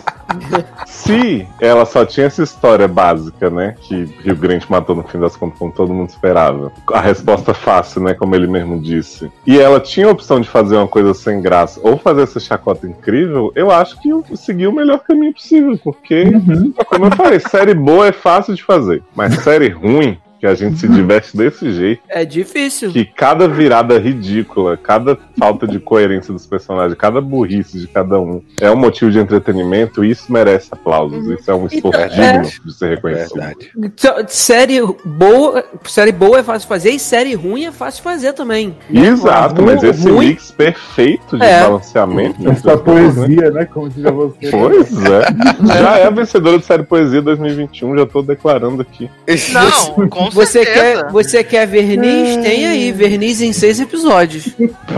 [SPEAKER 5] se ela só tinha essa história básica, né? Que Rio Grande matou no fim das contas, como todo mundo esperava. A resposta fácil, né? Como ele mesmo disse. E ela tinha a opção de fazer uma coisa sem graça ou fazer essa chacota incrível, eu acho que eu segui o melhor caminho possível. Porque, como eu falei, série boa é fácil de fazer. Mas série ruim, que a gente se diverte desse jeito,
[SPEAKER 6] É difícil.
[SPEAKER 5] que cada virada ridícula, cada falta de coerência dos personagens, cada burrice de cada um é um motivo de entretenimento e isso merece aplausos. Isso é um esforço
[SPEAKER 6] Então,
[SPEAKER 5] digno
[SPEAKER 6] é.
[SPEAKER 5] de ser reconhecido.
[SPEAKER 3] Verdade.
[SPEAKER 6] Então, série boa, série boa é fácil fazer e série ruim é fácil fazer também.
[SPEAKER 5] Exato, mas esse
[SPEAKER 6] ruim,
[SPEAKER 5] mix perfeito de
[SPEAKER 6] É.
[SPEAKER 5] balanceamento.
[SPEAKER 4] Essa poesia, né? Como diria você.
[SPEAKER 5] Pois é. Já é a vencedora de série Poesia dois mil e vinte e um, já tô declarando aqui.
[SPEAKER 2] Não, com
[SPEAKER 6] Você
[SPEAKER 2] certeza.
[SPEAKER 6] quer, você quer verniz? Tem aí, verniz em seis episódios.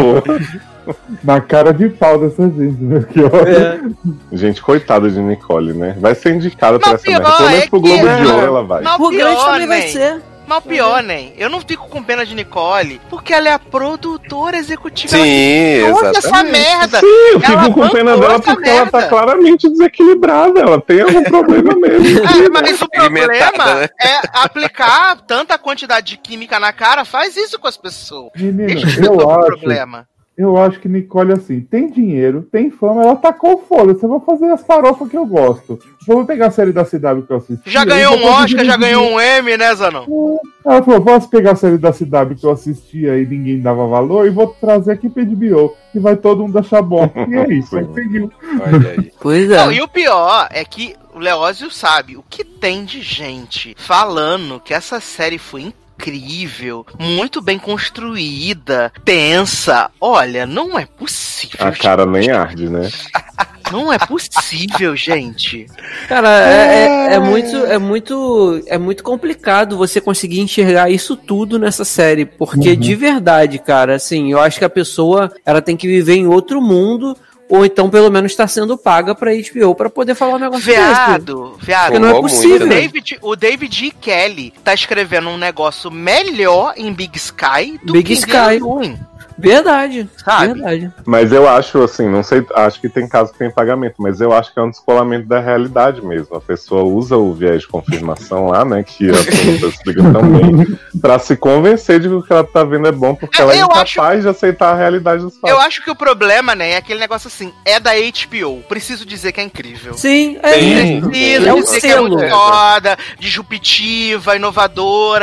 [SPEAKER 5] Pô,
[SPEAKER 4] Na cara de pau dessa gente, meu. Que ódio.
[SPEAKER 6] É.
[SPEAKER 5] gente, coitada de Nicole, né? Vai ser indicada pra
[SPEAKER 2] Mas
[SPEAKER 5] essa merda.
[SPEAKER 2] pior
[SPEAKER 5] Pelo menos
[SPEAKER 2] é
[SPEAKER 5] pro Globo
[SPEAKER 2] que-
[SPEAKER 5] de Ouro ela vai.
[SPEAKER 2] Mas
[SPEAKER 6] O grande
[SPEAKER 2] pior,
[SPEAKER 6] também vai
[SPEAKER 2] nem.
[SPEAKER 6] ser.
[SPEAKER 2] Mas o pior, nem. Eu não fico com pena de Nicole, porque ela é a produtora executiva.
[SPEAKER 3] Sim,
[SPEAKER 2] ela trouxe essa
[SPEAKER 3] exatamente.
[SPEAKER 2] merda.
[SPEAKER 5] Sim, eu
[SPEAKER 2] Ela
[SPEAKER 5] fico com pena
[SPEAKER 2] bancou
[SPEAKER 5] dela
[SPEAKER 2] essa
[SPEAKER 5] porque ela tá
[SPEAKER 2] merda.
[SPEAKER 5] claramente desequilibrada. Ela tem algum problema mesmo.
[SPEAKER 2] É, mas o problema
[SPEAKER 3] Alimentada, né?
[SPEAKER 2] é aplicar tanta quantidade de química na cara, faz isso com as pessoas.
[SPEAKER 4] Menino,
[SPEAKER 2] Deixa eu
[SPEAKER 4] eu
[SPEAKER 2] o
[SPEAKER 4] acho,
[SPEAKER 2] problema.
[SPEAKER 4] eu acho que Nicole, assim, tem dinheiro, tem fama, ela tacou foda-se. Eu vou fazer as farofas que eu gosto. Vou pegar a série da C W que eu assisti.
[SPEAKER 2] Já
[SPEAKER 4] eu
[SPEAKER 2] ganhou
[SPEAKER 4] vou
[SPEAKER 2] um
[SPEAKER 4] conseguir
[SPEAKER 2] Oscar, já
[SPEAKER 4] dividir.
[SPEAKER 2] ganhou um Emmy, né, Zanon?
[SPEAKER 4] Ela falou, posso pegar a série da C W que eu assistia e ninguém dava valor e vou trazer aqui pra H B O, que vai todo mundo achar bom. E é isso, aí seguiu.
[SPEAKER 3] Olha aí.
[SPEAKER 6] Pois
[SPEAKER 2] Não,
[SPEAKER 6] é.
[SPEAKER 2] e o pior é que o Leózio sabe o que tem de gente falando que essa série foi incrível, muito bem construída, tensa. Olha, não é possível.
[SPEAKER 5] A cara nem arde, né?
[SPEAKER 2] Não é possível, gente.
[SPEAKER 6] Cara, é, é, é muito, é muito, é muito complicado você conseguir enxergar isso tudo nessa série, porque de verdade, cara, assim, eu acho que a pessoa, ela tem que viver em outro mundo, ou então pelo menos está sendo paga pra H B O pra poder falar um negócio desse.
[SPEAKER 2] Viado, viado.
[SPEAKER 6] Porque não é
[SPEAKER 3] Roubou
[SPEAKER 6] possível.
[SPEAKER 3] muito,
[SPEAKER 2] O
[SPEAKER 3] né?
[SPEAKER 2] David, o David E. Kelly tá escrevendo um negócio melhor em Big Sky do
[SPEAKER 6] Big
[SPEAKER 2] que
[SPEAKER 6] Sky.
[SPEAKER 2] em Ruim,
[SPEAKER 6] Verdade,
[SPEAKER 2] sabe?
[SPEAKER 6] verdade.
[SPEAKER 5] Mas eu acho, assim, não sei, acho que tem caso que tem pagamento, mas eu acho que é um descolamento da realidade mesmo. A pessoa usa o viés de confirmação lá, né, que a pergunta explica também, pra se convencer de que o que ela tá vendo é bom, porque
[SPEAKER 2] É,
[SPEAKER 5] ela é
[SPEAKER 2] eu
[SPEAKER 5] incapaz
[SPEAKER 2] acho-
[SPEAKER 5] de aceitar a realidade dos fatos.
[SPEAKER 2] Eu acho que o problema, né, é aquele negócio assim, é da H B O, preciso dizer que é incrível.
[SPEAKER 6] Sim, é,
[SPEAKER 3] Sim.
[SPEAKER 2] Preciso
[SPEAKER 6] é o
[SPEAKER 2] dizer que é muito
[SPEAKER 6] selo.
[SPEAKER 2] foda, disruptiva, inovadora.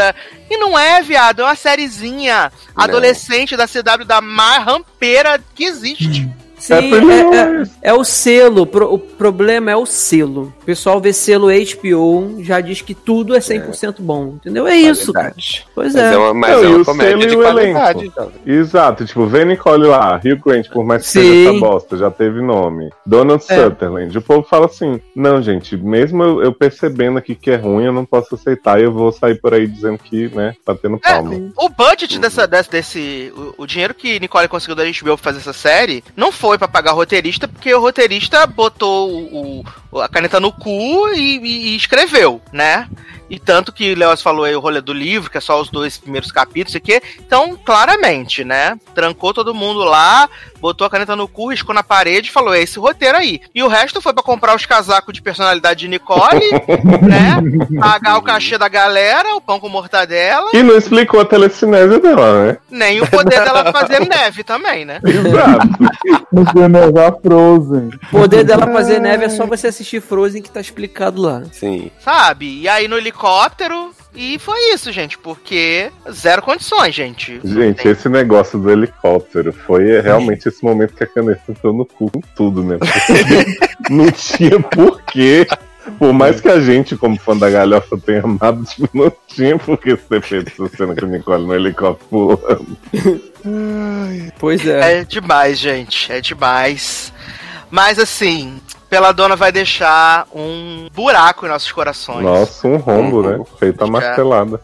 [SPEAKER 2] E não é, viado, é uma sériezinha adolescente da C W da mais rampeira que existe.
[SPEAKER 6] Sim, é, é, é o selo. O problema é o selo. O pessoal vê selo H B O, já diz que tudo é cem por cento bom, entendeu? É isso, cara. Pois
[SPEAKER 3] mas
[SPEAKER 6] é.
[SPEAKER 3] é uma, mas
[SPEAKER 5] Não,
[SPEAKER 3] é uma
[SPEAKER 5] e o
[SPEAKER 3] comédia
[SPEAKER 5] selo
[SPEAKER 3] de
[SPEAKER 5] e o
[SPEAKER 3] qualidade.
[SPEAKER 5] elenco.
[SPEAKER 3] Então.
[SPEAKER 5] Exato, tipo, vê Nicole lá, Hugh Grant, por mais que
[SPEAKER 6] Sim.
[SPEAKER 5] seja essa bosta, já teve nome. Donald
[SPEAKER 6] É.
[SPEAKER 5] Sutherland. O povo fala assim, não, gente, mesmo eu, eu percebendo aqui que é ruim, eu não posso aceitar e eu vou sair por aí dizendo que, né, batendo
[SPEAKER 2] É,
[SPEAKER 5] palma.
[SPEAKER 2] o budget dessa, dessa, desse. O, o dinheiro que Nicole conseguiu da H B O pra fazer essa série não foi pra pagar roteirista, porque o roteirista botou o, o- a caneta no cu e, e- e escreveu, né? E tanto que o Leoz falou aí o rolê do livro, que é só os dois primeiros capítulos aqui. Então, claramente, né? Trancou todo mundo lá, botou a caneta no cu, riscou na parede e falou: é esse roteiro aí. E o resto foi pra comprar os casacos de personalidade de Nicole, né? Pagar o cachê da galera, o pão com mortadela,
[SPEAKER 5] E não explicou a telecinese dela, né?
[SPEAKER 2] nem o poder dela fazer neve também, né?
[SPEAKER 5] Exato.
[SPEAKER 4] No Genevar Frozen.
[SPEAKER 6] O poder dela fazer neve é só você assistir Frozen, que tá explicado lá.
[SPEAKER 3] Sim.
[SPEAKER 2] Sabe? E aí no helicóptero. E foi isso, gente, porque zero condições, gente.
[SPEAKER 5] Gente, esse negócio do helicóptero foi realmente esse momento que a caneta entrou no cu com tudo, né? Porque não tinha porquê. Por mais que a gente, como fã da galhofa, tenha amado, tipo, não tinha por que ter feito essa cena com a Nicole no helicóptero pulando.
[SPEAKER 6] Pois é.
[SPEAKER 2] É demais, gente. É demais. Mas assim, Peladona vai deixar um buraco em nossos corações.
[SPEAKER 5] Nossa, um rombo, né? Feito a martelada.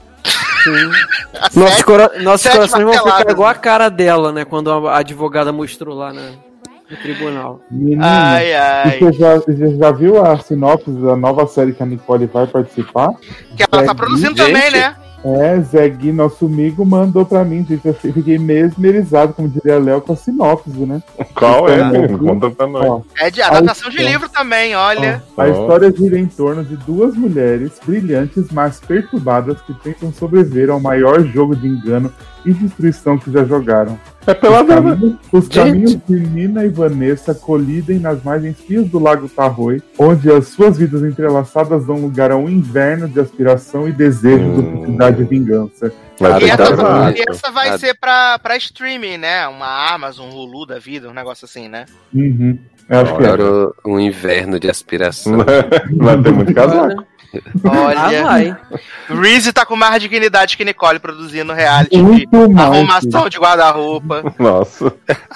[SPEAKER 2] A
[SPEAKER 6] Nossos,
[SPEAKER 2] sete-
[SPEAKER 6] cora- nossos
[SPEAKER 2] sete
[SPEAKER 6] corações vão ficar
[SPEAKER 2] marteladas,
[SPEAKER 6] igual a
[SPEAKER 2] né?
[SPEAKER 6] cara dela, né? Quando a advogada mostrou lá na- no tribunal.
[SPEAKER 4] Menino,
[SPEAKER 2] Ai, ai.
[SPEAKER 4] e você já, você já viu a sinopse da nova série que a Nicole vai participar?
[SPEAKER 2] Que ela tá
[SPEAKER 4] Zé
[SPEAKER 2] produzindo
[SPEAKER 3] Gente.
[SPEAKER 2] também, né?
[SPEAKER 4] É, Zé Gui, nosso amigo, mandou pra mim, gente. Eu fiquei mesmerizado, como diria Léo, com a sinopse, né?
[SPEAKER 5] Qual é,
[SPEAKER 4] Então,
[SPEAKER 5] menino? Conta pra nós.
[SPEAKER 4] Ó,
[SPEAKER 2] É de adaptação
[SPEAKER 4] Ai,
[SPEAKER 2] de livro também, olha.
[SPEAKER 4] a história gira em torno de duas mulheres brilhantes, mas perturbadas, que tentam sobreviver ao maior jogo de engano e destruição que já jogaram.
[SPEAKER 5] É
[SPEAKER 4] Os
[SPEAKER 5] peladona.
[SPEAKER 4] caminhos, os caminhos de Nina e Vanessa colidem nas margens frias do Lago Tahoe, onde as suas vidas entrelaçadas dão lugar a um inverno de aspiração e desejo,
[SPEAKER 5] Hum.
[SPEAKER 4] duplicidade e vingança.
[SPEAKER 5] Vai
[SPEAKER 2] E
[SPEAKER 5] ter que
[SPEAKER 2] essa,
[SPEAKER 5] acabar.
[SPEAKER 2] e essa vai
[SPEAKER 3] Ah.
[SPEAKER 2] ser pra, pra streaming, né? Uma Amazon, um Hulu da vida, um negócio assim, né?
[SPEAKER 4] Uhum. Eu acho que é.
[SPEAKER 3] Agora um inverno de aspiração.
[SPEAKER 5] Vai ter muito casaco.
[SPEAKER 6] Ah,
[SPEAKER 2] Olha,
[SPEAKER 6] vai.
[SPEAKER 2] Reese tá com mais dignidade que Nicole produzindo reality de
[SPEAKER 4] Muito mais.
[SPEAKER 2] arrumação de guarda-roupa,
[SPEAKER 5] Nossa.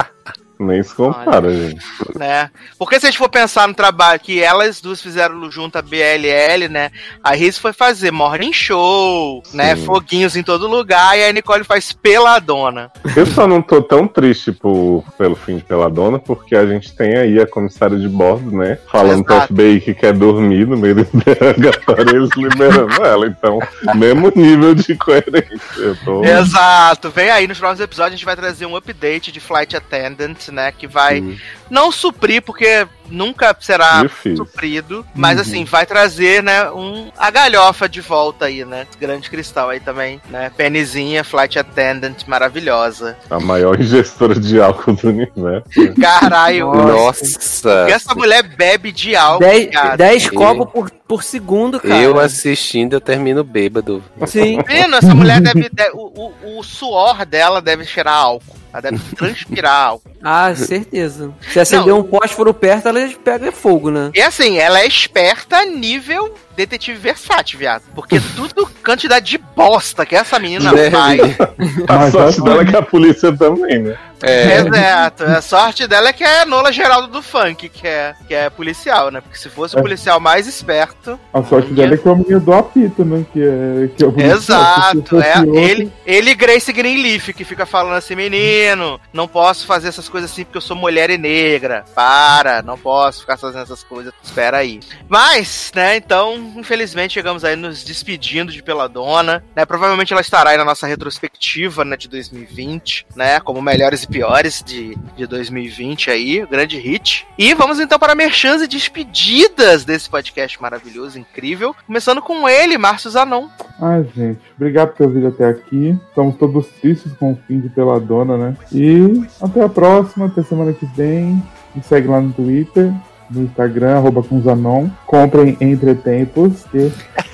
[SPEAKER 5] Nem se compara, gente.
[SPEAKER 2] né? Porque se a gente for pensar no trabalho que elas duas fizeram junto a B L L, né? A Reese foi fazer morning show, né? Foguinhos em todo lugar, e a Nicole faz Peladona.
[SPEAKER 5] Eu só não tô tão triste por, pelo fim de Peladona, porque a gente tem aí a comissária de bordo, né? Falando pro
[SPEAKER 2] Exato.
[SPEAKER 5] F B I que quer dormir no meio do interrogatório, eles liberando ela. Então, mesmo nível de coerência. Eu tô...
[SPEAKER 2] Exato. Vem aí nos próximos episódios, a gente vai trazer um update de Flight Attendant, né? Que vai
[SPEAKER 3] Sim.
[SPEAKER 2] não suprir, porque nunca será
[SPEAKER 5] Difícil.
[SPEAKER 2] suprido, mas assim, vai trazer, né, um, a galhofa de volta aí, né? Grande Cristal aí também, né? Pennyzinha, Flight Attendant, maravilhosa.
[SPEAKER 5] A maior ingestora de álcool do universo.
[SPEAKER 2] Caralho.
[SPEAKER 3] Nossa!
[SPEAKER 2] Porque essa mulher bebe de álcool,
[SPEAKER 6] dez
[SPEAKER 2] cara.
[SPEAKER 6] dez
[SPEAKER 3] E-
[SPEAKER 6] copos por, por segundo, cara.
[SPEAKER 3] Eu assistindo, eu termino bêbado.
[SPEAKER 6] Sim.
[SPEAKER 2] Menino, essa mulher deve. deve- o, o, o suor dela deve cheirar álcool. Ela deve transpirar álcool.
[SPEAKER 6] Ah, certeza. Se acender
[SPEAKER 2] Não.
[SPEAKER 6] um fósforo perto, ela pega fogo, né?
[SPEAKER 2] E assim, ela é esperta nível detetive versátil, viado. Porque tudo quantidade de bosta que essa menina
[SPEAKER 3] Deve.
[SPEAKER 2] faz.
[SPEAKER 5] A
[SPEAKER 4] Mas
[SPEAKER 5] sorte
[SPEAKER 4] assim-
[SPEAKER 5] dela é que a polícia também, né?
[SPEAKER 3] É,
[SPEAKER 2] Exato. A sorte dela é que é Nola Geraldo do Funk, que é, que é policial, né? Porque se fosse o
[SPEAKER 4] É.
[SPEAKER 2] policial mais esperto.
[SPEAKER 4] A sorte
[SPEAKER 2] Olha.
[SPEAKER 4] dela é que é o menino do apito, né? Que é, que é o policial. Se
[SPEAKER 2] Exato.
[SPEAKER 4] fosse
[SPEAKER 2] É,
[SPEAKER 4] outro-
[SPEAKER 2] ele, ele e Grace Greenleaf, que fica falando assim, menino, não posso fazer essas coisas assim porque eu sou mulher e negra. Para, não posso ficar fazendo essas coisas. Espera aí. Mas, né, então, infelizmente chegamos aí nos despedindo de Peladona, né? Provavelmente ela estará aí na nossa retrospectiva, né, de dois mil e vinte, né? Como melhores e piores de, de dois mil e vinte aí, o grande hit. E vamos então para merchans e despedidas desse podcast maravilhoso, incrível. Começando com ele, Márcio Zanon.
[SPEAKER 4] Ai, gente, obrigado por ter ouvido até aqui. Estamos todos tristes com o fim de Peladona, né? E até a próxima, até semana que vem. Me segue lá no Twitter. no Instagram, arroba Kunzanon. Comprem Entretempos. E...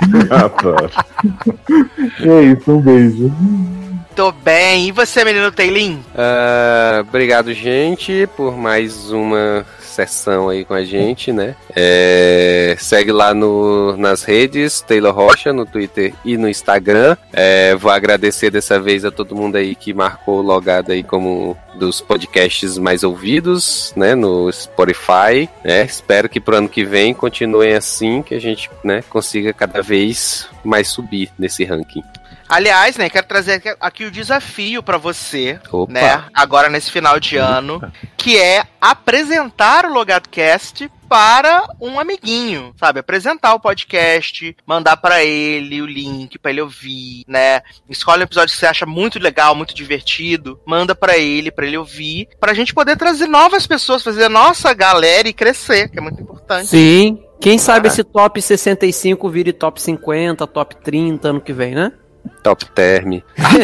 [SPEAKER 4] e é isso, um beijo.
[SPEAKER 2] Tô bem. E você, menino Tailin?
[SPEAKER 3] Uh, obrigado, gente, por mais uma sessão aí com a gente, né? É, segue lá no, nas redes, Taylor Rocha, no Twitter e no Instagram. É, vou agradecer dessa vez a todo mundo aí que marcou o logado aí como dos podcasts mais ouvidos, né? No Spotify, né? Espero que pro ano que vem continuem assim, que a gente, né, consiga cada vez mais subir nesse ranking.
[SPEAKER 2] Aliás, né, quero trazer aqui o desafio pra você,
[SPEAKER 3] Opa.
[SPEAKER 2] né, agora nesse final de ano, que é apresentar o LogadoCast para um amiguinho, sabe? Apresentar o podcast, mandar pra ele o link pra ele ouvir, né? Escolhe um episódio que você acha muito legal, muito divertido, manda pra ele, pra ele ouvir, pra gente poder trazer novas pessoas, fazer a nossa galera e crescer, que é muito importante.
[SPEAKER 6] Sim. Quem sabe esse top sessenta e cinco vire top cinquenta, top trinta ano que vem, né?
[SPEAKER 3] Top Term.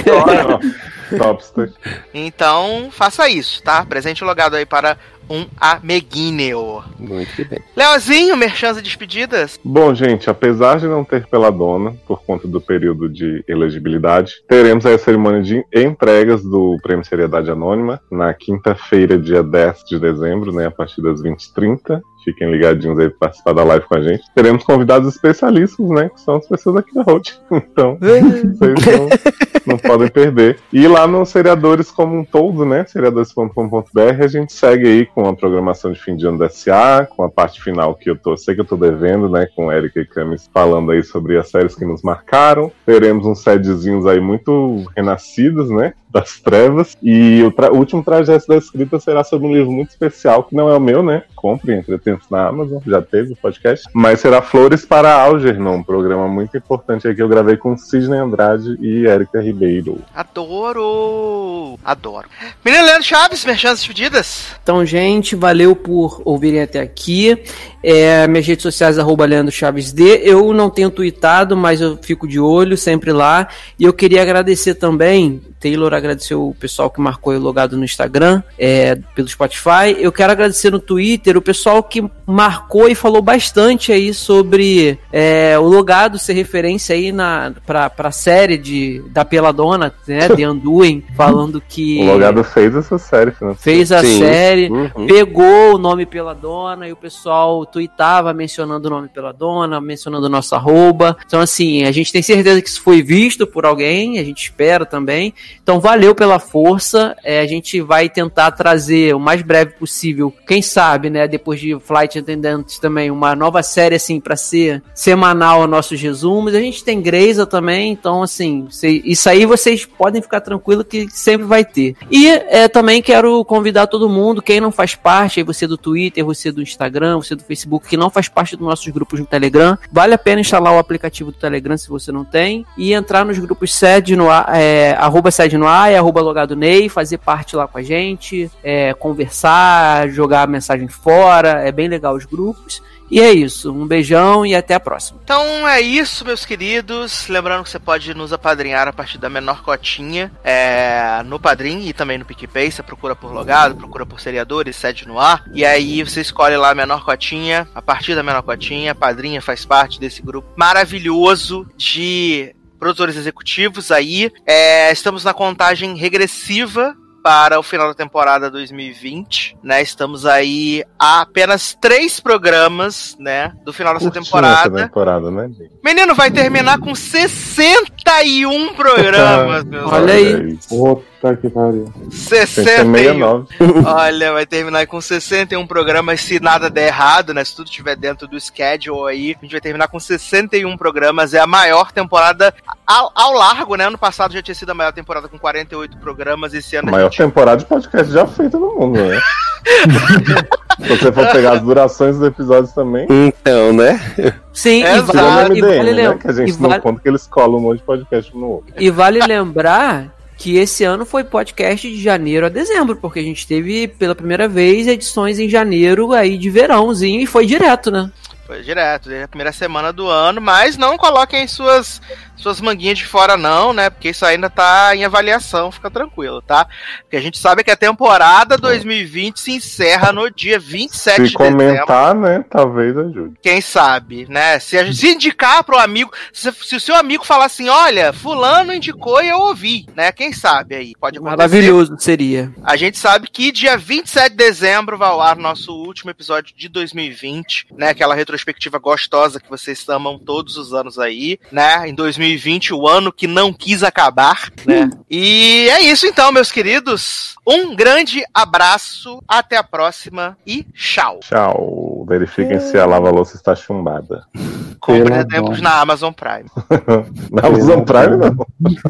[SPEAKER 5] Topster.
[SPEAKER 2] Então, faça isso, tá? Presente o logado aí para um amiguinho.
[SPEAKER 3] Muito bem.
[SPEAKER 2] Leozinho, merchans e despedidas?
[SPEAKER 5] Bom, gente, apesar de não ter peladona, por conta do período de elegibilidade, teremos aí a cerimônia de entregas do Prêmio Seriedade Anônima na quinta-feira, dia dez de dezembro, né, a partir das vinte e trinta. Fiquem ligadinhos aí pra participar da live com a gente. Teremos convidados especialíssimos, né? Que são as pessoas aqui da Road. Então, vocês não, não podem perder. E lá no Seriadores como um todo, né? seriadores ponto com ponto b r, a gente segue aí com a programação de fim de ano da S A, com a parte final que eu tô, sei que eu tô devendo, né? Com Erika e Camis falando aí sobre as séries que nos marcaram. Teremos uns sedzinhos aí muito renascidos, né? Das trevas. E o, tra- o último trajeto da escrita será sobre um livro muito especial, que não é o meu, né? Compre Entretempos na Amazon, já teve o podcast. Mas será Flores para Algernon, um programa muito importante aí que eu gravei com Sidney Andrade e Érica Ribeiro.
[SPEAKER 2] Adoro! Adoro. Menino Leandro Chaves, merchans e despedidas?
[SPEAKER 6] Então, gente, valeu por ouvirem até aqui. É, minhas redes sociais, arroba Leandro Chaves D. Eu não tenho tweetado, mas eu fico de olho sempre lá. E eu queria agradecer também, Taylor agradeceu o pessoal que marcou o logado no Instagram, é, pelo Spotify. Eu quero agradecer no Twitter o pessoal que marcou e falou bastante aí sobre é, o logado ser referência aí na, pra, pra série de, da Peladona, né, The Undoing, falando que...
[SPEAKER 5] O logado fez essa série.
[SPEAKER 6] Fez a
[SPEAKER 3] Sim.
[SPEAKER 6] série,
[SPEAKER 3] Uhum.
[SPEAKER 6] pegou o nome Peladona e o pessoal tweetava mencionando o nome Peladona, mencionando o nosso arroba. Então, assim, a gente tem certeza que isso foi visto por alguém, a gente espera também. Então, valeu pela força. É, a gente vai tentar trazer o mais breve possível, quem sabe, né, depois de Flight Attendants também, uma nova série, assim, pra ser semanal nossos resumos. A gente tem Greysa também, então, assim, cê, isso aí vocês podem ficar tranquilos que sempre vai ter. E é, também quero convidar todo mundo, quem não faz parte, aí você do Twitter, você do Instagram, você do Facebook, que não faz parte dos nossos grupos no Telegram, vale a pena instalar o aplicativo do Telegram se você não tem, e entrar nos grupos sede no ar, é, arroba sede no ar, arroba logado Ney, fazer parte lá com a gente, é, conversar, jogar mensagem fora, é bem legal os grupos. E é isso, um beijão e até a próxima.
[SPEAKER 2] Então é isso, meus queridos. Lembrando que você pode nos apadrinhar a partir da menor cotinha é, no Padrim e também no PicPay. Você procura por logado, procura por seriadores, sede no ar. E aí você escolhe lá a menor cotinha. A partir da menor cotinha, a Padrinha faz parte desse grupo maravilhoso de produtores executivos aí. É, estamos na contagem regressiva para o final da temporada dois mil e vinte, né? Estamos aí a apenas três programas, né, do final dessa temporada.
[SPEAKER 5] Essa temporada, né, gente?
[SPEAKER 2] Menino, vai terminar com sessenta e um programas, meus
[SPEAKER 6] Olha aí.
[SPEAKER 4] Puta que pariu.
[SPEAKER 2] sessenta e
[SPEAKER 5] sessenta e
[SPEAKER 2] um.
[SPEAKER 5] nove.
[SPEAKER 2] Olha, vai terminar com sessenta e um programas, se nada der errado, né? Se tudo estiver dentro do schedule aí, a gente vai terminar com sessenta e um programas. É a maior temporada ao, ao largo, né? Ano passado já tinha sido a maior temporada com quarenta e oito programas. Esse ano
[SPEAKER 5] A maior
[SPEAKER 2] gente...
[SPEAKER 5] temporada de podcast já feita no mundo, né? Se você for pegar as durações dos episódios também.
[SPEAKER 3] Então, né?
[SPEAKER 6] Sim,
[SPEAKER 2] É,
[SPEAKER 6] e,
[SPEAKER 2] exato.
[SPEAKER 6] vale,
[SPEAKER 5] Tirando
[SPEAKER 6] e,
[SPEAKER 5] o M D M,
[SPEAKER 6] vale,
[SPEAKER 5] né?
[SPEAKER 6] lem-
[SPEAKER 5] Que a gente
[SPEAKER 6] e,
[SPEAKER 5] não
[SPEAKER 6] vale,
[SPEAKER 5] conta que eles colam um monte de podcast um no outro.
[SPEAKER 6] e vale lembrar que esse ano foi podcast de janeiro a dezembro, porque a gente teve pela primeira vez edições em janeiro aí de verãozinho e foi direto, né?
[SPEAKER 2] Foi direto, desde a primeira semana do ano, mas não coloquem suas, suas manguinhas de fora não, né? Porque isso ainda tá em avaliação, fica tranquilo, tá? Porque a gente sabe que a temporada dois mil e vinte se encerra no dia vinte e sete
[SPEAKER 5] Se
[SPEAKER 2] de dezembro.
[SPEAKER 5] comentar, né, talvez ajude.
[SPEAKER 2] Quem sabe, né? Se, a gente, se indicar pro amigo, se, se o seu amigo falar assim, olha, fulano indicou e eu ouvi, né? Quem sabe aí, pode acontecer.
[SPEAKER 6] Maravilhoso seria.
[SPEAKER 2] A gente sabe que dia vinte e sete de dezembro vai ao ar nosso último episódio de dois mil e vinte, né? Aquela retrospectiva gostosa que vocês amam todos os anos aí, né? Em dois mil e vinte, o ano que não quis acabar, né? E é isso então, meus queridos. Um grande abraço, até a próxima e tchau.
[SPEAKER 5] Tchau. Verifiquem se a lava-louça está chumbada.
[SPEAKER 2] Compre
[SPEAKER 4] Pela
[SPEAKER 2] exemplos
[SPEAKER 4] dó.
[SPEAKER 2] na Amazon Prime.
[SPEAKER 5] Na Amazon Prime, não.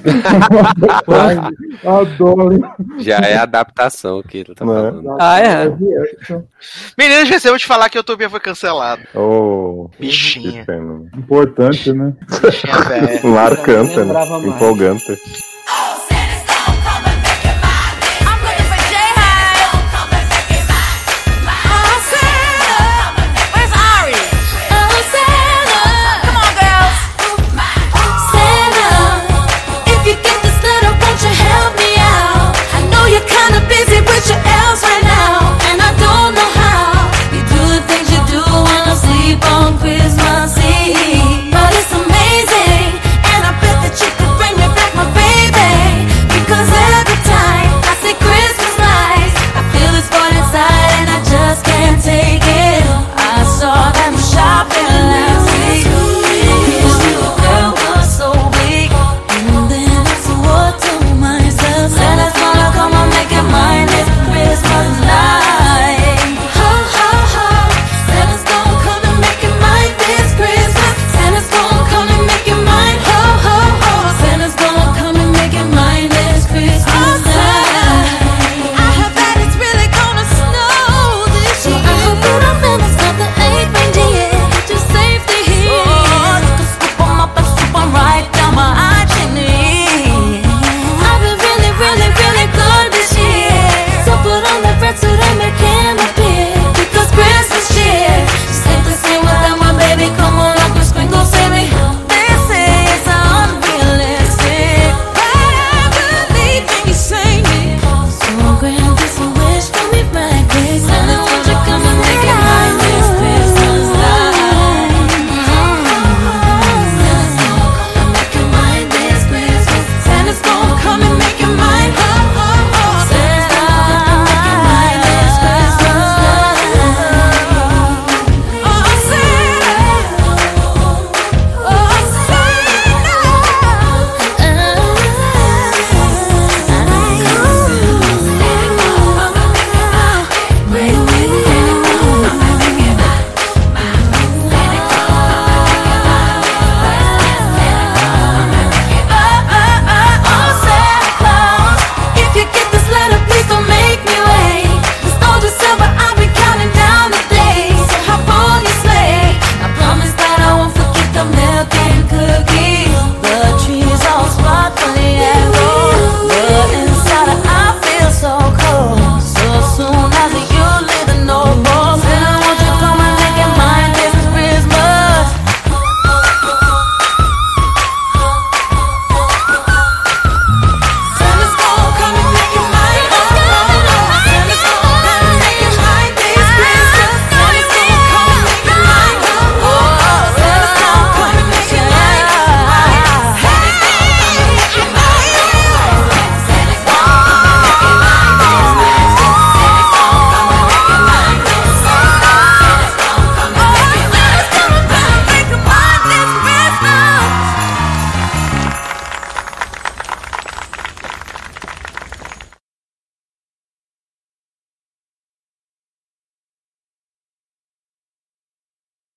[SPEAKER 4] Adoro.
[SPEAKER 3] Já é a adaptação que ele tá
[SPEAKER 5] Não é?
[SPEAKER 3] falando.
[SPEAKER 6] Ah, é?
[SPEAKER 2] Meninos, já eu te falar que a Utopia foi cancelado.
[SPEAKER 5] Oh,
[SPEAKER 2] Bichinha.
[SPEAKER 5] que pena.
[SPEAKER 4] Importante, né?
[SPEAKER 2] Bichinha velha.
[SPEAKER 5] Marcante,
[SPEAKER 6] Lembrava
[SPEAKER 5] né?
[SPEAKER 6] mais.
[SPEAKER 5] Empolgante.